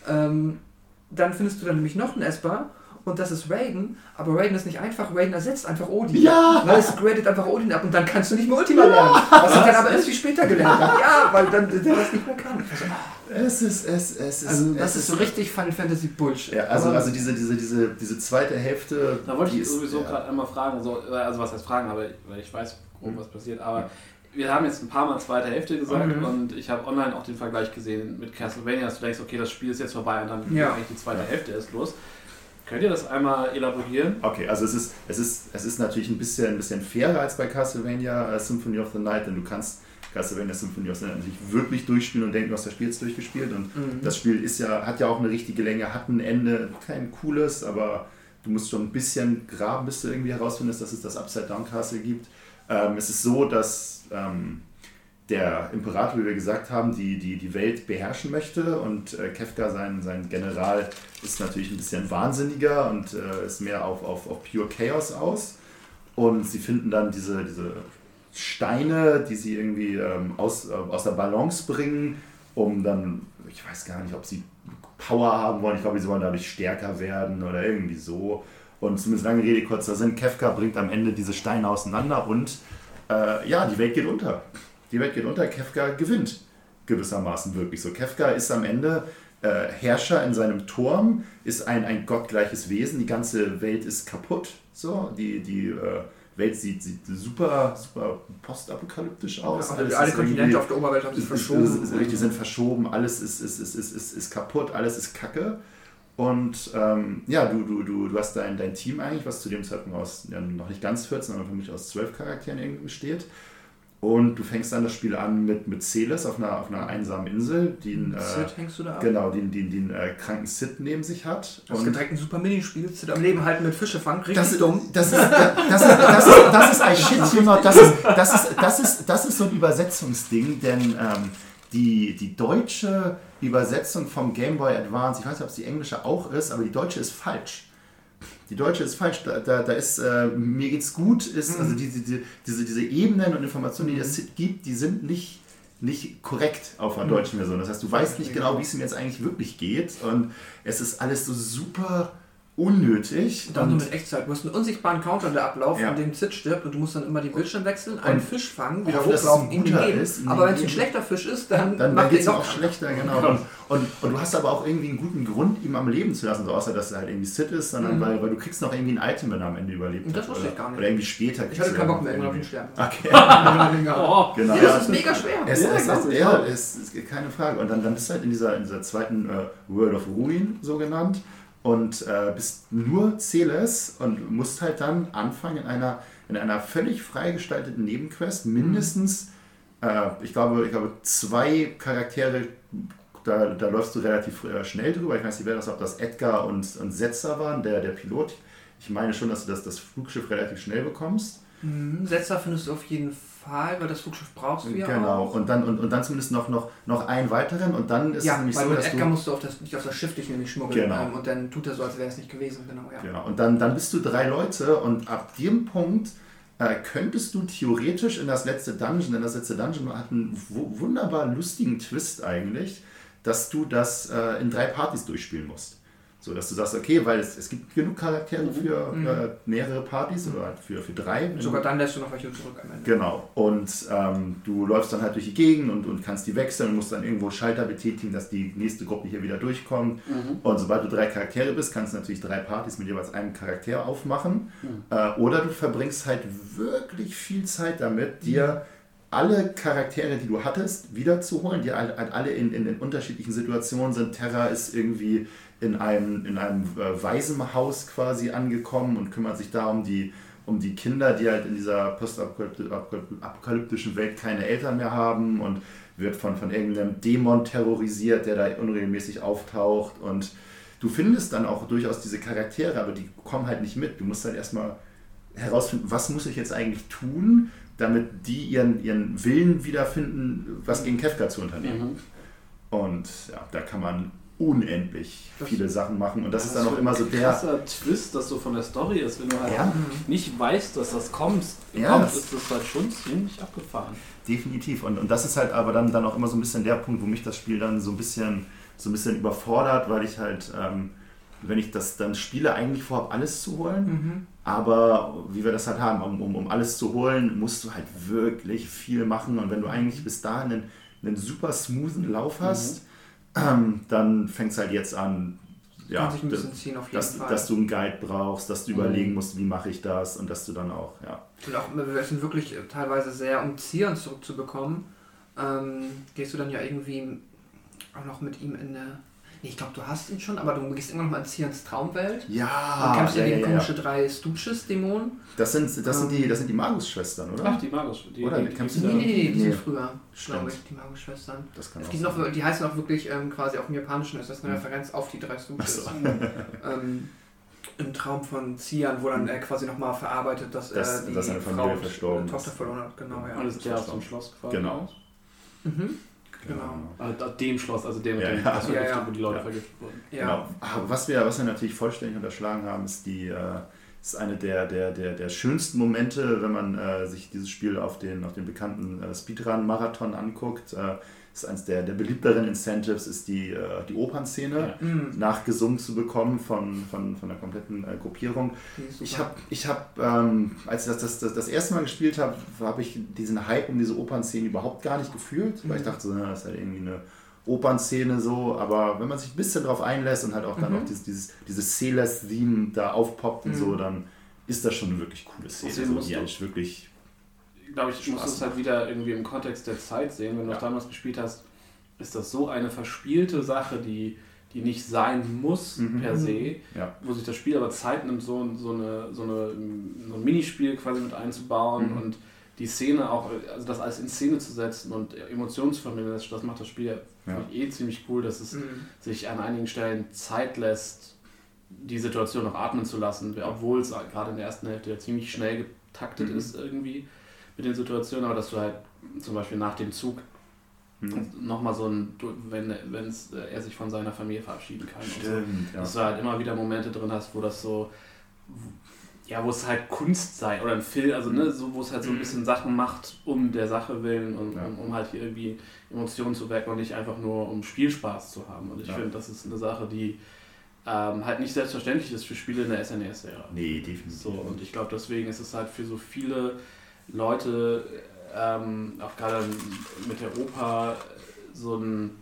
Dann findest du dann nämlich noch einen Esper und das ist Raiden, aber Raiden ist nicht einfach, Raiden ersetzt einfach Odin. Ja! Weil es gradet einfach Odin ab und dann kannst du nicht mehr Ultima lernen. Was ich dann aber erst viel später gelernt habe. Ja, weil dann der das nicht mehr kann. Es ist so richtig Final Fantasy Bullshit. Ja, also diese zweite Hälfte. Da wollte ich sowieso gerade einmal fragen, also was heißt fragen, aber weil ich weiß grob, was passiert, aber wir haben jetzt ein paar Mal zweite Hälfte gesagt und ich habe online auch den Vergleich gesehen mit Castlevania, dass du denkst, okay, das Spiel ist jetzt vorbei und dann eigentlich die zweite Hälfte ist los. Könnt ihr das einmal elaborieren? Okay, also es ist natürlich ein bisschen fairer als bei Castlevania Symphony of the Night, denn du kannst Castlevania Symphony of the Night natürlich wirklich durchspielen und denken, du hast das Spiel jetzt durchgespielt und das Spiel hat ja auch eine richtige Länge, hat ein Ende, kein cooles, aber du musst schon ein bisschen graben, bis du irgendwie herausfindest, dass es das Upside Down Castle gibt. Es ist so, dass der Imperator, wie wir gesagt haben, die Welt beherrschen möchte und Kefka, sein General, ist natürlich ein bisschen wahnsinniger und ist mehr auf Pure Chaos aus. Und sie finden dann diese Steine, die sie irgendwie aus der Balance bringen, um dann, ich weiß gar nicht, ob sie Power haben wollen, ich glaube, sie wollen dadurch stärker werden oder irgendwie so. Und zumindest lange Rede, kurzer Sinn, Kefka bringt am Ende diese Steine auseinander und die Welt geht unter. Die Welt geht unter, Kefka gewinnt gewissermaßen wirklich so. Kefka ist am Ende Herrscher in seinem Turm, ist ein gottgleiches Wesen, die ganze Welt ist kaputt. So. Die Welt sieht super, super postapokalyptisch aus. Ja, alle Kontinente auf der Oberwelt haben sich verschoben. Die sind verschoben, alles ist kaputt, alles ist Kacke. Und du hast dein Team eigentlich, was zu dem Zeitpunkt aus noch nicht ganz 14, aber für mich aus 12 Charakteren irgendwie besteht. Und du fängst dann das Spiel an mit Celes auf einer einsamen Insel, die einen hängst du da ab? Genau, den kranken Sid neben sich hat. Das ist direkt ein super Minispiel, Sid am Leben halten mit Fische fangen, richtig dumm. Das ist ein Shit-Thema, das ist so ein Übersetzungsding, denn die deutsche Übersetzung vom Game Boy Advance, ich weiß nicht, ob es die englische auch ist, aber die deutsche ist falsch. Die deutsche ist falsch, da ist mir geht's gut, also diese Ebenen und Informationen, die es gibt, die sind nicht korrekt auf einer deutschen Version. Das heißt, du weißt nicht genau, wie es ihm jetzt eigentlich wirklich geht und es ist alles so super unnötig. Und dann nur mit Echtzeit. Du hast einen unsichtbaren Counter, der abläuft, an dem Sid stirbt und du musst dann immer die Bildschirm wechseln, einen Fisch fangen, wieder hochlaufen, ihm den geben. Aber wenn es ein schlechter Fisch ist, dann macht geht es ihn auch schlechter, genau. Und du hast aber auch irgendwie einen guten Grund, ihm am Leben zu lassen, so außer dass er halt irgendwie Sid ist, sondern weil du kriegst noch irgendwie ein Item, wenn er am Ende überlebt hat. Das wusste ich gar nicht. Oder irgendwie später. Ich hatte keinen Bock mehr, irgendwann auf ihn sterben. Okay. Genau. Ja, das ist mega schwer. Es ist keine Frage. Und dann bist du halt in dieser zweiten World of Ruin, so genannt, und bist nur Celes und musst halt dann anfangen in einer völlig freigestalteten Nebenquest, mindestens, ich glaube 2 Charaktere, da läufst du relativ schnell drüber. Ich weiß nicht, ob das Edgar und Setzer waren, der Pilot. Ich meine schon, dass du das Flugschiff relativ schnell bekommst. Setzer findest du auf jeden Fall, weil das Flugschiff brauchst du ja genau. auch. Und dann zumindest noch einen weiteren und dann ist es nämlich weil so, dass Edgar musst du nicht auf das Schiff dich nämlich schmuggeln und dann tut er so, als wäre es nicht gewesen. Genau. Und dann bist du 3 Leute und ab dem Punkt könntest du theoretisch in das letzte Dungeon, denn das letzte Dungeon hat einen wunderbar lustigen Twist eigentlich, dass du das in 3 Partys durchspielen musst. So, dass du sagst, okay, weil es gibt genug Charaktere für mehrere Partys oder halt für 3. Sogar dann lässt du noch welche zurück am Ende. Genau. Und du läufst dann halt durch die Gegend und kannst die wechseln und musst dann irgendwo Schalter betätigen, dass die nächste Gruppe hier wieder durchkommt. Und sobald du 3 Charaktere bist, kannst du natürlich 3 Partys mit jeweils einem Charakter aufmachen. Oder du verbringst halt wirklich viel Zeit damit, dir alle Charaktere, die du hattest, wiederzuholen, die alle in unterschiedlichen Situationen sind. Terra ist irgendwie in einem Waisenhaus quasi angekommen und kümmert sich da um die Kinder, die halt in dieser postapokalyptischen Welt keine Eltern mehr haben und wird von irgendeinem Dämon terrorisiert, der da unregelmäßig auftaucht. Und du findest dann auch durchaus diese Charaktere, aber die kommen halt nicht mit. Du musst halt erstmal herausfinden, was muss ich jetzt eigentlich tun, damit die ihren Willen wiederfinden, was gegen Kefka zu unternehmen. Und ja, da kann man unendlich viele Sachen machen und das ist dann auch immer so der krasser Twist, das so von der Story ist, wenn du halt nicht weißt, dass das kommt, ist das halt schon ziemlich abgefahren. Definitiv und das ist halt aber dann auch immer so ein bisschen der Punkt, wo mich das Spiel dann so ein bisschen überfordert, weil ich halt, wenn ich das dann spiele, eigentlich vorhabe, alles zu holen, aber wie wir das halt haben, um alles zu holen, musst du halt wirklich viel machen und wenn du eigentlich bis dahin einen super smoothen Lauf hast, dann fängt es halt jetzt an, kann sich ein bisschen ziehen auf jeden Fall. Dass du einen Guide brauchst, dass du überlegen musst, wie mache ich das und dass du dann auch, Und auch, wir sind wirklich teilweise sehr, um Zieren zurückzubekommen, gehst du dann ja irgendwie auch noch mit ihm in eine... Nee, ich glaube, du hast ihn schon, aber du gehst immer noch mal ins Zions Traumwelt. Ja. Und kämpfst ja gegen komische 3 Stooges-Dämonen. Das sind die Magus-Schwestern, oder? Ach, die Magus. Nee, die sind früher, glaube ich, die Magus-Schwestern. Das kann die heißen auch wirklich quasi auch im Japanischen, ist das eine Referenz auf die 3 Stooges. So. Im Traum von Cian, wo dann quasi nochmal verarbeitet, dass seine Familie verstorben ist. Tochter verloren hat, genau, ja. Und das ist der aus dem Schloss quasi. Genau. Genau. Dem Schloss, also dem, wo die Leute vergiftet wurden. Ja. Genau. Aber was wir natürlich vollständig unterschlagen haben, ist ist eine der schönsten Momente, wenn man sich dieses Spiel auf den bekannten Speedrun-Marathon anguckt. Ist eines der beliebteren Incentives, ist die Opernszene nachgesungen zu bekommen von der kompletten Gruppierung. Ich habe, als ich das erste Mal gespielt habe, habe ich diesen Hype um diese Opernszene überhaupt gar nicht gefühlt, weil ich dachte, so, das ist halt irgendwie eine Opernszene so, aber wenn man sich ein bisschen drauf einlässt und halt auch dann auch dieses Celeste-Theme da aufpoppt und so, dann ist das schon eine wirklich coole Szene, so, die eigentlich wirklich... Glaube ich, musst du es halt wieder irgendwie im Kontext der Zeit sehen. Wenn du es damals gespielt hast, ist das so eine verspielte Sache, die nicht sein muss per se, wo sich das Spiel aber Zeit nimmt, so ein Minispiel quasi mit einzubauen und die Szene auch, also das alles in Szene zu setzen und Emotionen zu vermitteln, das macht das Spiel ziemlich cool, dass es sich an einigen Stellen Zeit lässt, die Situation noch atmen zu lassen, obwohl es gerade in der ersten Hälfte ja ziemlich schnell getaktet ist irgendwie mit den Situationen, aber dass du halt zum Beispiel nach dem Zug nochmal so wenn er sich von seiner Familie verabschieden kann. Stimmt, dass du halt immer wieder Momente drin hast, wo das so, wo es halt Kunst sei oder ein Film, also wo es halt so ein bisschen Sachen macht, um der Sache willen und um halt hier irgendwie Emotionen zu wecken und nicht einfach nur um Spielspaß zu haben. Und ich finde, das ist eine Sache, die halt nicht selbstverständlich ist für Spiele in der SNES-Ära. Nee, definitiv. So, und ich glaube, deswegen ist es halt für so viele Leute, auch gerade mit der Oper, so ein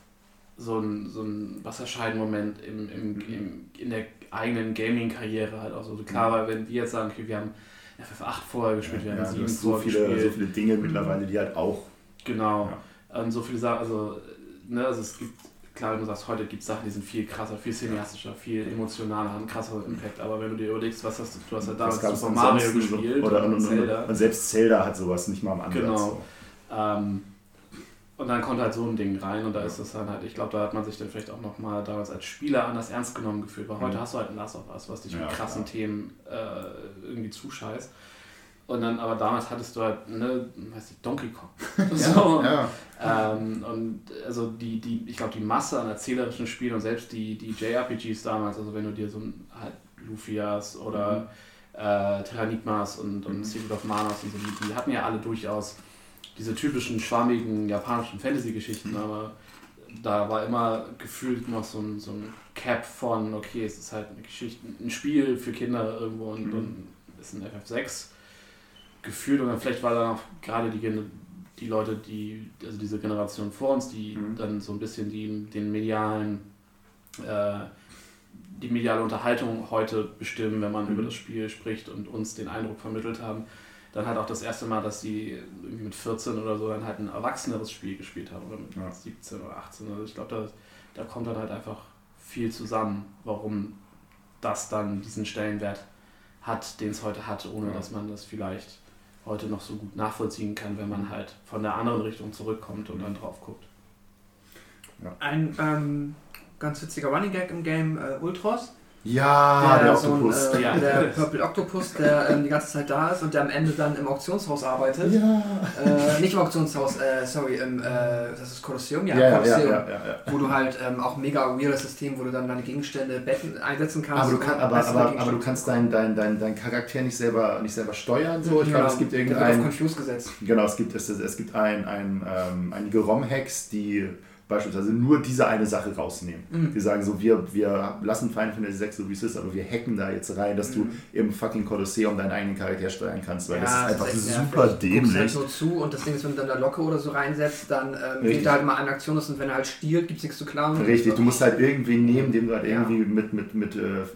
Wasserscheiden-Moment in der eigenen Gaming-Karriere halt auch so. Klar, weil wenn wir jetzt sagen, okay, wir haben FF8 vorher gespielt, wir haben 7 vorher gespielt. So viele Dinge mittlerweile, die halt auch... Genau. Und so viele Sachen, also es gibt, klar, wenn du sagst, heute gibt es Sachen, die sind viel krasser, viel cineastischer, viel emotionaler, haben einen krasseren Impact, aber wenn du dir überlegst, du hast halt damals Super Mario gespielt und Zelda. Und selbst Zelda hat sowas nicht mal am Ansatz. Genau. So. Und dann kommt halt so ein Ding rein und da ist das dann halt, ich glaube, da hat man sich dann vielleicht auch nochmal damals als Spieler anders ernst genommen gefühlt, weil heute hast du halt ein Last of Us, was dich mit krassen Themen irgendwie zuscheißt. Und dann, aber damals hattest du halt, Donkey Kong. So. Und also ich glaube, die Masse an erzählerischen Spielen und selbst die JRPGs damals, also wenn du dir so halt Lufias oder Terranigmas und Secret of Manas und so, die hatten ja alle durchaus diese typischen schwammigen japanischen Fantasy-Geschichten, aber da war immer gefühlt noch so ein Cap von, okay, es ist halt eine Geschichte, ein Spiel für Kinder irgendwo und ist ein FF6 gefühlt und dann vielleicht war da noch gerade die Leute, also diese Generation vor uns, die dann so ein bisschen die mediale Unterhaltung heute bestimmen, wenn man über das Spiel spricht und uns den Eindruck vermittelt haben, dann halt auch das erste Mal, dass sie irgendwie mit 14 oder so dann halt ein erwachseneres Spiel gespielt haben oder mit 17 oder 18. Also ich glaube, da kommt dann halt einfach viel zusammen, warum das dann diesen Stellenwert hat, den es heute hat, ohne dass man das vielleicht heute noch so gut nachvollziehen kann, wenn man halt von der anderen Richtung zurückkommt und dann drauf guckt. Ja. Ein ganz witziger Running Gag im Game Ultros. Ja, der Octopus. Der Purple Octopus, der die ganze Zeit da ist und der am Ende dann im Auktionshaus arbeitet. Ja. Nicht im Auktionshaus, das ist Kolosseum, Kolosseum. Ja. Wo du halt auch mega weirdes System, wo du dann deine Gegenstände, Betten einsetzen kannst. Aber du kannst deinen Charakter nicht selber steuern. So. Ich glaube, es gibt irgendein Confuse gesetzt. Genau, es gibt einige ROM-Hacks, die beispielsweise nur diese eine Sache rausnehmen. Die sagen so, wir lassen Final Fantasy 6 so wie es ist, aber wir hacken da jetzt rein, dass du im fucking Kolosseum deinen eigenen Charakter steuern kannst, weil das ist einfach super dämlich. Du guckst halt nur zu und das Ding ist, wenn du dann da Locke oder so reinsetzt, dann geht da halt mal eine Aktion ist und wenn er halt stiehlt, gibt es nichts zu klauen. Richtig, du musst halt irgendwie nehmen, dem du halt irgendwie mit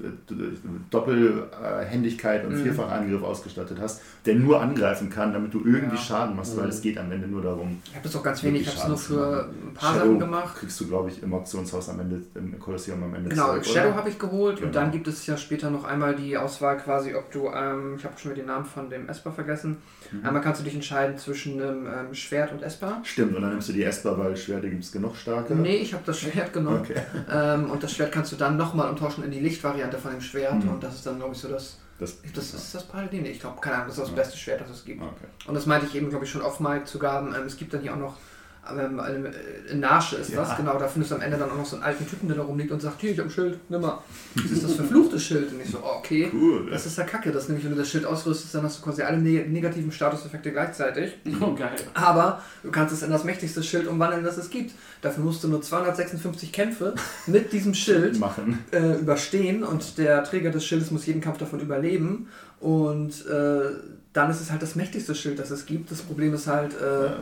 Doppelhändigkeit und Vierfachangriff ausgestattet hast, der nur angreifen kann, damit du irgendwie Schaden machst, weil es geht am Ende nur darum. Ich habe das auch ganz wenig, ich habe es nur für ein paar Sachen gemacht. Kriegst du, glaube ich, im Auktionshaus am Ende, im Kolosseum am Ende. Genau, Shadow habe ich geholt und dann gibt es ja später noch einmal die Auswahl quasi, ob du, ich habe schon wieder den Namen von dem Esper vergessen, einmal kannst du dich entscheiden zwischen einem Schwert und Esper. Stimmt, und dann nimmst du die Esper, weil Schwerte gibt es genug starke. Nee, ich habe das Schwert genommen. Okay. Und das Schwert kannst du dann nochmal umtauschen in die Lichtvariante von dem Schwert und das ist dann, glaube ich, so das ist das Paladin. Ich glaube, keine Ahnung, das ist das beste Schwert, das es gibt. Okay. Und das meinte ich eben, glaube ich, schon off-mic zu gaben. Es gibt dann hier auch noch in Narsche ist das, genau, da findest du am Ende dann auch noch so einen alten Typen, der da rumliegt und sagt, hier, ich hab ein Schild, nimm mal. Das ist das verfluchte Schild. Und ich so, okay, cool, das ist ja Kacke, das nämlich, wenn du das Schild ausrüstest, dann hast du quasi alle negativen Statuseffekte gleichzeitig. Oh, geil. Aber du kannst es in das mächtigste Schild umwandeln, das es gibt. Dafür musst du nur 256 Kämpfe mit diesem Schild überstehen und der Träger des Schildes muss jeden Kampf davon überleben und dann ist es halt das mächtigste Schild, das es gibt. Das Problem ist halt,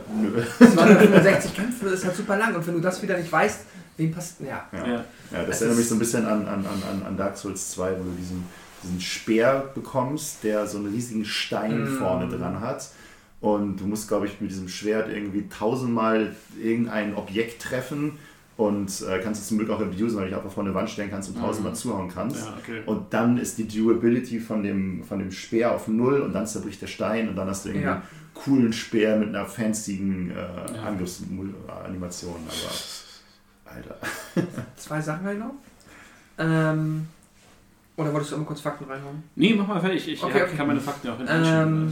265 Kämpfe ist halt super lang und wenn du das wieder nicht weißt, wem passt. Ja, das erinnert mich so ein bisschen an Dark Souls 2, wo du diesen Speer bekommst, der so einen riesigen Stein vorne dran hat. Und du musst, glaube ich, mit diesem Schwert irgendwie 1000-mal irgendein Objekt treffen. Und kannst es zum Glück auch abusen, weil du dich einfach vor eine Wand stellen kannst und 1000-mal zuhauen kannst. Ja, okay. Und dann ist die Durability von dem Speer auf 0 und dann zerbricht der Stein und dann hast du irgendwie einen coolen Speer mit einer fancyen Angriffsanimation. Aber, Alter. 2 Sachen halt noch. Oder wolltest du immer kurz Fakten reinhauen? Nee, mach mal fertig. Ich kann meine Fakten auch hinschieben.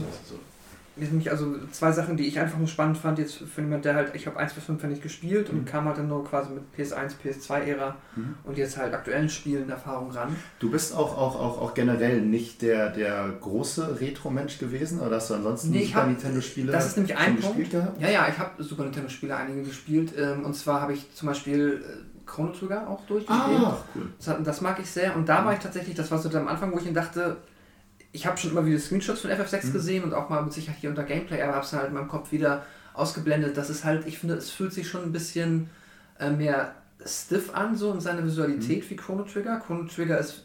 Also 2 Sachen, die ich einfach nur spannend fand, jetzt für jemand, der halt, ich habe 1 bis 5 nicht gespielt und kam halt dann nur quasi mit PS1, PS2-Ära und jetzt halt aktuellen Spielen Erfahrung ran. Du bist auch generell nicht der große Retro-Mensch gewesen, oder hast du ansonsten Super Nintendo-Spiele das ist nämlich ein Punkt. Gehabt? Ja, ich habe Super Nintendo-Spiele einige gespielt und zwar habe ich zum Beispiel Chrono Trigger auch durchgespielt. Cool. Das mag ich sehr und da war ich tatsächlich, das war so am Anfang, wo ich dachte, ich habe schon immer wieder Screenshots von FF6 gesehen und auch mal mit Sicherheit hier unter Gameplay, aber habe es halt in meinem Kopf wieder ausgeblendet. Das ist halt, ich finde, es fühlt sich schon ein bisschen mehr stiff an, so in seiner Visualität wie Chrono Trigger. Chrono Trigger ist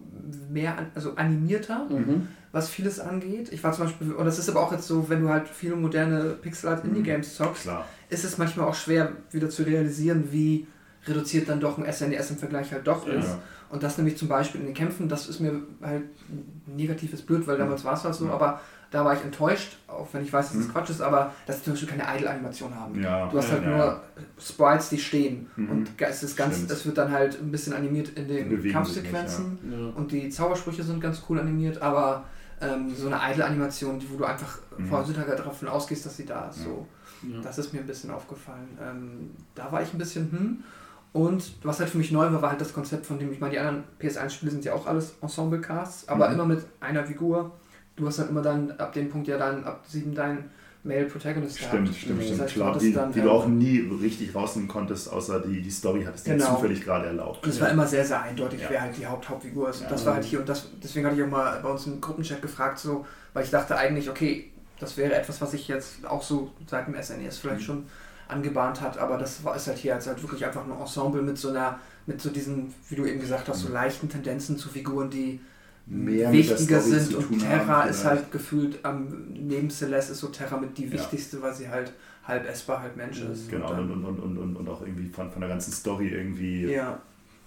mehr animierter, was vieles angeht. Ich war zum Beispiel, und das ist aber auch jetzt so, wenn du halt viele moderne Pixel-Art-Indie-Games zockst, ist es manchmal auch schwer wieder zu realisieren, wie reduziert dann doch ein SNES im Vergleich halt doch ist. Ja. Und das nämlich zum Beispiel in den Kämpfen, das ist mir halt negativ ist blöd, weil damals war es halt so, aber da war ich enttäuscht, auch wenn ich weiß, dass das Quatsch ist, aber dass sie zum Beispiel keine Idle-Animation haben. Ja. Du hast halt nur Sprites, die stehen und es wird dann halt ein bisschen animiert in den Kampfsequenzen und die Zaubersprüche sind ganz cool animiert, aber so eine Idle-Animation, wo du einfach heutzutage davon ausgehst, dass sie da ist, so. Das ist mir ein bisschen aufgefallen. Da war ich ein bisschen Und was halt für mich neu war halt das Konzept, von dem, ich meine, die anderen PS1-Spiele sind ja auch alles Ensemble-Casts, aber immer mit einer Figur. Du hast halt immer dann ab dem Punkt ab 7 dein Male Protagonist gehabt. Stimmt. Das heißt, klar, die du auch nie richtig rausnehmen konntest, außer die Story hattest dir zufällig gerade erlaubt. Und es war immer sehr, sehr eindeutig, wer halt die Hauptfigur ist. Und das war halt hier und deswegen hatte ich auch mal bei uns im Gruppenchat gefragt, so, weil ich dachte eigentlich, okay, das wäre etwas, was ich jetzt auch so seit dem SNES vielleicht schon angebahnt hat, aber das ist halt hier halt wirklich einfach ein Ensemble mit so diesen, wie du eben gesagt hast, so leichten Tendenzen zu Figuren, die mehr wichtiger sind und Terra ist halt gefühlt neben Celeste ist so Terra mit die wichtigste, weil sie halt halb Esper, halb Mensch ist. Genau, und auch irgendwie von der ganzen Story irgendwie. Ja.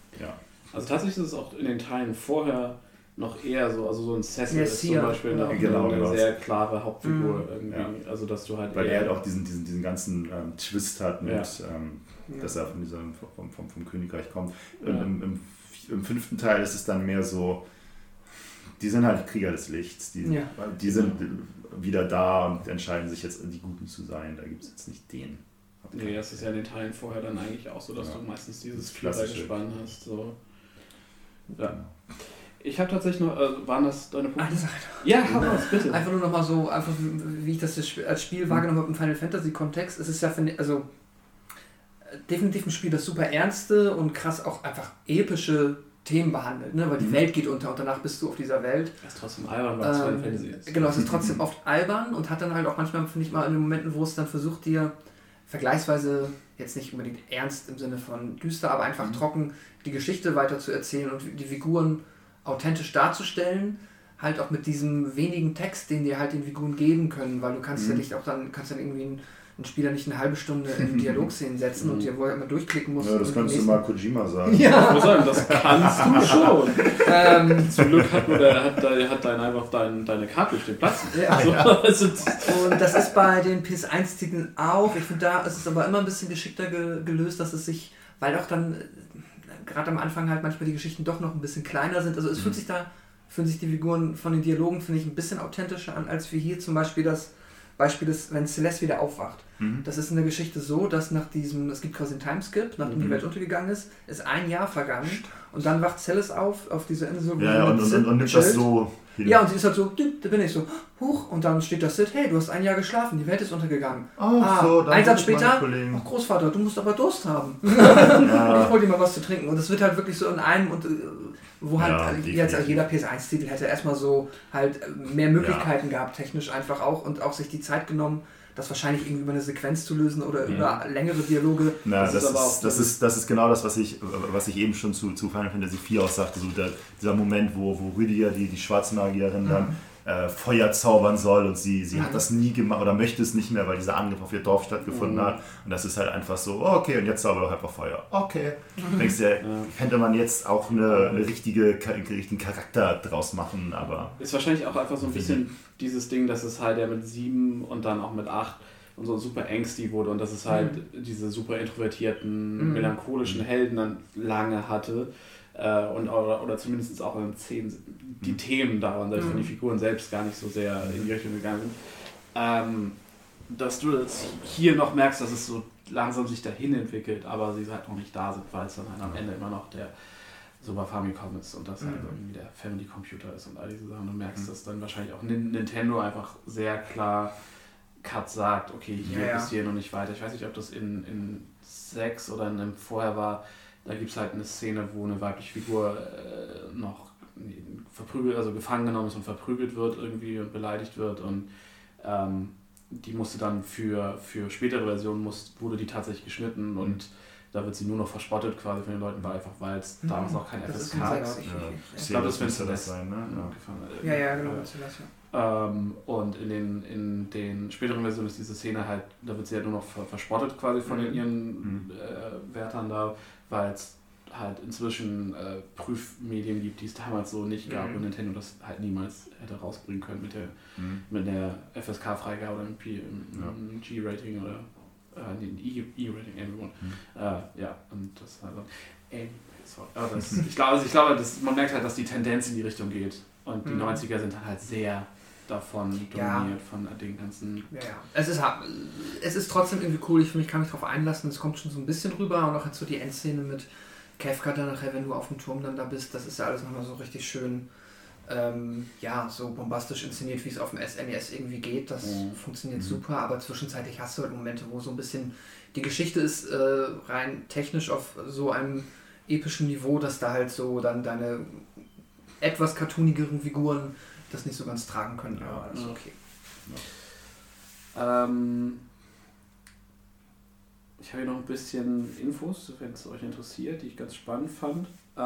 Also tatsächlich ist es auch in den Teilen vorher noch eher so, also so ein Cecil ist zum Beispiel eine sehr klare Hauptfigur irgendwie, also dass du halt... Weil er halt auch diesen ganzen Twist hat mit dass er von vom Königreich kommt. Und im 5. Teil ist es dann mehr so, die sind halt Krieger des Lichts, die sind wieder da und entscheiden sich jetzt, die Guten zu sein. Da gibt es jetzt nicht den. Nee, das ist ja in den Teilen vorher dann eigentlich auch so, dass du meistens dieses Vierergespann hast. So. Ja. Ich habe tatsächlich noch, waren das deine Punkte? Eine Sache. Ja, hau raus, bitte. Einfach nur nochmal so, einfach wie ich das als Spiel wahrgenommen habe im Final Fantasy Kontext. Es ist ja, also definitiv ein Spiel, das super ernste und krass auch einfach epische Themen behandelt, ne? Weil die Welt geht unter und danach bist du auf dieser Welt. Das ist trotzdem albern, weil es Final Fantasy ist. Genau, es ist trotzdem oft albern und hat dann halt auch manchmal, finde ich mal, in den Momenten, wo es dann versucht, dir vergleichsweise, jetzt nicht unbedingt ernst im Sinne von düster, aber einfach trocken die Geschichte weiter zu erzählen und die Figuren authentisch darzustellen, halt auch mit diesem wenigen Text, den dir halt den Figuren geben können, weil du kannst ja nicht auch dann, irgendwie einen Spieler nicht eine halbe Stunde in Dialogszenen setzen und dir wo er immer durchklicken muss. Ja, das könntest du mal Kojima sagen. Ja. Ich muss sagen, das kannst du schon. Zum Glück hat deine Cartridge den Platz. Ja. Und das ist bei den PS1-Titeln auch. Ich finde, da ist es aber immer ein bisschen geschickter gelöst, dass es sich, weil auch dann gerade am Anfang halt manchmal die Geschichten doch noch ein bisschen kleiner sind. Also es fühlen sich die Figuren von den Dialogen, finde ich, ein bisschen authentischer an, als wir hier zum Beispiel das Beispiel ist, wenn Celeste wieder aufwacht. Das ist in der Geschichte so, dass es gibt quasi einen Timeskip, nachdem die Welt untergegangen ist 1 Jahr vergangen und dann wacht Celeste auf dieser Insel. Und nimmt das so hin. Ja, und sie ist halt so, da bin ich so, huch, und dann steht da Sid, hey, du hast 1 Jahr geschlafen, die Welt ist untergegangen. So, ein Satz später, Großvater, du musst aber Durst haben. Ich hol dir mal was zu trinken. Und es wird halt wirklich so in einem, und wo halt jetzt jeder PS1-Titel hätte erstmal so halt mehr Möglichkeiten gehabt, technisch einfach auch, und auch sich die Zeit genommen, das wahrscheinlich irgendwie über eine Sequenz zu lösen oder über längere Dialoge. Das ist genau das, was ich eben schon zu Final Fantasy 4 auch sagte, so dieser Moment, wo Rydia, die Schwarzmagierin, dann Feuer zaubern soll und sie hat das nie gemacht oder möchte es nicht mehr, weil dieser Angriff auf ihr Dorf stattgefunden hat, und das ist halt einfach so, okay, und jetzt zauber doch einfach Feuer. Okay. Denkst du, könnte man jetzt auch einen richtigen Charakter draus machen, aber... Ist wahrscheinlich auch einfach so ein bisschen dieses Ding, dass es halt mit 7 und dann auch mit 8 und so super angsty wurde und dass es halt diese super introvertierten, melancholischen Helden dann lange hatte. Oder zumindest auch in 10 die Themen daran, von den Figuren selbst gar nicht so sehr in die Richtung gegangen sind. Dass du das hier noch merkst, dass es so langsam sich dahin entwickelt, aber sie halt noch nicht da sind, weil es dann halt am Ende immer noch der Super Famicom ist und das halt irgendwie der Family Computer ist und all diese Sachen. Du merkst, dass dann wahrscheinlich auch Nintendo einfach sehr klar Cut sagt, okay, hier bis hier noch nicht weiter. Ich weiß nicht, ob das in 6 oder in einem vorher war. Da gibt es halt eine Szene, wo eine weibliche Figur noch verprügelt, also gefangen genommen ist und verprügelt wird irgendwie und beleidigt wird, und die musste dann für spätere Versionen wurde die tatsächlich geschnitten und da wird sie nur noch verspottet quasi von den Leuten, weil es damals auch kein FSK gab. Ich glaube, das wird das sein, ne? Ja, genau, und in den späteren Versionen ist diese Szene halt, da wird sie halt nur noch verspottet quasi von ihren Wärtern da, weil es halt inzwischen Prüfmedien gibt, die es damals so nicht gab und Nintendo das halt niemals hätte rausbringen können mit der FSK-Freigabe oder im G-Rating oder E-Rating, everyone. Und das halt ich glaube, man merkt halt, dass die Tendenz in die Richtung geht und die 90er sind dann halt sehr davon dominiert, von den ganzen... Ja. Es ist trotzdem irgendwie cool, ich kann mich drauf einlassen, es kommt schon so ein bisschen rüber, und auch jetzt so die Endszene mit Kefka dann nachher, wenn du auf dem Turm dann da bist, das ist ja alles nochmal so richtig schön, so bombastisch inszeniert, wie es auf dem SNES irgendwie geht, das funktioniert super, aber zwischenzeitlich hast du halt Momente, wo so ein bisschen, die Geschichte ist rein technisch auf so einem epischen Niveau, dass da halt so dann deine etwas cartoonigeren Figuren das nicht so ganz tragen können, aber alles okay. Ich habe hier noch ein bisschen Infos, wenn es euch interessiert, die ich ganz spannend fand.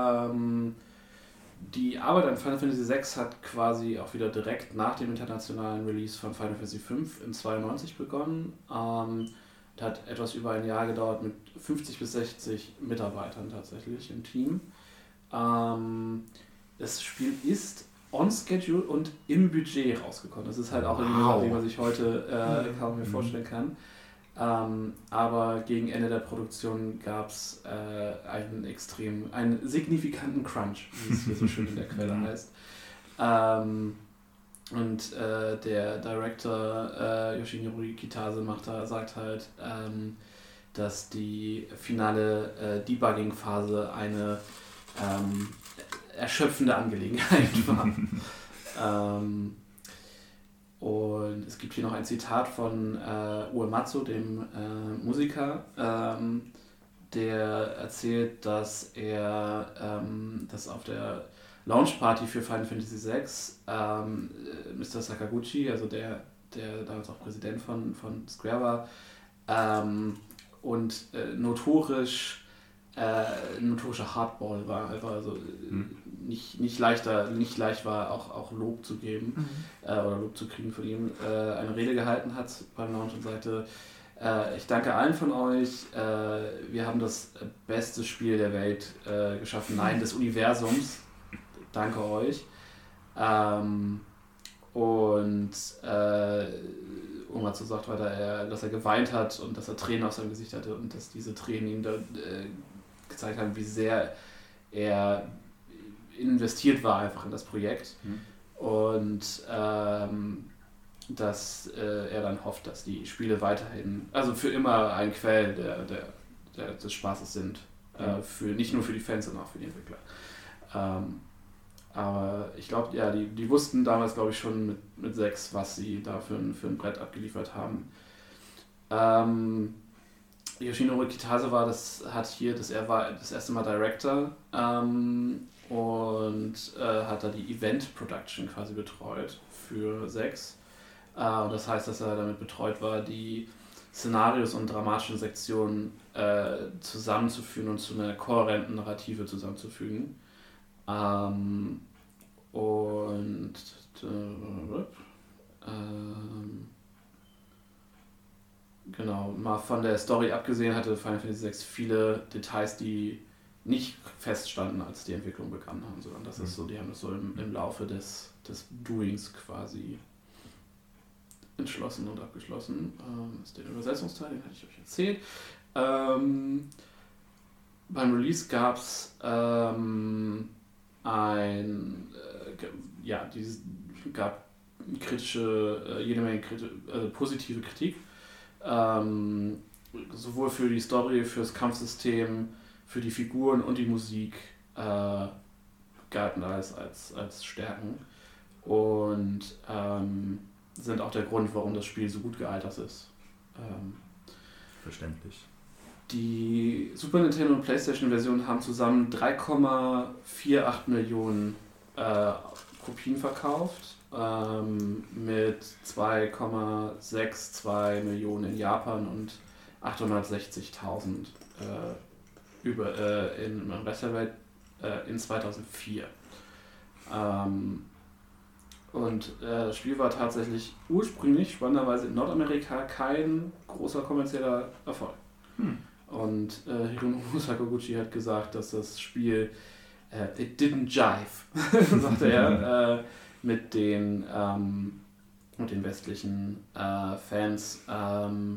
Die Arbeit an Final Fantasy VI hat quasi auch wieder direkt nach dem internationalen Release von Final Fantasy V in 92 begonnen. Hat etwas über ein Jahr gedauert mit 50 bis 60 Mitarbeitern tatsächlich im Team. Das Spiel ist on schedule und im Budget rausgekommen. Das ist halt auch eine Sache, die man sich heute kaum mehr vorstellen kann. Aber gegen Ende der Produktion gab es einen signifikanten Crunch, wie es hier so schön in der Quelle heißt. Und der Director Yoshinori Kitase sagt halt, dass die finale Debugging-Phase eine erschöpfende Angelegenheit war. Und es gibt hier noch ein Zitat von Uematsu, dem Musiker, der erzählt, dass er dass auf der Launchparty für Final Fantasy VI Mr. Sakaguchi, also der damals auch Präsident von Square war, und notorischer Hardball war, also nicht leicht war, auch Lob zu geben oder Lob zu kriegen von ihm, eine Rede gehalten hat beim Launch und sagte, ich danke allen von euch, wir haben das beste Spiel der Welt geschaffen, nein, des Universums, danke euch. Uematsu sagt weiter, dass er geweint hat und dass er Tränen auf seinem Gesicht hatte und dass diese Tränen ihm gezeigt haben, wie sehr er investiert war einfach in das Projekt und dass er dann hofft, dass die Spiele weiterhin, also für immer ein Quell des Spaßes sind, nicht nur für die Fans, sondern auch für die Entwickler. Aber ich glaube, ja, die wussten damals, glaube ich, schon mit 6, was sie da für ein Brett abgeliefert haben. Yoshinori Kitase war das erste Mal Director und hat da die Event Production quasi betreut für 6. Und das heißt, dass er damit betreut war, die Szenarios und dramatischen Sektionen zusammenzuführen und zu einer kohärenten Narrative zusammenzufügen. Genau, mal von der Story abgesehen hatte Final Fantasy VI viele Details, die nicht feststanden, als die Entwicklung begann haben, sondern das ist so, die haben das so im Laufe des Doings quasi entschlossen und abgeschlossen. Das ist der Übersetzungsteil, den hatte ich euch erzählt. Beim Release gab es gab jede Menge positive Kritik, sowohl für die Story, für das Kampfsystem, für die Figuren und die Musik galten als Stärken und sind auch der Grund, warum das Spiel so gut gealtert ist. Verständlich. Die Super Nintendo und PlayStation Version haben zusammen 3,48 Millionen Kopien verkauft, mit 2,62 Millionen in Japan und 860.000 im Rest der Welt in 2004. Das Spiel war tatsächlich ursprünglich, spannenderweise in Nordamerika, kein großer kommerzieller Erfolg. Und Hironobu Sakaguchi hat gesagt, dass das Spiel it didn't jive, sagte er, mit den westlichen Fans. Und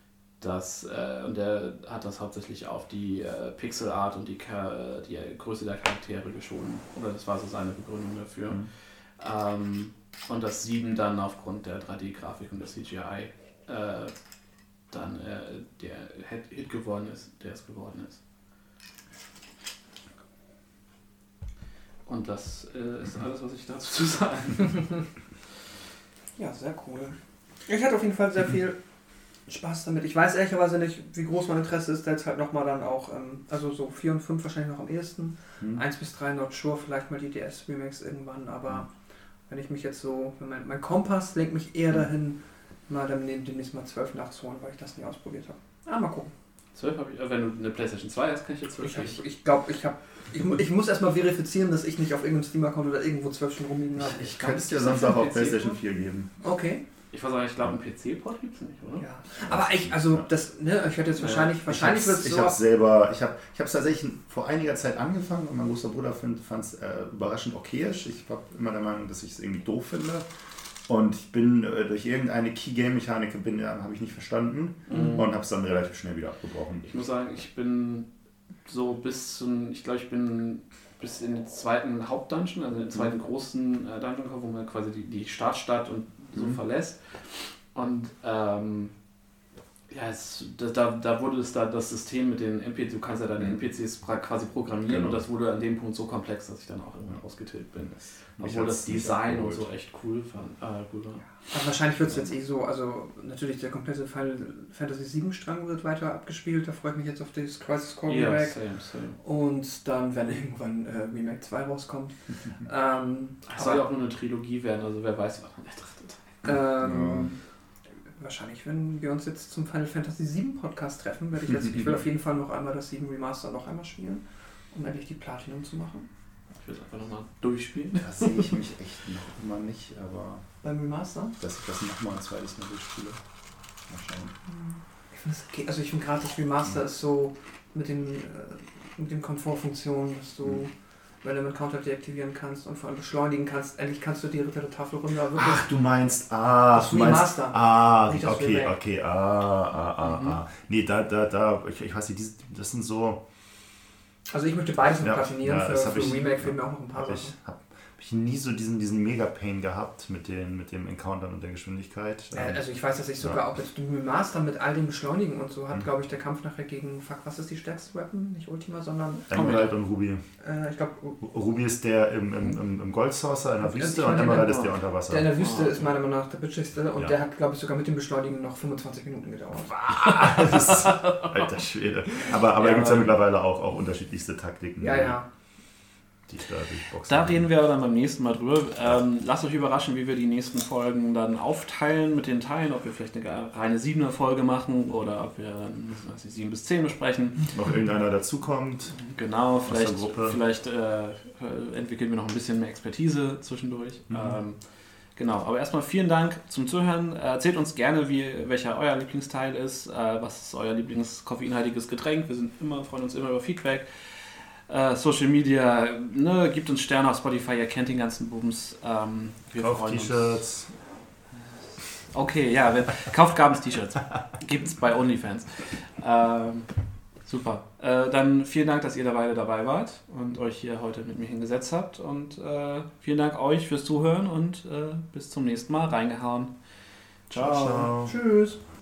er hat das hauptsächlich auf die Pixel Art und die Größe der Charaktere geschoben. Oder das war so seine Begründung dafür. Und dass 7 dann aufgrund der 3D-Grafik und der CGI dann der Hit geworden ist, der es geworden ist. Und das ist alles, was ich dazu zu sagen. Ja, sehr cool. Ich hatte auf jeden Fall sehr viel Spaß damit. Ich weiß ehrlicherweise nicht, wie groß mein Interesse ist, jetzt halt nochmal dann auch, also so 4 und 5 wahrscheinlich noch am ehesten. 1 bis 3 not sure, vielleicht mal die DS-Remakes irgendwann, aber wenn ich mich jetzt so, mein Kompass lenkt mich eher dahin, mal dann demnächst mal 12 nachzuholen, weil ich das nie ausprobiert habe. Mal gucken. 12 habe ich, wenn du eine PlayStation 2 hast, kann ich jetzt 12 nicht. Ich glaube, ich muss erstmal verifizieren, dass ich nicht auf irgendeinem Steam-Account oder irgendwo 12 schon rumliegen habe. Ich könnte es dir sonst auch auf PlayStation 4 geben. Okay. Ich weiß auch, ich glaube, einen PC-Port gibt es nicht, oder? Ja. Aber ich werde jetzt wahrscheinlich wird es so... Ich habe es tatsächlich vor einiger Zeit angefangen und mein großer Bruder fand es überraschend okayisch. Ich war immer der Meinung, dass ich es irgendwie doof finde. Und ich bin durch irgendeine Key-Game-Mechanik habe ich nicht verstanden und habe es dann relativ schnell wieder abgebrochen. Ich muss sagen, ich bin so bis in den zweiten Hauptdungeon, also den zweiten großen Dungeon kommt, wo man quasi die Startstadt und so verlässt. Und da wurde das System mit den NPCs, du kannst ja deine NPCs quasi programmieren und das wurde an dem Punkt so komplex, dass ich dann auch irgendwann ausgetilgt bin. Obwohl das Design und so echt cool war. Aber wahrscheinlich wird es jetzt so, also natürlich der komplette Final Fantasy VII Strang wird weiter abgespielt, da freue ich mich jetzt auf das Crisis Core Remake. Same. Und dann, wenn irgendwann Remake 2 rauskommt. Es soll ja auch nur eine Trilogie werden, also wer weiß, was man der dritte Teil. Wahrscheinlich, wenn wir uns jetzt zum Final Fantasy VII Podcast treffen, ich will auf jeden Fall noch einmal das 7 Remaster noch einmal spielen, um endlich die Platinum zu machen. Ich will es einfach nochmal durchspielen. Da sehe ich mich echt noch immer nicht, aber... Beim Remaster? Dass ich das nochmal ein zweites Mal durchspiele. Mal schauen. Ich finde es okay. Also ich finde gerade das Remaster ist so mit den Komfortfunktionen, dass du Element Counter deaktivieren kannst und vor allem beschleunigen kannst. Endlich kannst du die Ritter der Tafelrunde wirklich... Ach, du meinst... das Remaster. Okay. Nee, ich weiß nicht, das sind so... Also ich möchte beides noch platinieren, für Remake fehlen mir auch noch ein paar Sachen. Ich nie so diesen Mega-Pain gehabt mit dem Encountern und der Geschwindigkeit. Also ich weiß, dass ich sogar auch jetzt dem Remaster mit all dem Beschleunigen und so hat, glaube ich, der Kampf nachher gegen, was ist die stärkste Weapon? Nicht Ultima, sondern... Emerald und Ruby. Ich glaube... Ruby ist der im Gold Saucer in der Wüste und Emerald ist der unter Wasser. Der in der Wüste ist meiner Meinung nach der bitchigste und der hat, glaube ich, sogar mit dem Beschleunigen noch 25 Minuten gedauert. Was? Alter Schwede. Aber da gibt es ja mittlerweile auch unterschiedlichste Taktiken. Ja. Da reden wir dann beim nächsten Mal drüber. Lasst euch überraschen, wie wir die nächsten Folgen dann aufteilen mit den Teilen, ob wir vielleicht eine reine 7er-Folge machen oder ob wir 7 bis 10 besprechen. Noch irgendeiner dazukommt. Genau, vielleicht entwickeln wir noch ein bisschen mehr Expertise zwischendurch. Genau, aber erstmal vielen Dank zum Zuhören. Erzählt uns gerne, welcher euer Lieblingsteil ist, was ist euer Lieblingskoffeinhaltiges Getränk. Wir freuen uns immer über Feedback. Social Media, gibt uns Sterne auf Spotify, ihr kennt den ganzen Bums. Kauft T-Shirts. Okay, ja, kauft Gabens T-Shirts. Gibt's bei OnlyFans. Super. Dann vielen Dank, dass ihr dabei wart und euch hier heute mit mir hingesetzt habt. Und vielen Dank euch fürs Zuhören und bis zum nächsten Mal. Reingehauen. Ciao. Tschüss.